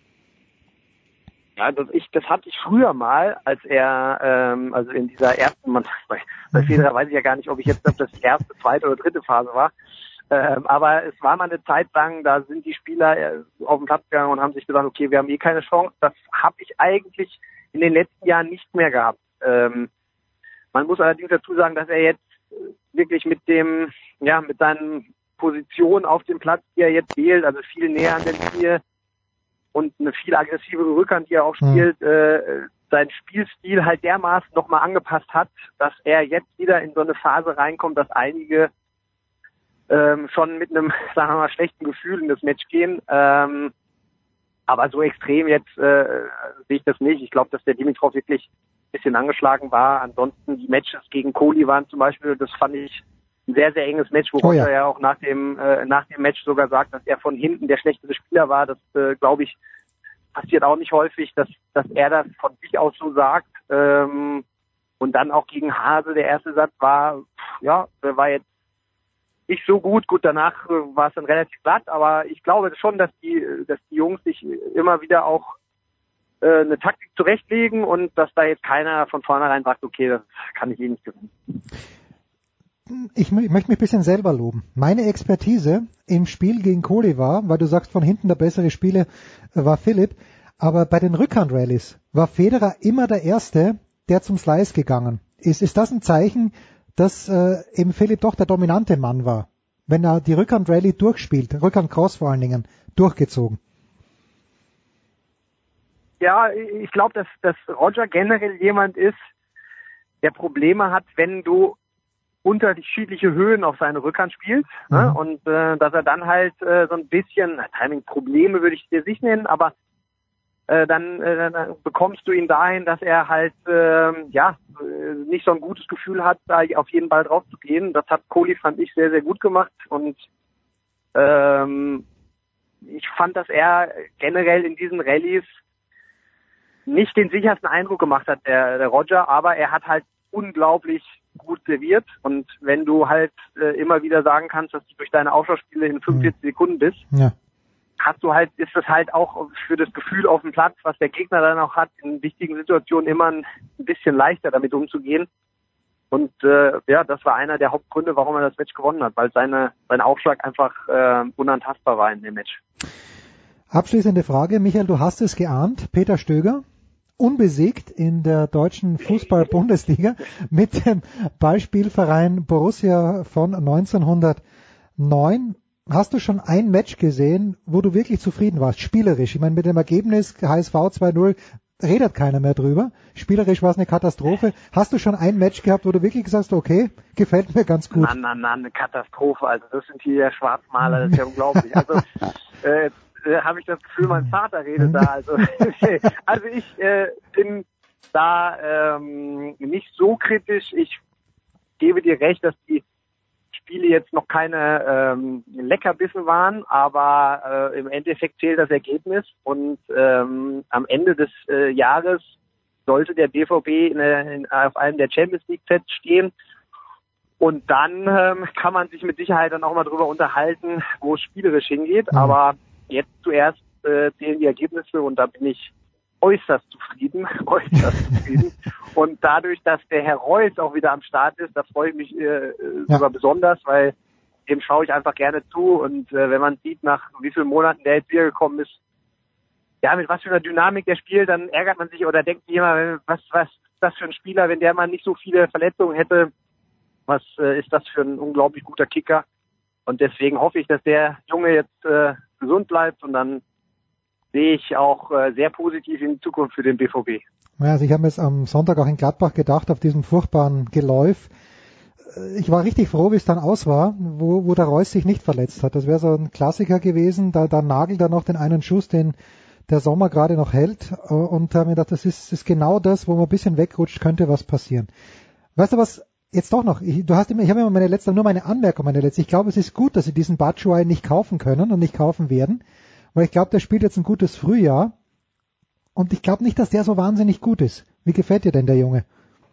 Ja, das hatte ich früher mal, als er, also in dieser ersten, bei Federer weiß ich ja gar nicht, ob das die erste, zweite oder dritte Phase war, aber es war mal eine Zeit lang, da sind die Spieler auf den Platz gegangen und haben sich gesagt, okay, wir haben eh keine Chance. Das habe ich eigentlich in den letzten Jahren nicht mehr gehabt. Man muss allerdings dazu sagen, dass er jetzt wirklich mit seinen Positionen auf dem Platz, die er jetzt wählt, also viel näher an der Linie, und eine viel aggressivere Rückhand, die er auch spielt, seinen Spielstil halt dermaßen nochmal angepasst hat, dass er jetzt wieder in so eine Phase reinkommt, dass einige schon mit einem, sagen wir mal, schlechten Gefühl in das Match gehen. Aber so extrem jetzt sehe ich das nicht. Ich glaube, dass der Dimitrov wirklich ein bisschen angeschlagen war. Ansonsten die Matches gegen Kohli waren zum Beispiel, das fand ich ein sehr, sehr enges Match, wo Roger ja auch nach dem Match sogar sagt, dass er von hinten der schlechtere Spieler war. Das, glaube ich, passiert auch nicht häufig, dass er das von sich aus so sagt. Und dann auch gegen Hase, der erste Satz war jetzt nicht so gut. Gut, danach war es dann relativ glatt, aber ich glaube schon, dass die Jungs sich immer wieder auch eine Taktik zurechtlegen und dass da jetzt keiner von vornherein sagt, okay, das kann ich eh nicht gewinnen. Ich möchte mich ein bisschen selber loben. Meine Expertise im Spiel gegen Kohli war, weil du sagst, von hinten der bessere Spieler war Philipp, aber bei den Rückhand-Rallies war Federer immer der Erste, der zum Slice gegangen ist. Ist das ein Zeichen, dass eben Philipp doch der dominante Mann war, wenn er die Rückhand-Rallye durchspielt, Rückhand-Cross vor allen Dingen, durchgezogen? Ja, ich glaube, dass Roger generell jemand ist, der Probleme hat, wenn du unterschiedliche Höhen auf seine Rückhand spielt, ne? Und dass er dann halt so ein bisschen, Timing-Probleme würde ich dir nicht nennen, aber dann bekommst du ihn dahin, dass er halt nicht so ein gutes Gefühl hat, da auf jeden Ball drauf zu gehen. Das hat Kohli, fand ich, sehr, sehr gut gemacht und ich fand, dass er generell in diesen Rallyes nicht den sichersten Eindruck gemacht hat, der Roger, aber er hat halt unglaublich gut serviert. Und wenn du halt immer wieder sagen kannst, dass du durch deine Aufschlagspiele in 45 Sekunden bist, ist das halt auch für das Gefühl auf dem Platz, was der Gegner dann auch hat, in wichtigen Situationen immer ein bisschen leichter damit umzugehen. Und das war einer der Hauptgründe, warum er das Match gewonnen hat, weil sein Aufschlag einfach unantastbar war in dem Match. Abschließende Frage, Michael, du hast es geahnt, Peter Stöger, unbesiegt in der deutschen Fußball-Bundesliga mit dem Ballspielverein Borussia von 1909. Hast du schon ein Match gesehen, wo du wirklich zufrieden warst, spielerisch? Ich meine, mit dem Ergebnis HSV 2-0 redet keiner mehr drüber. Spielerisch war es eine Katastrophe. Hast du schon ein Match gehabt, wo du wirklich gesagt hast, okay, gefällt mir ganz gut? Nein, eine Katastrophe. Also das sind hier Schwarzmaler, das ist ja unglaublich. Also habe ich das Gefühl, mein Vater redet da. Also ich bin da nicht so kritisch. Ich gebe dir recht, dass die Spiele jetzt noch keine Leckerbissen waren, aber im Endeffekt zählt das Ergebnis und am Ende des Jahres sollte der BVB auf einem der Champions League Sets stehen und dann kann man sich mit Sicherheit dann auch mal drüber unterhalten, wo es spielerisch hingeht, aber jetzt zuerst zählen die Ergebnisse und da bin ich äußerst zufrieden. Und dadurch, dass der Herr Reus auch wieder am Start ist, da freue ich mich sogar besonders, weil dem schaue ich einfach gerne zu. Und wenn man sieht, nach wie vielen Monaten der jetzt wieder gekommen ist, ja, mit was für einer Dynamik der spielt, dann ärgert man sich oder denkt sich immer, was ist das für ein Spieler, wenn der mal nicht so viele Verletzungen hätte, was ist das für ein unglaublich guter Kicker. Und deswegen hoffe ich, dass der Junge jetzt gesund bleibt und dann sehe ich auch sehr positiv in die Zukunft für den BVB. Ja, also ich habe mir jetzt am Sonntag auch in Gladbach gedacht, auf diesem furchtbaren Geläuf. Ich war richtig froh, wie es dann aus war, wo der Reus sich nicht verletzt hat. Das wäre so ein Klassiker gewesen. Da nagelt er noch den einen Schuss, den der Sommer gerade noch hält. Und habe mir gedacht, das ist genau das, wo man ein bisschen wegrutscht, könnte was passieren. Weißt du was? Jetzt doch noch. Ich habe immer nur meine Anmerkung, Ich glaube, es ist gut, dass sie diesen Batshuayi nicht kaufen können und nicht kaufen werden. Weil ich glaube, der spielt jetzt ein gutes Frühjahr und ich glaube nicht, dass der so wahnsinnig gut ist. Wie gefällt dir denn der Junge?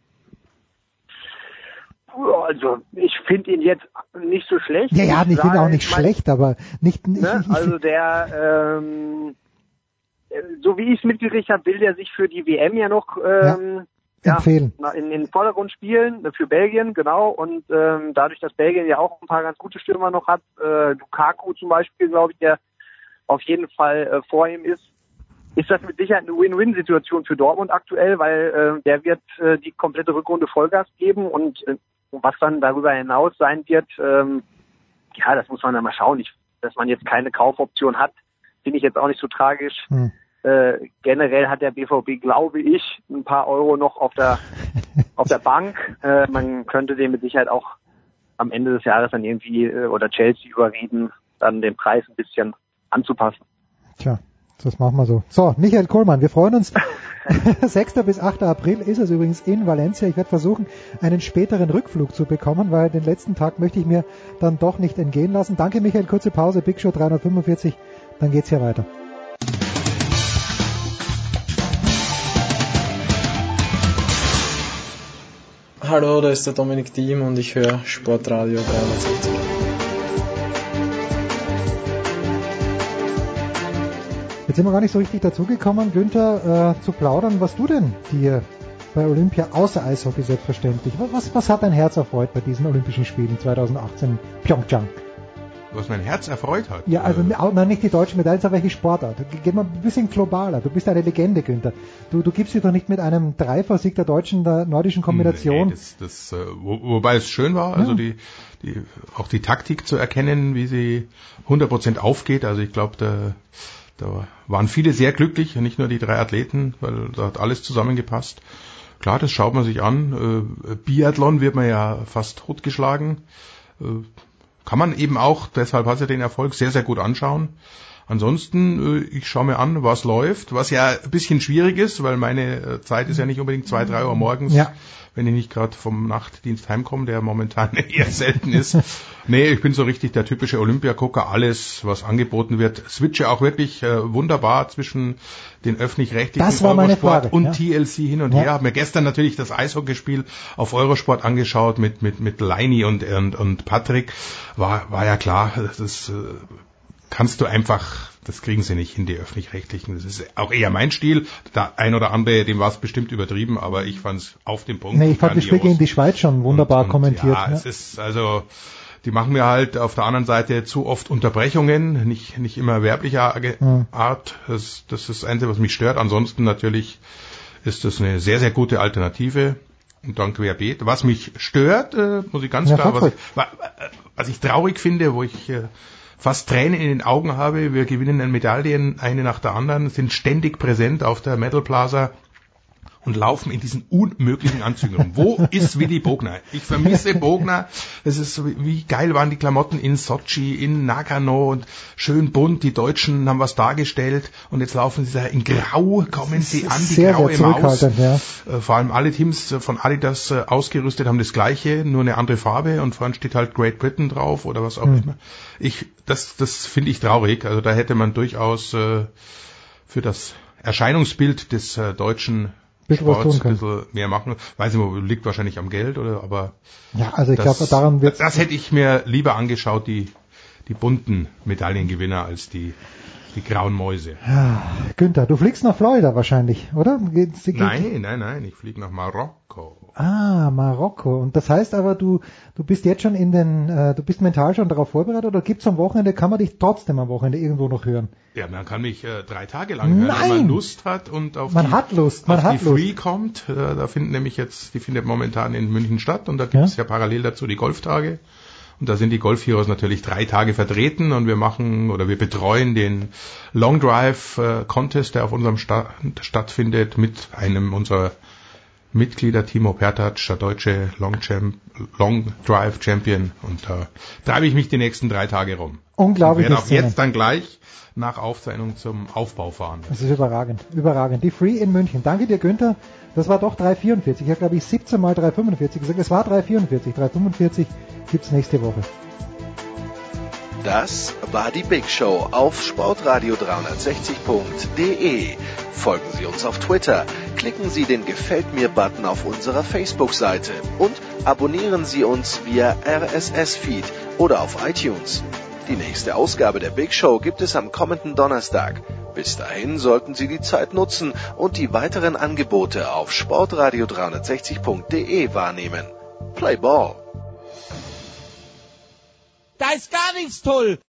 Also, ich finde ihn jetzt nicht so schlecht. Ja, ich finde auch nicht schlecht, aber nicht... Also der, so wie ich es mitgekriegt habe, will der sich für die WM ja noch empfehlen. In den Vordergrund spielen, für Belgien, genau. Und dadurch, dass Belgien ja auch ein paar ganz gute Stürmer noch hat, Lukaku zum Beispiel, glaube ich, der auf jeden Fall vor ihm ist das mit Sicherheit eine Win-Win-Situation für Dortmund aktuell, weil der wird die komplette Rückrunde Vollgas geben und was dann darüber hinaus sein wird, das muss man dann mal schauen. Dass man jetzt keine Kaufoption hat, finde ich jetzt auch nicht so tragisch. Generell hat der BVB, glaube ich, ein paar Euro noch auf der Bank. Man könnte den mit Sicherheit auch am Ende des Jahres dann irgendwie oder Chelsea überreden, dann den Preis ein bisschen anzupassen. Tja, das machen wir so. So, Michael Kohlmann, wir freuen uns. 6. bis 8. April ist es übrigens in Valencia. Ich werde versuchen, einen späteren Rückflug zu bekommen, weil den letzten Tag möchte ich mir dann doch nicht entgehen lassen. Danke, Michael. Kurze Pause, Big Show 345, dann geht's hier weiter. Hallo, da ist der Dominik Diem und ich höre Sportradio 360. Jetzt sind wir gar nicht so richtig dazugekommen, Günther, zu plaudern, was du denn dir bei Olympia außer Eishockey selbstverständlich, was hat dein Herz erfreut bei diesen Olympischen Spielen 2018 in Pyeongchang? Was mein Herz erfreut hat? Ja, also nicht die deutsche Medaille, sondern welche Sportart. Geh mal ein bisschen globaler. Du bist eine Legende, Günther. Du gibst dich doch nicht mit einem Dreifachsieg der deutschen, der nordischen Kombination. Nee, wobei es schön war, also auch die Taktik zu erkennen, wie sie 100% aufgeht. Also ich glaube, da waren viele sehr glücklich, nicht nur die 3 Athleten, weil da hat alles zusammengepasst. Klar, das schaut man sich an. Biathlon wird man ja fast totgeschlagen. Kann man eben auch, deshalb hat er den Erfolg, sehr, sehr gut anschauen. ansonsten, ich schaue mir an, was läuft, was ja ein bisschen schwierig ist, weil meine Zeit ist ja nicht unbedingt 2-3 Uhr morgens, wenn ich nicht gerade vom Nachtdienst heimkomme, der momentan eher selten ist. Nee, ich bin so richtig der typische Olympiagucker, alles, was angeboten wird. Switche auch wirklich wunderbar zwischen den öffentlich-rechtlichen Eurosport und TLC hin und her. Habe mir gestern natürlich das Eishockeyspiel auf Eurosport angeschaut mit Leini und Patrick. War ja klar, das kannst du einfach, das kriegen sie nicht hin, die Öffentlich-Rechtlichen. Das ist auch eher mein Stil. Der ein oder andere, dem war es bestimmt übertrieben, aber ich fand es auf den Punkt. Nee, ich fand das Spiel gegen die Schweiz schon wunderbar kommentiert. Ja, es ist also, die machen mir halt auf der anderen Seite zu oft Unterbrechungen, nicht immer werblicher Art. Das ist das Einzige, was mich stört. Ansonsten natürlich ist das eine sehr, sehr gute Alternative. Und dann querbeet. Was mich stört, muss ich ganz klar, was ich traurig finde, wo ich fast Tränen in den Augen habe. Wir gewinnen Medaillen, eine nach der anderen, sind ständig präsent auf der Medal Plaza und laufen in diesen unmöglichen Anzügen rum. Wo ist Willy Bogner? Ich vermisse Bogner. Das ist, wie geil waren die Klamotten in Sochi, in Nagano und schön bunt. Die Deutschen haben was dargestellt und jetzt laufen sie da in Grau, kommen sie an, die sehr, graue sehr Maus. Ja. Vor allem alle Teams von Adidas ausgerüstet haben das Gleiche, nur eine andere Farbe und vorne steht halt Great Britain drauf oder was auch immer. Das finde ich traurig. Also da hätte man durchaus für das Erscheinungsbild des deutschen Sports ein bisschen mehr machen. Weiß nicht, liegt wahrscheinlich am Geld aber ja, also ich glaube, daran wird das hätte ich mir lieber angeschaut, die bunten Medaillengewinner als die grauen Mäuse. Ja, Günther, du fliegst nach Florida wahrscheinlich, oder? Nein, ich fliege nach Marokko. Marokko. Und das heißt aber, du bist jetzt schon du bist mental schon darauf vorbereitet oder gibt's am Wochenende, kann man dich trotzdem am Wochenende irgendwo noch hören? Ja, man kann mich 3 Tage lang hören, wenn man Lust hat und auf die Free kommt. Da die findet momentan in München statt und da gibt's ja parallel dazu die Golftage. Und da sind die Golf Heroes natürlich 3 Tage vertreten und wir betreuen den Long Drive Contest, der auf unserem Stand stattfindet, mit einem unserer Mitglieder, Timo Pertac, der deutsche Long Drive Champion. Und da treibe ich mich die nächsten 3 Tage rum. Unglaublich. Und werde auch jetzt dann gleich nach Aufzeichnung zum Aufbau fahren. Das ist überragend. Die Free in München. Danke dir, Günther. Das war doch 3,44. Ich habe, glaube ich, 17 mal 3,45 gesagt. Es war 3,44. 3,45 gibt's nächste Woche. Das war die Big Show auf sportradio360.de. Folgen Sie uns auf Twitter, klicken Sie den Gefällt mir-Button auf unserer Facebook-Seite und abonnieren Sie uns via RSS-Feed oder auf iTunes. Die nächste Ausgabe der Big Show gibt es am kommenden Donnerstag. Bis dahin sollten Sie die Zeit nutzen und die weiteren Angebote auf sportradio360.de wahrnehmen. Play Ball! Da ist gar nichts toll!